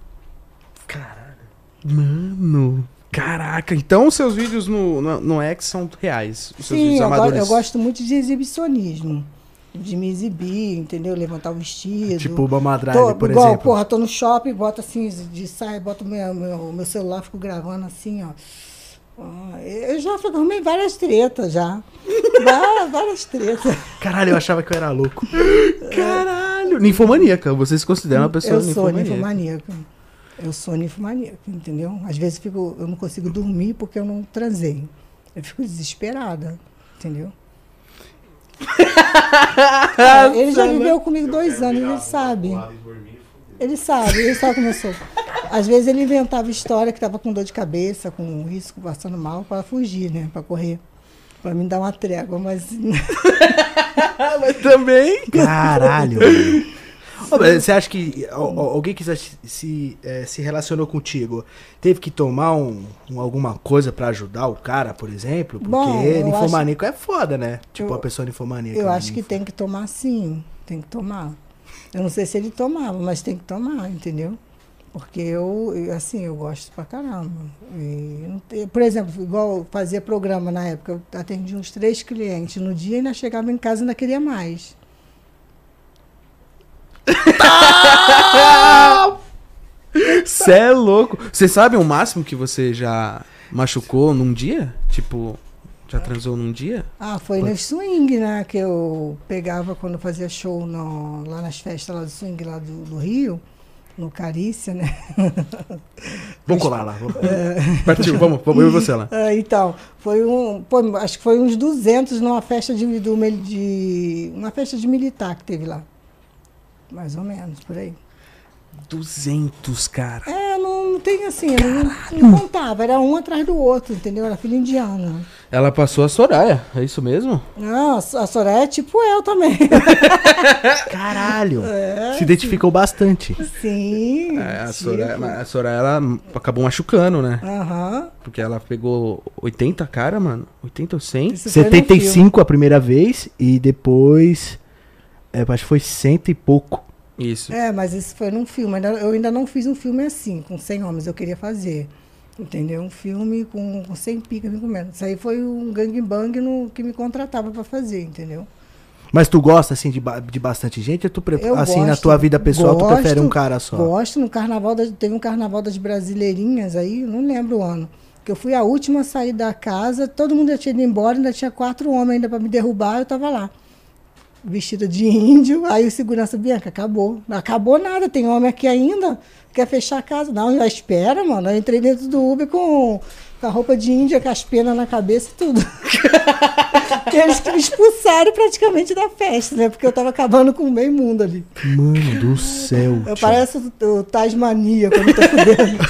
Mano, caraca. Então, seus vídeos no X são reais? Os seus Sim, vídeos amadores? eu gosto muito de exibicionismo. De me exibir, entendeu? Levantar o vestido. Tipo o Bama Drive, por igual, exemplo. Porra, tô no shopping, boto assim, de saia, boto o meu celular, fico gravando assim, ó. Eu já arrumei várias tretas já. várias tretas. Caralho, eu achava que eu era louco. Caralho. Ninfomaníaca. Você se considera uma pessoa Eu sou ninfomaníaca. Eu sou ninfomaníaca, entendeu? Às vezes eu não consigo dormir porque eu não transei. Eu fico desesperada, entendeu? Ele já viveu comigo 2 anos, ele sabe. Ele sabe como eu sou. Às vezes ele inventava história que estava com dor de cabeça, com risco, passando mal, para fugir, né? Para correr. Para me dar uma trégua, mas. Mas também. Caralho. Ô, mas você acha que alguém que se relacionou contigo teve que tomar alguma coisa pra ajudar o cara, por exemplo? Porque Bom, ninfomaníaco é foda, né? Tipo, a pessoa ninfomaníaca. Eu acho que tem que tomar sim. Tem que tomar. Eu não sei se ele tomava, mas tem que tomar, entendeu? Porque eu gosto pra caramba. Por exemplo, igual eu fazia programa na época, eu atendia uns 3 clientes no dia e ainda chegava em casa e ainda queria mais. Você é louco. Você sabe o máximo que você já machucou num dia? Tipo, já transou num dia? Foi no swing, né? Que eu pegava quando fazia show lá nas festas lá do swing, lá do Rio, no Carícia, né? Vamos colar lá. Partiu, vamos eu e você lá. Então, acho que foi uns 200 numa festa uma festa de militar que teve lá. Mais ou menos, por aí. 200, cara. Não tem assim, eu não contava, era um atrás do outro, entendeu? Era filha indiana. Ela passou a Soraya, é isso mesmo? Não, a Soraya é tipo eu também. Caralho. Se identificou bastante. Sim. A Soraya, ela acabou machucando, né? Aham. Porque ela pegou 80 cara, mano. 80 ou 100? Isso foi no 75 a primeira vez e depois... acho que foi 100 e pouco. Isso. Mas isso foi num filme. Eu ainda não fiz um filme assim, com 100 homens. Eu queria fazer, entendeu? Um filme com 100 picas me comendo. Isso aí foi um gangbang que me contratava pra fazer, entendeu? Mas tu gosta, assim, de bastante gente? Ou tu assim, na tua vida pessoal, tu prefere um cara só? Gosto. No carnaval, teve um carnaval das brasileirinhas aí, não lembro o ano. Que eu fui a última a sair da casa, todo mundo já tinha ido embora, ainda tinha 4 homens ainda pra me derrubar, eu tava lá. Vestida de índio, aí o segurança, Bianca, acabou. Não acabou nada, tem homem aqui ainda, quer fechar a casa. Não, já espera, mano. Eu entrei dentro do Uber com a roupa de índia, com as penas na cabeça e tudo. Eles que me expulsaram praticamente da festa, né? Porque eu tava acabando com o meio mundo ali. Mano do céu. Eu pareço o Tasmania quando eu tô fudendo.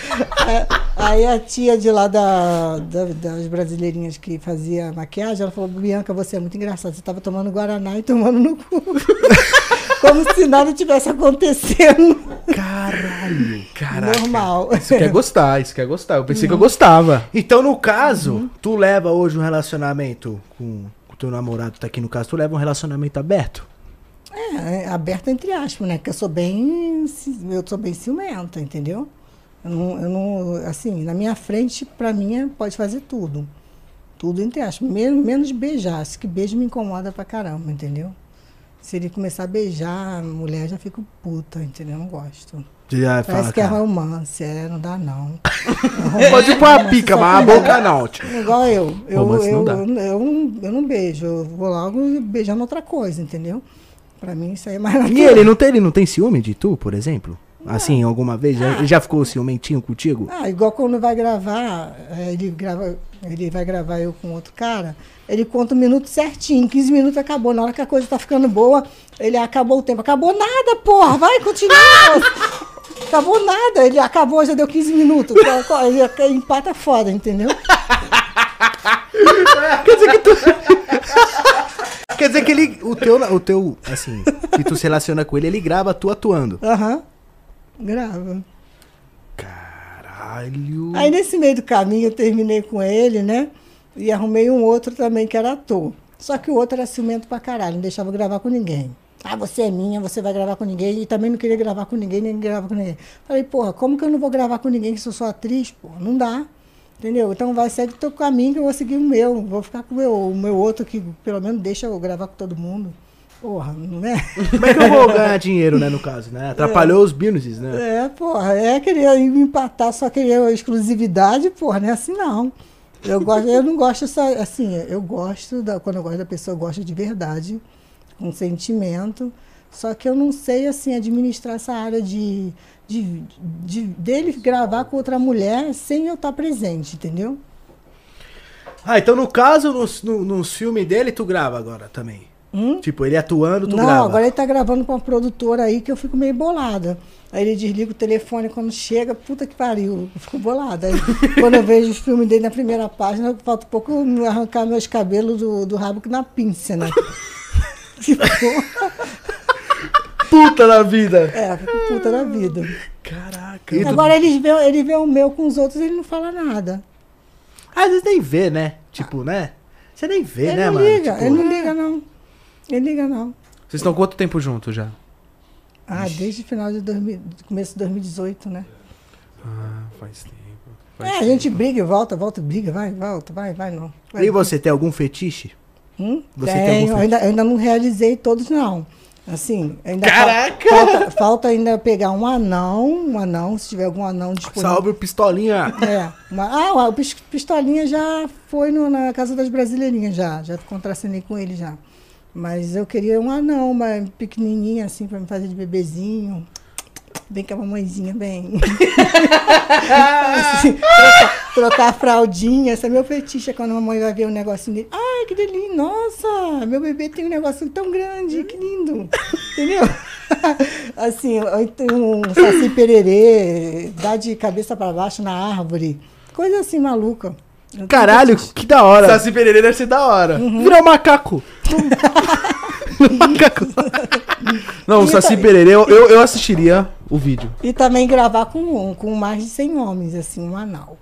Aí a tia de lá das brasileirinhas que fazia maquiagem, ela falou, Bianca, você é muito engraçada, você tava tomando Guaraná e tomando no cu. Como se nada tivesse acontecendo. Caralho. Caraca. Normal. Isso quer gostar. Eu pensei que eu gostava. Então, no caso, tu leva hoje um relacionamento com o teu namorado, tá aqui no caso, tu leva um relacionamento aberto? Aberto entre aspas, né? Porque eu sou bem ciumenta, entendeu? Eu não, assim, na minha frente, pra mim, pode fazer tudo. Tudo entre aspas. Menos beijar. Acho que beijo me incomoda pra caramba, entendeu? Se ele começar a beijar a mulher, já fico puta, entendeu? Não gosto. Parece que é romance, não dá não. Pode pôr a pica, mas a boca não. Igual eu. Romance não dá. Eu não beijo, eu vou logo beijando outra coisa, entendeu? Pra mim isso aí é mais natural. E ele não tem ciúme de tu, por exemplo? Assim, alguma vez? Ele já ficou ciumentinho contigo? Igual quando vai gravar, ele vai gravar eu com outro cara, ele conta um minuto certinho, 15 minutos acabou. Na hora que a coisa tá ficando boa, ele acabou o tempo. Acabou nada, porra! Vai, continua! Acabou nada, ele acabou, já deu 15 minutos. Ele empata foda, entendeu? Quer dizer que o teu, assim, que tu se relaciona com ele grava tu atuando. Aham. Grava. Caralho. Aí nesse meio do caminho eu terminei com ele, né? E arrumei um outro também que era ator. Só que o outro era ciumento pra caralho, não deixava eu gravar com ninguém. Ah, você é minha, você vai gravar com ninguém. E também não queria gravar com ninguém, nem gravar com ninguém. Falei, porra, como que eu não vou gravar com ninguém que eu sou atriz? Porra, não dá. Entendeu? Então vai segue o teu caminho que eu vou seguir o meu. Vou ficar com o meu outro que pelo menos deixa eu gravar com todo mundo. Porra, não é? Como é que eu vou ganhar dinheiro, né, no caso, né? Atrapalhou os businesses, né? Porra, querer me empatar, só querer exclusividade, porra, não é assim não. Eu não gosto só, assim, quando eu gosto da pessoa, eu gosto de verdade, com sentimento, só que eu não sei, assim, administrar essa área dele gravar com outra mulher sem eu estar presente, entendeu? Ah, então no caso, nos filmes dele, tu grava agora também? Tipo, ele atuando, tu grava? Não, agora ele tá gravando com uma produtora aí que eu fico meio bolada. Aí ele desliga o telefone quando chega, puta que pariu, eu fico bolada. Aí, quando eu vejo os filmes dele na primeira página, falta um pouco eu arrancar meus cabelos do rabo na pinça, né? Tipo, Puta da vida! fico puta da vida. Caraca. E Agora ele vê o meu com os outros, ele não fala nada. às vezes nem vê, né? Tipo, né? Você nem vê, Ele né, não mano? liga, Tipo, ele não liga não. Ele liga não. Vocês estão quanto tempo juntos já? Ah, desde o final de começo de 2018, né? Ah, faz tempo. A gente briga e volta, briga, vai, não. Vai. E você, tem algum fetiche? Você tem Tenho, algum eu ainda não realizei todos, não. Assim, ainda Caraca! falta ainda pegar um anão, se tiver algum anão disponível. Salve o pistolinha! O Pistolinha já foi na Casa das Brasileirinhas, já contracenei com ele já. Mas eu queria um anão, mas pequenininho assim, pra me fazer de bebezinho. Bem com a mamãezinha, bem. Assim, trocar a fraldinha, esse é meu fetiche, quando a mamãe vai ver um negocinho dele. Ai, que delícia, nossa, meu bebê tem um negocinho tão grande, que lindo. Entendeu? Assim, um saci pererê, dá de cabeça pra baixo na árvore. Coisa assim, maluca. Caralho, que da hora! Saci Pereira deve ser da hora. Virar um macaco! Macaco! Não, o Saci Pereira, eu assistiria o vídeo. E também gravar com mais de 100 homens, assim, um anal.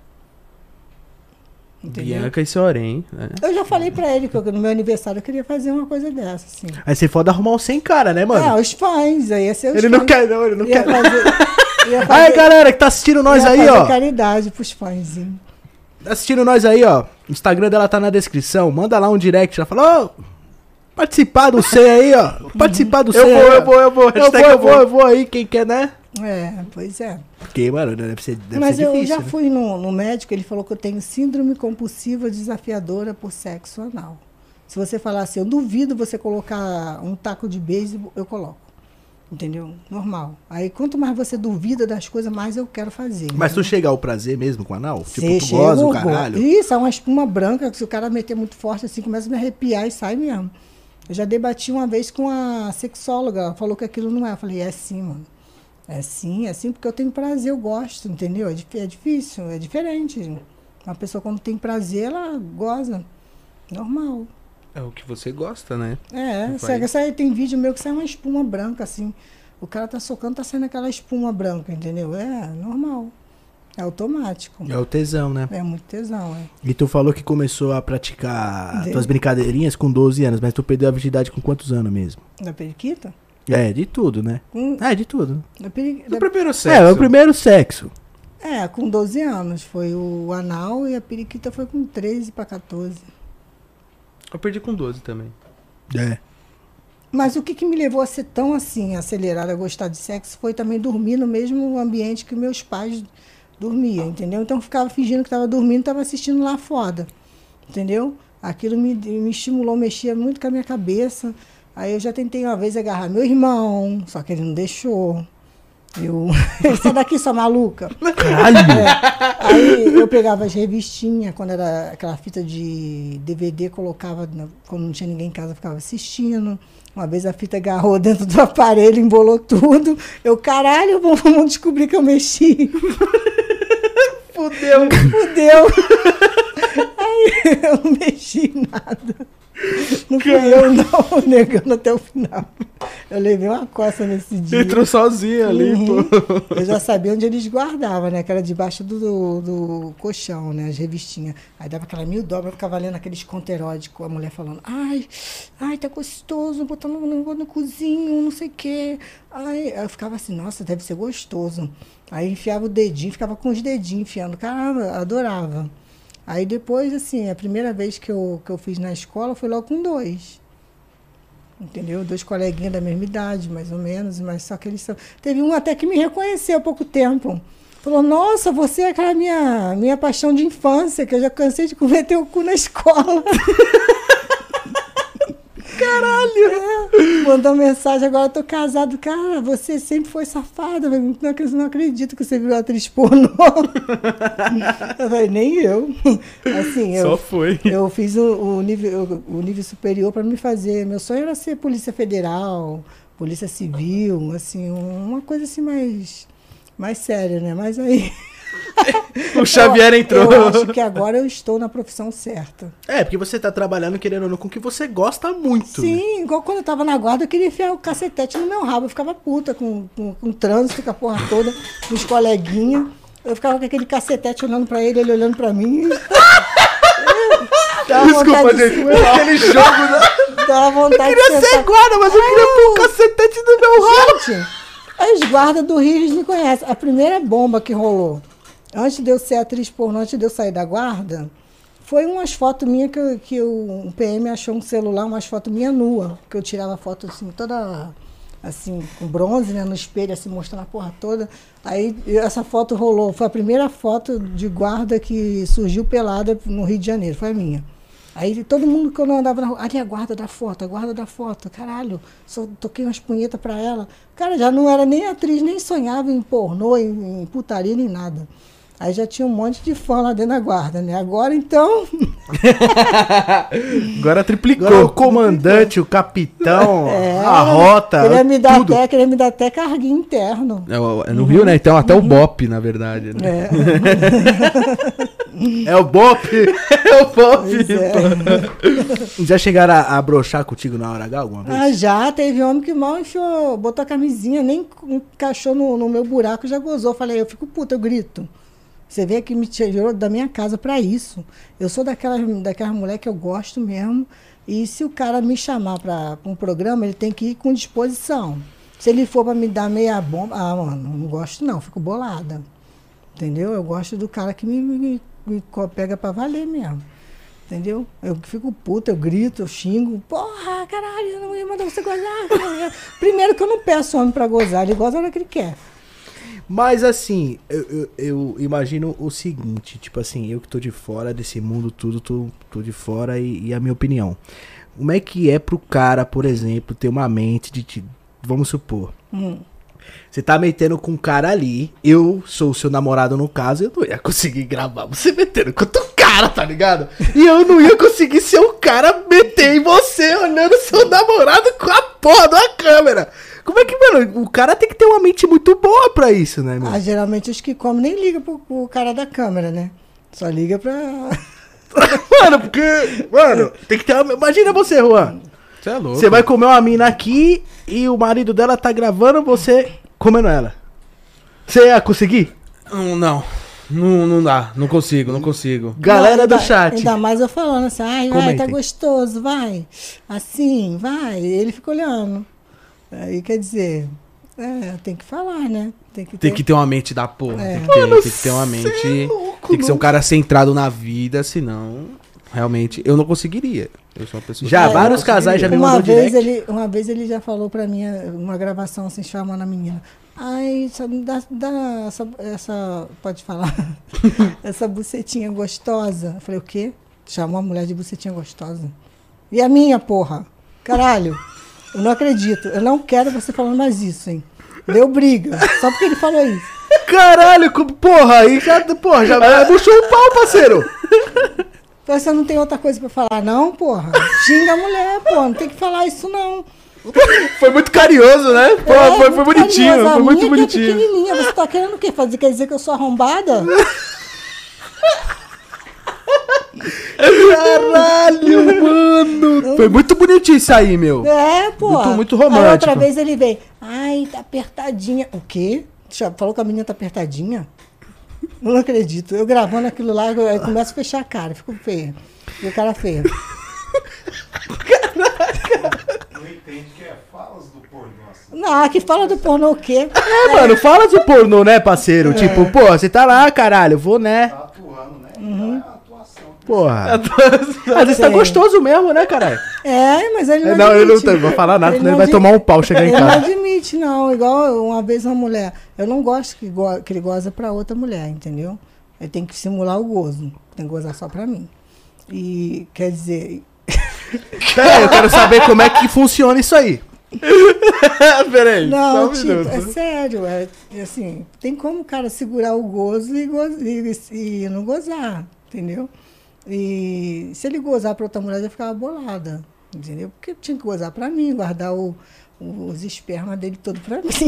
Entendeu? Bianca e Sorém, né? Eu já falei pra ele que no meu aniversário eu queria fazer uma coisa dessa, assim. Aí você pode arrumar uns 100 cara, né, mano? Os fãs, aí ia ser os Ele fãs. não quer, não, ele não Ia quer. fazer Aí, galera que tá assistindo nós aí, ó. caridade pros fãs. Tá assistindo nós aí, ó. O Instagram dela tá na descrição. Manda lá um direct. Ela fala, ô, participar do C aí, ó. Participar do C. Eu vou. Hashtag Eu vou aí, quem quer, né? Pois é. Porque, mano, deve ser Mas difícil, eu já né? fui no médico, ele falou que eu tenho síndrome compulsiva desafiadora por sexo anal. Se você falar assim, eu duvido você colocar um taco de beisebol, eu coloco. Entendeu? Normal. Aí quanto mais você duvida das coisas, mais eu quero fazer. Mas tu entendeu? chega ao prazer mesmo com anal? Tipo, Você tu goza o chega, caralho? Isso, é uma espuma branca que se o cara meter muito forte assim, começa a me arrepiar e sai mesmo. Eu já debati uma vez com a sexóloga, ela falou que aquilo não é. Eu falei, é sim, mano. É sim, porque eu tenho prazer, eu gosto, entendeu? É difícil, é diferente. Uma pessoa quando tem prazer, ela goza. Normal. É o que você gosta, né? Tem vídeo meu que sai uma espuma branca, assim. O cara tá socando, tá saindo aquela espuma branca, entendeu? É normal. É automático. É o tesão, né? É muito tesão, E tu falou que começou a praticar De- tuas brincadeirinhas com 12 anos, mas tu perdeu a virgindade com quantos anos mesmo? Da periquita? É, de tudo, né? De tudo. Da peri... No da- primeiro sexo. É, o primeiro sexo. com 12 anos. Foi o anal e a periquita foi com 13 para 14. Eu perdi com 12 também. É. Mas o que me levou a ser tão assim, acelerada a gostar de sexo, foi também dormir no mesmo ambiente que meus pais dormiam, entendeu? Então eu ficava fingindo que estava dormindo, estava assistindo lá fora, entendeu? Aquilo me estimulou, mexia muito com a minha cabeça. Aí eu já tentei uma vez agarrar meu irmão, só que ele não deixou. Sai daqui, sua maluca. Caralho! Aí eu pegava as revistinhas, quando era aquela fita de DVD, colocava, quando não tinha ninguém em casa, ficava assistindo. Uma vez a fita agarrou dentro do aparelho, embolou tudo. Caralho, vamos descobrir que eu mexi. Fudeu. Aí eu não mexi em nada. Não fui eu, não, negando até o final. Eu levei uma coça nesse dia. Entrou sozinho ali, pô. Eu já sabia onde eles guardavam, né? Que era debaixo do colchão, né? As revistinhas. Aí dava aquela 1000 dobras, eu ficava lendo aqueles contos eróticos, a mulher falando, ai, tá gostoso, botando no cozinho, não sei o quê. Aí eu ficava assim, nossa, deve ser gostoso. Aí enfiava o dedinho, ficava com os dedinhos enfiando. Caramba, adorava. Aí depois, assim, a primeira vez que eu fiz na escola foi logo com 2. Entendeu? 2 coleguinhas da mesma idade, mais ou menos, mas só que eles são... Teve um até que me reconheceu há pouco tempo. Falou, nossa, você é aquela minha paixão de infância, que eu já cansei de comer teu cu na escola. Caralho! Mandou mensagem, agora eu tô casado. Cara, você sempre foi safada. Não acredito que você virou atriz pornô. Eu falei, nem eu. Assim, Só foi. Eu fiz o nível superior para me fazer. Meu sonho era ser Polícia Federal, Polícia Civil, assim, uma coisa assim mais séria, né? Mas aí... O Xavier entrou. Eu acho que agora eu estou na profissão certa. É, porque você tá trabalhando, querendo ou não, com o que você gosta muito. Sim, igual quando eu tava na guarda, eu queria enfiar o cacetete no meu rabo. Eu ficava puta com o trânsito, com a porra toda, com os coleguinhas. Eu ficava com aquele cacetete olhando pra ele olhando pra mim. Desculpa, gente. Aquele jogo da... Dava vontade Eu queria ser guarda, mas eu queria pôr o cacetete no meu rabo. Gente, os guardas do Rio, eles me conhecem. A primeira bomba que rolou, antes de eu ser atriz pornô, antes de eu sair da guarda, foi umas fotos minhas que o PM achou um celular, umas fotos minhas nua, que eu tirava foto assim, toda assim, com bronze, né, no espelho, assim, mostrando a porra toda. Aí essa foto rolou, foi a primeira foto de guarda que surgiu pelada no Rio de Janeiro, foi a minha. Aí todo mundo que eu não andava na rua, ali a guarda da foto, caralho, só toquei umas punhetas pra ela. Cara, já não era nem atriz, nem sonhava em pornô, em putaria, nem nada. Aí já tinha um monte de fã lá dentro da guarda, né? Agora, então... Agora triplicou. Agora o comandante, o capitão, a rota, queria me dar tudo. até carguinho interno. É no Rio, né? Então até o BOP, na verdade. Né? É o Bop. É o BOP. Pois é. Já chegaram a broxar contigo na hora H alguma vez? Ah, já teve homem que mal enfiou, botou a camisinha, nem encaixou no meu buraco, já gozou. Falei, eu fico puta, eu grito. Você vê que me tirou da minha casa pra isso. Eu sou daquelas mulheres que eu gosto mesmo. E se o cara me chamar pra um programa, ele tem que ir com disposição. Se ele for pra me dar meia bomba, mano, não gosto não, fico bolada. Entendeu? Eu gosto do cara que me pega pra valer mesmo. Entendeu? Eu fico puta, eu grito, eu xingo. Porra, caralho, eu não ia mandar você gozar. Primeiro que eu não peço homem pra gozar, ele goza na hora que ele quer. Mas assim, eu imagino o seguinte, tipo assim, eu que tô de fora desse mundo tudo, tô de fora e a minha opinião. Como é que é pro cara, por exemplo, ter uma mente de vamos supor, você tá metendo com um cara ali, eu sou o seu namorado no caso, eu não ia conseguir gravar você metendo com outro cara, tá ligado? E eu não ia conseguir ser o cara meter em você olhando seu namorado com a porra da câmera. Como é que, mano, o cara tem que ter uma mente muito boa pra isso, né, meu? Geralmente os que comem nem ligam pro cara da câmera, né? Só liga pra... Mano, porque... Mano, tem que ter uma... Imagina você, Juan. Você é louco. Você vai comer uma mina aqui e o marido dela tá gravando você comendo ela. Você ia conseguir? Não dá. Não consigo. Galera do Não, chat. Ainda mais eu falando assim, ai, vai, Comentem. tá gostoso, vai. Assim, vai. Ele fica olhando. Aí, quer dizer, tem que falar, né? Tem que ter uma mente da porra. É. Tem que ter uma mente. Tem que ser um cara centrado na vida, senão. Realmente, eu não conseguiria. Eu sou uma pessoa. Já É, vários eu casais já me Uma mandou vez, direct. uma vez ele já falou pra mim, uma gravação assim, chamando a menina. Ai, só me dá essa. Pode falar? Essa bucetinha gostosa. Eu falei, o quê? Chamou a mulher de bucetinha gostosa. E a minha, porra? Caralho. Eu não acredito. Eu não quero você falando mais isso, hein? Deu briga. Só porque ele falou isso. Caralho, porra, aí já puxou o pau, parceiro. Você não tem outra coisa pra falar, não, porra? Xinga a mulher, porra. Não tem que falar isso, não. Foi muito carinhoso, né? Foi muito bonitinho. carinhosa. Foi A muito minha que é bonitinho. pequenininha. Você tá querendo o quê? Quer dizer que eu sou arrombada? Caralho, mano. Foi muito bonitinho isso aí, meu. É, pô. Muito Aí romântico. outra vez ele veio. Ai, tá apertadinha. O quê? Falou que a menina tá apertadinha? Eu não acredito. Eu gravando aquilo lá, eu começo a fechar a cara. Fico feia. Fico cara feia. Não, que fala do pornô o quê? É, mano, fala de pornô, né, parceiro? Tipo, pô, você tá lá, caralho, eu vou, né? Tá atuando, né? Porra. Às vezes tá Sim. gostoso mesmo, né, caralho? É, mas ele não Não, ele não admite. tá, não vou falar nada, senão ele não vai admi- tomar um pau chegar em Ele não casa. admite, não. Igual uma vez uma mulher. Eu não gosto que ele goza pra outra mulher, entendeu? Ele tem que simular o gozo. Tem que gozar só pra mim. E, quer dizer... Peraí, eu quero saber como é que funciona isso aí. Peraí. Não, tipo, é sério. É assim, tem como o cara segurar o gozo e não gozar, entendeu? E se ele gozar pra outra mulher, já ficava bolada, entendeu? Porque tinha que gozar pra mim, guardar os espermas dele todo pra mim.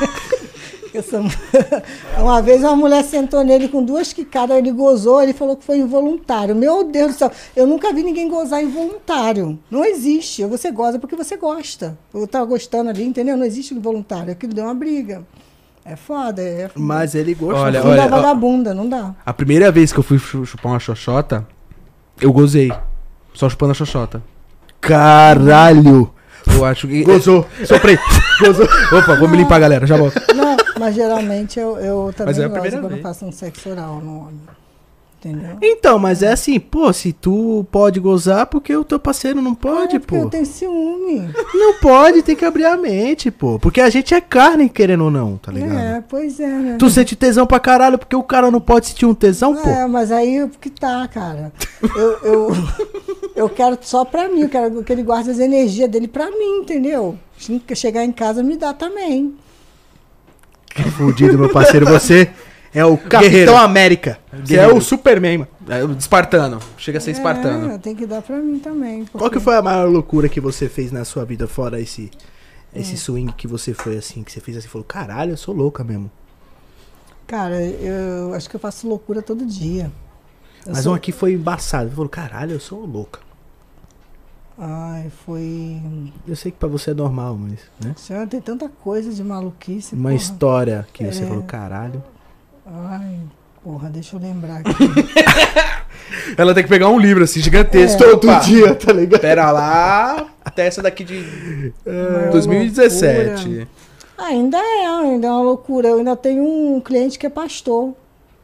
Uma vez uma mulher sentou nele com 2 quicadas, ele gozou, ele falou que foi involuntário. Meu Deus do céu, eu nunca vi ninguém gozar involuntário. Não existe. Você goza porque você gosta. Eu tava gostando ali, entendeu? Não existe involuntário. Aquilo deu uma briga. É foda, é foda. Mas ele gostou. Olha, Não dá vagabunda, não dá. A primeira vez que eu fui chupar uma xoxota, eu gozei. Só chupando a xoxota. Caralho. Eu acho que... Gozou. Soprei. Gozou. Opa, vou me limpar, galera. Já volto. Não, mas geralmente eu também Mas é a gosto primeira quando eu vez. faço um sexo oral no homem. Entendeu? Então, mas é assim, pô, se tu pode gozar, porque o teu parceiro não pode, Porque pô. eu tenho ciúme. Não pode, tem que abrir a mente, pô. Porque a gente é carne, querendo ou não, tá ligado? É, pois é, né? Tu sente tesão pra caralho, porque o cara não pode sentir um tesão, pô. É, mas aí que tá, cara. Eu quero só pra mim, eu quero que ele guarde as energias dele pra mim, entendeu? Se chegar em casa, me dá também. Fudido, meu parceiro, você é o Capitão Guerreiro. América. Você é o Superman, mano. É o espartano. Chega a ser espartano. É, tem que dar pra mim também. Qual que porque- foi a maior loucura que você fez na sua vida, fora esse swing que você foi assim, que você fez assim, falou, caralho, eu sou louca mesmo. Cara, eu acho que eu faço loucura todo dia. Eu Mas sou- um aqui foi embaçado. Você falou, caralho, eu sou louca. Ai, foi... Eu sei que pra você é normal, mas, né? Já tem tanta coisa de maluquice, Uma porra. história que você É. falou, caralho. Ai, porra, deixa eu lembrar aqui. Ela tem que pegar um livro assim, gigantesco. Todo Opa, dia, tá ligado? Pera lá. Até essa daqui de Maior 2017. loucura. Ainda é uma loucura. Eu ainda tenho um cliente que é pastor.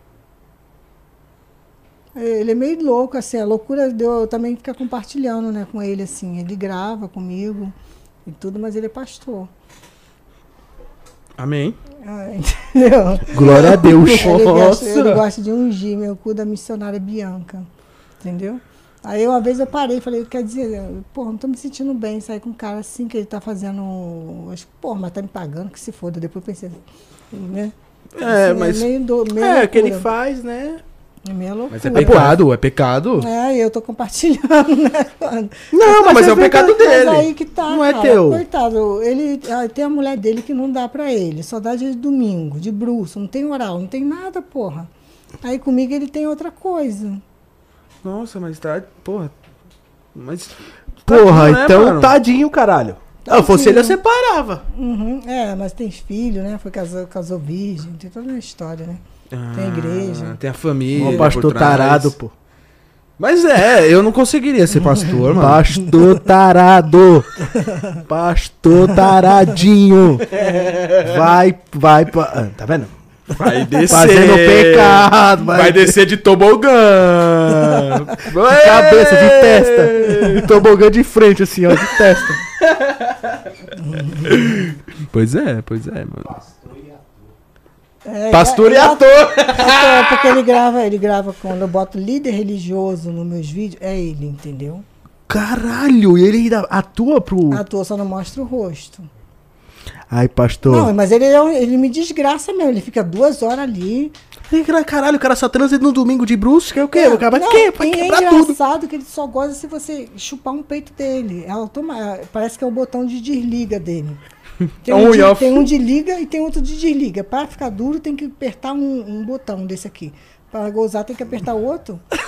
Ele é meio louco, assim, a loucura de eu também ficar compartilhando, né, com ele, assim. Ele grava comigo e tudo, mas ele é pastor. Amém. Ah, entendeu? Glória a Deus. Ele gosta de ungir meu cu da missionária Bianca, entendeu? Aí uma vez eu parei e falei, quer dizer, pô, não tô me sentindo bem sair com um cara assim que ele tá fazendo. Acho que, pô, mas tá me pagando, que se foda. Depois eu pensei, né? É, Assim, mas. meio É, o que ele loucura. faz, né? É meio loucura. Mas é pecado, é pecado. É, e eu tô compartilhando, né? Não, mas é o pecado Mas dele. aí que tá, Não é cara, teu. Coitado, ele tem a mulher dele que não dá pra ele, só dá de domingo, de bruxo, não tem oral, não tem nada, porra. Aí comigo ele tem outra coisa. Nossa, mas tá. Porra. Mas. Porra, Tadinho, né, então mano? tadinho, caralho. Se eu fosse ele, eu separava. Uhum, mas tem filho, né? Casou virgem, tem toda uma história, né? Tem igreja. Tem a família. Um pastor por trás. tarado, pô. Mas eu não conseguiria ser pastor, mano. Pastor tarado. Pastor taradinho. Vai. Tá vendo? Vai descer. Fazendo pecado. Vai descer de tobogã. De cabeça, de testa. Tobogã de frente, assim, ó, de testa. Pois é, mano. É, Pastor e ator. É porque ele grava quando eu boto líder religioso nos meus vídeos, é ele, entendeu? Caralho, e ele ainda atua pro... Ator só não mostra o rosto. Ai, pastor. Não, mas ele me desgraça mesmo, ele fica 2 horas ali. Caralho, o cara só transa no domingo de bruxo, que é o quê? O cara vai Não, quê? Vai e é quebrar tudo. engraçado que ele só goza se você chupar um peito dele. Parece que é o botão de desliga dele. Tem On e off. tem um de liga e tem outro de desliga. Para ficar duro tem que apertar um botão desse aqui. Para gozar tem que apertar o outro.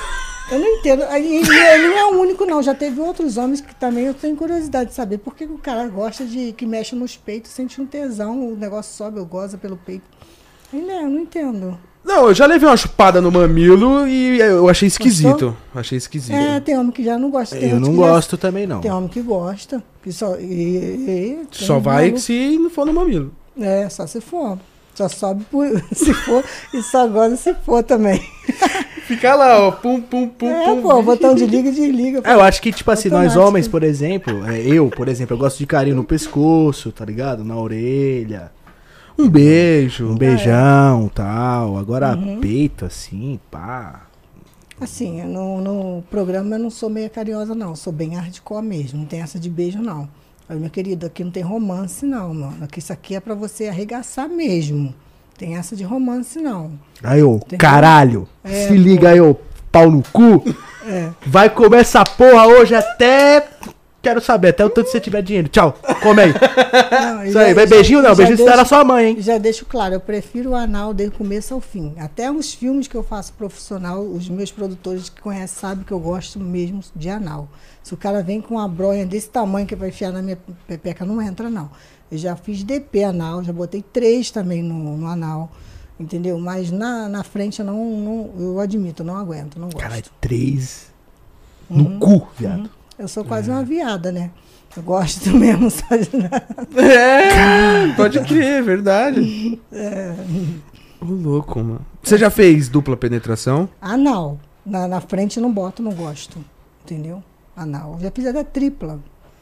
Eu não entendo. Ele não é o único, não. Já teve outros homens que também eu tenho curiosidade de saber por que o cara gosta de que mexe nos peitos, sente um tesão, o negócio sobe, eu goza pelo peito. Eu não entendo. Não, eu já levei uma chupada no mamilo e eu achei esquisito. Achei esquisito. Tem homem que já não gosta. Tem Eu gente não que já- gosto também, não. Tem homem que gosta. Que só, tem Só vai maluco- se não for no mamilo. só se for. Só sobe se for e só goza se for também. Fica lá, ó. Pum, pum, pum, Pô, botão de liga e desliga. Eu acho que, tipo assim, nós Automático. homens, por exemplo, por exemplo, eu gosto de carinho no pescoço, tá ligado? Na orelha. Um beijo. Um beijão, tal. Agora, Uhum. peito, assim, pá. Assim, no programa eu não sou meio carinhosa, não. Eu sou bem hardcore mesmo. Não tem essa de beijo, não. Aí, meu querido, aqui não tem romance, não, mano. Aqui isso aqui é pra você arregaçar mesmo. Tem essa de romance, não. Aí, ô, Entendeu? caralho. Se liga aí, ô, pau no cu. Vai comer essa porra hoje até... Quero saber, até o tanto que você tiver dinheiro. Tchau, come aí. Não, Isso aí, vai beijinho não, beijinho você dá na sua mãe, hein? Já deixo claro, eu prefiro o anal desde o começo ao fim. Até os filmes que eu faço profissional, os meus produtores que conhecem sabem que eu gosto mesmo de anal. Se o cara vem com uma bronha desse tamanho que vai enfiar na minha pepeca, não entra, não. Eu já fiz DP anal, já botei 3 também no anal, entendeu? Mas na frente eu eu admito, eu não aguento, não gosto. Caralho, 3 no cu, viado. Eu sou quase uma viada, né? Eu gosto mesmo só de nada. Pode crer, é verdade. Ô, louco, mano. Você já fez dupla penetração? Anal. Na frente eu não boto, não gosto. Entendeu? Anal. Já fiz até tripla.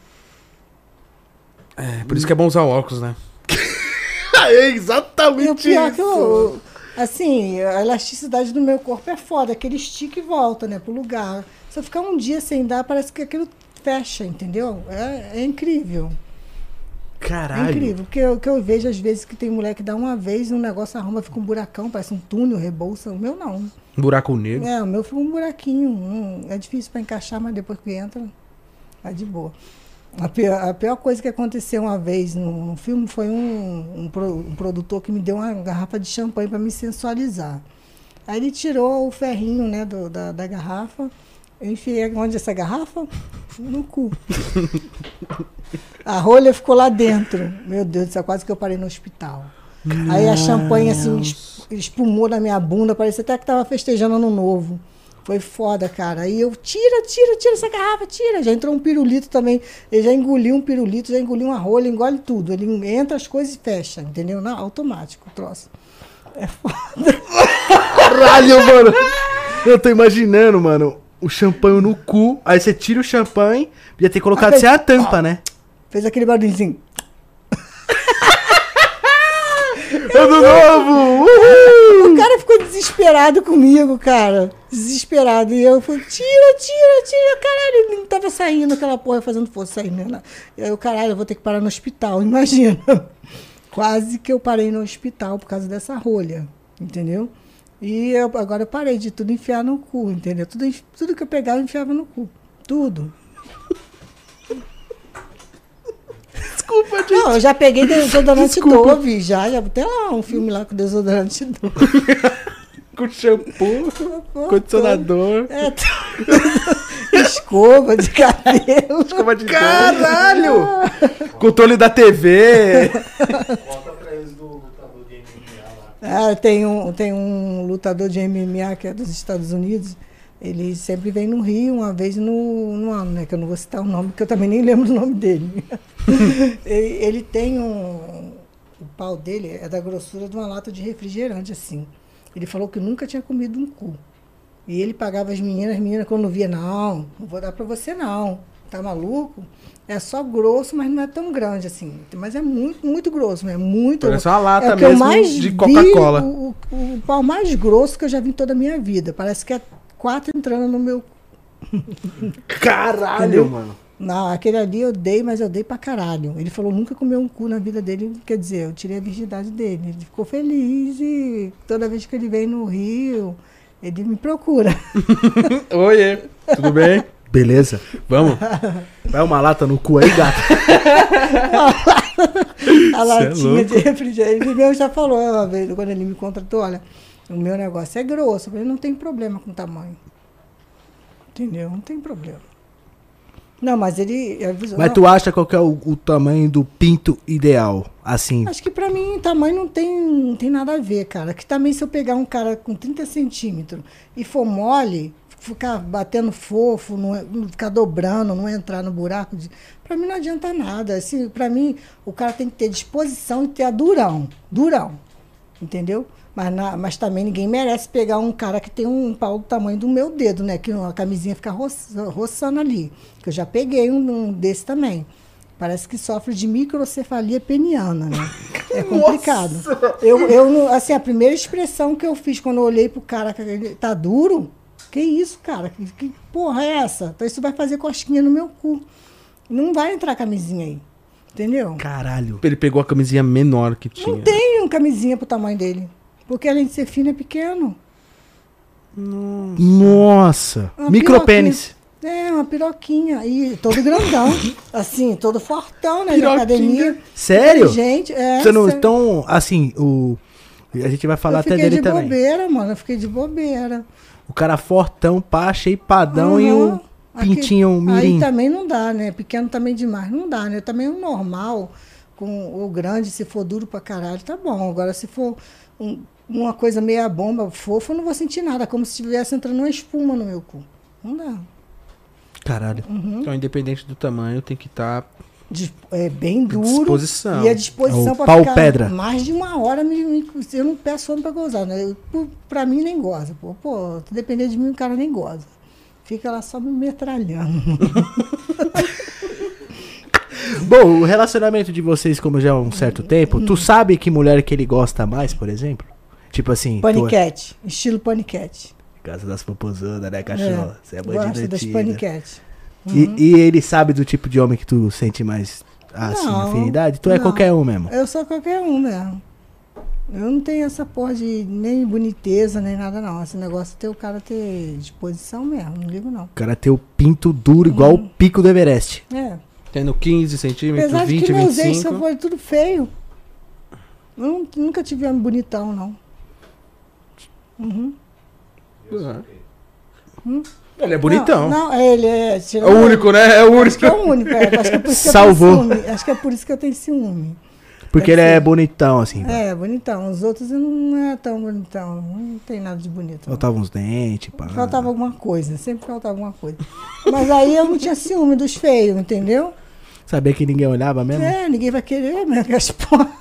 É, por isso que é bom usar o óculos, né? É E o exatamente pior que assim, a elasticidade do meu corpo é foda, aquele estica e volta, né, pro lugar. Se eu ficar um dia sem dar, parece que aquilo fecha, entendeu? É incrível. É Caralho. incrível. Porque o que eu vejo às vezes que tem mulher que dá uma vez, um negócio arruma, fica um buracão, parece um túnel, rebolsa. O meu não. Um buraco negro. O meu fica um buraquinho. É difícil para encaixar, mas depois que entra, tá de boa. A pior coisa que aconteceu uma vez no filme foi um produtor que me deu uma garrafa de champanhe para me sensualizar. Aí ele tirou o ferrinho, né, da garrafa. Eu enfiei onde essa garrafa? No cu. A rolha ficou lá dentro. Meu Deus do céu, quase que eu parei no hospital. Aí a champanhe assim espumou na minha bunda, parecia até que tava festejando ano novo. Foi foda, cara. Aí eu, tira essa garrafa, tira. Já entrou um pirulito também. Ele já engoliu um pirulito, já engoliu uma rolha, engole tudo. Ele entra as coisas e fecha, entendeu? Não, automático o troço. É foda. Caralho, mano. Eu tô imaginando, mano, o champanhe no cu. Aí você tira o champanhe, ia ter colocado sem a tampa, né? Fez aquele barulhinho. Ano novo! O cara ficou desesperado comigo, cara. Desesperado. E eu falei, tira. Caralho, ele não tava saindo aquela porra, fazendo força saindo. Né? E aí eu, caralho, eu vou ter que parar no hospital, imagina. Quase que eu parei no hospital por causa dessa rolha, entendeu? E agora eu parei de tudo enfiar no cu, entendeu? Tudo que eu pegava eu enfiava no cu. Tudo. Desculpa, gente. Não, eu já peguei desodorante Dove, já tem lá um filme lá com desodorante Dove. Com shampoo, condicionador. Escova de cabelo. Escova de caralho! Controle da TV. Tem um lutador de MMA que é dos Estados Unidos. Ele sempre vem no Rio, uma vez no ano, né? Que eu não vou citar o nome, porque eu também nem lembro do nome dele. ele tem o pau dele é da grossura de uma lata de refrigerante, assim. Ele falou que nunca tinha comido um cu. E ele pagava as meninas quando via, não vou dar pra você não. Tá maluco? É só grosso, mas não é tão grande assim. Mas é muito, muito grosso, é muito. Parece uma lata é o que eu mesmo mais de vi, Coca-Cola. O pau mais grosso que eu já vi em toda a minha vida. Parece que é 4 entrando no meu. Caralho, Entendeu? mano. Não, aquele ali eu dei, mas eu dei pra caralho. Ele falou nunca comeu um cu na vida dele, quer dizer, eu tirei a virgindade dele. Ele ficou feliz e toda vez que ele vem no Rio, ele me procura. Oiê, tudo bem? Beleza. Vamos? Vai uma lata no cu aí, gato. A latinha de refrigerante. Ele mesmo já falou uma vez, quando ele me contratou, olha, o meu negócio é grosso. Eu falei, não tem problema com o tamanho. Entendeu? Não tem problema. Não, mas ele avisou. Mas não, tu acha qual que é o tamanho do pinto ideal? Assim, acho que pra mim, tamanho não tem nada a ver, cara. Que também se eu pegar um cara com 30 centímetros e for mole, ficar batendo fofo, não ficar dobrando, não entrar no buraco, pra mim não adianta nada. Assim, pra mim, o cara tem que ter disposição e ter a durão. Entendeu? Mas também ninguém merece pegar um cara que tem um pau do tamanho do meu dedo, né? Que a camisinha fica roçando ali. Que eu já peguei um desse também. Parece que sofre de microcefalia peniana, né? É complicado. Assim, a primeira expressão que eu fiz quando eu olhei pro cara, que ele tá duro, que isso, cara? Que porra é essa? Então isso vai fazer cosquinha no meu cu. Não vai entrar camisinha aí. Entendeu? caralho. Ele pegou a camisinha menor que tinha. Não tem camisinha pro tamanho dele. Porque além de ser fino, é pequeno. Nossa. Uma Micropênis. É, uma piroquinha. E todo grandão. Assim, todo fortão, né? De academia. Sério? Gente, Você não, sério. então, assim, a gente vai falar Eu até fiquei dele de também. bobeira, mano. Eu fiquei de bobeira. O cara fortão, pá, shapeadão e o Aham. pintinho Aí mirim. também não dá, né? Pequeno também demais. Não dá, né? Também o normal, com o grande, se for duro pra caralho, tá bom. Agora, se for uma coisa meia bomba, fofa, eu não vou sentir nada. Como se estivesse entrando uma espuma no meu cu. Não dá. Caralho. Então, independente do tamanho, tem que estar... Bem duro. Disposição. E a disposição É o pra pau ficar pedra. mais de uma hora, eu não peço homem pra gozar, né? Pra mim nem goza. Pô, depender de mim, o cara nem goza. Fica lá só me metralhando. Bom, o relacionamento de vocês, como já há um certo tempo, tu sabe que mulher que ele gosta mais, por exemplo? Tipo assim... Paniquete. Estilo paniquete. Casa das popozudas, né, cachorro? Você é Gosto das bandido. paniquete. E ele sabe do tipo de homem que tu sente mais, assim, Não, afinidade? Tu é não. qualquer um mesmo. Eu sou qualquer um mesmo. Eu não tenho essa porra de nem boniteza, nem nada, não. Esse negócio de ter o cara ter disposição mesmo. Não ligo, não. O cara tem o pinto duro, igual o pico do Everest. É. Tendo 15 centímetros, Apesar de 20, que meus ex 25. só foi tudo feio. Eu nunca tive homem bonitão, não. Uhum. Ele é bonitão. Não, ele é... É o único, né? É o único. Acho que é o único. Acho que é por isso que Salvou. eu tenho ciúme. Acho que é por isso que eu tenho ciúme. Porque ele é bonitão, assim. É, bonitão. Os outros não é tão bonitão. Não tem nada de bonito. não. Faltava uns dentes, pá. Faltava alguma coisa. Sempre faltava alguma coisa. Mas aí eu não tinha ciúme dos feios, entendeu? Sabia que ninguém olhava mesmo? Ninguém vai querer mesmo aquelas porra.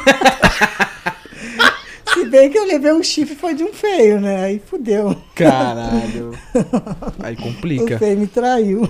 Se bem que eu levei um chifre foi de um feio, né? Aí fudeu. Caralho. Aí O complica. feio me traiu.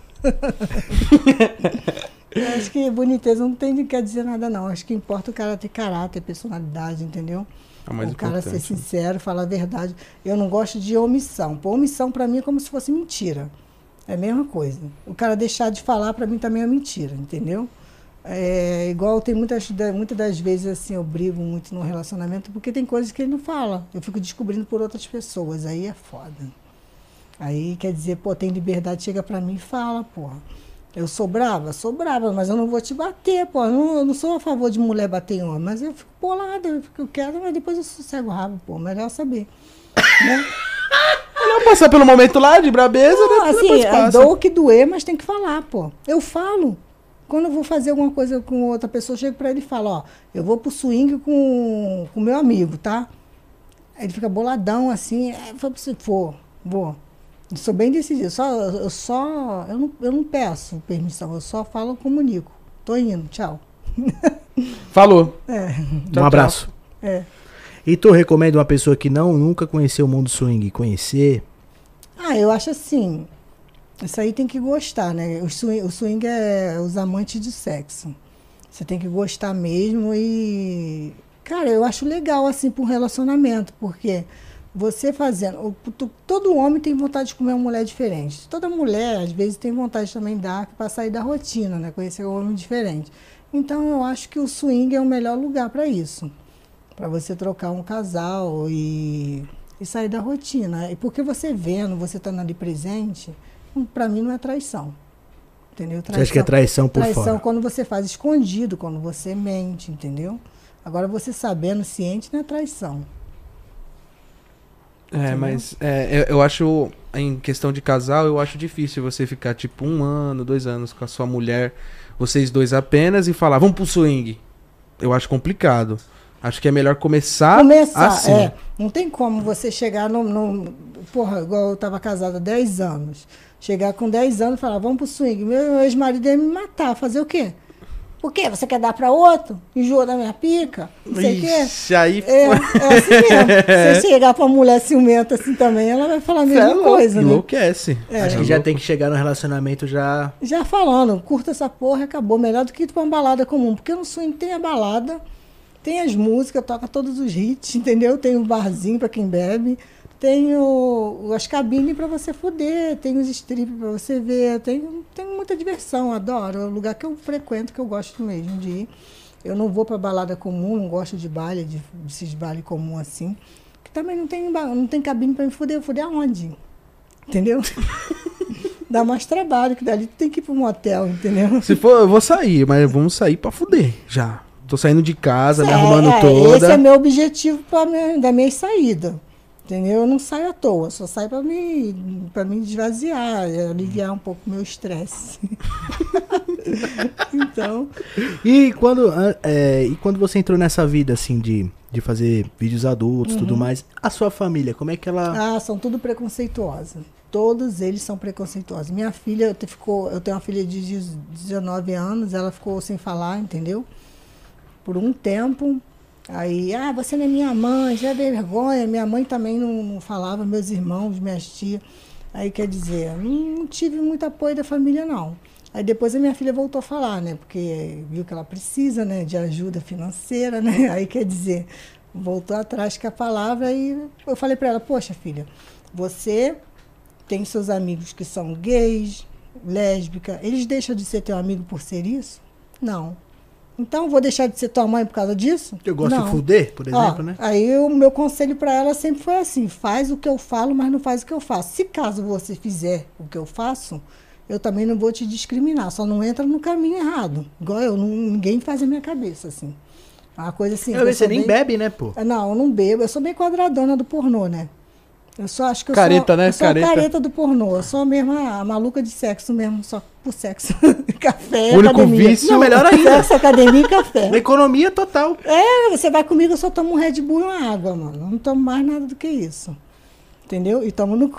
Eu acho que boniteza não quer dizer nada, não. Acho que importa o cara ter caráter, personalidade, entendeu? É o mais O cara ser importante. sincero, falar a verdade. Eu não gosto de omissão. Pô, omissão pra mim é como se fosse mentira. É a mesma coisa. O cara deixar de falar pra mim também é mentira, entendeu? É igual tem muitas das vezes assim, eu brigo muito no relacionamento porque tem coisas que ele não fala. Eu fico descobrindo por outras pessoas. Aí é foda. Aí quer dizer, pô, tem liberdade, chega pra mim e fala, porra. Eu sou brava, mas eu não vou te bater, pô. Eu não sou a favor de mulher bater em homem, mas eu fico bolada, eu quero, mas depois eu sossego o rabo, pô. Melhor saber. Né? Não passar pelo momento lá de brabeza, Não, né? assim, Depois passa. dou o que doer, mas tem que falar, pô. Eu falo. Quando eu vou fazer alguma coisa com outra pessoa, eu chego pra ele e falo, ó, eu vou pro swing com meu amigo, tá? Aí ele fica boladão, assim, vou. Eu sou bem decidido. Eu não peço permissão, eu só falo, comunico. Tô indo, tchau. Falou. Um abraço. É. E tu recomenda uma pessoa que nunca conheceu o mundo swing conhecer? Eu acho assim, isso aí tem que gostar, né? O swing é os amantes de sexo. Você tem que gostar mesmo e... Cara, eu acho legal, assim, para um relacionamento, porque você fazendo... Todo homem tem vontade de comer uma mulher diferente. Toda mulher, às vezes, tem vontade também para sair da rotina, né? Conhecer um homem diferente. Então, eu acho que o swing é o melhor lugar para isso. Para você trocar um casal e sair da rotina. E porque você vendo, você estando ali presente, para mim não é traição. Entendeu? Você acha que é traição por traição fora? quando você faz escondido, quando você mente, entendeu? Agora você sabendo, ciente, não é traição. Mas eu acho, em questão de casal, eu acho difícil você ficar tipo 1 ano, 2 anos com a sua mulher, vocês dois apenas, e falar, vamos pro swing. Eu acho complicado. Acho que é melhor começar assim. Não tem como você chegar Porra, igual eu tava casada há 10 anos. Chegar com 10 anos e falar, vamos pro swing. Meu ex-marido ia me matar. Fazer o quê? Por quê? Você quer dar pra outro? Enjoa da minha pica? Não sei o quê. Ixi, aí É assim mesmo. Se chegar pra mulher ciumenta assim também, ela vai falar a mesma coisa, né? Enlouquece. Acho que já tem que chegar no relacionamento já... Já falando, curta essa porra e acabou. Melhor do que ir pra uma balada comum. Porque no swing tem a balada, tem as músicas, toca todos os hits, entendeu? Tem o barzinho pra quem bebe, tem as cabines pra você fuder, tem os strips pra você ver, tem muita diversão, adoro. É o lugar que eu frequento, que eu gosto mesmo de ir. Eu não vou pra balada comum, não gosto de baile, desses baile comum assim. Que também não tem cabine pra me fuder. Eu fuder aonde? Entendeu? Dá mais trabalho, que dali tu tem que ir pro motel, entendeu? Se for, eu vou sair, mas vamos sair pra fuder, já. Tô saindo de casa, me arrumando toda. Esse é meu objetivo da minha saída. Entendeu? Eu não saio à toa, só saio pra me esvaziar, aliviar um pouco o meu estresse. Então. E quando você entrou nessa vida, assim, de fazer vídeos adultos e tudo mais, a sua família, como é que ela... São tudo preconceituosos. Todos eles são preconceituosos. Minha filha, eu tenho uma filha de 19 anos, ela ficou sem falar, entendeu? Por um tempo. Aí, você não é minha mãe, já é vergonha. Minha mãe também não falava, meus irmãos, minhas tias. Aí, quer dizer, não tive muito apoio da família, não. Aí depois a minha filha voltou a falar, né? Porque viu que ela precisa, né? De ajuda financeira, né? Aí, quer dizer, voltou atrás com a palavra e eu falei para ela, poxa, filha, você tem seus amigos que são gays, lésbicas, eles deixam de ser teu amigo por ser isso? Não. Então, vou deixar de ser tua mãe por causa disso? Eu gosto de fuder, por exemplo, né? Aí o meu conselho para ela sempre foi assim, faz o que eu falo, mas não faz o que eu faço. Se caso você fizer o que eu faço, eu também não vou te discriminar, só não entra no caminho errado. Igual ninguém faz a minha cabeça, assim. Uma coisa assim... Você nem bebe, né, pô? Não, eu não bebo, eu sou bem quadradona do pornô, né? Eu só acho que eu careta, né? Eu sou a careta do pornô. Eu sou mesmo a maluca de sexo mesmo, só por sexo. Café, único academia. vício. Não, melhor ainda. Sexo, academia e café. Na economia total. Você vai comigo, eu só tomo um Red Bull e uma água, mano. Eu não tomo mais nada do que isso. Entendeu? E tomo no cu.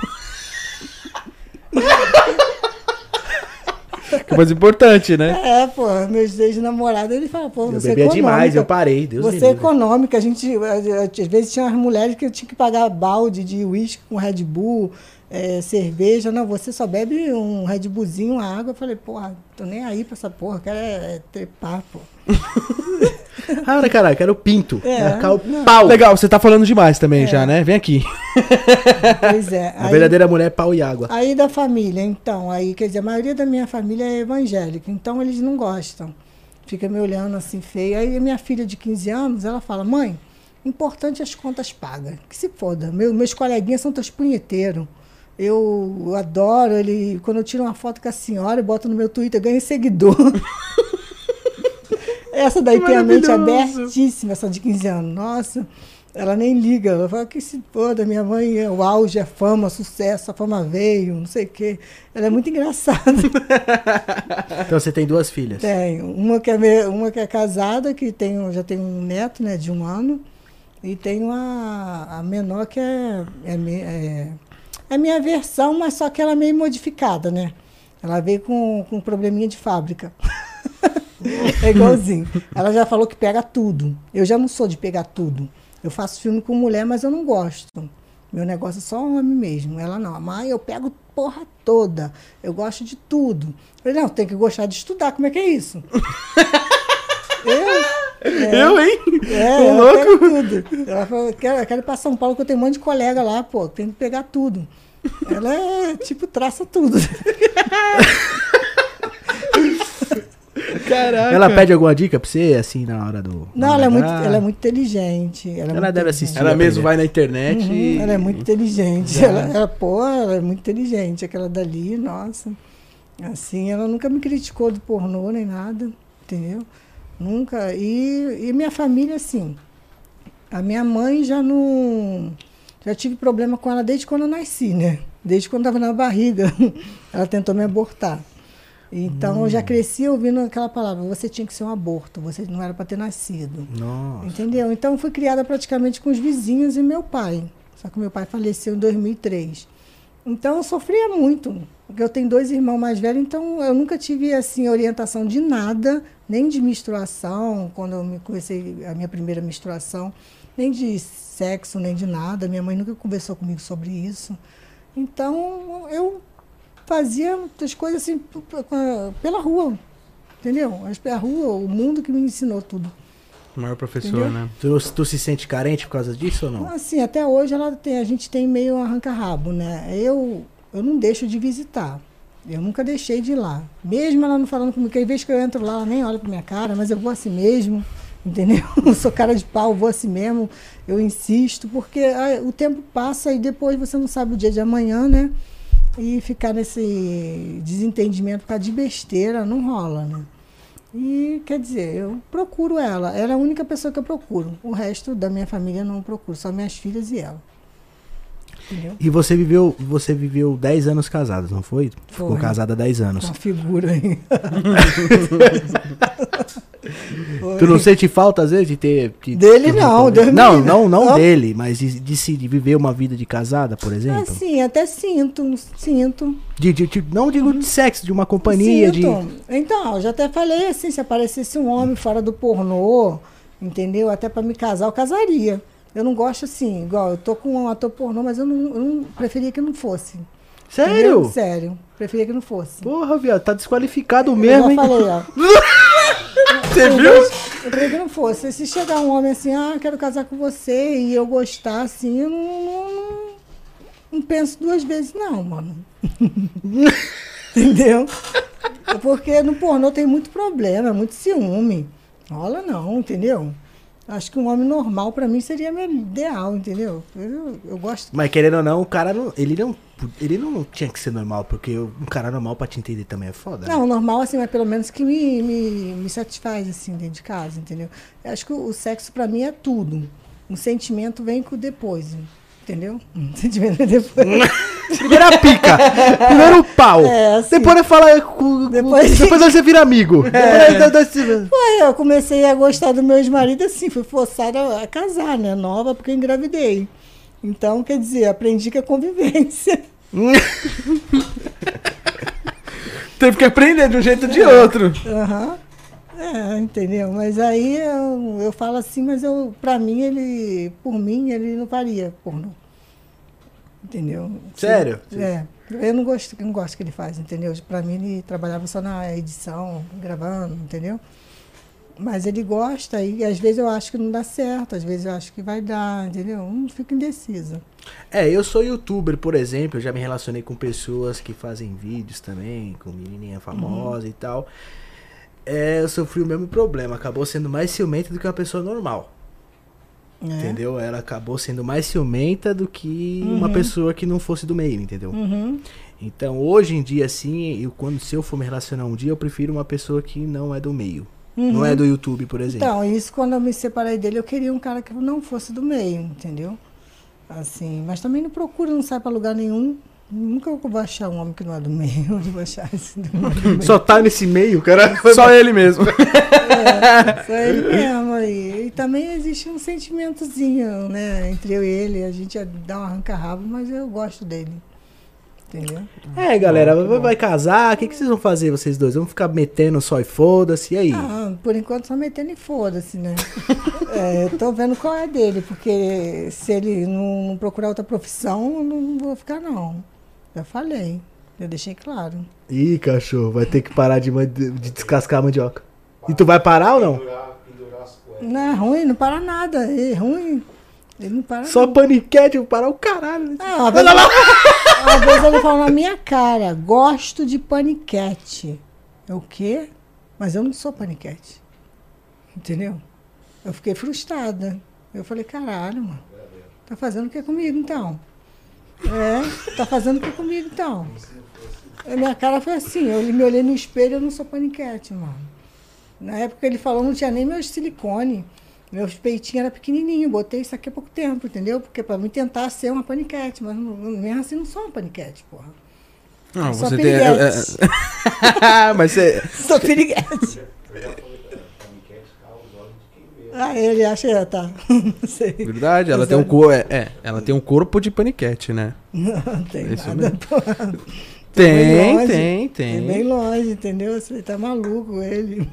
Que é mais importante, né? Pô, meus ex-namorados, ele fala, pô, você é bebia econômica. demais, eu parei, Deus me Você é livre. econômica, às vezes tinha umas mulheres que eu tinha que pagar balde de uísque com Red Bull, cerveja, não, você só bebe um Red Bullzinho, uma água. Eu falei, porra, tô nem aí pra essa porra, quero trepar, pô. Caralho, quero pinto. Marcar o pau. Legal, você tá falando demais também já, né? Vem aqui. Pois é. A verdadeira mulher é pau e água. Aí da família, então, quer dizer, a maioria da minha família é evangélica, então eles não gostam. Fica me olhando assim feio. Aí a minha filha de 15 anos, ela fala, mãe, importante as contas pagas. Que se foda, meus coleguinhas são teus punheteiros. Eu adoro quando eu tiro uma foto com a senhora, eu boto no meu Twitter, ganho seguidor. Essa daí tem a mente abertíssima, essa de 15 anos. Nossa, ela nem liga. Ela fala que se foda, minha mãe é o auge, é fama, sucesso, a fama veio, não sei o quê. Ela é muito engraçada. Então você tem 2 filhas? Tenho. Uma que é casada, que já tem um neto, né, de 1 ano. E tenho a menor que é minha versão, mas só que ela é meio modificada, né? Ela veio com um probleminha de fábrica. É igualzinho. Ela já falou que pega tudo. Eu já não sou de pegar tudo. Eu faço filme com mulher, mas eu não gosto. Meu negócio é só homem mesmo. Ela não. Mãe, eu pego porra toda. Eu gosto de tudo. Eu falei, não, tem que gostar de estudar. Como é que é isso? Eu, hein? Ela pega tudo. Ela falou, eu quero ir pra São Paulo, que eu tenho um monte de colega lá, pô. Tem que pegar tudo. Ela traça tudo. Caraca. Ela pede alguma dica pra você, assim, na hora do... Não, ela é muito inteligente. Ela deve assistir. Ela mesmo vai na internet e... Ela é muito inteligente. Ela é muito inteligente. Aquela dali, nossa. Assim, ela nunca me criticou do pornô nem nada, entendeu? Nunca. E minha família, assim, a minha mãe já não Já tive problema com ela desde quando eu nasci, né? Desde quando eu estava na barriga. Ela tentou me abortar. Então, eu já cresci ouvindo aquela palavra, você tinha que ser um aborto, você não era para ter nascido. Nossa. Entendeu? Então, eu fui criada praticamente com os vizinhos e meu pai. Só que meu pai faleceu em 2003. Então, eu sofria muito, porque eu tenho 2 irmãos mais velhos, então eu nunca tive, assim, orientação de nada, nem de menstruação, quando eu comecei a minha primeira menstruação, nem de sexo, nem de nada. Minha mãe nunca conversou comigo sobre isso. Então, eu fazia as coisas assim pela rua, entendeu? A rua, o mundo que me ensinou tudo. O maior professor, Entendeu? né? Tu se sente carente por causa disso ou não? Assim, até hoje a gente tem meio arranca-rabo, né? Eu não deixo de visitar. Eu nunca deixei de ir lá. Mesmo ela não falando comigo, que às vezes que eu entro lá, ela nem olha pra minha cara, mas eu vou assim mesmo, entendeu? Eu sou cara de pau, vou assim mesmo, eu insisto, porque o tempo passa e depois você não sabe o dia de amanhã, né? E ficar nesse desentendimento por causa de besteira não rola, né? E, quer dizer, eu procuro ela. Ela é a única pessoa que eu procuro. O resto da minha família eu não procuro, só minhas filhas e ela. Entendeu? E você viveu 10 anos casada, não foi? Ficou Foi. casada há 10 anos. Uma figura aí. Tu não sente falta, às vezes, de ter... Dele não, Deus me Não, livre. não Não. dele, mas de viver uma vida de casada, por exemplo. Assim, até sinto. Não digo de sexo, de uma companhia, de... Então, eu já até falei assim, se aparecesse um homem fora do pornô, entendeu? Até pra me casar, eu casaria. Eu não gosto assim, igual, eu tô com um ator pornô, mas eu não preferia que não fosse. Sério? Entendeu? Sério, preferia que não fosse. Porra, viado, tá desqualificado Eu mesmo, já hein? falei, ó. Você viu? Eu preferia que não fosse. Se chegar um homem assim, eu quero casar com você, e eu gostar assim, eu não penso 2 vezes, não, mano. Entendeu? Porque no pornô tem muito problema, muito ciúme. Rola não, entendeu? Acho que um homem normal pra mim seria meu ideal, entendeu? Eu gosto. Mas querendo ou não, o cara não, ele não tinha que ser normal, porque um cara normal pra te entender também é foda. Né? Não, normal assim, mas pelo menos que me satisfaz assim dentro de casa, entendeu? Eu acho que o sexo pra mim é tudo. O sentimento vem com depois, entendeu? O sentimento vem depois. Primeiro a pica, primeiro o pau. É, assim. Depois fala Depois- depois você vira amigo. Aí eu comecei a gostar do meu ex-marido assim, fui forçada a casar, né? Nova, porque eu engravidei. Então, quer dizer, aprendi que é convivência. Teve que aprender de um jeito ou de outro. Aham. É, entendeu? Mas aí eu falo assim, mas pra mim, por mim, ele não faria pornô. Entendeu? Sério? É. Eu não gosto que ele faz, entendeu? Pra mim, ele trabalhava só na edição, gravando, entendeu? Mas ele gosta e às vezes eu acho que não dá certo, às vezes eu acho que vai dar, entendeu? Eu fico indecisa. Eu sou youtuber, por exemplo, eu já me relacionei com pessoas que fazem vídeos também, com menininha famosa e tal. Eu sofri o mesmo problema, acabou sendo mais ciumenta do que uma pessoa normal. É. Entendeu? Ela acabou sendo mais ciumenta do que uma pessoa que não fosse do meio, entendeu? Uhum. Então, hoje em dia, assim, se eu for me relacionar um dia, eu prefiro uma pessoa que não é do meio. Não é do YouTube, por exemplo. Então, isso quando eu me separei dele, eu queria um cara que não fosse do meio, entendeu? Assim, mas também não procuro, não sai pra lugar nenhum. Nunca vou achar um homem que não é do meio. Eu vou achar esse do meio. Só tá nesse meio, cara. Só ele mesmo. Só ele mesmo aí. E também existe um sentimentozinho, né? Entre eu e ele. A gente dá um arranca-rabo, mas eu gosto dele. Entendeu? Galera, vai casar, o que vocês vão fazer, vocês dois? Vão ficar metendo só e foda-se, e aí? Ah, por enquanto só metendo e foda-se, né? Eu tô vendo qual é dele, porque se ele não procurar outra profissão, eu não vou ficar, não. Já falei, eu deixei claro. Ih, cachorro, vai ter que parar de descascar a mandioca. E tu vai parar ou não? Não é ruim, não para nada. É ruim. Ele não para Só nada. paniquete, vou parar o caralho. Ah, uma vez ele falou na minha cara, gosto de paniquete. Eu, o quê? Mas eu não sou paniquete. Entendeu? Eu fiquei frustrada. Eu falei, caralho, mano. Tá fazendo o que comigo, então? Tá fazendo o que comigo, então? A minha cara foi assim, eu me olhei no espelho, eu não sou paniquete, mano. Na época que ele falou, não tinha nem meus silicone. Meus peitinhos eram pequenininhos, botei isso aqui há pouco tempo, entendeu? Porque pra mim tentar ser uma paniquete, mas mesmo assim não sou uma paniquete, porra. Não, Sou você piriguete. Mas você... Sou piriguete. Ah, ele acha, tá. Não sei. Verdade, ela Mas tem um é- corpo... ela tem um corpo de paniquete, né? Não tem Isso nada, mesmo. porra. Tem, longe. tem, É bem tem. longe, entendeu? Você tá maluco, ele.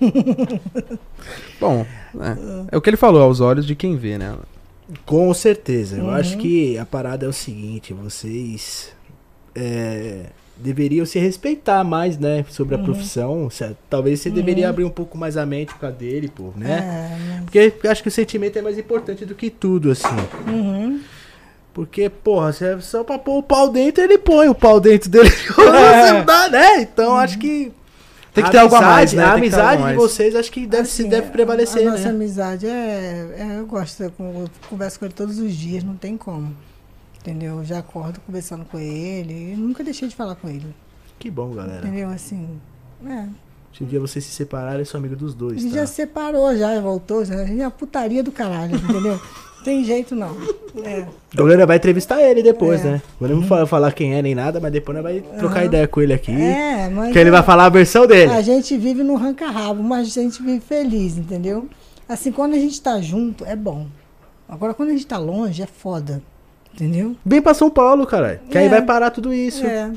Bom, é o que ele falou, aos olhos de quem vê, né? Com certeza. Eu Uhum. acho que a parada é o seguinte, vocês deveriam se respeitar mais, né? Sobre a Uhum. profissão. Talvez você deveria abrir um pouco mais a mente com a dele, pô, né? É, Porque eu acho que o sentimento é mais importante do que tudo, assim. uhum. Porque, porra, se é só pra pôr o pau dentro, ele põe o pau dentro dele. Você não dá, né? Então acho que. Tem que ter algo a mais, né? A Tem que ter algo a amizade de mais. vocês acho que deve, Assim, deve prevalecer, a nossa né? amizade eu gosto, eu converso com ele todos os dias, não tem como. Entendeu? Eu já acordo conversando com ele, e nunca deixei de falar com ele. Que bom, galera. Entendeu? Assim, Se um dia vocês se separarem, eu sou amigo dos a dois, gente tá? já separou, já voltou, já, a gente é a putaria do caralho, entendeu? Tem jeito não. É. A galera vai entrevistar ele depois, É. né? Não vamos falar quem é nem nada, mas depois nós vai trocar ideia com ele aqui. Mas Que ele vai falar a versão dele. a gente vive no ranca-rabo, mas a gente vive feliz, entendeu? Assim, quando a gente tá junto, é bom. Agora, quando a gente tá longe, é foda. Entendeu? Vem pra São Paulo, caralho. Que aí É. vai parar tudo isso. É.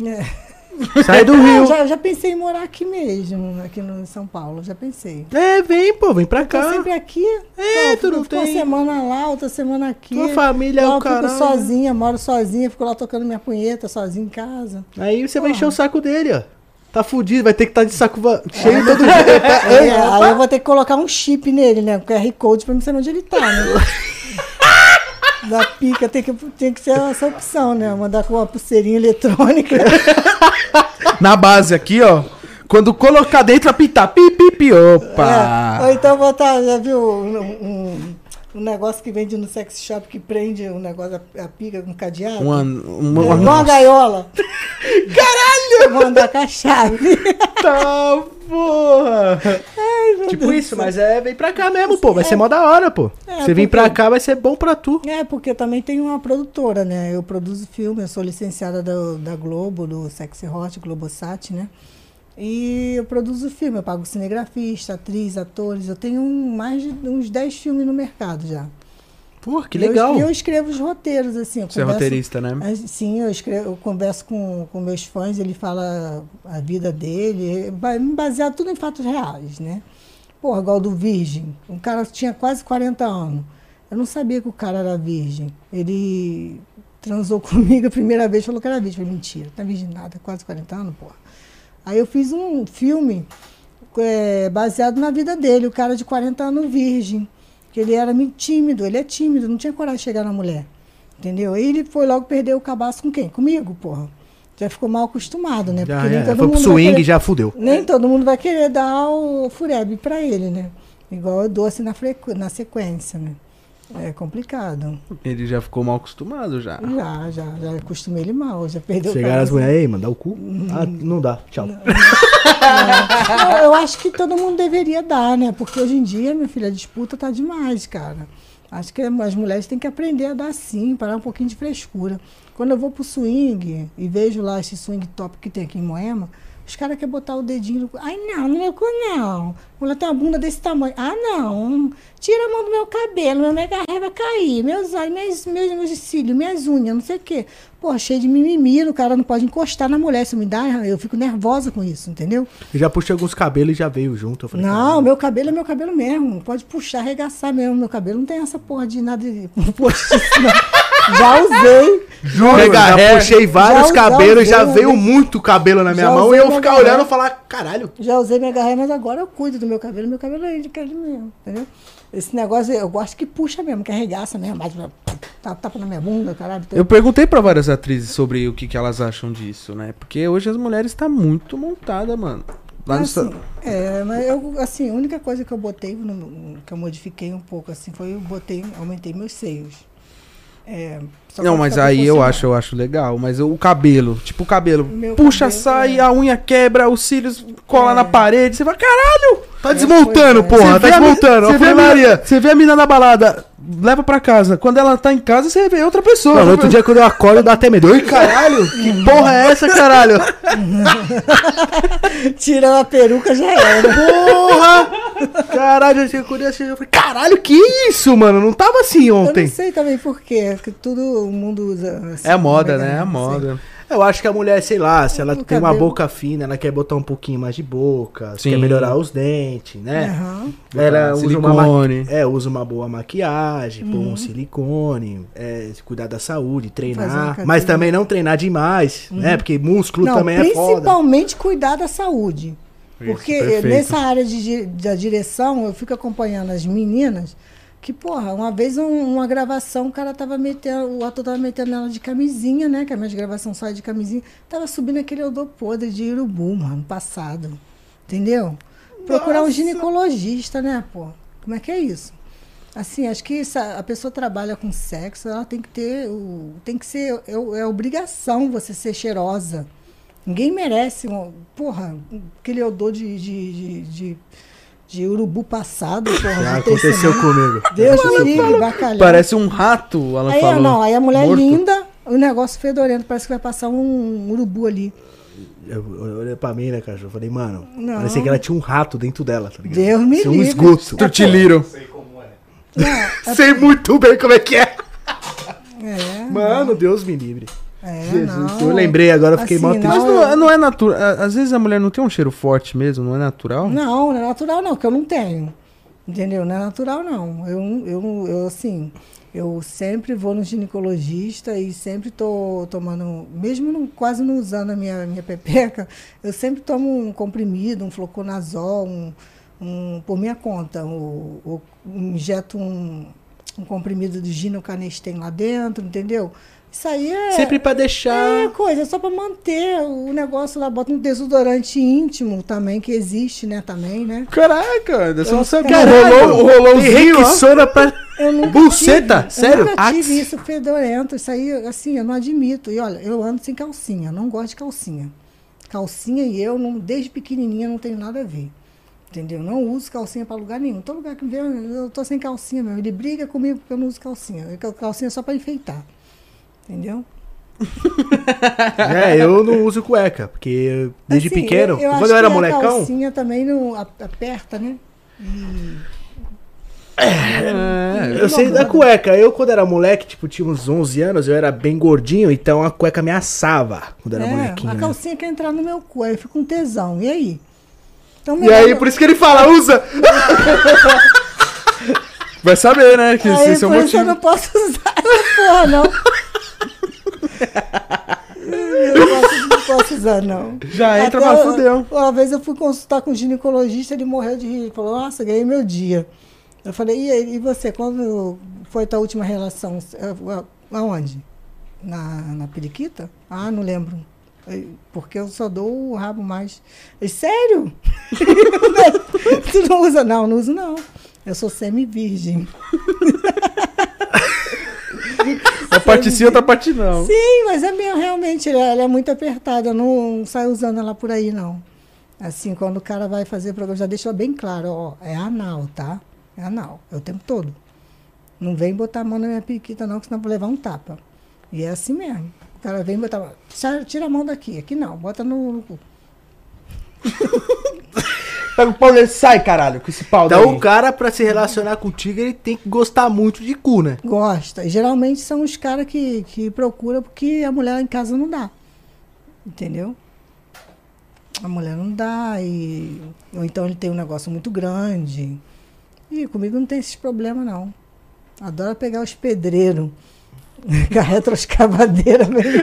Sai do Rio. Já pensei em morar aqui mesmo, aqui no São Paulo, já pensei. Vem, pô, vem pra Tô cá. sempre aqui. Tu não fico uma tem- semana lá, outra semana aqui. Tua família é Lá o eu fico caralho. sozinha, moro sozinha, fico lá tocando minha punheta sozinha em casa. Aí você vai encher o saco dele, ó. Tá fudido, vai ter que estar de saco cheio todo dia. Aí eu vou ter que colocar um chip nele, né? Um QR Code pra mim saber onde ele tá, né? Da pica tem que ser essa opção, né? Mandar com uma pulseirinha eletrônica. Na base aqui, ó. Quando colocar dentro, apitar. Pi, pi, pi, opa. Ou então botar, já viu um negócio que vende no sex shop que prende o negócio, a pica com cadeado? Uma, Igual uma gaiola. Caralho! Vou andar com a chave. Tá, porra. Tipo isso, mas vem pra cá mesmo, pô. Vai ser mó da hora, pô. Você vir pra cá, vai ser bom pra tu. Porque também tem uma produtora, né? Eu produzo filme, eu sou licenciada da Globo, do Sexy Hot, Globosat, né? E eu produzo filme, eu pago cinegrafista, atriz, atores. Eu tenho mais de uns 10 filmes no mercado já. Pô, que legal. E eu escrevo os roteiros, assim. Eu Você é roteirista, né? Sim, eu converso com meus fãs, ele fala a vida dele, baseado tudo em fatos reais, né? Porra, igual do Virgem. Um cara tinha quase 40 anos. Eu não sabia que o cara era virgem. Ele transou comigo a primeira vez, falou que era virgem. Eu falei, mentira, não é virgem nada, quase 40 anos, porra. Aí eu fiz um filme baseado na vida dele, o cara de 40 anos virgem. Que ele era tímido, ele é tímido, não tinha coragem de chegar na mulher. Entendeu? Aí ele foi logo perder o cabaço com quem? Comigo, porra. Já ficou mal acostumado, né? Já, nem foi pro vai swing, querer- já fudeu. nem todo mundo vai querer dar o fureb pra ele, né? Igual eu dou assim na sequência, né? É complicado. Ele já ficou mal acostumado já. Já acostumei ele mal, já perdeu Chegaram as o cabaço. mulheres aí, mano, dá o cu. Ah, não dá, tchau. Eu acho que todo mundo deveria dar, né? Porque hoje em dia, minha filha, a disputa tá demais, cara. Acho que as mulheres têm que aprender a dar sim, parar um pouquinho de frescura. Quando eu vou pro swing e vejo lá esse swing top que tem aqui em Moema, os caras querem botar o dedinho no cu. Ai, não, no meu cu não. Mulher tem uma bunda desse tamanho. Ah, não. Tira a mão do meu cabelo, meu mega ré vai cair. Meus olhos, meus cílios, minhas unhas, não sei o quê. Pô, cheio de mimimi, o cara não pode encostar na mulher. Isso me dá, eu fico nervosa com isso, entendeu? Eu já puxei alguns cabelos e já veio junto. Eu falei, Não, meu cabelo é meu cabelo mesmo. Pode puxar, arregaçar mesmo. Meu cabelo não tem essa porra de nada de postiço, não. Já usei. juro, Mega já hair. puxei vários Já cabelos, já usei, veio né? muito cabelo na minha Já mão e usei eu mega ficar hair. olhando e falar, caralho. Já usei mega hair, mas agora eu cuido do meu cabelo. Meu cabelo é de cabelo mesmo, entendeu? Esse negócio eu gosto que puxa mesmo, que arregaça mesmo. Bate, tapa na minha bunda, caralho. Eu perguntei pra várias atrizes sobre o que elas acham disso, né? Porque hoje as mulheres tá muito montada, mano. Lá no Assim, mas eu, assim, a única coisa que eu botei, que eu modifiquei um pouco, assim, foi aumentei meus seios. Só Não, pra mas ficar aí eu proporcional. acho legal. Mas o cabelo, tipo o cabelo, Meu puxa, cabelo, sai, a unha quebra, os cílios cola É. na parede. Você fala, caralho! Tá desmontando, pois é. porra. Tá desmontando. Ó, Maria. Você vê a mina na balada, leva pra casa. Quando ela tá em casa, você vê outra pessoa. Não, no outro dia quando eu acordo, dá até medo. Oi, caralho, que porra é essa, caralho? Tirando a peruca já era. Porra! Caralho, eu falei, caralho, que isso, mano? Não tava assim Eu ontem. não sei também por quê, porque todo mundo usa assim, É a moda, não né? É a sei. moda. Eu acho que a mulher, sei lá, se ela O tem uma cabelo. boca fina, ela quer botar um pouquinho mais de boca, Sim. quer melhorar os dentes, né? Aham. Ela usa Silicone. usa uma boa maquiagem, pôr um silicone, cuidar da saúde, Fazer uma treinar. academia. Mas também não treinar demais, né? Porque músculo Não, também é foda. principalmente cuidar da saúde. Isso, Porque perfeito. nessa área da direção, eu fico acompanhando as meninas, que, porra, uma vez uma gravação, o cara tava metendo, o ator tava metendo ela de camisinha, né? Que a minha gravação sai de camisinha. Tava subindo aquele odor podre de urubu, mano, passado. Entendeu? Procurar um ginecologista, né, pô? Como é que é isso? Assim, acho que a pessoa trabalha com sexo, ela tem que ter. Tem que ser. É obrigação você ser cheirosa. Ninguém merece, porra, aquele odor de urubu passado, porra. Já de três aconteceu semanas. comigo. Deus me livre, bacalhau. Parece um rato, ela Aí, falou. não, aí a mulher Morto. linda, o negócio fedorento, parece que vai passar um urubu ali. Eu olhei pra mim, né, cachorro? Eu falei, mano, Não. parecia que ela tinha um rato dentro dela, tá ligado? Deus me Parecia um livre. esgoto. Trutiliro. Não, Sei muito bem como é que é. é, Mano, Deus me livre. é, não. Eu lembrei agora, eu fiquei Assim, mó não. triste. Mas não é natural. Às vezes a mulher não tem um cheiro forte mesmo, não é natural? Não, não é natural não, que eu não tenho. Entendeu? Não é natural não. Eu assim, eu sempre vou no ginecologista e sempre tô tomando, mesmo quase não usando a minha pepeca, eu sempre tomo um comprimido, um fluconazol, por minha conta. Eu injeto um comprimido de Ginecanestem lá dentro, entendeu? Isso aí é... Sempre pra deixar... É coisa, só para manter o negócio lá, bota um desodorante íntimo também, que existe, né, também, né? Caraca, você não sabe. Caralho, Rolou Tem Rexona pra... Eu nunca Buceta? tive, Sério? Eu nunca tive Axe. isso fedorento, isso aí, assim, eu não admito. E olha, eu ando sem calcinha, não gosto de calcinha. Calcinha e eu, desde pequenininha, não tenho nada a ver. Entendeu? Não uso calcinha para lugar nenhum. Todo lugar que vem, eu tô sem calcinha mesmo. Ele briga comigo porque eu não uso calcinha. Calcinha é só para enfeitar. Entendeu? Eu não uso cueca, porque desde Assim, pequeno, eu quando acho eu era que molecão, a calcinha também não aperta, né? eu sei da cueca. Eu, quando era moleque, tipo, tinha uns 11 anos, eu era bem gordinho, então a cueca me assava quando era molequinho. A né? calcinha quer entrar no meu cu, aí eu fico com tesão. E aí? Então, E aí, por isso que ele fala, usa! Vai saber, né? Que aí, esse é o por isso eu motivo. não posso usar essa porra, não. Eu não posso usar, não. Já entra, Até mas fudeu. Uma vez eu fui consultar com um ginecologista, ele morreu de rir. Ele falou, nossa, ganhei meu dia. Eu falei, e você, quando foi a tua última relação? Aonde? Na periquita? Ah, não lembro. Porque eu só dou o rabo mais. Eu, sério? Tu não usa? Não, não uso não. Eu sou semi-virgem. Uma parte sim, outra parte não. Sim, mas é mesmo, realmente, ela é muito apertada. Eu não saio usando ela por aí, não. Assim, quando o cara vai fazer programa, já deixa bem claro, ó, é anal, tá? É anal, é o tempo todo. Não vem botar a mão na minha periquita, não, que senão eu vou levar um tapa. E é assim mesmo. O cara vem botar, tira a mão daqui, aqui não, bota no cu. Pega o pau dele, sai, caralho, com esse pau Então daí. o cara, pra se relacionar contigo, ele tem que gostar muito de cu, né? Gosta. E geralmente são os caras que procuram porque a mulher em casa não dá. Entendeu? A mulher não dá, ou então ele tem um negócio muito grande. E comigo não tem esses problemas, não. Adoro pegar os pedreiros. Com a retroescavadeira.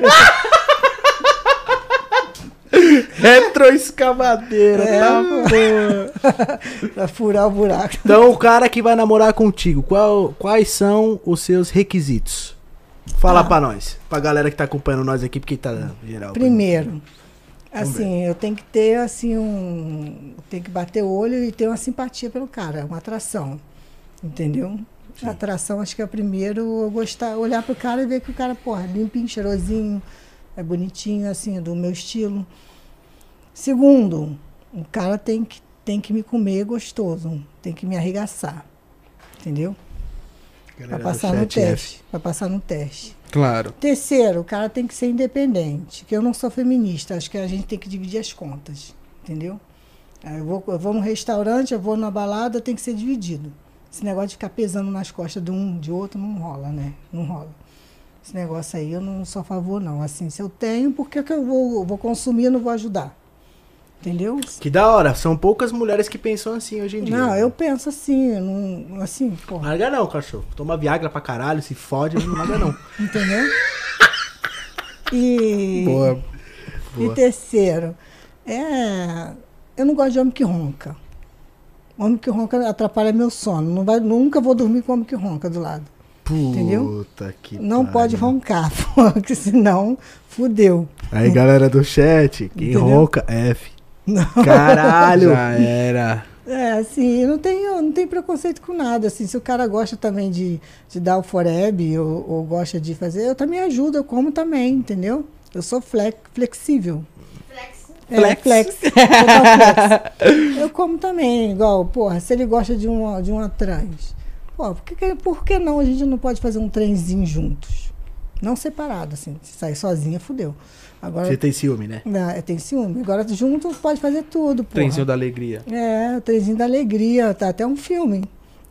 Retroescavadeira, tá? Pra furar o buraco. Então o cara que vai namorar contigo, quais são os seus requisitos? Fala pra nós, pra galera que tá acompanhando nós aqui, porque tá geral. Primeiro, assim, eu tenho que ter assim tem que bater o olho e ter uma simpatia pelo cara, uma atração. Entendeu? A atração, acho que é o primeiro, eu gostar, olhar pro cara e ver que o cara, porra, limpinho, cheirosinho, é bonitinho, assim, do meu estilo. Segundo, o cara tem que me comer gostoso, tem que me arregaçar, entendeu? Pra passar no teste, pra passar no teste. Claro. Terceiro, o cara tem que ser independente, que eu não sou feminista, acho que a gente tem que dividir as contas, entendeu? Aí eu vou num restaurante, eu vou numa balada, tem que ser dividido. Esse negócio de ficar pesando nas costas de um, de outro, não rola, né? Não rola. Esse negócio aí eu não sou a favor, não. Assim, se eu tenho, por que eu vou consumir e não vou ajudar? Entendeu? Que da hora. São poucas mulheres que pensam assim hoje em dia. Não, eu penso assim, não, assim, porra. Larga não, cachorro. Toma Viagra pra caralho, se fode, não larga não. Entendeu? E... Boa. E terceiro, eu não gosto de homem que ronca. Homem que ronca atrapalha meu sono. Nunca vou dormir com homem que ronca do lado. Entendeu? Puta que Não pariu. pode roncar, porque senão fudeu. Aí, galera do chat, quem Entendeu? ronca, F. Não. Caralho. Já era. Assim, eu não tenho preconceito com nada. Assim, se o cara gosta também de dar o foreb ou gosta de fazer, eu também ajudo, eu como também, entendeu? Eu sou flexível. Flex. Total flex. Eu como também, igual, porra, se ele gosta de uma trans, pô, por que não a gente não pode fazer um trenzinho juntos? Não separado, assim, se sair sozinha, fudeu. Agora, Você tem ciúme, né? não, tem ciúme. Agora junto pode fazer tudo, porra. Trenzinho da alegria. O trenzinho da alegria, tá até um filme.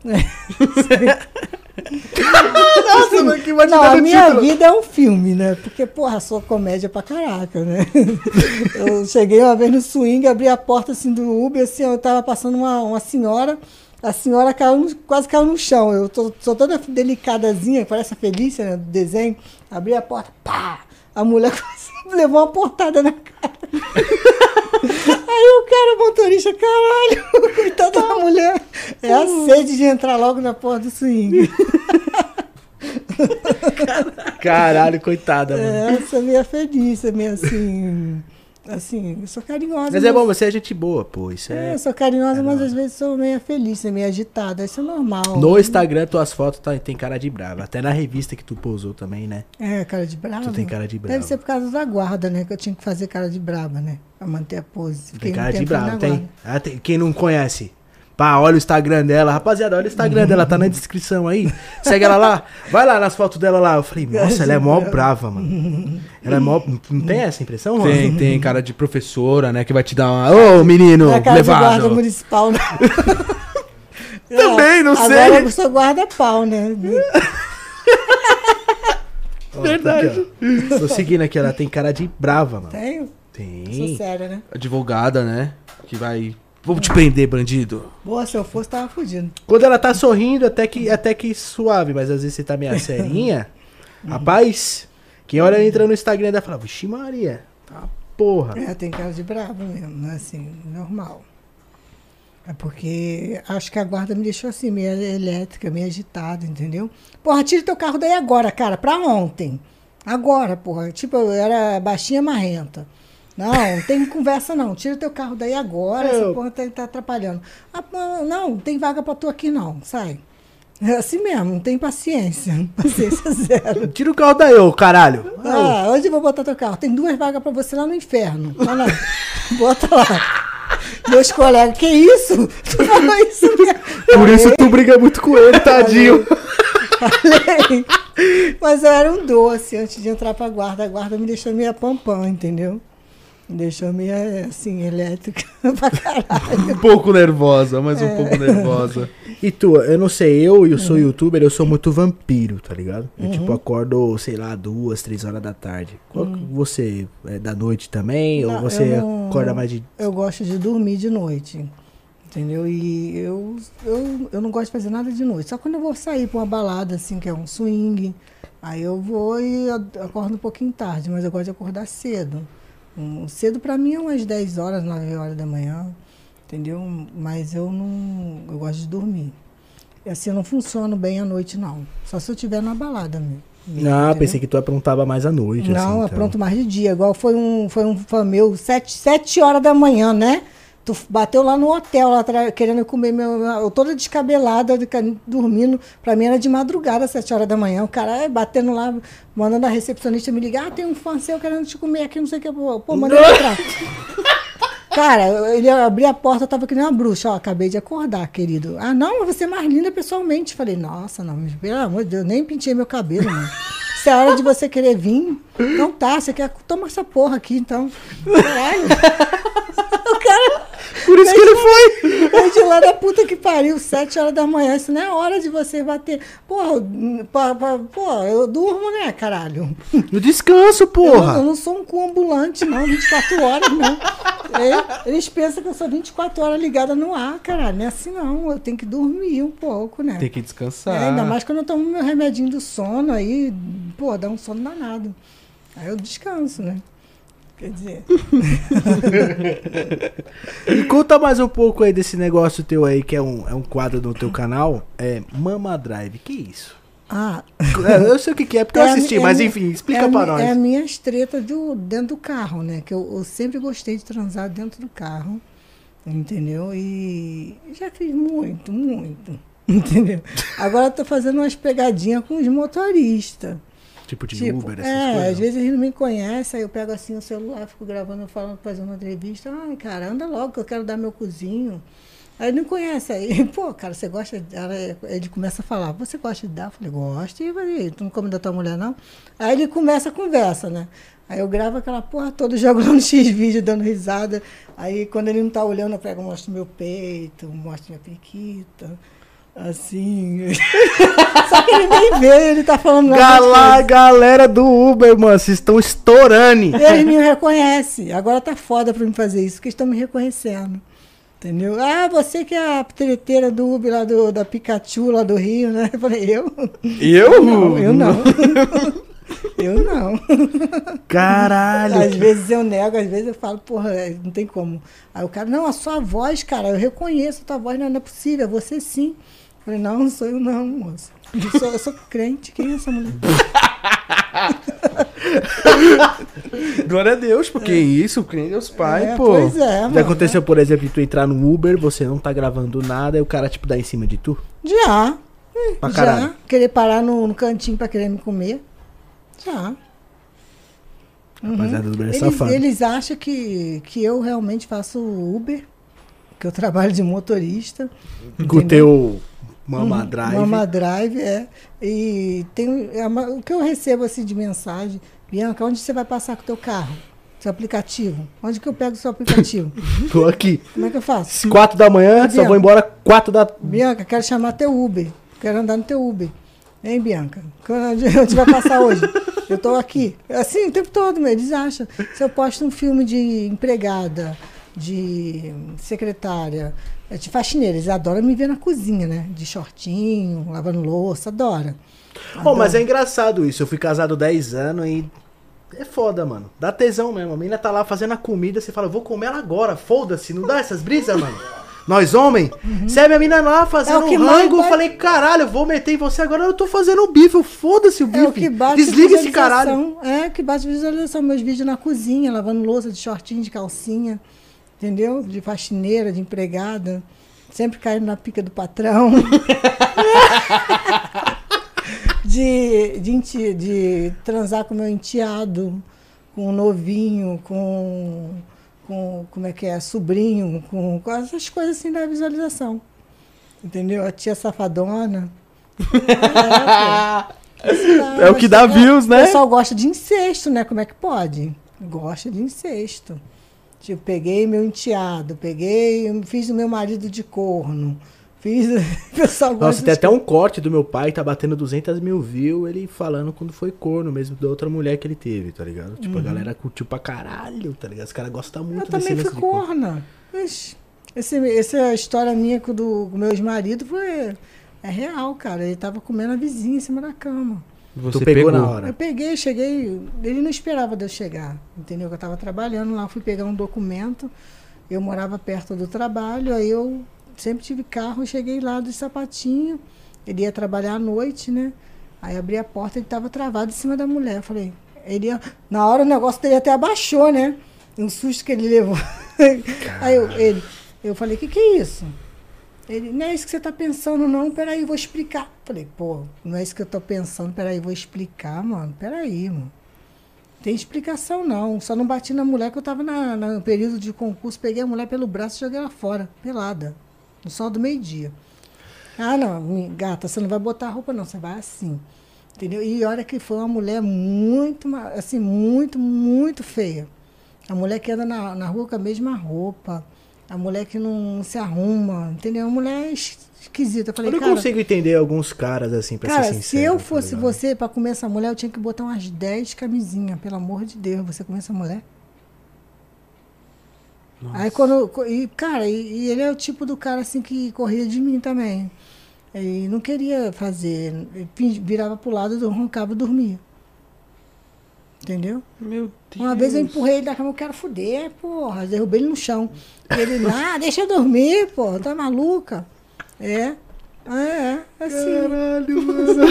Nossa, mas que Não, a minha vida é um filme, né? Porque, porra, sou comédia pra caraca, né? Eu cheguei uma vez no swing, abri a porta assim do Uber, assim, eu tava passando uma senhora, a senhora quase caiu no chão. Eu sou toda delicadazinha, parece a Felícia, né, do desenho. Abri a porta, pá! A mulher quase levou uma portada na cara. Aí o cara, o motorista, caralho, coitada da mulher. É a sede de entrar logo na porta do swing. Caralho, coitada, mano. Eu sou meio feliz, meio assim, eu sou carinhosa. Mas é bom, você é gente boa, pô. Isso Eu sou carinhosa, mas às vezes sou meio feliz, meio agitada. Isso é normal. No Instagram, tuas fotos tem cara de brava. Até na revista que tu posou também, né? Cara de brava? Tu tem cara de brava. Deve ser por causa da guarda, né? Que eu tinha que fazer cara de brava, né? Pra manter a pose. Tem Fiquei um cara de tempo brava, na tem. guarda. Quem não conhece? Pá, olha o Instagram dela. Rapaziada, olha o Instagram dela, tá na descrição aí. Segue ela lá. Vai lá nas fotos dela lá. Eu falei, nossa, ela é mó brava, mano. Ela é mó... Não tem essa impressão, mano? Tem cara de professora, né? Que vai te dar uma... Ô, menino, É cara de guarda levado. municipal, né? Também, não sei. Agora eu sou guarda-pau, né? Verdade. Tô seguindo aqui, ela tem cara de brava, mano. Tenho? Sou Tem. séria, né? Advogada, né? Que vai... Vou te prender, bandido. Boa, se eu fosse, tava fugindo. Quando ela tá sorrindo, até que suave, mas às vezes você tá meio serinha. Rapaz, quem olha entra no Instagram dela fala, vixe Maria, tá porra. Tem cara de brava mesmo, né? Assim, normal. É porque acho que a guarda me deixou assim, meio elétrica, meio agitada, entendeu? Porra, tira teu carro daí agora, cara, pra ontem. Agora, porra. Tipo, eu era baixinha marrenta. Não tem conversa não, tira teu carro daí agora, essa porra tá atrapalhando. Não tem vaga pra tu aqui não, sai. É assim mesmo, não tem paciência. Paciência zero. Tira o carro daí, ô caralho. Onde eu vou botar teu carro? Tem 2 vagas pra você lá no inferno. Olha lá. Bota lá. Meus colegas, que isso? Tu falou isso mesmo. Por isso tu briga muito com ele, tadinho. Falei. Mas eu era um doce antes de entrar pra guarda. A guarda me deixou meio pampam, entendeu? Me deixou meio assim, elétrica pra caralho. Um pouco nervosa, mas um pouco nervosa. E tu, eu não sei, eu sou youtuber, eu sou muito vampiro, tá ligado? Eu tipo acordo, sei lá, 2, 3 horas da tarde. Qual que você é da noite também? Não, ou você eu não- acorda mais de... Eu gosto de dormir de noite, entendeu? E eu não gosto de fazer nada de noite. Só quando eu vou sair pra uma balada, assim, que é um swing, aí eu vou e acordo um pouquinho tarde, mas eu gosto de acordar cedo. Cedo pra mim é umas 10 horas, 9 horas da manhã, entendeu? Mas eu gosto de dormir. E assim, eu não funciono bem à noite, não. Só se eu estiver na balada mesmo. Ah, pensei que tu aprontava mais à noite, Não, assim, então. apronto mais de dia. Igual foi um fã meu, 7 horas da manhã, né? Tu bateu lá no hotel, lá atrás, querendo comer eu toda descabelada, dormindo. Pra mim era de madrugada, 7 horas da manhã. O cara batendo lá, mandando a recepcionista me ligar. Tem um fã seu querendo te comer aqui, não sei o que. Pô, manda ele entrar. Cara, ele abria a porta, eu tava que nem uma bruxa. Ó, acabei de acordar, querido. Ah, não, você é mais linda pessoalmente. Falei, nossa, não, pelo amor de Deus, nem pintei meu cabelo, mano. Se é hora de você querer vir, então tá, você quer, toma essa porra aqui, então. Caralho. O cara... Por isso que ele foi. Foi de lá da puta que pariu, 7 horas da manhã. Isso não é hora de você bater. Porra, eu durmo, né, caralho? No descanso, porra. Eu não sou um cu ambulante, não, 24 horas, não. Eles pensam que eu sou 24 horas ligada no ar, caralho. Não é assim, não. Eu tenho que dormir um pouco, né? Tem que descansar. Ainda mais quando eu tomo meu remedinho do sono, aí, pô, dá um sono danado. Aí eu descanso, né? Quer dizer... E conta mais um pouco aí desse negócio teu aí, que é um quadro do teu canal, Mama Drive. Que isso? Ah... Eu sei o que é, porque eu assisti, mas enfim, explica pra nós. É a minha treta dentro do carro, né? Que eu sempre gostei de transar dentro do carro, entendeu? E já fiz muito, entendeu? Agora eu tô fazendo umas pegadinhas com os motoristas. Tipo de Uber, essas coisas. Às vezes eles não me conhecem, aí eu pego assim o celular, fico gravando, falando, fazendo uma entrevista. Ai, cara, anda logo que eu quero dar meu cozinho. Aí não conhece, aí, pô, cara, você gosta de dar? Ele começa a falar, você gosta de dar? Eu falei, gosto, e eu falei, tu não come da tua mulher, não? Aí ele começa a conversa, né? Aí eu gravo aquela porra toda, jogo lá no X-Vídeo, dando risada. Aí quando ele não tá olhando, eu pego, mostro meu peito, mostro minha periquita. Assim. Só que ele nem vê, ele tá falando. Galera do Uber, mano, vocês estão estourando. Eles me reconhecem. Agora tá foda pra me fazer isso, porque estão me reconhecendo. Entendeu? Ah, você que é a treteira do Uber lá da Pikachu, lá do Rio, né? Eu falei, eu? Eu? Eu não. Eu não. Caralho. Às vezes eu nego, às vezes eu falo, porra, não tem como. Aí o cara, não, a sua voz, cara, eu reconheço a tua voz, não é possível, você sim. Eu falei, não sou eu não, moça. Eu sou crente, quem é essa mulher? Glória a Deus, porque isso, crente os pais, pô. Pois é, mano. Já aconteceu, por exemplo, tu entrar no Uber, você não tá gravando nada, e o cara, tipo, dá em cima de tu? Já. Pra caralho. Querer parar no cantinho pra querer me comer. Já. Rapaziada do Uber é safado. Eles acham que eu realmente faço Uber, que eu trabalho de motorista. Com o teu Mama Drive. Mama Drive, E tem o que eu recebo assim de mensagem, Bianca, onde você vai passar com o teu carro? Seu aplicativo? Onde que eu pego o seu aplicativo? Tô aqui. Como é que eu faço? 4 da manhã, Bianca, só vou embora 4 da... Bianca, quero chamar teu Uber. Quero andar no teu Uber. Hein, Bianca? Onde vai passar hoje? Eu tô aqui. Assim, o tempo todo, eles acham. Se eu posto um filme de empregada, de secretária, de faxineira, eles adoram me ver na cozinha, né? De shortinho, lavando louça, adora. Mas é engraçado isso. Eu fui casado 10 anos e... É foda, mano. Dá tesão mesmo. A menina tá lá fazendo a comida, você fala, vou comer ela agora, foda-se. Não dá essas brisas, mano? Nós, homem, serve a mina lá fazendo um rango. Eu falei, caralho, eu vou meter em você agora. Eu tô fazendo o bife, foda-se o bife. É o que bate Desliga esse caralho. É, que bate visualização. Meus vídeos na cozinha, lavando louça de shortinho, de calcinha, entendeu? De faxineira, de empregada. Sempre caindo na pica do patrão. de transar com meu enteado, com o novinho, com como é que é, sobrinho, com essas coisas assim da visualização. Entendeu? A tia safadona. É o que dá views, né? O pessoal gosta de incesto, né? Como é que pode? Gosta de incesto. Tipo, peguei meu enteado, fiz o meu marido de corno. O pessoal gosta. Nossa, tem até um corte do meu pai, tá batendo 200 mil views, ele falando quando foi corno mesmo, da outra mulher que ele teve, tá ligado? Tipo, a galera curtiu pra caralho, tá ligado? Os caras gostam muito desse lance de corno. Eu também fui corna. Essa história minha com o meu ex-marido é real, cara. Ele tava comendo a vizinha em cima da cama. Você tu pegou na hora? Eu peguei, cheguei. Ele não esperava de eu chegar, entendeu? Eu tava trabalhando lá, fui pegar um documento. Eu morava perto do trabalho, aí eu sempre tive carro, cheguei lá de sapatinho. Ele ia trabalhar à noite, né? Aí abri a porta, ele tava travado em cima da mulher. Eu falei, na hora o negócio dele até abaixou, né? Um susto que ele levou. Aí eu falei, que é isso? Ele, não é isso que você tá pensando, não, peraí, eu vou explicar. Falei, pô, não é isso que eu tô pensando, peraí, eu vou explicar, mano, peraí, mano. Tem explicação, não. Só não bati na mulher que eu tava no período de concurso, peguei a mulher pelo braço e joguei ela fora, pelada, no sol do meio-dia. Ah, não, gata, você não vai botar a roupa, não, você vai assim. Entendeu? E olha que foi uma mulher muito, assim, muito feia. A mulher que anda na rua com a mesma roupa. A mulher que não se arruma, entendeu? Uma mulher esquisita. Eu falei, Eu não cara, consigo entender alguns caras assim, pra cara, ser sincero. se eu tá fosse ligado? você, pra comer essa mulher, eu tinha que botar umas 10 camisinhas. Pelo amor de Deus, você comer essa mulher? Aí quando... Cara, e ele é o tipo do cara assim que corria de mim também. E não queria fazer. Virava pro lado, roncava e dormia. Entendeu? Meu Deus. Uma vez eu empurrei ele da cama, eu quero fuder, porra. Derrubei ele no chão. E ele, deixa eu dormir, porra, tá maluca? Assim. Caralho, mano.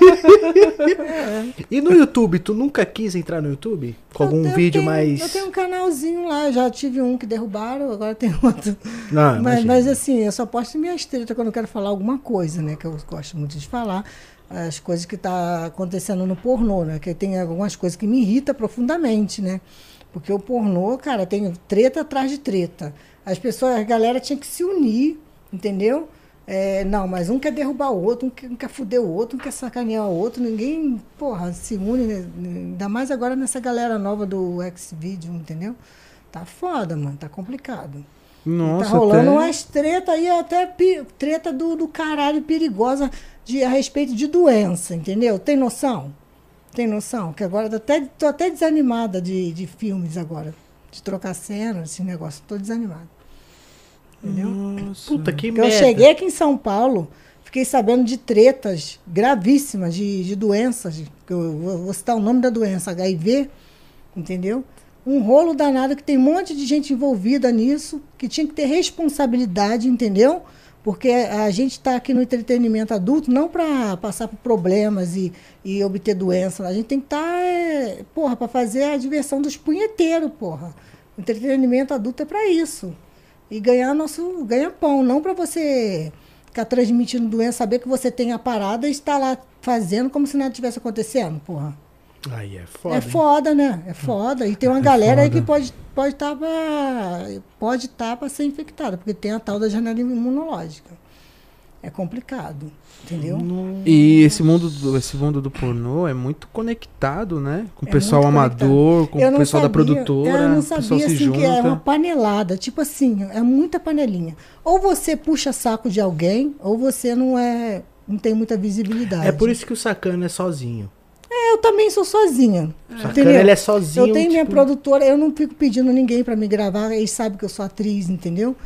E no YouTube, tu nunca quis entrar no YouTube? Com algum vídeo mais... Eu tenho um canalzinho lá, já tive um que derrubaram, agora tem outro. Não, Mas assim, eu só posto minhas tretas quando eu quero falar alguma coisa, né? Que eu gosto muito de falar. As coisas que tá acontecendo no pornô, né? Que tem algumas coisas que me irritam profundamente, né? Porque o pornô, cara, tem treta atrás de treta. A galera tinha que se unir, entendeu? Não, mas um quer derrubar o outro, um quer fuder o outro, um quer sacanear o outro. Ninguém, porra, se une, né? Ainda mais agora nessa galera nova do Xvideo, entendeu? Tá foda, mano, tá complicado. Nossa, tá rolando até... umas treta aí, até treta do caralho perigosa a respeito de doença, entendeu? Tem noção? Tem noção? Que agora tô até desanimada de filmes agora. De trocar cena, esse negócio. Tô desanimada. Entendeu? Nossa. Puta, que Porque merda. eu cheguei aqui em São Paulo, fiquei sabendo de tretas gravíssimas, de doenças. Eu vou citar o nome da doença, HIV, entendeu? Um rolo danado que tem um monte de gente envolvida nisso, que tinha que ter responsabilidade, entendeu? Porque a gente está aqui no entretenimento adulto não para passar por problemas e obter doença. A gente tem que estar, para fazer a diversão dos punheteiros, porra. O entretenimento adulto é para isso. E ganhar nosso ganha-pão, não para você ficar transmitindo doença, saber que você tem a parada e estar lá fazendo como se nada tivesse acontecendo, porra. Aí é foda. É foda, né? É foda. E tem uma galera aí que pode estar para ser infectada, porque tem a tal da janela imunológica. É complicado, entendeu? E esse mundo do pornô é muito conectado, né? Com o pessoal muito amador, com Eu o não pessoal da sabia- produtora. Eu não o pessoal sabia se assim, junta. que é uma panelada. Tipo assim, é muita panelinha. Ou você puxa saco de alguém, ou você não tem muita visibilidade. É por isso que o Sacana é sozinho. Eu também sou sozinha. O Sacana, Entendeu? ele é sozinho. Eu tenho minha tipo, produtora, eu não fico pedindo ninguém para me gravar, eles sabem que eu sou atriz, entendeu?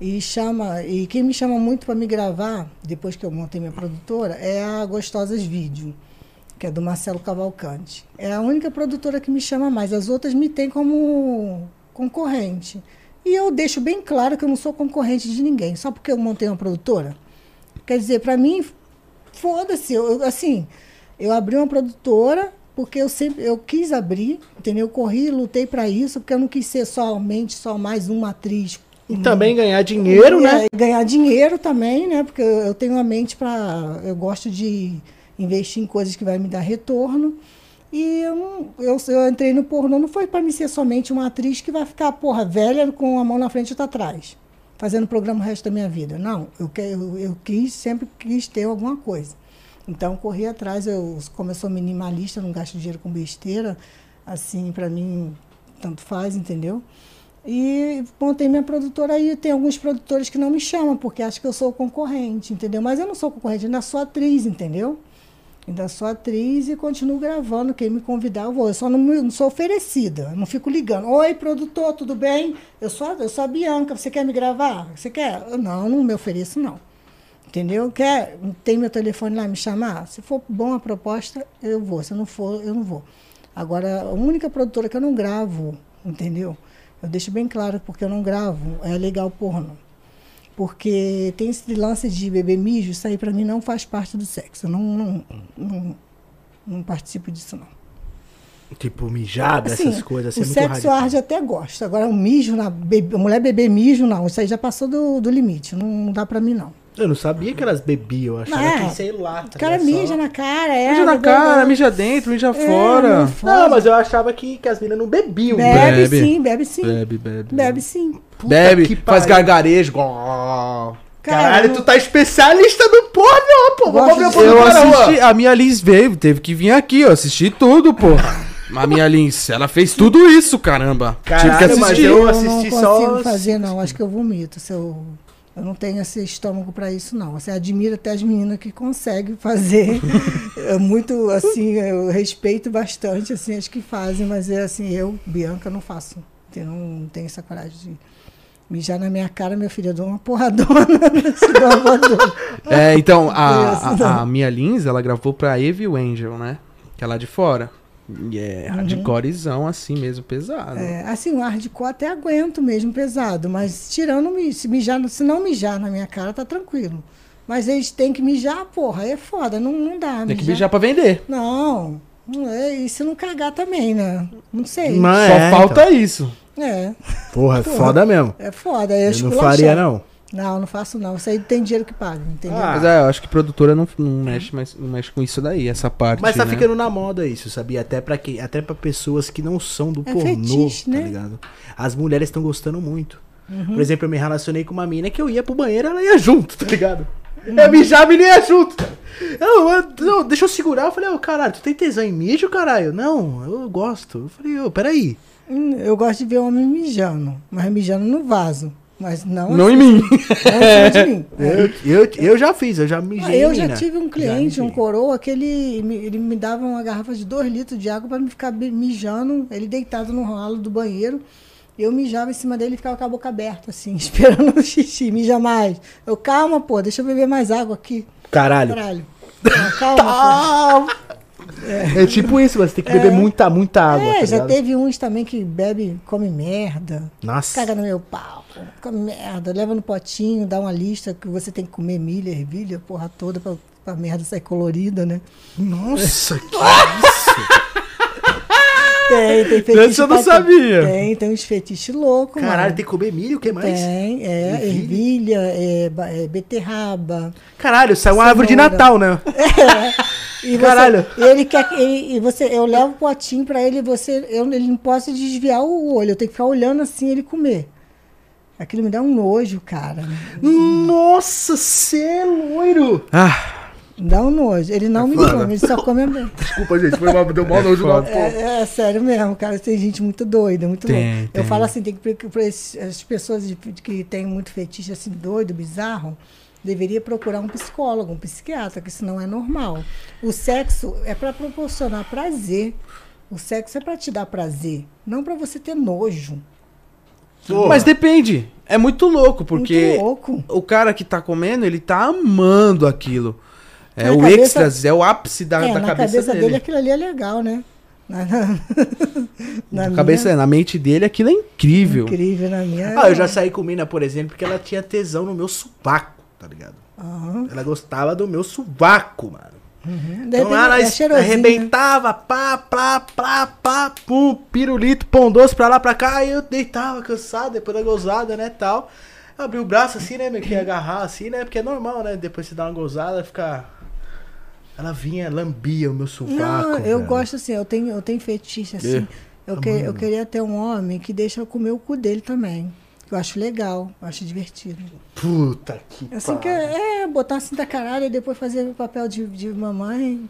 E quem me chama muito para me gravar, depois que eu montei minha produtora, é a Gostosas Vídeo, que é do Marcelo Cavalcante. É a única produtora que me chama mais, as outras me têm como concorrente. E eu deixo bem claro que eu não sou concorrente de ninguém, só porque eu montei uma produtora. Quer dizer, para mim, foda-se, eu abri uma produtora porque eu quis abrir, entendeu? Eu corri, lutei para isso, porque eu não quis ser só mais uma atriz. E também ganhar dinheiro, né? Ganhar dinheiro também, né? Porque eu tenho uma mente eu gosto de investir em coisas que vai me dar retorno. E eu entrei no pornô, não foi para mim ser somente uma atriz que vai ficar, velha com a mão na frente e outra atrás, fazendo programa o resto da minha vida. Não, eu sempre quis ter alguma coisa. Então, corri atrás, como eu sou minimalista, não gasto dinheiro com besteira, assim, para mim, tanto faz, entendeu? E montei minha produtora aí, tem alguns produtores que não me chamam, porque acham que eu sou concorrente, entendeu? Mas eu não sou concorrente, ainda sou atriz, entendeu? Ainda sou atriz e continuo gravando, quem me convidar eu vou. Eu só não sou oferecida, eu não fico ligando. Oi, produtor, tudo bem? Eu sou a Bianca, você quer me gravar? Você quer? Não me ofereço, não. Entendeu? Tem meu telefone lá, me chamar? Se for bom a proposta, eu vou. Se não for, eu não vou. Agora, a única produtora que eu não gravo, entendeu? Eu deixo bem claro porque eu não gravo, é legal porno. Porque tem esse lance de beber mijo, isso aí pra mim não faz parte do sexo. Eu não participo disso, não. Tipo, mijada, Assim, essas coisas. o Assim, é muito sexo radical. hard até gosto. Agora, o mijo, a mulher beber mijo, não. Isso aí já passou do limite. Não dá pra mim, não. Eu não sabia que elas bebiam. Eu achava É. que, sei lá. O cara mija na cara, Mija na cara, mija dentro, mija fora. não fora. Não, mas eu achava que as meninas não bebiam. Bebe, Bebe. sim, bebe sim. Bebe. Bebe sim. Bebe, que faz pariu. gargarejo. Caralho, eu tu tá especialista no pornô, pô. Vamos ver o Gosto pornô Eu do cara, assisti, a minha Lins veio, teve que vir aqui, eu assisti tudo, pô. A minha Lins, ela fez tudo isso, caramba. Caralho, Tive que mas assistir. eu não assisti consigo só- fazer, não. Acho que eu vomito. Eu não tenho esse estômago pra isso, não. Você admira até as meninas que conseguem fazer. É muito, assim, eu respeito bastante, assim, as que fazem, mas é assim, eu, Bianca, não faço. Eu não tenho essa coragem de mijar na minha cara, meu filho, eu dou uma porradona. Te dou uma voadora. É, então, Isso, a minha Lins, ela gravou pra Evil Angel, né? Que é lá de fora. E é hardcorezão assim mesmo, pesado. É, assim, o hardcore até aguento mesmo pesado, mas tirando, se mijar, se não mijar na minha cara, tá tranquilo. Mas eles têm que mijar, porra, aí é foda, não dá. Tem que mijar pra vender. Não, e se não cagar também, né? Não sei. Mas Só é, falta isso. É, Porra, é foda mesmo. é foda. É Eu não esculachar. faria, não. Não faço não. Isso aí tem dinheiro que paga, entendeu? Ah. Mas eu acho que produtora não mexe, não mexe com isso daí, essa parte. Mas tá né? ficando na moda isso, sabia? Até pra pessoas que não são do É pornô, fetiche, tá né? ligado? As mulheres estão gostando muito. Por exemplo, eu me relacionei com uma mina que eu ia pro banheiro, ela ia junto, tá ligado? Eu mijava e nem ia junto. Não, deixa eu segurar. Eu falei, ô, caralho, tu tem tesão em mijo, caralho? Não, eu gosto. Eu falei, ô, peraí. Eu gosto de ver homem mijando, mas mijando no vaso. Mas não Não em mim. Não em cima de mim. Eu já fiz, eu já mijei Eu em já mina. tive um Já cliente, um mijei. coroa, que ele me dava uma garrafa de 2 litros de água pra me ficar mijando, ele deitado no ralo do banheiro. Eu mijava em cima dele e ficava com a boca aberta, assim, esperando o xixi, mija mais. Eu, calma, pô, deixa eu beber mais água aqui. Caralho. Caralho. Calma, pô. É tipo isso, você tem que beber muita água. tá Já ligado? teve uns também que bebe, come merda, Nossa. caga no meu pau, come merda, leva no potinho, dá uma lista que você tem que comer milho, ervilha, porra toda pra merda sair colorida, né? Nossa, que isso? Tem fetiche. Esse eu não sabia. Tem uns fetiches loucos, Caralho, mano. tem que comer milho, o que mais? Tem, ervilha, beterraba. Caralho, saiu uma árvore de Cenoura. Natal, né? E Caralho. Ele quer, eu levo o potinho pra ele, ele não pode desviar o olho, eu tenho que ficar olhando assim ele comer. Aquilo me dá um nojo, cara. Nossa, cê é loiro. Me dá um nojo. Ele não me come, ele só come a Desculpa, gente, foi mal, deu mal nojo não. É sério mesmo, cara. Tem gente muito doida, muito Tem, louca. tem. Eu falo assim, tem que pra as pessoas que têm muito fetiche assim, doido, bizarro, deveria procurar um psicólogo, um psiquiatra, que isso não é normal. O sexo é para proporcionar prazer. O sexo é para te dar prazer, não para você ter nojo. Mas depende. É muito louco, porque Muito louco. o cara que tá comendo, ele tá amando aquilo. É Na o cabeça- êxtase, é o ápice da na cabeça dele. aquilo ali é legal, né? Na Na mente dele, aquilo é incrível. incrível, na minha. Eu já saí com mina, por exemplo, porque ela tinha tesão no meu sovaco, tá ligado? Aham. Ela gostava do meu sovaco, mano. De Então repente, ela é cheirosinho, né? arrebentava, pum, pirulito, pão doce pra lá, pra cá, aí eu deitava cansado, depois da gozada, né, tal. Eu abri o braço assim, né, meio que ia agarrar assim, né, porque é normal, né, depois você dá uma gozada, fica... Ela vinha, lambia o meu sovaco. Não, eu velho. gosto assim, eu tenho fetiche assim. Eu queria ter um homem que deixa eu comer o cu dele também. Eu acho legal, eu acho divertido. Puta que Assim que botar assim da caralho e depois fazer o papel de mamãe.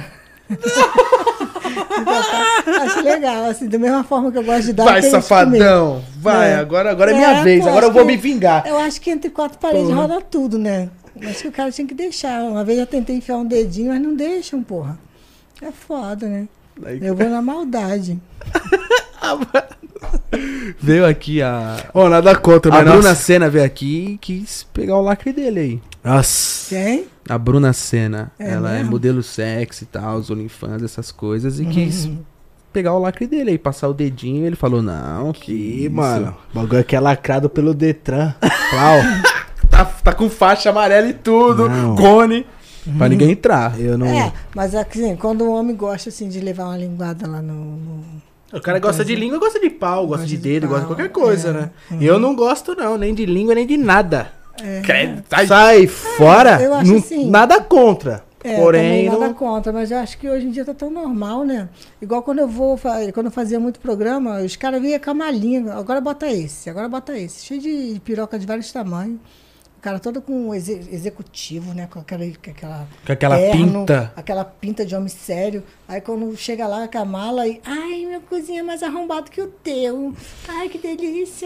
Acho legal, assim, da mesma forma que eu gosto de dar. Vai, eu tenho de safadão. Vai, É. agora é minha vez. pô, Agora eu acho vou que- me vingar. Eu acho que entre 4 paredes roda tudo, né? Acho que o cara tinha que deixar. Uma vez eu tentei enfiar um dedinho, mas não deixam, porra. É foda, né? Eu vou na maldade. Veio aqui a... Ô, nada contra, A mas Bruna nossa. Senna veio aqui e quis pegar o lacre dele aí. Nossa. Quem? A Bruna Senna. É Ela é mesmo? modelo sexy e tal, os OnlyFans, essas coisas. E quis pegar o lacre dele aí, passar o dedinho. E ele falou, não, que Ih, isso. mano. O bagulho aqui é lacrado pelo Detran. Plau. Tá com faixa amarela e tudo, Não. cone. Pra ninguém entrar. Eu não. É, mas assim, quando o homem gosta assim, de levar uma linguada lá no... O cara gosta de língua, gosta de pau, gosta de dedo, gosta de pau, qualquer coisa, é. né? Eu não gosto, não, nem de língua, nem de nada. É. Sai fora, eu acho assim. nada contra. É, Porém, também nada não... contra, mas eu acho que hoje em dia tá tão normal, né? Igual quando quando eu fazia muito programa, os caras vinham com a malinha, agora bota esse, cheio de piroca de vários tamanhos. O cara todo com executivo, né? Com aquela pinta. Aquela pinta de homem sério. Aí quando chega lá com a mala e... Ai, meu cozinho é mais arrombado que o teu. Ai, que delícia.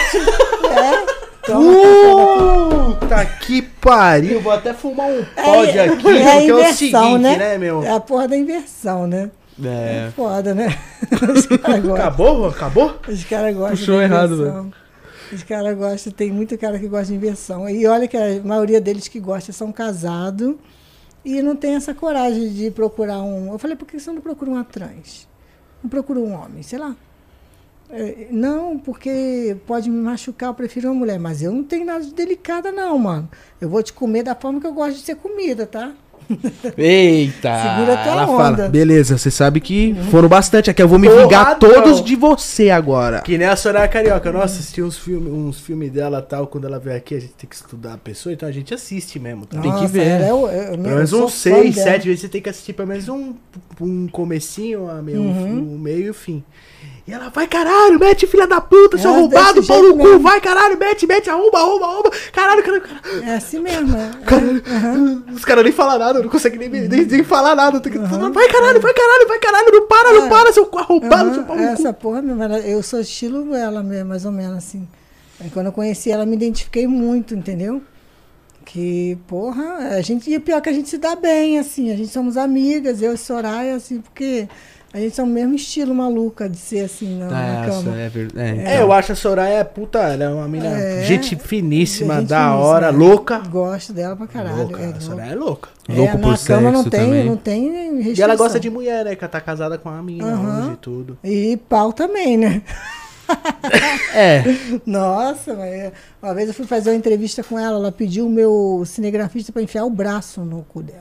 Puta que pariu. Vou até fumar um pod aqui, é a porque é o inversão, seguinte, né, meu? É a porra da inversão, né? É. Foda, né? Os caras gostam. Acabou? Acabou? Os caras gostam Puxou de errado, inversão. Os caras gostam, tem muito cara que gosta de inversão. E olha que a maioria deles que gostam são casados e não tem essa coragem de procurar um... Eu falei, por que você não procura uma trans? Não procura um homem, sei lá. Não, porque pode me machucar, eu prefiro uma mulher. Mas eu não tenho nada de delicada, não, mano. Eu vou te comer da forma que eu gosto de ser comida, tá? Eita! Segura a tua Ela onda. fala, beleza, você sabe que foram bastante aqui. Eu vou me Porradão. vingar todos de você agora. Que nem a Soraya Carioca. Nossa, assisti uns filmes dela tal. Quando ela veio aqui, a gente tem que estudar a pessoa, então a gente assiste mesmo, tá? Tem que Nossa, ver. Pelo Pelo menos uns 6, 7 vezes você tem que assistir pelo menos um comecinho, um meio e o fim. E ela, vai caralho, mete filha da puta, seu arrombado, desse pau jeito no cu, mesmo. vai caralho, mete, arromba, caralho. É assim mesmo. Os caras nem falam nada, não conseguem nem falar nada. Tem que, vai caralho, não para, seu arrombado, seu pau no cu. Essa porra mesmo, eu sou estilo ela mesmo, mais ou menos assim. Aí, quando eu conheci ela, me identifiquei muito, entendeu? Que, porra, a gente, e pior que a gente se dá bem, assim, a gente somos amigas, eu e Soraya, assim, porque a gente é o mesmo estilo maluca de ser assim na cama. É verdade. Eu acho a Soraya puta, ela é uma mina gente finíssima, Gente da finíssima, hora, é. louca. Gosto dela pra caralho. Louca, é a Soraya é louca. Louco por na cama não sexo tem, também. não tem restrição. E ela gosta de mulher, né? Que ela tá casada com uma mina Aham. hoje e tudo. E pau também, né? É. Nossa, mas uma vez eu fui fazer uma entrevista com ela, ela pediu o meu cinegrafista pra enfiar o braço no cu dela.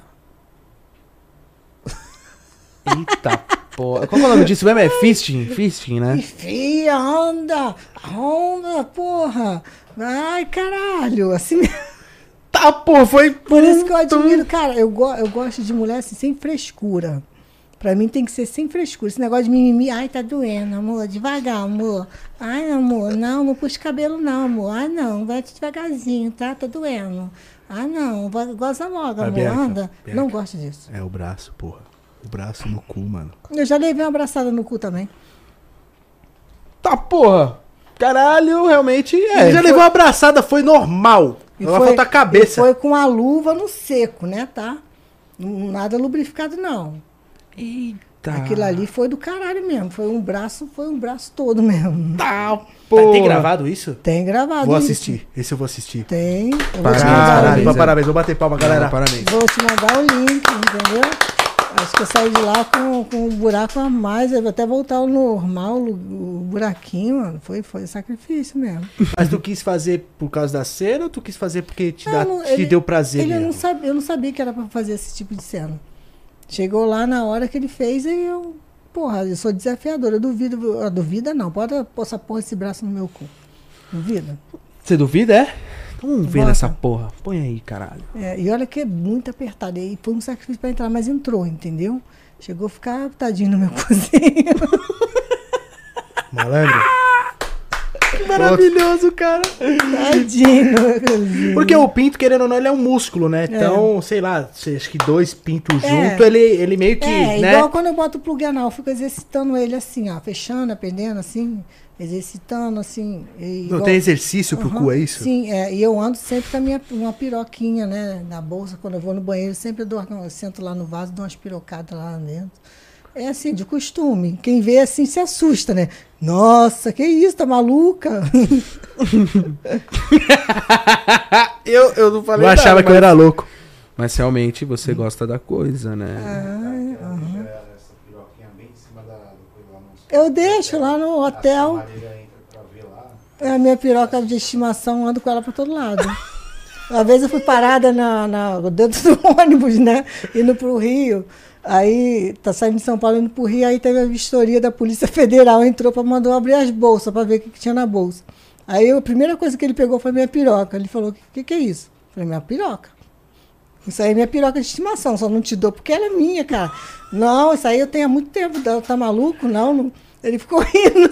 Eita porra. Qual que é o nome disso mesmo? É fisting? Fisting, né? Enfia, anda, porra. Ai, caralho, assim mesmo. Tá, porra, foi... Por isso que eu admiro, cara, eu gosto de mulher assim, sem frescura. Pra mim tem que ser sem frescura. Esse negócio de mimimi, ai, tá doendo, amor, devagar, amor. Ai, amor, não puxa o cabelo não, amor. Ai, não, vai devagarzinho, tá doendo. Ai, não, goza logo, amor, Bianca, anda. Bianca. Não gosto disso. É o braço, porra. O braço no cu, mano. Eu já levei uma abraçada no cu também. Tá, porra. Caralho, realmente é. Já levou uma abraçada, foi normal. Ela falta a E cabeça. foi com a luva no seco, né, tá? Nada lubrificado, não. Eita. Aquilo ali foi do caralho mesmo. Foi um braço todo mesmo. Tá, porra. Tem gravado isso? Tem gravado Vou isso. assistir. Esse eu vou assistir. Tem. Eu vou te Parabéns, mandar o Caralho, link. parabéns. Vou bater palma, galera. Parabéns. Vou te mandar o link, entendeu? Acho que eu saí de lá com um buraco a mais. Eu vou até voltar ao normal, o buraquinho, mano. Foi sacrifício mesmo. Mas tu quis fazer por causa da cena ou tu quis fazer porque te Ele- deu prazer Ele mesmo? eu não sabia que era pra fazer esse tipo de cena. Chegou lá na hora que ele fez e eu... Porra, eu sou desafiadora. Eu duvido... Duvida não. Pode pôr essa porra esse braço no meu cu. Duvida? Você duvida, é? Vamos ver Bota. nessa porra. Põe aí, caralho. É, e olha que é muito apertado. E foi um sacrifício pra entrar, mas entrou, entendeu? Chegou a ficar tadinho no meu cozinho. Malandro. Maravilhoso, cara. Tadinho no meu cozinho. Porque o pinto, querendo ou não, ele é um músculo, né? Então, sei lá, acho que 2 pintos É. juntos, ele meio que, né? Igual quando eu boto o plug anal, eu fico exercitando ele assim, ó, fechando, aprendendo assim, exercitando assim. Não tem exercício pro cu, é isso? Sim, e eu ando sempre com uma piroquinha, né, na bolsa, quando eu vou no banheiro, sempre eu sento lá no vaso, dou umas pirocadas lá dentro. É assim, de costume. Quem vê assim se assusta, né? Nossa, que isso, tá maluca? Eu não falei Eu achava que eu era louco. Mas realmente você gosta da coisa, né? Eu deixo lá no hotel. É a minha piroca de estimação, ando com ela pra todo lado. Uma vez eu fui parada dentro do ônibus, né? Indo pro Rio. Aí, tá saindo de São Paulo, indo pro Rio, aí teve a vistoria da Polícia Federal, entrou pra mandar abrir as bolsas, pra ver o que tinha na bolsa. Aí a primeira coisa que ele pegou foi minha piroca. Ele falou, o que é isso? Eu falei, minha piroca. Isso aí é minha piroca de estimação, só não te dou porque ela é minha, cara. Não, isso aí eu tenho há muito tempo, tá maluco? Não. Ele ficou rindo.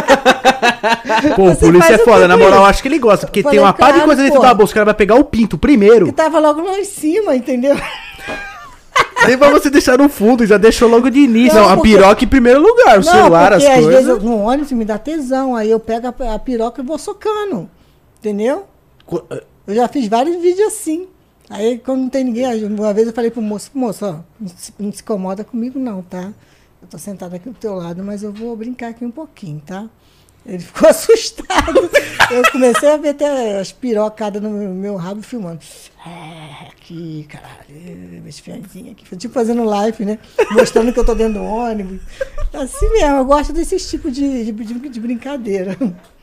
Pô, Você polícia faz é o foda, que na com moral, isso? acho que ele gosta, porque Eu tem falei, uma pá de claro, coisa dentro pô. da bolsa, o cara vai pegar o pinto primeiro. Que tava logo lá em cima, entendeu? Nem pra você deixar no fundo, já deixou logo de início. Não, a porque- piroca em primeiro lugar, o celular, as porque às coisas. vezes no ônibus me dá tesão, aí eu pego a piroca e vou socando, entendeu? Eu já fiz vários vídeos assim. Aí quando não tem ninguém, aí uma vez eu falei pro moço, ó, não se incomoda comigo não, tá? Eu tô sentada aqui do teu lado, mas eu vou brincar aqui um pouquinho, tá? Ele ficou assustado. Eu comecei a ver até as pirocadas no meu rabo filmando. Aqui, caralho, meus fianzinhos aqui. Tipo fazendo live, né? Mostrando que eu tô dentro do ônibus. Assim mesmo, eu gosto desses tipos de brincadeira.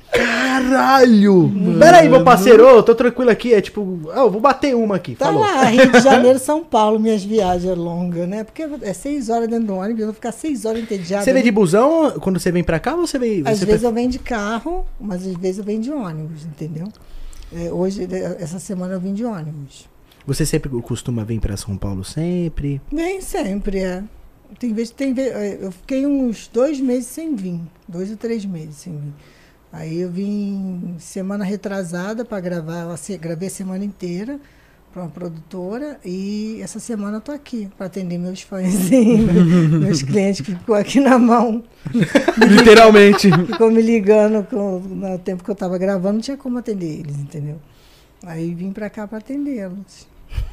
Caralho! Pera aí, meu parceiro, eu tô tranquilo aqui, é tipo, eu vou bater uma aqui, Tá falou. lá, Rio de Janeiro, São Paulo, minhas viagens longas, né? Porque é 6 horas dentro do ônibus, eu vou ficar 6 horas entediada. Você vem de busão quando você vem pra cá ou você vem... Às você vezes eu venho de carro, mas às vezes eu venho de ônibus, entendeu? Hoje, essa semana eu vim de ônibus. Você sempre costuma vir pra São Paulo sempre? Nem sempre, é. Tem vez, eu fiquei uns 2 meses sem vir, 2 ou 3 meses sem vir. Aí eu vim semana retrasada para gravar, gravei a semana inteira para uma produtora e essa semana eu tô aqui para atender meus fãzinhos, meus clientes que ficou aqui na mão. Literalmente. Ficou me ligando no tempo que eu estava gravando, não tinha como atender eles, entendeu? Aí vim para cá para atendê-los.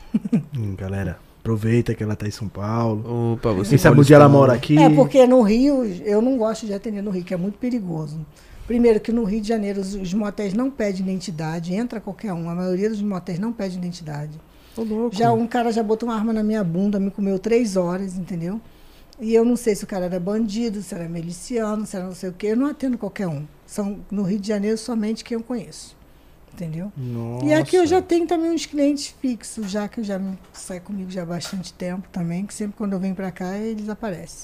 Galera, aproveita que ela tá em São Paulo. Opa, você Quem sabe onde ela mora aqui. É, porque no Rio, eu não gosto de atender no Rio, que é muito perigoso. Primeiro que no Rio de Janeiro os motéis não pedem identidade, entra qualquer um, a maioria dos motéis não pede identidade. Ô, louco. Já um cara já botou uma arma na minha bunda, me comeu 3 horas, entendeu? E eu não sei se o cara era bandido, se era miliciano, se era não sei o quê, eu não atendo qualquer um. São no Rio de Janeiro somente quem eu conheço, entendeu? Nossa. E aqui eu já tenho também uns clientes fixos, já que já sai comigo já há bastante tempo também, que sempre quando eu venho pra cá eles aparecem.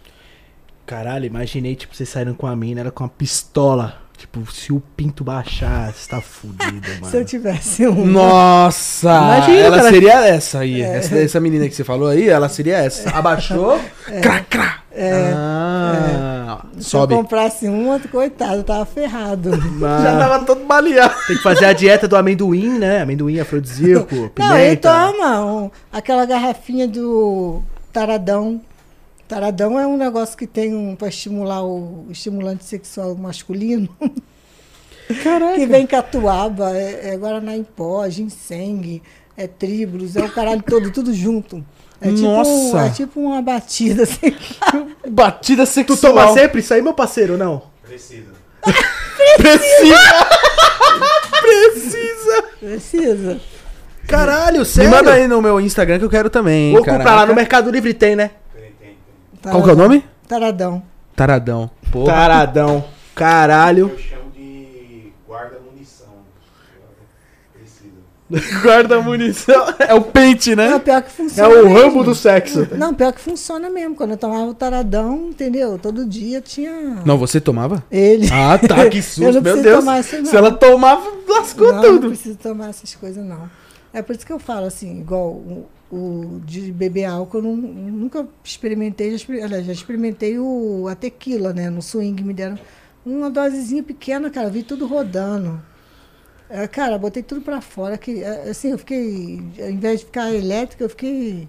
Caralho, imaginei, tipo, vocês saíram com a mina, era com uma pistola. Tipo, se o pinto baixar, você tá fudido, mano. Se eu tivesse um. Nossa! Imagina, ela cara. seria essa aí. Essa menina que você falou aí, ela seria essa. Abaixou, crá, crá. Se Sobe. eu comprasse uma, coitado, eu tava ferrado. Já tava todo baleado. Tem que fazer a dieta do amendoim, né? Amendoim afrodisíaco, Não, ele pimenta. toma aquela garrafinha do taradão. Taradão é um negócio que tem para estimular o estimulante sexual masculino. Caraca. Que vem catuaba, é guaraná em pó, ginseng, é tríbulos, é o caralho todo, tudo junto. Nossa. É tipo uma batida assim. Batida Tu sexual. toma sempre isso aí, meu parceiro, ou não? Precisa. Caralho, Me sério? manda aí no meu Instagram que eu quero também. Vou comprar lá caraca. no Mercado Livre, tem, né? Qual que é o nome? Taradão. Taradão. Pô. Taradão. Caralho. Eu chamo de guarda-munição. Precisa. Guarda munição. É o pente, Não, né? pior que É funciona. o mesmo. Rambo do sexo. Não, pior que funciona mesmo. Quando eu tomava o taradão, entendeu? Todo dia tinha. Não, você tomava? Ele. Ah, tá, que Eu susto, não meu preciso Deus. tomar isso, não. Se ela tomava, lascou Não, tudo. não preciso tomar essas coisas, não. É por isso que eu falo assim, igual o de beber álcool, eu nunca experimentei, já experimentei a tequila, né? No swing, me deram uma dosezinha pequena, cara, vi tudo rodando. Cara, botei tudo pra fora, que assim, eu fiquei, ao invés de ficar elétrica, eu fiquei...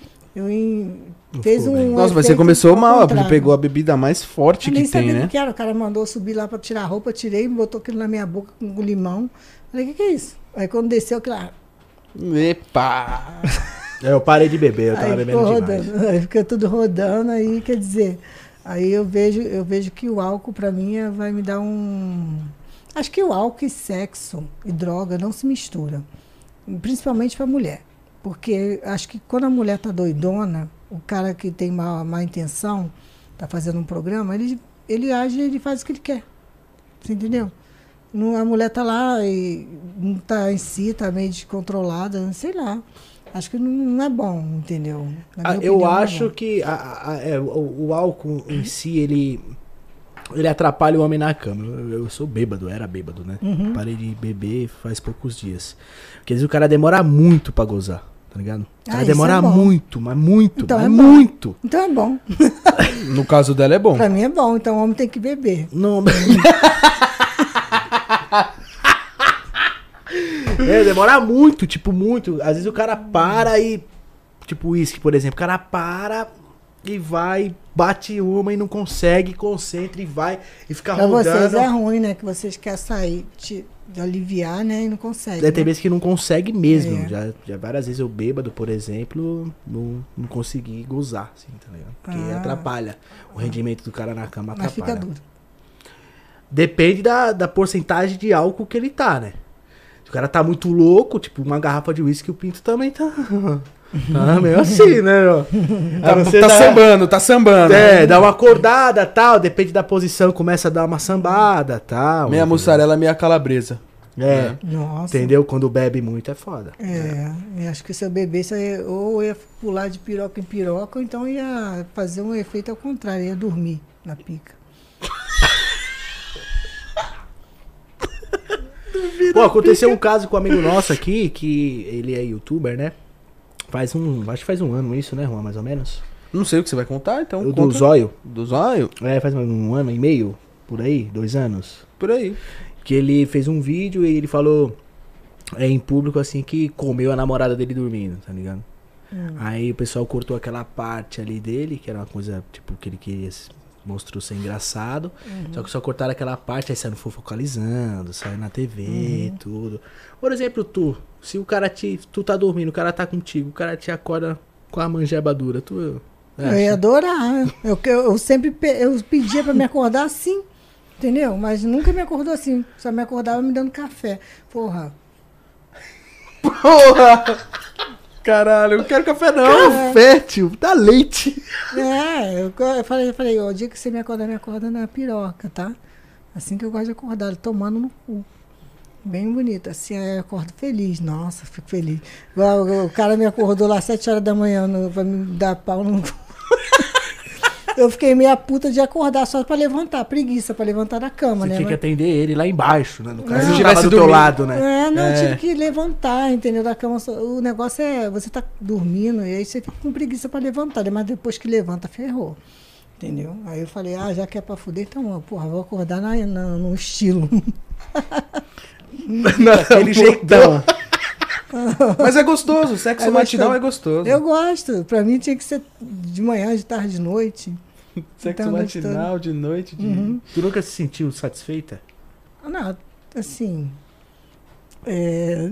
Fez um Nossa, mas você efeito começou ao mal, contrário. pegou a bebida mais forte Eu que nem tem, sabia né? o que era. O cara mandou subir lá pra tirar a roupa, tirei, botou aquilo na minha boca com limão. Falei, o que é isso? Aí quando desceu, aquilo Epa! Eu parei de beber, eu tava aí bebendo ficou demais. rodando, aí fica tudo rodando, aí quer dizer, aí eu vejo que o álcool pra mim vai me dar um... Acho que o álcool e sexo e droga não se mistura, principalmente pra mulher. Porque acho que quando a mulher tá doidona, o cara que tem má intenção, tá fazendo um programa, ele age, ele faz o que ele quer. Você entendeu? A mulher tá lá e não tá em si, tá meio descontrolada, sei lá. Acho que não é bom, entendeu? Na minha Eu opinião, não é acho bom. que o álcool em si, ele atrapalha o homem na cama. Eu sou bêbado, era bêbado, né? Parei de beber faz poucos dias. Porque às vezes o cara demora muito pra gozar, tá ligado? O cara isso demora é bom. muito, mas muito, Então mas é bom. muito. Então é bom. No caso dela é bom. Pra mim é bom, então o homem tem que beber. Não. Demora muito, tipo, muito. Às vezes o cara para e. Tipo, uísque, por exemplo. O cara para e vai, bate uma e não consegue, concentra e vai e fica Pra rodando. vocês é ruim, né? Que vocês querem sair, de aliviar, né? E não conseguem. Tem né? vezes que não consegue mesmo. É. Já várias vezes eu bêbado, por exemplo, não consegui gozar, assim, tá ligado? Porque atrapalha. O rendimento do cara na cama Mas atrapalha. fica duro. Depende da porcentagem de álcool que ele tá, né? Se o cara tá muito louco, tipo, uma garrafa de uísque, o pinto também tá. Tá meio assim, né, ó? Aí você Tá dá- sambando, tá sambando. É, dá uma acordada tal, depende da posição, começa a dar uma sambada tal. Meia mussarela, meia calabresa. É, Nossa. entendeu? Quando bebe muito é foda. Eu acho que se eu bebesse, ou ia pular de piroca em piroca, ou então ia fazer um efeito ao contrário, ia dormir na pica. Pô, aconteceu um caso com um amigo nosso aqui, que ele é youtuber, né? Acho que faz um ano isso, né, Juan, mais ou menos? Não sei o que você vai contar, então. O do conta. Zóio. Do zóio? É, faz um ano e meio, por aí, 2 anos. Por aí. Que ele fez um vídeo e ele falou em público assim que comeu a namorada dele dormindo, tá ligado? Aí o pessoal cortou aquela parte ali dele, que era uma coisa, tipo, que ele queria mostrou ser engraçado. Só que só cortaram aquela parte, aí saiu focalizando, saiu na TV, tudo. Por exemplo, se o cara tu tá dormindo, o cara tá contigo, o cara te acorda com a manjeba dura, tu... Eu ia adorar. Eu sempre eu pedia pra me acordar assim, entendeu? Mas nunca me acordou assim. Só me acordava me dando café. Porra. Porra! Caralho, eu não quero café não. Café, tio, dá leite. Eu falei, ó, o dia que você me acorda na piroca, tá? Assim que eu gosto de acordar, tomando no cu. Bem bonito, assim, aí eu acordo feliz. Nossa, fico feliz. Igual o cara me acordou lá às 7 horas da manhã pra me dar pau no cu. Eu fiquei meia puta de acordar só pra levantar, preguiça pra levantar da cama, Você né? tinha que atender ele lá embaixo, né? No caso, Não. ele tava do teu lado, né? Eu tive que levantar, entendeu? Da cama. O negócio é, você tá dormindo e aí você fica com preguiça pra levantar, mas depois que levanta, ferrou. Entendeu? Aí eu falei, já que é pra fuder, então, porra, vou acordar no estilo. Daquele jeitão. Mas é gostoso, sexo matinal é gostoso. Eu gosto. Pra mim tinha que ser de manhã, de tarde, de noite. Sexo Então, matinal, de noite, de... Tu nunca se sentiu satisfeita? Não, assim. É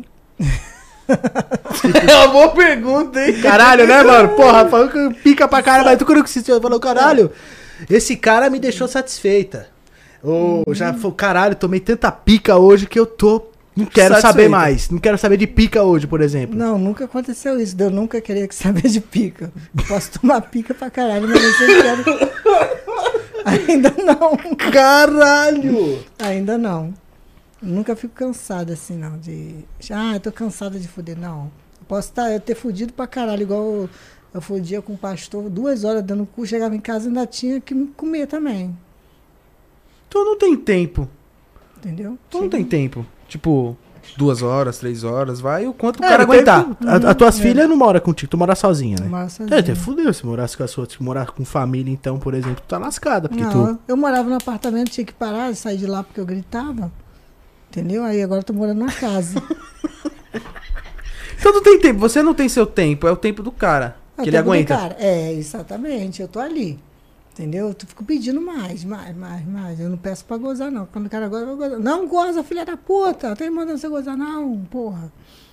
uma boa pergunta, hein? Caralho, né, mano? Porra, falou que pica pra caralho, mas tu nunca se sentiu. Falou, caralho, esse cara me deixou satisfeita. Ou já falou, caralho, tomei tanta pica hoje que eu não quero saber Satisfeita. mais. Não quero saber de pica hoje, por exemplo. Não, nunca aconteceu isso. Eu nunca queria saber de pica. Eu posso tomar pica pra caralho, mas eu sempre quero. Ainda não. Caralho! Ainda não. Nunca fico cansada assim, não. Eu tô cansada de fuder, não. Eu posso eu ter fudido pra caralho, igual eu fudia com o pastor 2 horas dando cu, chegava em casa e ainda tinha que comer também. Tu não tem tempo. Entendeu? Tu não tem tempo. Tipo, 2 horas, 3 horas, vai o quanto o Cara, cara aguentar. As tuas filhas não moram contigo, tu mora sozinha, né? Tomava sozinha. Até fudeu se morasse com a sua, se morar com família, então, por exemplo, tu tá lascada, porque Não, eu morava no apartamento, tinha que parar, sair de lá porque eu gritava. Entendeu? Aí agora eu tô morando na casa. Então tu tem tempo, você não tem seu tempo, é o tempo do cara. É o Que ele tempo do aguenta. cara. Exatamente, eu tô ali. Entendeu? Eu fico pedindo mais. Eu não peço pra gozar, não. Quando o cara goza, eu vou gozar. Não goza, filha da puta. Não tem mandando você gozar, não, porra.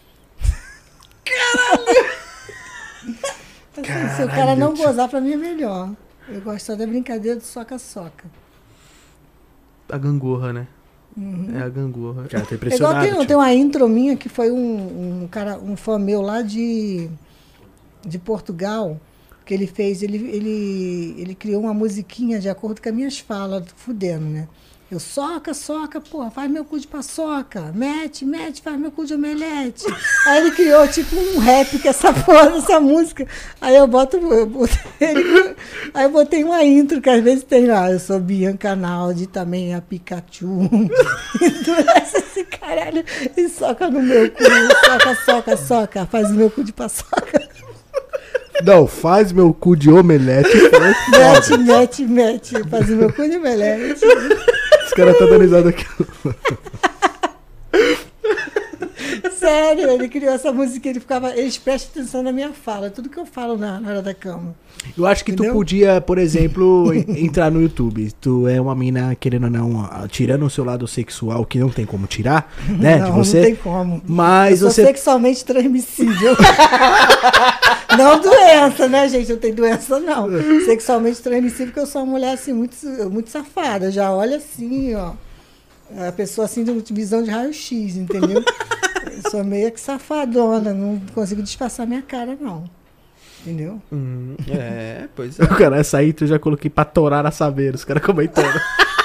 Caralho! Se o cara não gozar, pra mim é melhor. Eu gosto só da brincadeira do soca-soca. A gangorra, né? É a gangorra. Cara, tô É igual impressionado. tem uma intro minha que foi um fã meu lá de Portugal, que ele fez, ele criou uma musiquinha de acordo com as minhas falas, fudendo, né? Eu soca, porra, faz meu cu de paçoca. Mete, faz meu cu de omelete. Aí ele criou tipo um rap com essa porra dessa música. Aí eu botei uma intro que às vezes tem lá. Eu sou Bianca Naldi, também a Pikachu. Endurece esse caralho e soca no meu cu. Soca, faz o meu cu de paçoca. Não, faz meu cu de omelete. Mete, faz o meu cu de omelete. Os caras estão dando risada aqui. Sério, ele criou essa música, eles prestam atenção na minha fala, tudo que eu falo na hora da cama. Eu acho que Entendeu? tu podia, por exemplo, entrar no YouTube. Tu é uma mina, querendo ou não, tirando o seu lado sexual, que não tem como tirar, né, de você. Não tem como. Mas eu sou você... sexualmente transmissível. Não doença, né, gente? Eu tenho doença, não. Sexualmente transmissível, porque eu sou uma mulher, assim, muito safada. Já olha assim, ó. A pessoa, assim, de visão de raio-x, entendeu? Eu sou meio que safadona, não consigo disfarçar minha cara, não. Entendeu? Pois é. Cara, essa aí tu já coloquei pra torar a saber, os caras comentando.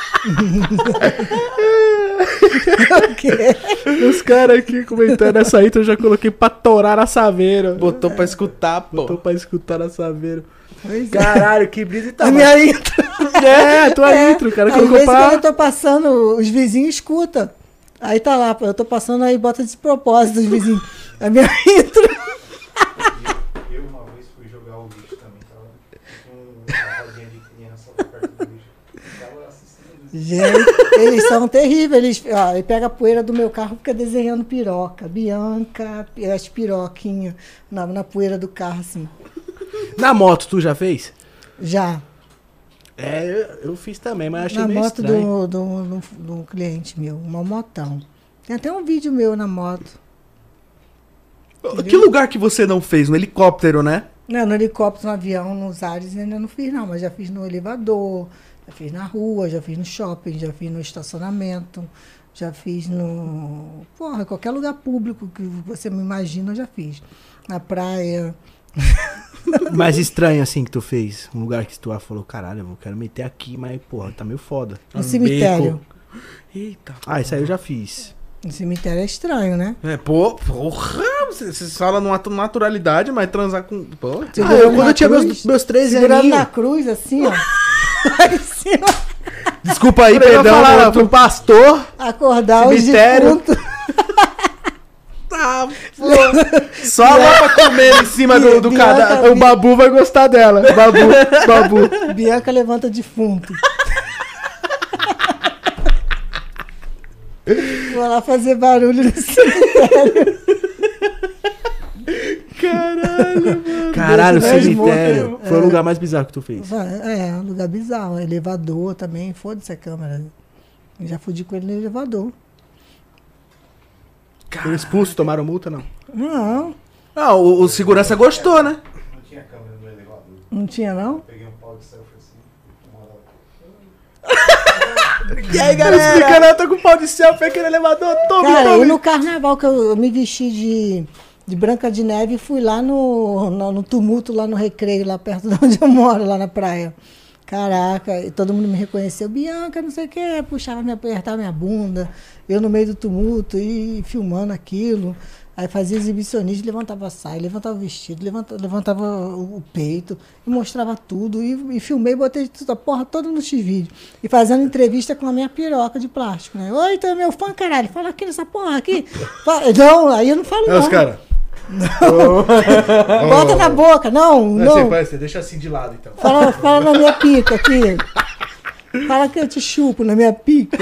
O quê? Os caras aqui comentando essa aí, eu já coloquei pra torar a saveira. Botou pra escutar, pô. Botou pra escutar a saveira. Pois é. Caralho, que brisa e A tal. minha intro. É, tua intro, o cara Às colocou vezes, quando pra... eu tô passando, os vizinhos escutam. Aí tá lá, eu tô passando aí, bota de propósito os vizinhos. A minha intro. Eu uma vez fui jogar o lixo também, tava com uma rodinha de criança lá perto do lixo. Tava assistindo. Gente, eles são terríveis. Ele pega a poeira do meu carro e fica desenhando piroca. Bianca, as piroquinhas na poeira do carro, assim. Na moto, tu já fez? Já. É, eu fiz também, mas achei Na meio moto estranho. do cliente meu, uma motão. Tem até um vídeo meu na moto. Que lugar que você não fez? No helicóptero, né? Não, no helicóptero, no avião, nos ares ainda não fiz, não. Mas já fiz no elevador, já fiz na rua, já fiz no shopping, já fiz no estacionamento, já fiz no... Porra, qualquer lugar público que você me imagina, eu já fiz. Na praia. Mais estranho, assim, que tu fez. Um lugar que tu falou, caralho, eu quero meter aqui, mas, porra, tá meio foda. No cemitério. Eita. Ah, isso aí eu já fiz. No cemitério é estranho, né? Porra! Você fala numa naturalidade, mas transar com... Pô. Segurando Quando na eu tinha cruz, meus 13 segurando aninhos... na cruz, assim, ó. Lá em cima. Desculpa aí, Eu perdão. falar mano, pro pastor... Acordar Cemitério. os defuntos. Tá, pô. Só lá pra comer em cima do Bianca, cadáver. O Babu vai gostar dela. Babu. Bianca levanta defunto. Vou lá fazer barulho no cemitério. Caralho, Deixa nós cemitério. mortos. Foi o lugar mais bizarro que tu fez. É, um lugar bizarro. Elevador também, foda-se a câmera. Eu já fudi com ele no elevador. Foram expulsos, tomaram multa, não? Não, Ah, o segurança gostou, né? Não tinha câmera no elevador. não tinha não. Peguei um pau de selfie assim. E aí, galera? Explicando, eu tô com pau de selfie aqui no elevador. Cara, e no carnaval que eu me vesti de Branca de Neve e fui lá no tumulto, lá no Recreio, lá perto de onde eu moro, lá na praia. Caraca, e todo mundo me reconheceu. Bianca, não sei o que, puxava, me apertava minha bunda. Eu no meio do tumulto e filmando aquilo. Aí fazia exibicionismo, levantava a saia, levantava o vestido, levantava o peito, e mostrava tudo. E filmei, botei tudo, a porra toda no X-Vídeo. E fazendo entrevista com a minha piroca de plástico, né? Oi, tu é meu fã, caralho, fala aqui nessa porra aqui. Não, aí eu não falo não. os caras. Bota na boca, não. Você deixa assim de lado, então. Fala na minha pica aqui. Fala que eu te chupo na minha pica.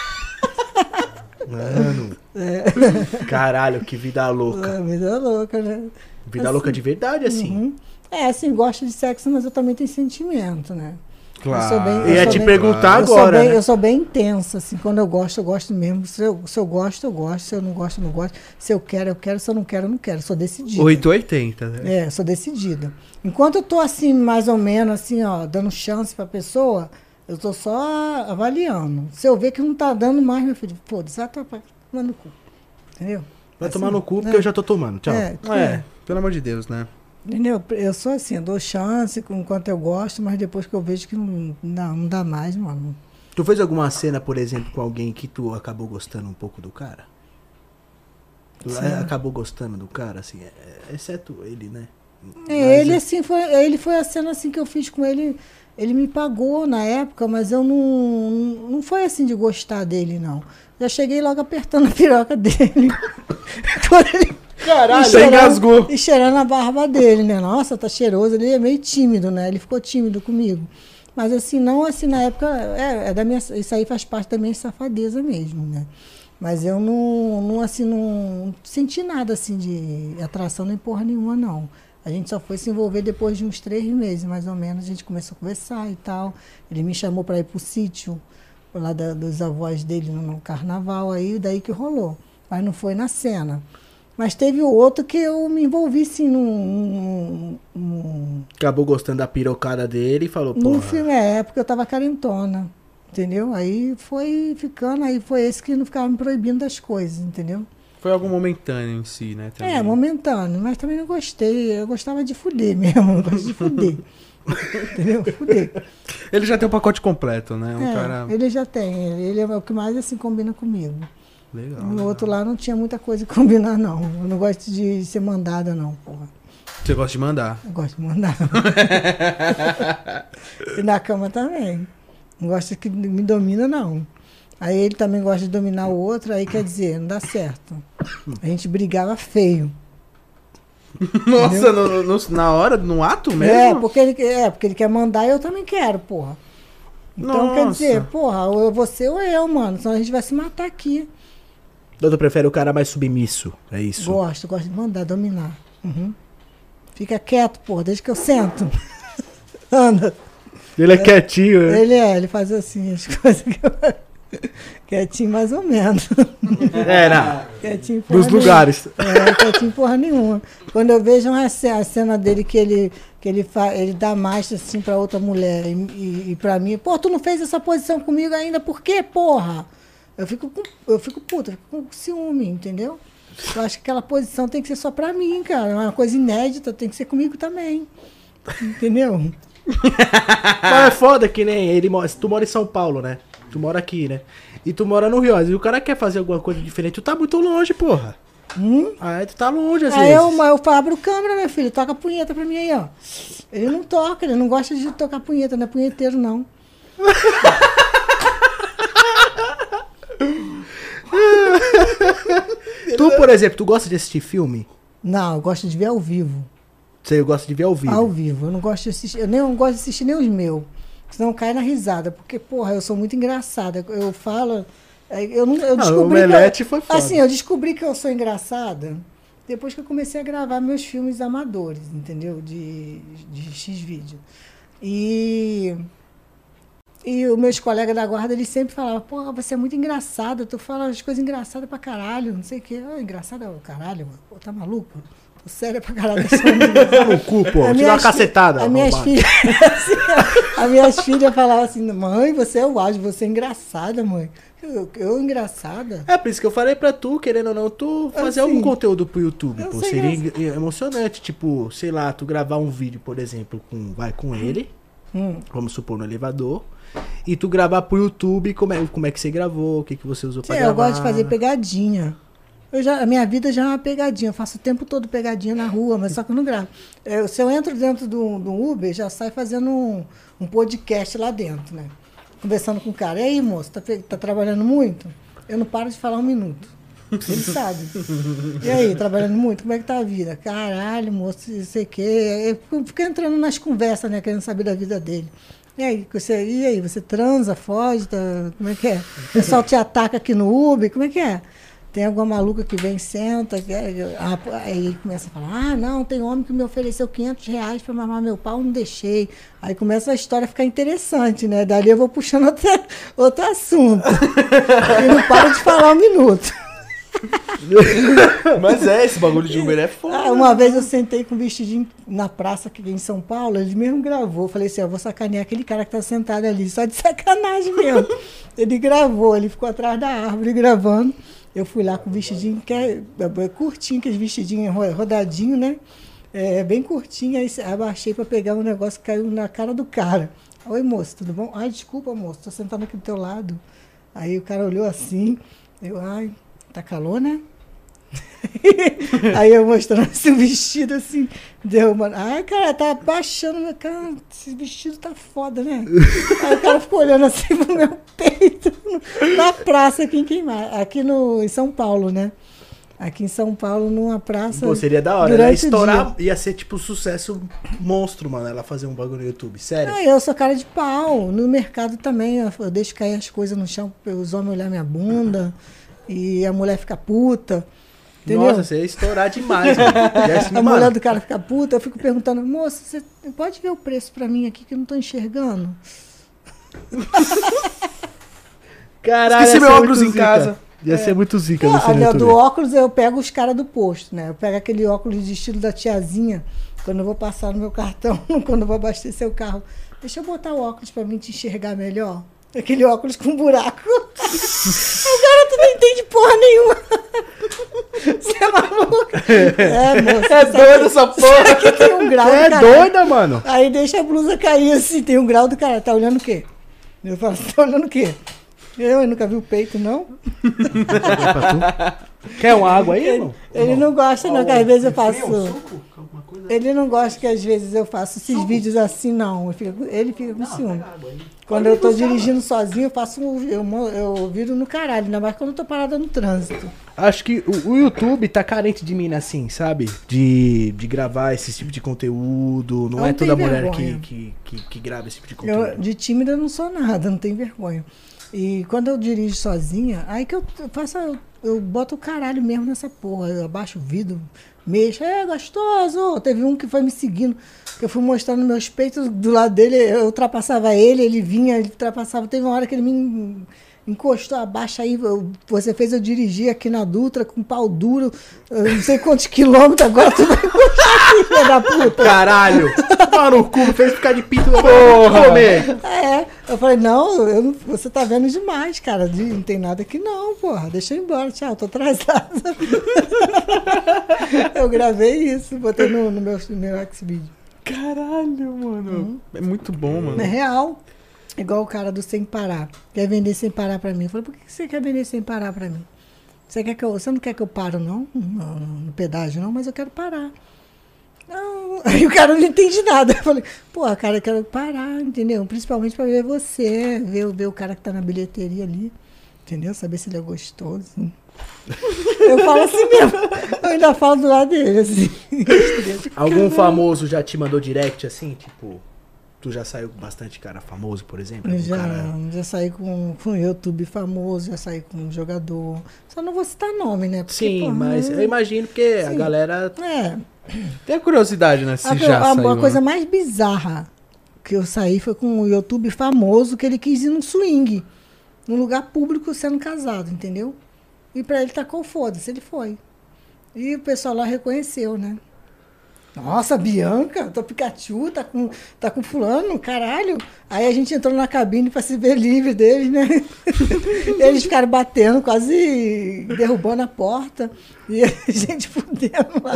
Mano. Caralho, que vida louca. Vida louca, né? Vida Assim, louca de verdade, assim. Uhum. É, assim, gosto de sexo, mas eu também tenho sentimento, né? Claro. Eu sou bem, Eu ia sou te bem- perguntar eu sou agora, bem- né? Eu sou bem intensa, assim. Quando eu gosto mesmo. Se eu gosto, eu gosto. Se eu não gosto, eu não gosto. Se eu quero, eu quero. Se eu não quero, eu não quero. Sou decidida. 880, né? É, sou decidida. Enquanto eu tô assim, mais ou menos, assim, ó, dando chance pra pessoa, eu tô só avaliando. Se eu ver que não tá dando mais, meu filho, foda-se, vai tomar no cu. Entendeu? Vai Assim, tomar no cu, porque né? eu já tô tomando. Tchau. É, pelo amor de Deus, né? Entendeu? Eu sou assim, eu dou chance enquanto eu gosto, mas depois que eu vejo que não dá mais, mano. Tu fez alguma cena, por exemplo, com alguém que tu acabou gostando um pouco do cara? Tu acabou gostando do cara, assim, exceto ele, né? Ele, assim, ele foi a cena assim que eu fiz com ele. Ele me pagou na época, mas eu não foi assim de gostar dele, não. Já cheguei logo apertando a piroca dele. Caralho, você engasgou. E cheirando a barba dele, né? Nossa, tá cheiroso. Ele é meio tímido, né? Ele ficou tímido comigo. Mas assim, não assim, na época, isso aí faz parte da minha safadeza mesmo, né? Mas eu não senti nada assim de atração nem porra nenhuma, não. A gente só foi se envolver depois de uns 3 meses, mais ou menos. A gente começou a conversar e tal. Ele me chamou para ir pro sítio, lá dos avós dele no carnaval, aí daí que rolou. Mas não foi na cena. Mas teve o outro que eu me envolvi, sim, Acabou gostando da pirocada dele e falou, pô. No filme, porque eu tava carentona, entendeu? Aí foi ficando, aí foi esse que não ficava me proibindo das coisas, entendeu? Foi algo momentâneo em si, né? Também. Momentâneo, mas também não gostei. Eu gostava de fuder mesmo, eu gosto de fuder. Entendeu? Fuder. Ele já tem o pacote completo, né? Cara... Ele já tem, ele é o que mais assim combina comigo. Legal. No outro lá não tinha muita coisa que combinar, não. Eu não gosto de ser mandada, não, porra. Você gosta de mandar? Eu gosto de mandar. E na cama também. Não gosto que me domina, não. Aí ele também gosta de dominar o outro, aí quer dizer, não dá certo. A gente brigava feio. Nossa, na hora, no ato mesmo? Porque ele quer mandar e eu também quero, porra. Então quer dizer, porra, ou você ou eu, mano. Senão a gente vai se matar aqui. Doutor prefere o cara mais submisso, é isso? Gosto de mandar, dominar. Uhum. Fica quieto, porra, desde que eu sento. Anda. Ele é quietinho, né? Ele faz assim, as coisas que eu... Quietinho mais ou menos. Não. Quietinho porra Nos lugares. Quietinho porra nenhuma. Quando eu vejo a cena dele que ele dá mais assim pra outra mulher e pra mim, pô, tu não fez essa posição comigo ainda, por quê, porra? Eu fico puta, eu fico com ciúme, entendeu? Eu acho que aquela posição tem que ser só pra mim, cara. É uma coisa inédita, tem que ser comigo também. Entendeu? Mas é foda que nem ele mora. Tu mora em São Paulo, né? Tu mora aqui, né? E tu mora no Rio. E o cara quer fazer alguma coisa diferente. Tu tá muito longe, porra. Aí tu tá longe, às vezes. Eu abro câmera, meu filho. Toca a punheta pra mim aí, ó. Ele não toca, ele não gosta de tocar punheta, não é punheteiro, não. Tu, por exemplo, tu gosta de assistir filme? Não, eu gosto de ver ao vivo. Você gosta de ver ao vivo? Ao vivo. Eu não gosto de assistir. Eu não gosto de assistir nem os meus. Senão cai na risada. Porque, porra, eu sou muito engraçada. Eu falo. Eu descobri. O Melete foi foda. Assim, eu descobri que eu sou engraçada depois que eu comecei a gravar meus filmes amadores, entendeu? De X-Vídeo. E os meus colegas da guarda, eles sempre falavam, porra, você é muito engraçada, tu fala as coisas engraçadas pra caralho, não sei o quê. Engraçada é o caralho, mano. Pô, tá maluco? Tô séria pra caralho. No cu, pô. Te dá uma cacetada. As minhas filhas falavam assim, mãe, você é o auge, você é engraçada, mãe. Eu engraçada? É por isso que eu falei pra tu, querendo ou não, tu fazer algum conteúdo pro YouTube, pô. Seria emocionante, tipo, sei lá, tu gravar um vídeo, por exemplo, com ele, vamos supor, no elevador, e tu gravar pro YouTube como é que você gravou, o que você usou pra gravar. Eu gosto de fazer pegadinha. A minha vida já é uma pegadinha, eu faço o tempo todo pegadinha na rua, mas só que eu não gravo. Se eu entro dentro do Uber, já sai fazendo um podcast lá dentro, né? Conversando com o cara. E aí, moço, tá trabalhando muito? Eu não paro de falar 1 minuto. Ele sabe. E aí, trabalhando muito? Como é que tá a vida? Caralho, moço, não sei o quê. Eu fico entrando nas conversas, né? Querendo saber da vida dele. E aí, você transa, foge? Como é que é? O pessoal te ataca aqui no Uber? Como é que é? Tem alguma maluca que vem, senta, aí começa a falar, não, tem homem que me ofereceu R$500 para mamar meu pau, não deixei. Aí começa a história a ficar interessante, né? Dali eu vou puxando outro assunto. E não para de falar 1 minuto. Mas esse bagulho de Uber é foda. Uma vez eu sentei com um vestidinho na praça aqui em São Paulo, ele mesmo gravou. Falei assim, eu vou sacanear aquele cara que tá sentado ali, só de sacanagem mesmo. Ele gravou, ele ficou atrás da árvore gravando. Eu fui lá com o vestidinho, que é curtinho, aqueles vestidinhos rodadinho, né? É bem curtinho, aí abaixei pra pegar um negócio que caiu na cara do cara. Oi, moço, tudo bom? Ai, desculpa, moço, tô sentado aqui do teu lado. Aí o cara olhou assim, eu, ai, tá calor, né? Aí eu mostrando esse vestido assim, derrubando. Ai, cara, tá baixando, cara, esse vestido tá foda, né? Aí o cara ficou olhando assim pro meu peito, na praça aqui em Queimar, aqui em São Paulo, né? Aqui em São Paulo, numa praça. Pô, seria da hora, né? durante o Estourar, dia. ia ser tipo um sucesso monstro, mano, ela fazer um bagulho no YouTube, sério. Ah, eu sou cara de pau. No mercado também, eu deixo cair as coisas no chão para os homens olhar minha bunda e a mulher fica puta. Entendeu? Nossa, você ia estourar demais, mano. Ia assim, A mano. mulher do cara fica puta, eu fico perguntando, moça, você pode ver o preço pra mim aqui que eu não tô enxergando? Caralho, Esqueci ia meu ser óculos muito em zica. casa. Ia ser muito zica Pô, você no olha, YouTube. do óculos eu pego os caras do posto, né? Eu pego aquele óculos de estilo da tiazinha, quando eu vou passar no meu cartão, quando eu vou abastecer o carro. Deixa eu botar o óculos pra mim te enxergar melhor. Aquele óculos com buraco. O cara, tu não entende porra nenhuma. Você é maluco? É, moça. É doido essa porra. Aqui tem um grau Você do é caralho. doida, mano. Aí deixa a blusa cair assim, tem um grau do cara. Tá olhando o quê? Eu falo, tá olhando o quê? Eu nunca vi o peito, não? Quer uma água aí, irmão? Ele não gosta, não, que às vezes eu faço. Ele não gosta que às vezes eu faço esses vídeos assim, não. Ele fica com ciúme. Quando eu tô dirigindo sozinho, eu faço eu viro no caralho, ainda mais quando eu tô parada no trânsito. Acho que o YouTube tá carente de mina assim, sabe? De gravar esse tipo de conteúdo. Não Não é toda tem mulher vergonha. que grava esse tipo de conteúdo. Eu, de tímida eu não sou nada, não tenho vergonha. E quando eu dirijo sozinha, aí que eu faço, eu boto o caralho mesmo nessa porra. Eu abaixo o vidro, mexo, gostoso. Teve um que foi me seguindo, que eu fui mostrando meus peitos do lado dele, eu ultrapassava ele vinha, ele ultrapassava. Teve uma hora que ele me encostou, abaixa aí, você fez eu dirigir aqui na Dutra com pau duro, eu não sei quantos quilômetros, agora tu vai encostar aqui, filha da puta. Caralho! Mano, o cu fez ficar de pinto da porra! Comer. Eu falei, não, você tá vendo demais, cara, não tem nada aqui não, porra, deixa eu ir embora, tchau, tô atrasada. Eu gravei isso, botei no meu Xvideo. Caralho, mano. É muito bom, mano. É real. Igual o cara do Sem Parar. Quer vender sem parar pra mim. Eu falei, por que você quer vender sem parar pra mim? Você não quer que eu paro, não? No pedágio, não? Mas eu quero parar. Não. Aí o cara não entende nada. Eu falei, pô, cara, eu quero parar, entendeu? Principalmente pra ver você, ver o cara que tá na bilheteria ali. Entendeu? Saber se ele é gostoso. Eu falo assim mesmo. Eu ainda falo do lado dele, assim. Algum famoso já te mandou direct assim? Tipo, tu já saiu com bastante cara famoso, por exemplo? Algum cara... Já saí com um YouTube famoso, já saí com um jogador. Só não vou citar nome, né? Porque, Sim, porra, mas eu imagino que a Sim. galera... Tem a curiosidade, né? Se já saiu, a coisa né? mais bizarra que eu saí foi com um YouTube famoso que ele quis ir num swing, num lugar público sendo casado, entendeu? E pra ele tacou foda-se, ele foi. E o pessoal lá reconheceu, né? Nossa, Bianca, tua Pikachu tá com fulano, caralho. Aí a gente entrou na cabine pra se ver livre deles, né? Eles ficaram batendo, quase derrubando a porta. E a gente fudendo lá.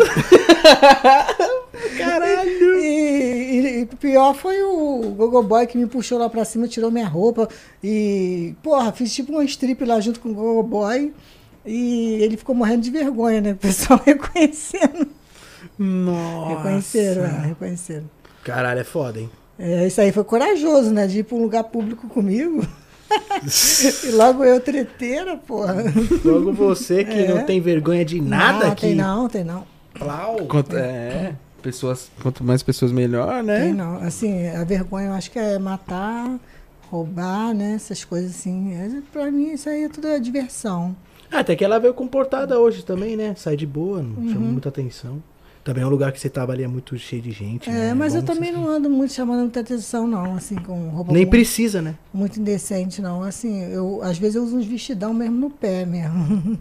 Caralho! E o pior foi o Gogoboy que me puxou lá pra cima, tirou minha roupa. E, porra, fiz tipo uma strip lá junto com o Gogoboy. E ele ficou morrendo de vergonha, né? O pessoal reconhecendo. Nossa. Reconheceram. Caralho, é foda, hein? Isso aí foi corajoso, né? De ir pra um lugar público comigo. E logo eu treteira, porra. Logo você que não tem vergonha de nada aqui. Tem não. Plau. Quanto mais pessoas, melhor, né? Tem não. Assim, a vergonha eu acho que é matar, roubar, né? Essas coisas assim. Pra mim, isso aí é tudo diversão. Até que ela veio comportada hoje também, né? Sai de boa, não chama muita atenção. Também é um lugar que você tava ali é muito cheio de gente. né? Mas eu Bom, também você- não ando muito chamando muita atenção, não, assim, com roupa Nem muito, precisa, né? muito indecente, não. Assim, às vezes eu uso uns vestidão mesmo no pé mesmo.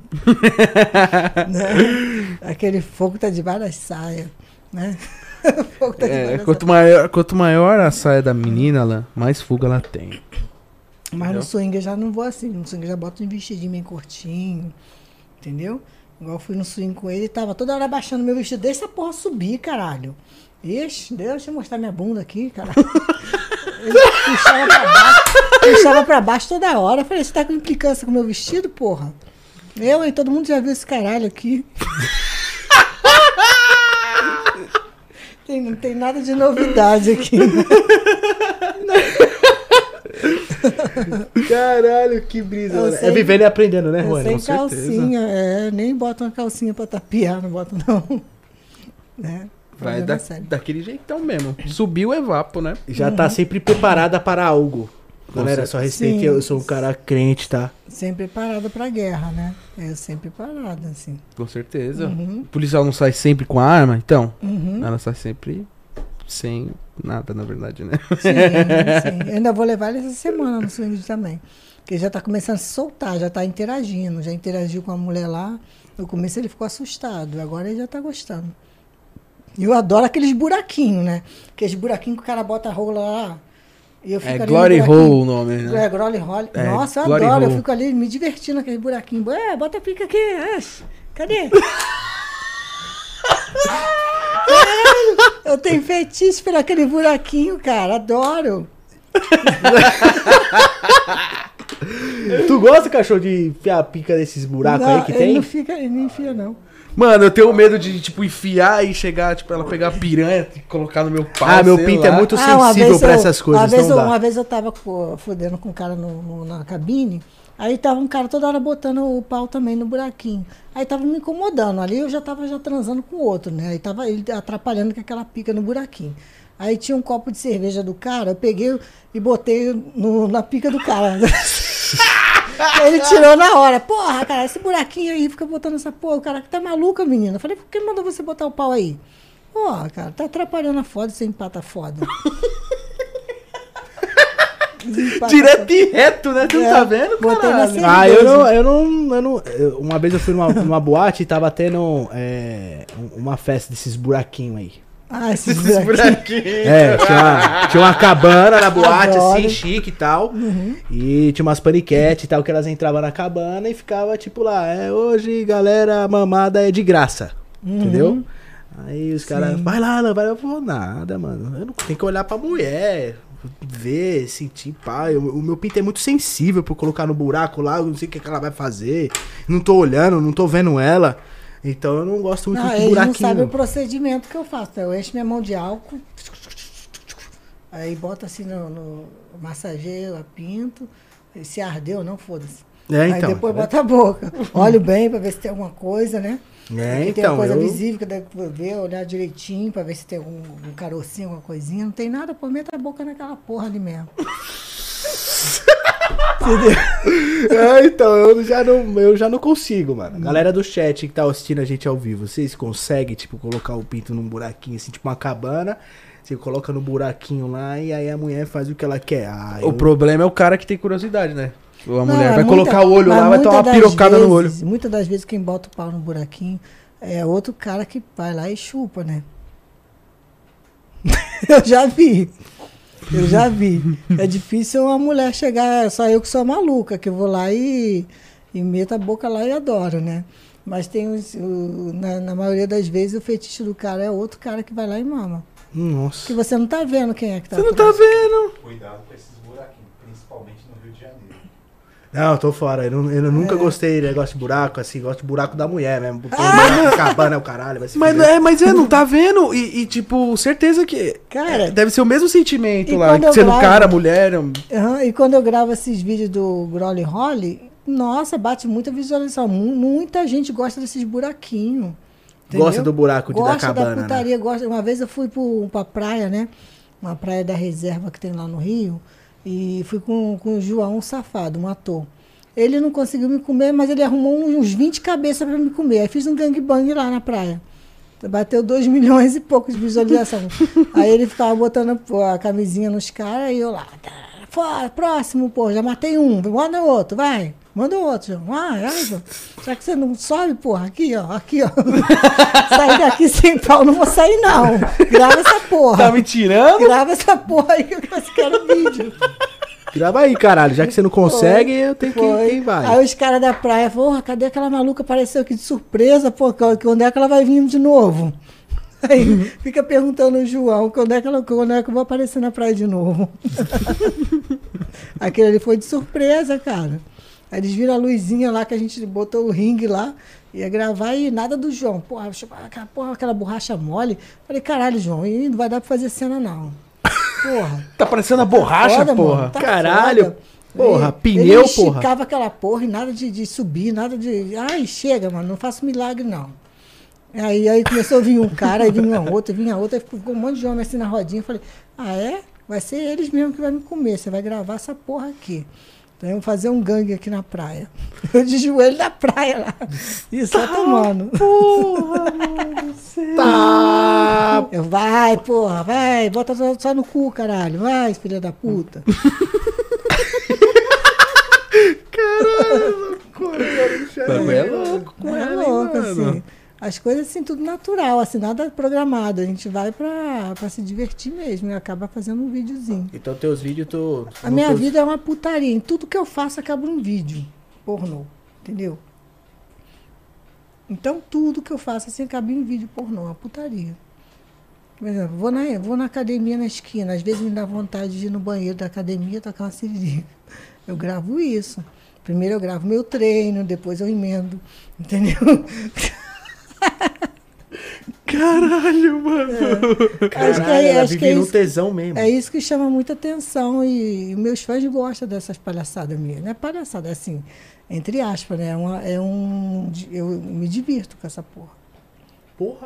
Né? Aquele fogo tá debaixo das saias, né? O fogo tá debaixo das Quanto maior a saia da menina, mais fuga ela tem. Mas no swing eu já não vou assim. No swing eu já boto um vestidinho bem curtinho, entendeu? Igual eu fui no swing com ele, tava toda hora abaixando meu vestido. Deixa essa porra subir, caralho. Ixi, deixa eu mostrar minha bunda aqui, caralho. Ele puxava pra baixo toda hora. Eu falei, você tá com implicância com o meu vestido, porra? Todo mundo já viu esse caralho aqui. Não tem nada de novidade aqui. Caralho, que brisa. Mano. É vivendo e aprendendo, né, Rony? Sem calcinha, nem bota uma calcinha pra tapear, não bota não. Né? Vai daquele jeitão mesmo. Subiu o evapo, né? Já tá sempre preparada para algo. Galera, só respeite, eu sou um cara crente, tá? Sempre preparada pra guerra, né? Eu sempre preparada, assim. Com certeza. O policial não sai sempre com a arma, então? Ela sai sempre sem nada, na verdade, né? Sim. Eu ainda vou levar ele essa semana no swing também. Porque ele já tá começando a se soltar, já tá interagindo. Já interagiu com a mulher lá. No começo ele ficou assustado, agora ele já tá gostando. E eu adoro aqueles buraquinhos, né? Aqueles buraquinhos que o cara bota a rola lá. E eu fico Glory Hole o nome, né? Glory Hole. Nossa, eu Glory adoro. Hole. Eu fico ali me divertindo naqueles buraquinhos. Bota a pica aqui. Cadê? Eu tenho fetiche por aquele buraquinho, cara. Adoro. Tu gosta, cachorro, de enfiar a pica desses buracos aí que tem? Ele não enfia, não. Mano, eu tenho medo de, tipo, enfiar e chegar, tipo, ela pegar a piranha e colocar no meu pau. Meu pinto é muito sensível pra essas coisas, uma vez eu tava fudendo com um cara na cabine, aí tava um cara toda hora botando o pau também no buraquinho. Aí tava me incomodando, ali eu já tava transando com o outro, né? Aí tava ele atrapalhando com aquela pica no buraquinho. Aí tinha um copo de cerveja do cara, eu peguei e botei na pica do cara. Ele tirou na hora. Porra, cara, esse buraquinho aí, fica botando essa porra. O cara que tá maluca, menina. Eu falei, por que mandou você botar o pau aí? Porra, cara, tá atrapalhando a foda, você empata foda. Direto e reto, né? Tu não tá vendo, cara? Eu não. Uma vez eu fui numa boate e tava tendo uma festa desses buraquinhos aí. Esses buraquinhos. Tinha uma cabana na boate, assim, chique e tal. E tinha umas paniquetes e tal, que elas entravam na cabana e ficava tipo lá, hoje, galera, a mamada é de graça. Entendeu? Aí os caras, vai lá, não vai lá. Eu falo, nada, mano. Eu não tenho que olhar pra mulher, ver, sentir, pai. O meu pinto é muito sensível pra eu colocar no buraco lá, eu não sei o que ela vai fazer. Não tô olhando, não tô vendo ela. Então eu não gosto muito de buraquinho. Ele não sabe o procedimento que eu faço. Eu encho minha mão de álcool, aí bota assim no massageio, pinto, e se ardeu, não, foda-se. Aí depois bota a boca. Olho bem pra ver se tem alguma coisa, né? Se tem uma coisa visível que deve ver, olhar direitinho pra ver se tem um carocinho, alguma coisinha. Não tem nada, pô, meta a boca naquela porra ali mesmo. Então, eu já não consigo, mano. Galera do chat que tá assistindo a gente ao vivo, vocês conseguem, tipo, colocar o pinto num buraquinho, assim, tipo uma cabana, você coloca no buraquinho lá e aí a mulher faz o que ela quer. O problema é o cara que tem curiosidade, né? Ou a mulher vai colocar o olho lá, vai tomar uma pirocada no olho. Muitas das vezes quem bota o pau no buraquinho é outro cara que vai lá e chupa, né? Eu já vi. É difícil uma mulher chegar, só eu que sou maluca, que eu vou lá e meto a boca lá e adoro, né? Mas tem na maioria das vezes o fetiche do cara é outro cara que vai lá e mama. Nossa. Que você não tá vendo quem é que tá. Você não tá vendo. Cuidado com esses buraquinhos, principalmente no Rio de Janeiro. Não, eu tô fora. Eu nunca gostei de negócio de buraco, assim, gosto de buraco da mulher mesmo. Cabana é o caralho, vai se mas não tá vendo? E tipo, certeza que. Cara, deve ser o mesmo sentimento lá, sendo cara, mulher. E quando eu gravo esses vídeos do Glory Hole, nossa, bate muita visualização. Muita gente gosta desses buraquinhos. Entendeu? Gosta do buraco da cabana. Gosta da putaria, né? Uma vez eu fui pra praia, né? Uma praia da reserva que tem lá no Rio. E fui com o João, um safado, um ator. Ele não conseguiu me comer, mas ele arrumou uns 20 cabeças para me comer. Aí fiz um gangbang lá na praia. Bateu 2 milhões e pouco de visualização. Aí ele ficava botando a camisinha nos caras e eu lá, fora, próximo, pô, já matei um, manda outro, vai. Manda outro, João. Vai, será que você não sobe, porra? Aqui, ó. Sair daqui sem pau, não vou sair, não. Grava essa porra. Tá me tirando? Grava essa porra aí que eu quero vídeo. Grava aí, caralho. Já que você não consegue, eu tenho que quem vai. Aí os caras da praia, porra, cadê aquela maluca? Apareceu aqui de surpresa, pô, quando é que ela vai vir de novo? Aí fica perguntando o João, quando é que eu vou aparecer na praia de novo? Aquele ali foi de surpresa, cara. Aí eles viram a luzinha lá, que a gente botou o ringue lá, ia gravar e nada do João. Porra, aquela borracha mole. Falei, caralho, João, e não vai dar pra fazer cena, não. Porra. Tá parecendo a borracha, foda, porra. mano, tá Caralho. foda. Porra, pneu, ele porra. esticava aquela porra e nada de subir, nada de... Ai, chega, mano, não faço milagre, não. Aí começou a vir um cara, aí vinha outro, aí ficou um monte de homem assim na rodinha. Eu falei, vai ser eles mesmo que vai me comer, você vai gravar essa porra aqui. Então eu vou fazer um gangue aqui na praia. Eu de joelho na praia lá. E só tomando. Porra, mano. Tá. Eu, vai, porra, vai, bota só no cu, caralho. Vai, filha da puta. Bagulho é louco. É louco, assim. As coisas assim, tudo natural, assim, nada programado. A gente vai pra se divertir mesmo e acaba fazendo um videozinho. Então teus vídeos tu... A minha vida é uma putaria. Em tudo que eu faço acaba num vídeo pornô, entendeu? Então tudo que eu faço assim acaba em vídeo pornô, uma putaria. Por exemplo, vou na academia na esquina, às vezes me dá vontade de ir no banheiro da academia tocar uma siririca. Eu gravo isso. Primeiro eu gravo meu treino, depois eu emendo, entendeu? Caralho, mano. Caralho, acho que é no isso. tesão mesmo. É isso que chama muita atenção e meus fãs gostam dessas palhaçadas minhas. Não é palhaçada, é assim, entre aspas, né? Eu me divirto com essa porra. Porra.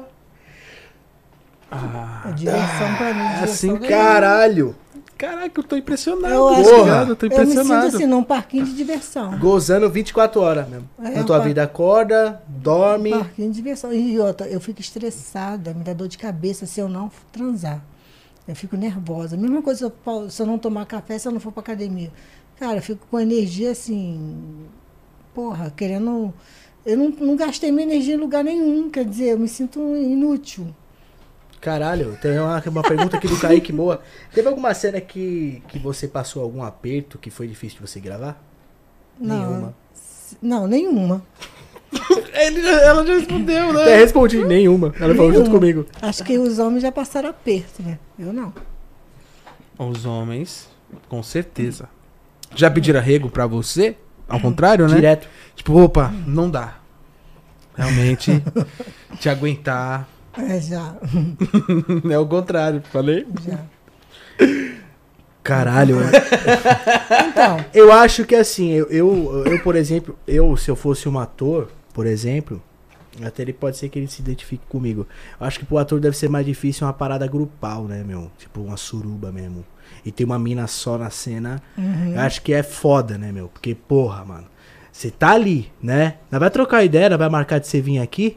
É diversão pra mim. assim, diversão Caralho. Caraca, eu tô impressionado. Eu acho Porra. Eu tô Eu me impressionado. sinto assim, num parquinho de diversão. Gozando 24 horas mesmo. É, Na tua pá. vida acorda, dorme. Parquinho de diversão. E outra, eu fico estressada, me dá dor de cabeça se eu não transar. Eu fico nervosa. Mesma coisa se eu não tomar café, se eu não for pra academia. Cara, eu fico com energia assim, porra, querendo... Eu não gastei minha energia em lugar nenhum, quer dizer, eu me sinto inútil. Caralho, tem uma pergunta aqui do Kaique boa. Teve alguma cena que você passou algum aperto que foi difícil de você gravar? Nenhuma. Não, nenhuma. Ela já respondeu, né? Até respondi, nenhuma. Ela falou junto comigo. Acho que os homens já passaram aperto, né? Eu não. Os homens, com certeza. Já pediram arrego pra você? Ao contrário, né? Direto. Tipo, opa, não dá. Realmente, te aguentar. É, já. É o contrário, falei? Já. Caralho. Então, Eu acho que assim, eu por exemplo, se eu fosse um ator, por exemplo, até ele pode ser que ele se identifique comigo. Eu acho que pro ator deve ser mais difícil uma parada grupal, né, meu? Tipo uma suruba mesmo. E tem uma mina só na cena. Eu acho que é foda, né, meu? Porque, porra, mano, você tá ali, né? Nós vai trocar ideia, nós vai marcar de você vir aqui.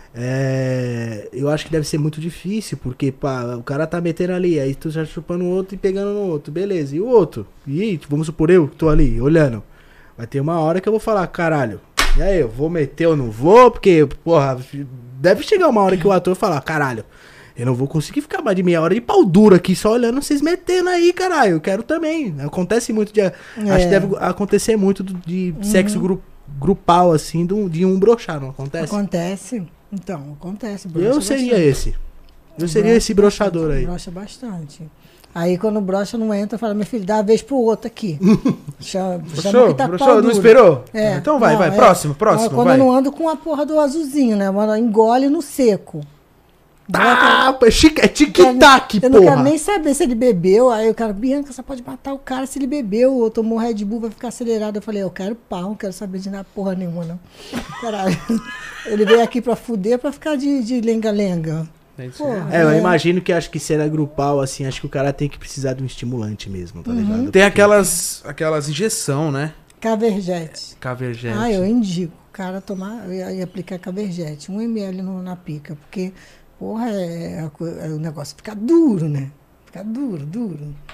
Eu acho que deve ser muito difícil, porque pá, o cara tá metendo ali, aí tu já chupando o outro e pegando no outro, beleza, e o outro? E vamos supor eu que tô ali, olhando. Vai ter uma hora que eu vou falar, caralho, e aí, eu vou meter ou não vou? Porque, porra, deve chegar uma hora que o ator falar, caralho, eu não vou conseguir ficar mais de meia hora de pau duro aqui só olhando vocês metendo aí, caralho, eu quero também. Acontece muito de... Acho que deve acontecer muito de sexo grupal, assim, de um broxar, não acontece? acontece. Então, acontece. Eu brocha seria bastante. esse. Eu seria esse broxador aí. Brocha bastante. Aí quando o brocha não entra, fala, meu filho, dá uma vez pro outro aqui. chama que tá pau Não duro. esperou? É. Então vai, Não, vai. Próximo, Quando vai. eu não ando com a porra do azulzinho, né? Mano, engole no seco. Tá, é tic-tac, Eu não quero porra. nem saber se ele bebeu. Aí o cara, Bianca, você pode matar o cara se ele bebeu ou tomou Red Bull, vai ficar acelerado. Eu falei, eu quero pau, não quero saber de nada porra nenhuma, não. Caralho. Ele veio aqui pra fuder, pra ficar de lenga-lenga. Porra, Eu imagino que acho que cena grupal, assim, acho que o cara tem que precisar de um estimulante mesmo, tá ligado? Tem aquelas injeção, né? Caverjete. Cavergente. Ah, eu indico o cara tomar e aplicar Caverjete, 1 ml na pica, porque, porra, o negócio fica duro, né? Fica duro.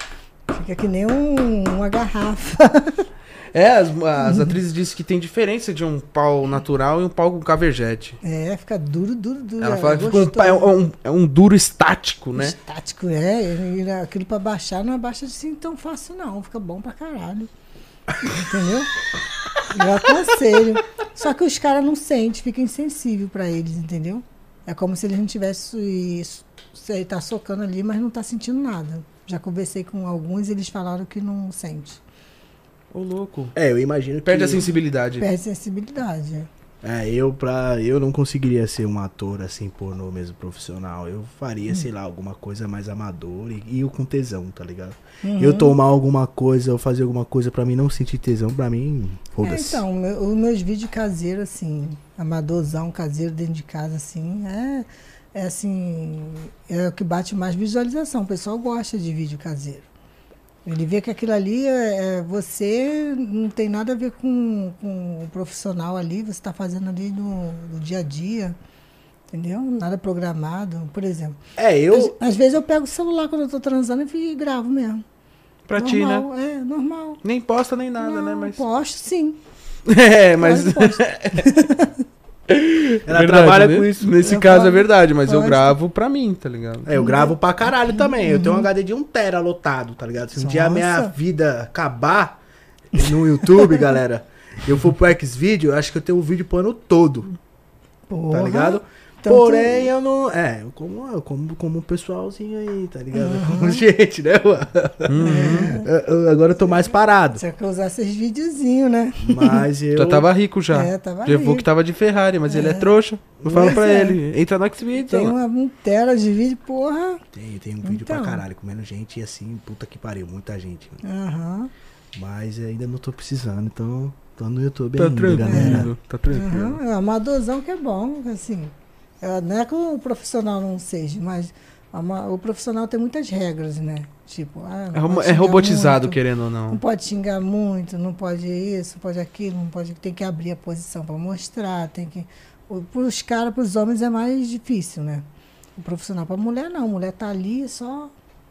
Fica que nem uma garrafa. As atrizes dizem que tem diferença de um pau natural e um pau com caverjete. É, fica duro. Ela fala que fica um duro estático, né? Estático, e aquilo pra baixar não abaixa assim tão fácil, não. Fica bom pra caralho. Entendeu? Eu aconselho. Só que os caras não sentem, fica insensível pra eles, entendeu? É como se eles não tivessem. Você tá socando ali, mas não tá sentindo nada. Já conversei com alguns e eles falaram que não sente. Ô, louco. Eu imagino que... Perde a sensibilidade. Perde sensibilidade. Eu não conseguiria ser um ator assim, pornô mesmo, profissional. Eu faria, sei lá, alguma coisa mais amador e eu com tesão, tá ligado? Eu tomar alguma coisa ou fazer alguma coisa pra mim não sentir tesão, pra mim, foda-se. Então, os meus vídeos caseiros, assim, amadorzão, caseiro dentro de casa, assim, é o que bate mais visualização. O pessoal gosta de vídeo caseiro. Ele vê que aquilo ali você não tem nada a ver com o profissional ali, você está fazendo ali no dia a dia, entendeu? Nada programado, por exemplo. Às vezes eu pego o celular quando eu tô transando e gravo mesmo. Pra normal, ti, né? É, normal. Nem posta nem nada, né? Mas... Posto, sim. Mas... Ela verdade, trabalha né? com isso. Nesse caso é verdade, mas eu gravo pra mim, tá ligado? Eu gravo pra caralho também. Eu tenho um HD de 1 tera lotado, tá ligado? Se um dia a minha vida acabar no YouTube, galera, eu for pro Xvideo, eu acho que eu tenho um vídeo pro ano todo. Porra. Tá ligado? Então, porém, eu não... eu como um pessoalzinho aí, tá ligado? Como gente, né, mano? Agora eu tô mais parado. Você quer usar esses videozinhos, né? Mas eu... Já tava rico já. Tava Já vou rico. que tava de Ferrari, mas ele é trouxa. Eu falo pra ele, entra no Xvideo. Tem uma tela de vídeo, porra. Tem um vídeo pra caralho, comendo gente e assim, puta que pariu, muita gente. Mas ainda não tô precisando, então tô no YouTube ainda, galera. Tá tranquilo. É amadorzão que é bom, assim. Não é que o profissional não seja, mas o profissional tem muitas regras, né? Tipo, é robotizado, muito, querendo ou não. Não pode xingar muito, não pode isso, não pode aquilo, não pode. Tem que abrir a posição pra mostrar, tem que. Pros caras, pros homens é mais difícil, né? O profissional pra mulher não, a mulher tá ali só.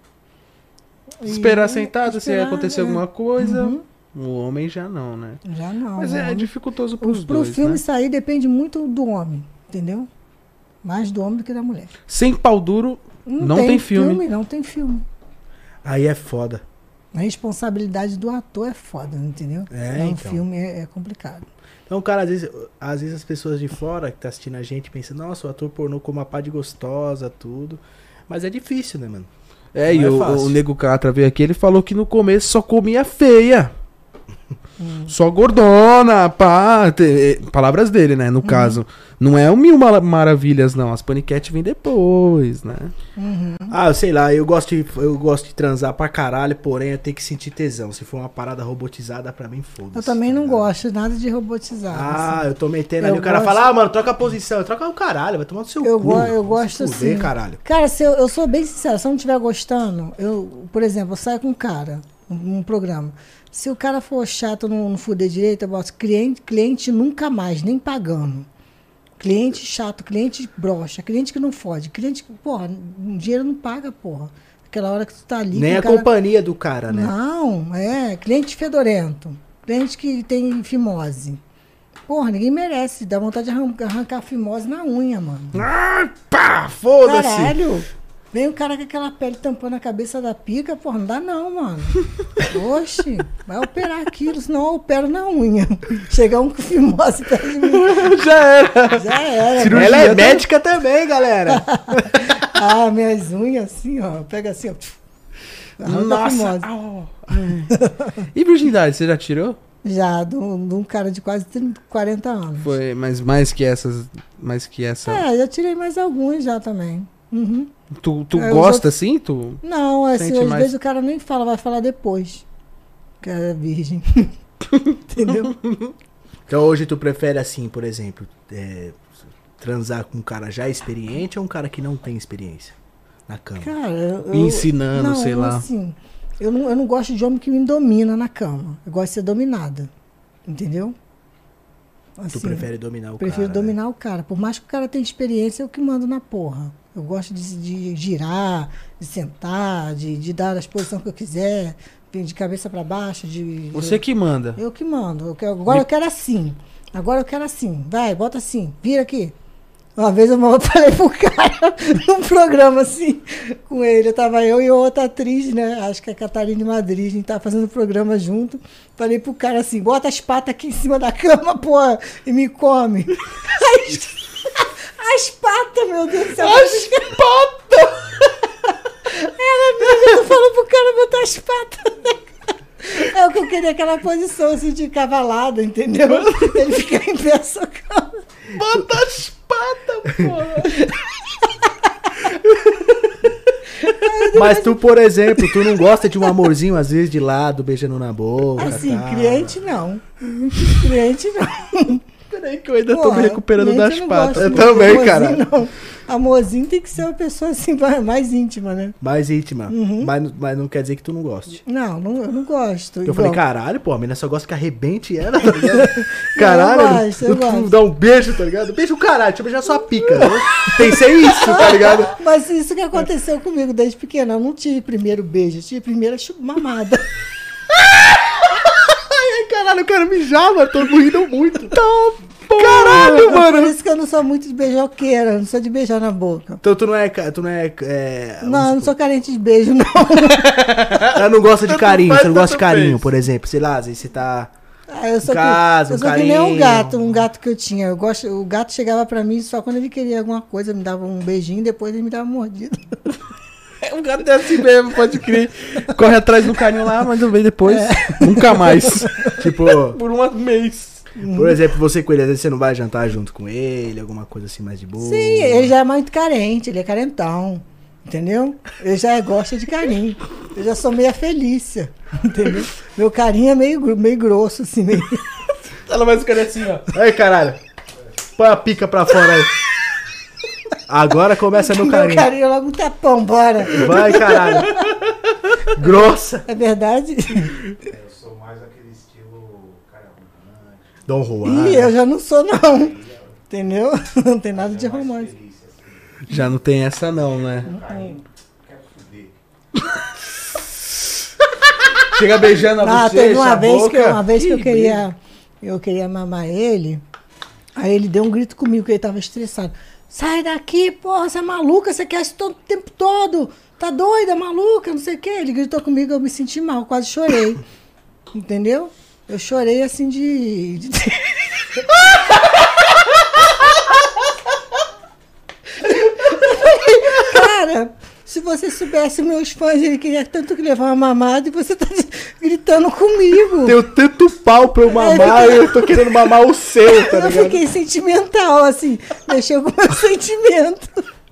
Esperar sentado se acontecer alguma coisa. O homem já não, né? Já não. Mas é dificultoso pros dois, pro filme né? sair depende muito do homem, entendeu? Mais do homem do que da mulher. Sem pau duro, não tem filme. Não tem filme. Aí é foda. A responsabilidade do ator é foda, entendeu? Um filme é complicado. Então, cara, às vezes as pessoas de fora que tá assistindo a gente pensam, nossa, o ator pornô com uma pá de gostosa, tudo. Mas é difícil, né, mano? E o Nego Catra veio aqui, ele falou que no começo só comia feia. Só gordona, pá. Palavras dele, né? No caso. Não é o Mil Maravilhas, não. As paniquete vêm depois, né? Eu sei lá, eu gosto de transar pra caralho, porém eu tenho que sentir tesão. Se for uma parada robotizada, pra mim, foda-se. Eu também não gosto nada de robotizado. Assim. Eu tô metendo ali, o cara fala, mano, troca a posição. Troca o caralho, vai tomar no seu cu. Eu gosto assim. Caralho. Cara, eu sou bem sincero, se eu não estiver gostando, por exemplo, eu saio com um cara, num programa. Se o cara for chato, não fuder direito, eu boto cliente nunca mais, nem pagando. Cliente chato, cliente broxa, cliente que não fode. Cliente que, porra, dinheiro não paga, porra. Aquela hora que tu tá ali... Nem a companhia do cara, né? Não, cliente fedorento. Cliente que tem fimose. Porra, ninguém merece. Dá vontade de arrancar a fimose na unha, mano. Pá, foda-se. Caralho. Vem o cara com aquela pele tampando a cabeça da pica, porra, não dá não, mano. Oxe, vai operar aquilo, senão eu opero na unha. Chegar um com fimose perto de mim. Já era. Cirurgia, ela é médica também, galera. Minhas unhas assim, ó. Pega assim, ó. Nossa. E virgindade, você já tirou? Já, de um cara de quase 40 anos. Foi, mas mais que essa. Já tirei mais alguns já também. Tu gosta assim? Não, assim, às vezes o cara nem fala, vai falar depois. Que é virgem. Entendeu? Então hoje tu prefere assim, por exemplo, transar com um cara já experiente ou um cara que não tem experiência na cama? Cara, ensinando, sei lá. Assim, eu não gosto de homem que me domina na cama. Eu gosto de ser dominada. Entendeu? Assim, tu prefere dominar o cara? Prefiro dominar o cara. Por mais que o cara tenha experiência, eu que mando na porra. Eu gosto de girar, de sentar, de dar as posições que eu quiser, de cabeça para baixo. Você que manda. Eu que mando. Agora eu quero assim. Agora eu quero assim. Vai, bota assim. Vira aqui. Uma vez eu falei pro cara num programa assim com ele. Tava eu e outra atriz, né? Acho que é a Catarina de Madrid. A gente tava fazendo programa junto. Falei pro cara assim: bota as patas aqui em cima da cama, pô, e me come. As patas, meu Deus do céu. As patas! Eu falei pro cara botar as patas. É o que eu queria, aquela posição assim de cavalada, entendeu? Ele fica em pé socando. Bota as patas, porra! Mas tu, por exemplo, tu não gosta de um amorzinho às vezes de lado, beijando na boca? Assim, tá? cliente não. Cliente não. Peraí que eu ainda tô me recuperando cliente das eu não patas. gosto Eu muito de também, amorzinho, cara. Não. Amorzinho tem que ser uma pessoa assim mais íntima, né? Mais íntima. Uhum. Mas não quer dizer que tu não goste. Não, eu não gosto. Eu falei, caralho, pô, a menina só gosta que arrebente ela, tá ligado? Eu Caralho, gosto. dá um beijo, tá ligado? Beijo o caralho, deixa eu beijar sua pica. Né? Pensei isso, tá ligado? Mas isso que aconteceu comigo desde pequena. Eu não tive primeiro beijo, eu tive primeira mamada. Ai, caralho, eu quero mijar, mano. Tô rindo muito. Caralho, mano. Por isso que eu não sou muito de beijoqueira, eu não sou de beijar na boca. Então tu não é Não, eu não sou carente de beijo, não. Ela não gosta de carinho, você não gosta de carinho, por exemplo. Sei lá, às vezes você tá... Eu sou casa, eu sou que nem um gato que eu tinha. O gato chegava pra mim só quando ele queria alguma coisa, me dava um beijinho, depois ele me dava uma mordida. O gato é assim mesmo, pode crer. Corre atrás do carinho lá, mas vem depois. Nunca mais. Tipo, Por um mês. por exemplo, você com ele, às vezes você não vai jantar junto com ele, alguma coisa assim mais de boa. Sim, ele já é muito carente, ele é carentão. Entendeu? Ele já gosta de carinho. Eu já sou meio Felícia. Entendeu? Meu carinho é meio grosso, assim, meio. Ela vai ficar assim, ó. Aí, caralho. Põe a pica pra fora aí. Agora começa meu carinho. Meu carinho logo um tapão, bora. Vai, caralho. Grossa. É verdade? Eu sou mais aquele estilo cara romântico. Dom Juan. Ih, eu já não sou, não. Entendeu? Não tem nada de romance. Feliz, assim. Já não tem essa não, né? Carinho, quero fuder. Chega beijando a Ah, bochecha, teve uma a vez boca. que eu Ih, queria mamar ele. Aí ele deu um grito comigo que ele tava estressado. Sai daqui, porra, você é maluca, você quer isso todo o tempo todo. Tá doida, maluca, não sei o quê. Ele gritou comigo, eu me senti mal, quase chorei. Entendeu? Eu chorei assim de... Cara, se você soubesse meus fãs, ele queria tanto que levar uma mamada e você tá gritando comigo. Tenho tanto pau pra eu mamar e eu tô querendo mamar o seu, tá Eu ligado? fiquei sentimental, assim, mexeu com o meu sentimento.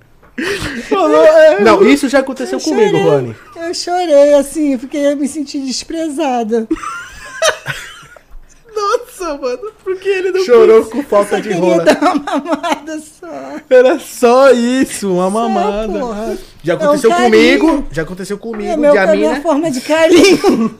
Não, isso já aconteceu comigo, Rony. Eu chorei, assim, eu me senti desprezada. Nossa, mano, por que ele não Chorou com falta Eu de queria rola. dar uma mamada só. Era só isso, uma mamada. Porra. Já aconteceu É um carinho. comigo. Já aconteceu comigo, É de a minha mina. forma de carinho.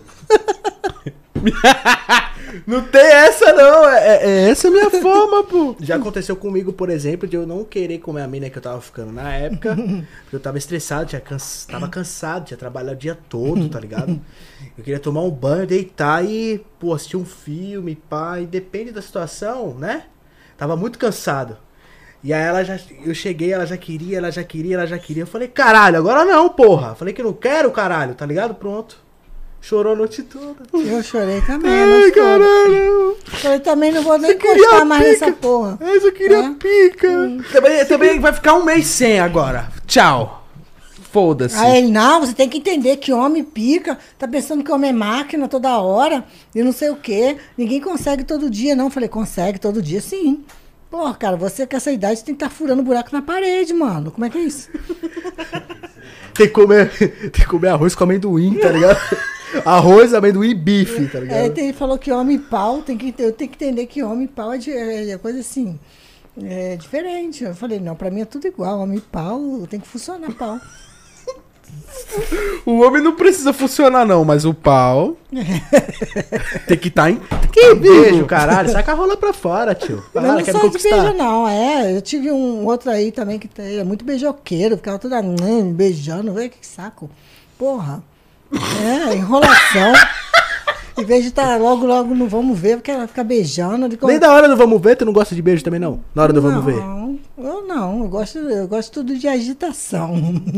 Não tem essa não, essa é a minha forma, pô. Já aconteceu comigo, por exemplo, de eu não querer comer a mina que eu tava ficando na época. Porque eu tava estressado, tava cansado, tinha trabalhado o dia todo, tá ligado? Eu queria tomar um banho, deitar e, pô, assistir um filme, pá. E depende da situação, né? Tava muito cansado. E aí eu cheguei, ela já queria. Eu falei, caralho, agora não, porra. Falei que eu não quero, caralho, tá ligado? Pronto. Chorou a noite toda. Eu chorei também, Ai, mas caralho. eu também não vou nem queria encostar mais pica. nessa porra. Mas eu queria É? pica. Também vai ficar um mês sem agora. Tchau. Foda-se. Aí ele, não, você tem que entender que homem pica, tá pensando que homem é máquina toda hora, e não sei o quê. Ninguém consegue todo dia, não. Eu falei, consegue todo dia, sim. Pô, cara, você com essa idade tem que estar furando buraco na parede, mano. Como é que é isso? Tem que comer arroz com amendoim, tá ligado? Arroz, amendoim e bife, tá ligado? Ele falou que homem pau, eu tenho que entender que homem pau é coisa assim, é diferente. Eu falei, não, pra mim é tudo igual, homem pau, tem que funcionar pau. O homem não precisa funcionar, não, mas o pau tem que estar em. Que beijo, caralho. Saca a rola pra fora, tio. Eu Para, não quer me sou de conquistar. beijo, não. Eu tive um outro aí também que é muito beijoqueiro, ficava toda beijando, vê que saco. Porra. Enrolação. Em vez de estar logo no vamos ver, porque ela fica beijando. Nem da hora do vamos ver, tu não gosta de beijo também, não? Na hora do vamos ver. Eu gosto tudo de agitação.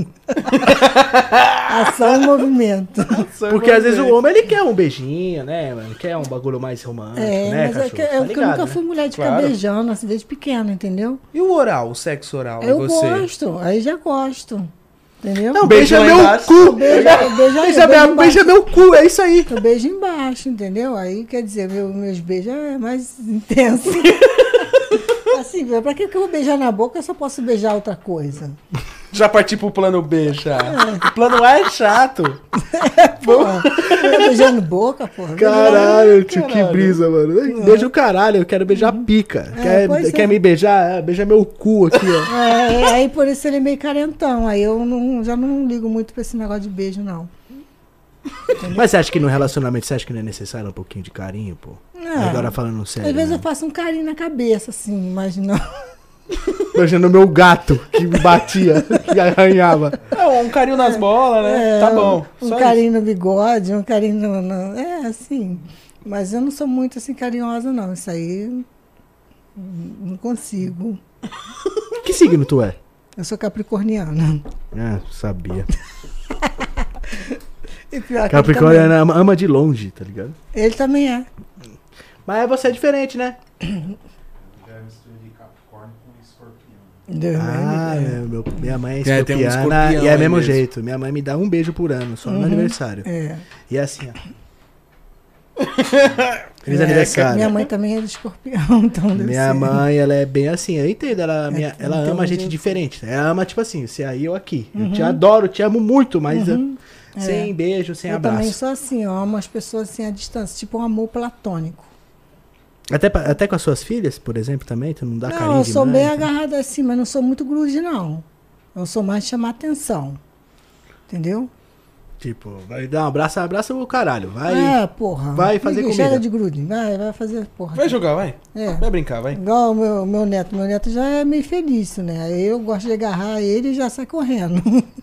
Ação e movimento. Porque às vezes o homem, ele quer um beijinho, né, mano? Ele quer um bagulho mais romântico, né, mas cachorro? eu Tá ligado, nunca né? fui mulher de ficar Claro. beijando, assim, desde pequena, entendeu? E o oral, o sexo oral? Eu e você? gosto, aí já gosto. Entendeu? Não, Beijo beija lá meu embaixo. cu! Beija Beija meu cu, é isso aí. Eu beijo embaixo, entendeu? Aí, quer dizer, meus beijos é mais intenso. Assim, pra que eu vou beijar na boca? Eu só posso beijar outra coisa. Já parti pro plano B, já. O plano A é chato. Porra, eu beijando boca, porra. Caralho, tio, que Caralho. brisa, mano. Beija o caralho, eu quero beijar pica. pois Quer é. me beijar? Beija meu cu aqui, ó. Aí por isso ele é meio carentão. Aí eu já não ligo muito pra esse negócio de beijo, não. Mas você acha que no relacionamento, você acha que não é necessário um pouquinho de carinho, pô? Agora falando sério. Às vezes né? eu faço um carinho na cabeça, assim, mas não. Beijando meu gato, que me batia, que arranhava. Um carinho nas bolas, né? Tá bom. Um Só carinho no bigode, um carinho no. Assim. Mas eu não sou muito assim carinhosa, não. Isso aí. Não consigo. Que signo tu é? Eu sou capricorniana. Sabia. E pior que Capricorniana ama de longe, tá ligado? Ele também é. Mas você é diferente, né? Já é mistura de Capricórnio com Escorpião. Minha mãe é É, tem um escorpiana escorpião e é aí mesmo mesmo. jeito. Minha mãe me dá um beijo por ano, só no meu aniversário. É. E é assim, ó. Feliz aniversário. Minha mãe também é de escorpião, então deve Minha ser. mãe, ela é bem assim, eu entendo, ela então, ama a gente diferente. Ela ama, tipo assim, você aí, eu aqui. Eu te adoro, te amo muito, mas sem beijo, sem Eu também abraço. sou assim, eu amo as pessoas assim à distância, tipo um amor platônico. Até com as suas filhas, por exemplo, também? Tu não dá carinho Não, eu sou demais, bem né? agarrada assim, mas não sou muito grude, não. Eu sou mais de chamar atenção. Entendeu? Tipo, vai dar um abraço, abraça o caralho. Vai. Porra. vai fazer Ninguém comida. chega de grude. Vai fazer, porra. Vai jogar, vai. É. Vai brincar, vai. Igual o meu neto. Meu neto já é meio feliz, né? Aí eu gosto de agarrar ele e já sai correndo.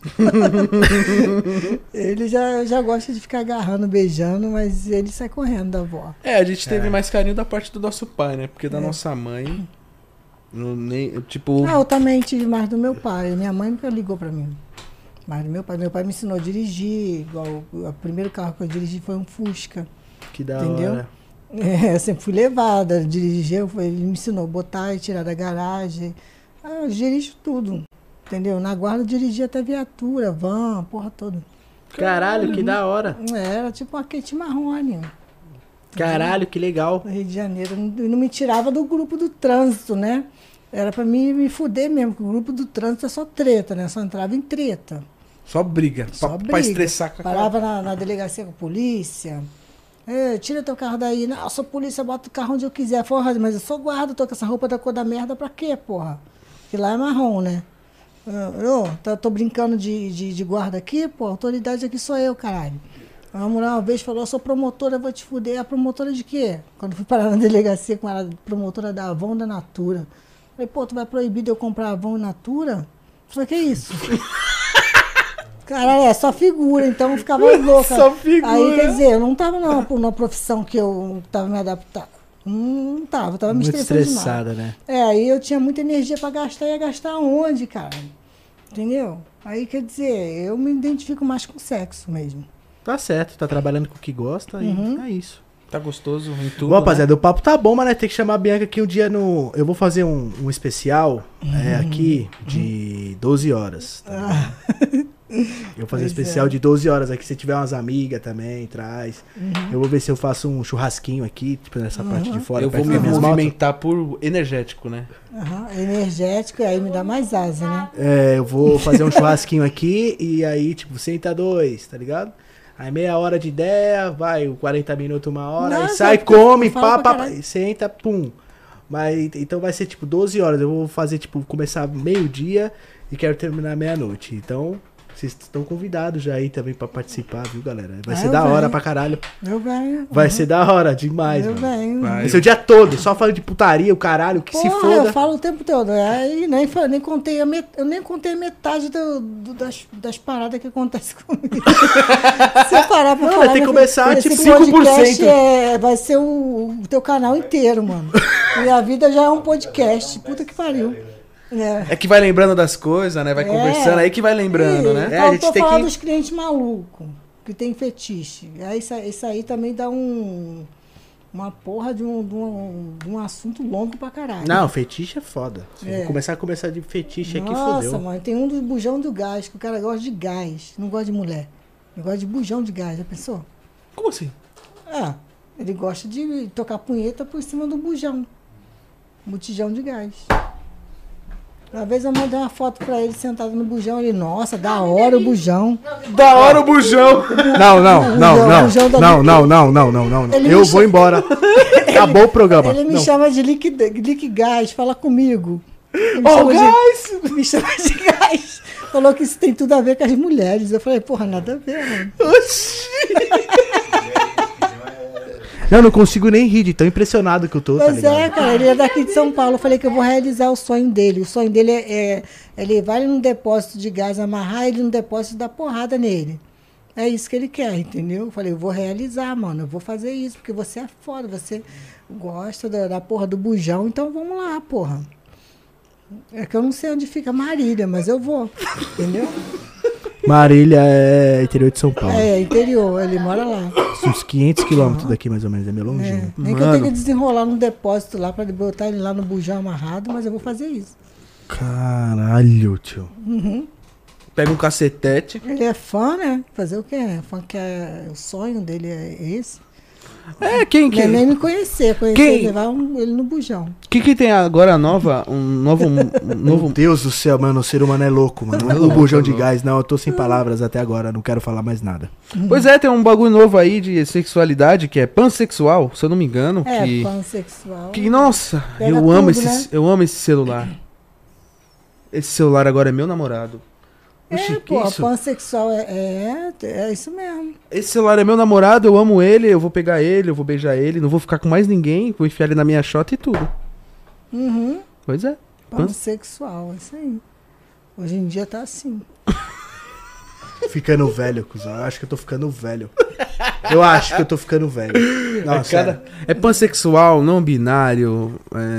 Ele já gosta de ficar agarrando, beijando, mas ele sai correndo da avó. A gente teve mais carinho da parte do nosso pai, né? Porque da nossa mãe. Tipo. Eu também tive mais do meu pai. Minha mãe nunca ligou pra mim. Mas do meu pai. Meu pai me ensinou a dirigir. Igual, o primeiro carro que eu dirigi foi um Fusca. Que da Entendeu? hora. Eu sempre fui levada a dirigir. Ele me ensinou a botar e tirar da garagem. Eu dirijo tudo. Entendeu? Na guarda eu dirigia até viatura, van, porra toda. Caralho, que da hora. Era tipo uma Kate Marrone. Caralho, que legal. No Rio de Janeiro. Não me tirava do grupo do trânsito, né? Era pra mim me fuder mesmo, porque o grupo do trânsito é só treta, né? Só entrava em treta. Só briga. Só pra briga. estressar com a Parava na delegacia com a polícia. Tira teu carro daí. Não, eu sou polícia, bota o carro onde eu quiser. Porra, mas eu sou guarda, tô com essa roupa da cor da merda pra quê, porra? Que lá é marrom, né? Tô brincando de guarda aqui, pô, a autoridade aqui sou eu, caralho. A mulher uma vez falou, eu sou promotora, eu vou te fuder. A promotora de quê? Quando fui parar na delegacia com ela, promotora da Avon da Natura. Falei, pô, tu vai proibir de eu comprar Avon Natura? Falei, que isso? Caralho, é só figura, então eu ficava louca. Só figura. Aí, quer dizer, eu não tava numa profissão que eu tava me adaptando. Não tava me Muito estressando estressada, demais. né? Aí eu tinha muita energia pra gastar, ia gastar onde, cara? Entendeu? Aí, quer dizer, eu me identifico mais com sexo mesmo. Tá certo, tá trabalhando com o que gosta e é isso. Tá gostoso em tudo. Bom, rapaziada, o papo tá bom, mas né, tem que chamar a Bianca aqui um dia no... Eu vou fazer um especial aqui de 12 horas. Tá? Eu vou fazer um especial de 12 horas aqui. Se tiver umas amigas também, traz. Eu vou ver se eu faço um churrasquinho aqui, tipo, nessa parte de fora. Eu vou perto me das minhas motos. movimentar por energético, né? Energético, e aí me dá mais asa, né? Eu vou fazer um churrasquinho aqui e aí, tipo, senta dois, tá ligado? Aí meia hora de ideia, vai, 40 minutos, uma hora, aí Nossa, sai, eu come, falo pra pá, caralho. senta, pum. Mas então vai ser tipo 12 horas. Eu vou fazer, tipo, começar meio-dia e quero terminar meia-noite. Então, Vocês estão convidados já aí também pra participar, viu, galera? Vai ser eu da hora venho. pra caralho. Eu venho. Vai ser da hora demais, Eu mano. venho. Vai. Vai ser o dia todo, só falando de putaria, o caralho, que se Porra, foda. eu falo o tempo todo. Aí nem contei eu nem contei a metade das paradas que acontecem comigo. Se eu parar pra Não, falar... vai ter que meu começar, filho, tipo, esse podcast 5%. vai ser o teu canal inteiro, mano. E a vida já é um podcast. Puta que pariu. É que vai lembrando das coisas, né? Vai conversando, aí que vai lembrando, né? a gente Faltou tem falar que- dos clientes malucos, que tem fetiche. Aí isso aí também dá uma porra de um assunto longo pra caralho. Não, fetiche é foda. Se É. eu começar de fetiche aqui, Nossa, fodeu. mano, tem um dos bujão do gás, que o cara gosta de gás, não gosta de mulher. Ele gosta de bujão de gás, já pensou? Como assim? Ah, ele gosta de tocar punheta por cima do bujão. Botijão de gás. Uma vez eu mandei uma foto pra ele sentado no bujão, ele, nossa, da hora o bujão. Da hora o bujão! Não. Ele Eu me vou chama- embora. Acabou o programa. Ele me Não. chama de lick gás, fala comigo. Ele me Ó, chama o gás! Me chama de gás. Falou que isso tem tudo a ver com as mulheres. Eu falei, porra, nada a ver, mano. Não consigo nem rir de tão impressionado que eu tô, tá Pois ligado? é, cara, ele é daqui de São Paulo. Eu falei que eu vou realizar o sonho dele. O sonho dele é ele vai num depósito de gás, amarrar ele no depósito e dar porrada nele. É isso que ele quer, entendeu? Eu falei, eu vou realizar, mano. Eu vou fazer isso, porque você é foda, você gosta da porra do bujão, então vamos lá, porra. É que eu não sei onde fica Marília, mas eu vou, entendeu? Marília é interior de São Paulo. É, interior, ele mora lá. Uns 500 quilômetros daqui, mais ou menos. É meio É, longinho. nem que eu tenha que desenrolar num depósito lá pra botar ele lá no bujão amarrado, mas eu vou fazer isso. Caralho, tio. Pega um cacetete. Ele é fã, né? Fazer o quê? Fã que o sonho dele é esse. É, quem Não é nem me conhecer Quem? levar ele no bujão. que tem agora nova? Um novo. Meu Deus do céu, mano. O ser humano é louco, mano. É o louco, bujão é de louco. gás. Não, eu tô sem palavras até agora. Não quero falar mais nada. Pois é, tem um bagulho novo aí de sexualidade que é pansexual, se eu não me engano. É, que, pansexual. que, nossa, Pega eu amo tudo, né? eu amo esse celular. Esse celular agora é meu namorado. Oxi, É, que pô, isso? pansexual é isso mesmo. Esse celular é meu namorado, eu amo ele, eu vou pegar ele, eu vou beijar ele, não vou ficar com mais ninguém, vou enfiar ele na minha xota e tudo. Uhum. Pois é. Pansexual, isso aí. Hoje em dia tá assim. Ficando velho, cuzão. Eu acho que eu tô ficando velho. Eu acho que eu tô ficando velho. Nossa, sério. É pansexual, não binário,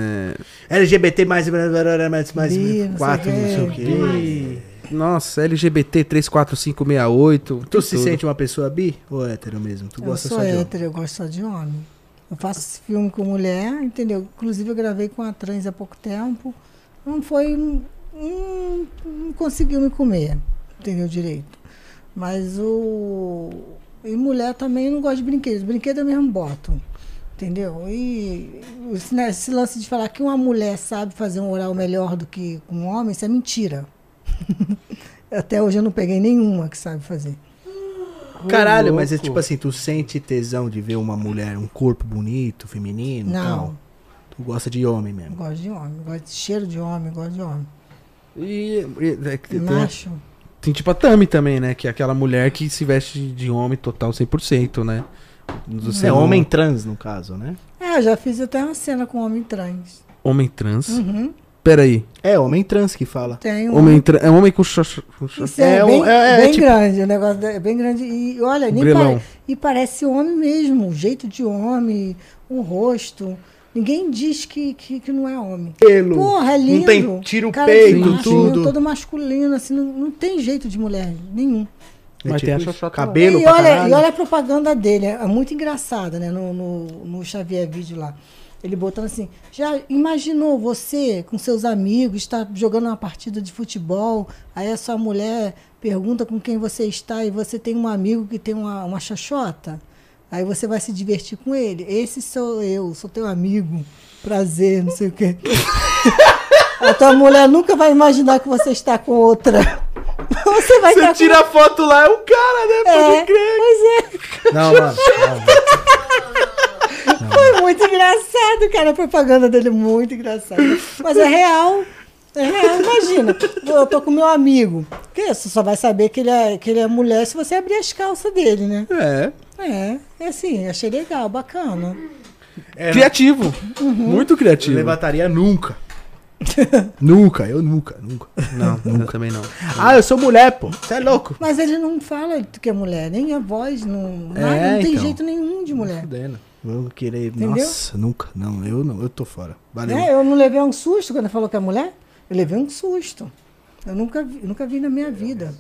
LGBT mais Bi, não 4, sei não sei o o quê. quê. nossa, LGBT 34568. Tu se tudo. sente uma pessoa bi ou hétero mesmo? Tu Eu gosta sou só de homem? hétero, eu gosto só de homem. Eu faço esse filme com mulher, entendeu? Inclusive eu gravei com a trans há pouco tempo. Não foi. Não conseguiu me comer, entendeu direito. Mas e mulher também não gosta de brinquedos. Brinquedo eu mesmo boto. Entendeu? E esse lance de falar que uma mulher sabe fazer um oral melhor do que um homem, isso é mentira. Até hoje eu não peguei nenhuma que sabe fazer. Caralho, mas é louco. tipo assim, tu sente tesão de ver uma mulher, um corpo bonito, feminino e Não. tal? Tu gosta de homem mesmo? Gosto de homem, gosto de cheiro de homem, gosto de homem. Tem, tem tipo a Tami também, né? Que é aquela mulher que se veste de homem total 100%, né? Você É não- homem trans, no caso, né? É, eu já fiz até uma cena com homem trans. Homem trans? Uhum. Peraí. É homem trans que fala. Tem um É homem com xoxo. Isso é, É bem, bem tipo- grande, o negócio é bem grande. E olha, nem Grelão. e parece homem mesmo, o jeito de homem, o rosto. Ninguém diz que não é homem. Pelo. Porra, é lindo. Não tem, tira o Cara de peito, macho, tudo. todo masculino, assim, não tem jeito de mulher nenhum. Mas É tem a tipo xoxota cabelo E pra olha, caralho. e olha a propaganda dele, é muito engraçada, né? No Xavier Vídeo lá. Ele botando assim, já imaginou você com seus amigos, está jogando uma partida de futebol, aí a sua mulher pergunta com quem você está e você tem um amigo que tem uma xoxota? Aí você vai se divertir com ele. Esse sou eu, sou teu amigo. Prazer, não sei o quê. A tua mulher nunca vai imaginar que você está com outra. Você vai estar com... tira a foto lá, é o cara, né? É, pois é. Não, mano. Foi muito engraçado, cara. A propaganda dele é muito engraçada. Mas é real. Imagina, eu tô com meu amigo. Que você só vai saber que ele é mulher se você abrir as calças dele, né? É assim, achei legal, bacana. Criativo. Muito Eu criativo. levantaria nunca. Nunca, eu nunca. Não, eu também não. Ah, eu sou mulher, pô. Você é louco. Mas ele não fala que é mulher, nem a voz, nada, não tem então. jeito nenhum de mulher. Fudendo. Vou querer. Entendeu? Nossa, nunca. Não, eu tô fora. Valeu. Eu não levei um susto quando ele falou que é mulher. Eu levei um susto. Eu nunca vi na minha vida.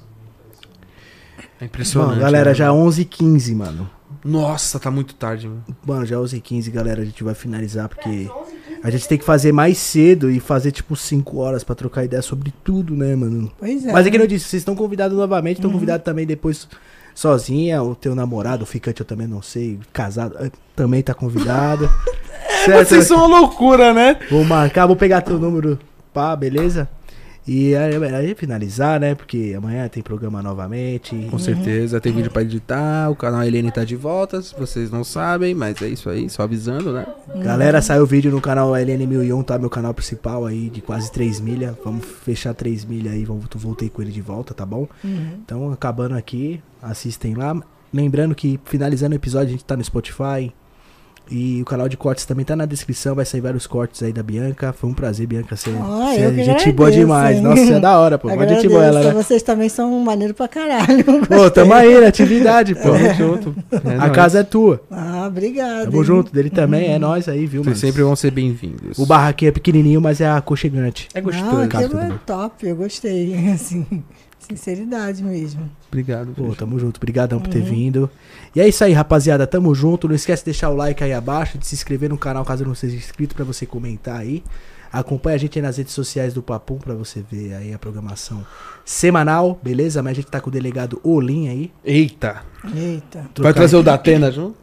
É impressionante. Bom, galera, né? já 11h15, mano. Nossa, tá muito tarde, mano. Mano, já 11h15, galera. A gente vai finalizar porque a gente tem que fazer mais cedo e fazer tipo 5 horas pra trocar ideia sobre tudo, né, mano? Pois é. Mas é que eu disse, vocês estão convidados novamente, estão convidados também depois sozinha, o teu namorado, o ficante eu também não sei, casado, também tá convidado. Certo? Vocês são uma loucura, né? Vou marcar, vou pegar teu número, pá, beleza? E aí finalizar, né? Porque amanhã tem programa novamente. Com certeza, tem vídeo pra editar, o canal Helene tá de volta, se vocês não sabem, mas é isso aí, só avisando, né? Galera, saiu vídeo no canal LN1001, tá? Meu canal principal aí, de quase 3 milhas. Vamos fechar 3 milhas aí, voltei com ele de volta, tá bom? Então, acabando aqui, assistem lá. Lembrando que, finalizando o episódio, a gente tá no Spotify. E o canal de cortes também tá na descrição, vai sair vários cortes aí da Bianca. Foi um prazer, Bianca, você Ah, é eu que gente boa agradeço, demais. hein? Nossa, você é da hora, pô. Mas gente boa ela, né? Vocês também são maneiro pra caralho. Pô, tamo aí na atividade, pô. Tamo junto. É A nóis. casa é tua. Ah, obrigada. Tamo hein? junto, dele também, é nóis aí, viu, mano? Vocês sempre vão ser bem-vindos. O barraquinho é pequenininho, mas é aconchegante. É Não, gostoso. aquilo é top, eu gostei, assim, sinceridade mesmo. Obrigado. Pô, tamo junto. Obrigadão por ter vindo. E é isso aí, rapaziada. Tamo junto. Não esquece de deixar o like aí abaixo, de se inscrever no canal caso não seja inscrito, pra você comentar aí. Acompanha a gente aí nas redes sociais do Papum pra você ver aí a programação semanal, beleza? Mas a gente tá com o delegado Olim aí. Eita. Eita. Vai trazer o Datena junto?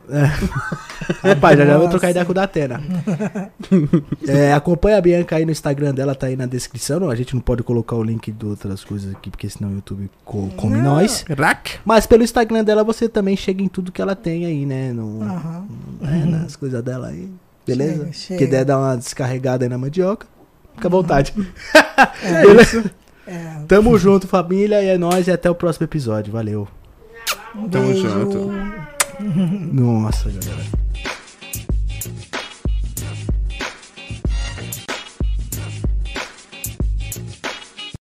Rapaz, já vou Nossa. trocar ideia com o Datena. Acompanha a Bianca aí no Instagram dela, tá aí na descrição. A gente não pode colocar o link de outras coisas aqui, porque senão o YouTube come Não. nós. Mas pelo Instagram dela você também chega em tudo que ela tem aí, né? Aham. Nas coisas dela aí. Beleza? Chega. Que der dar uma descarregada aí na mandioca. Fica à vontade. É. Beleza? É, Tamo junto, família. E é nóis. E até o próximo episódio. Valeu. um Tamo beijo. junto. Nossa, galera.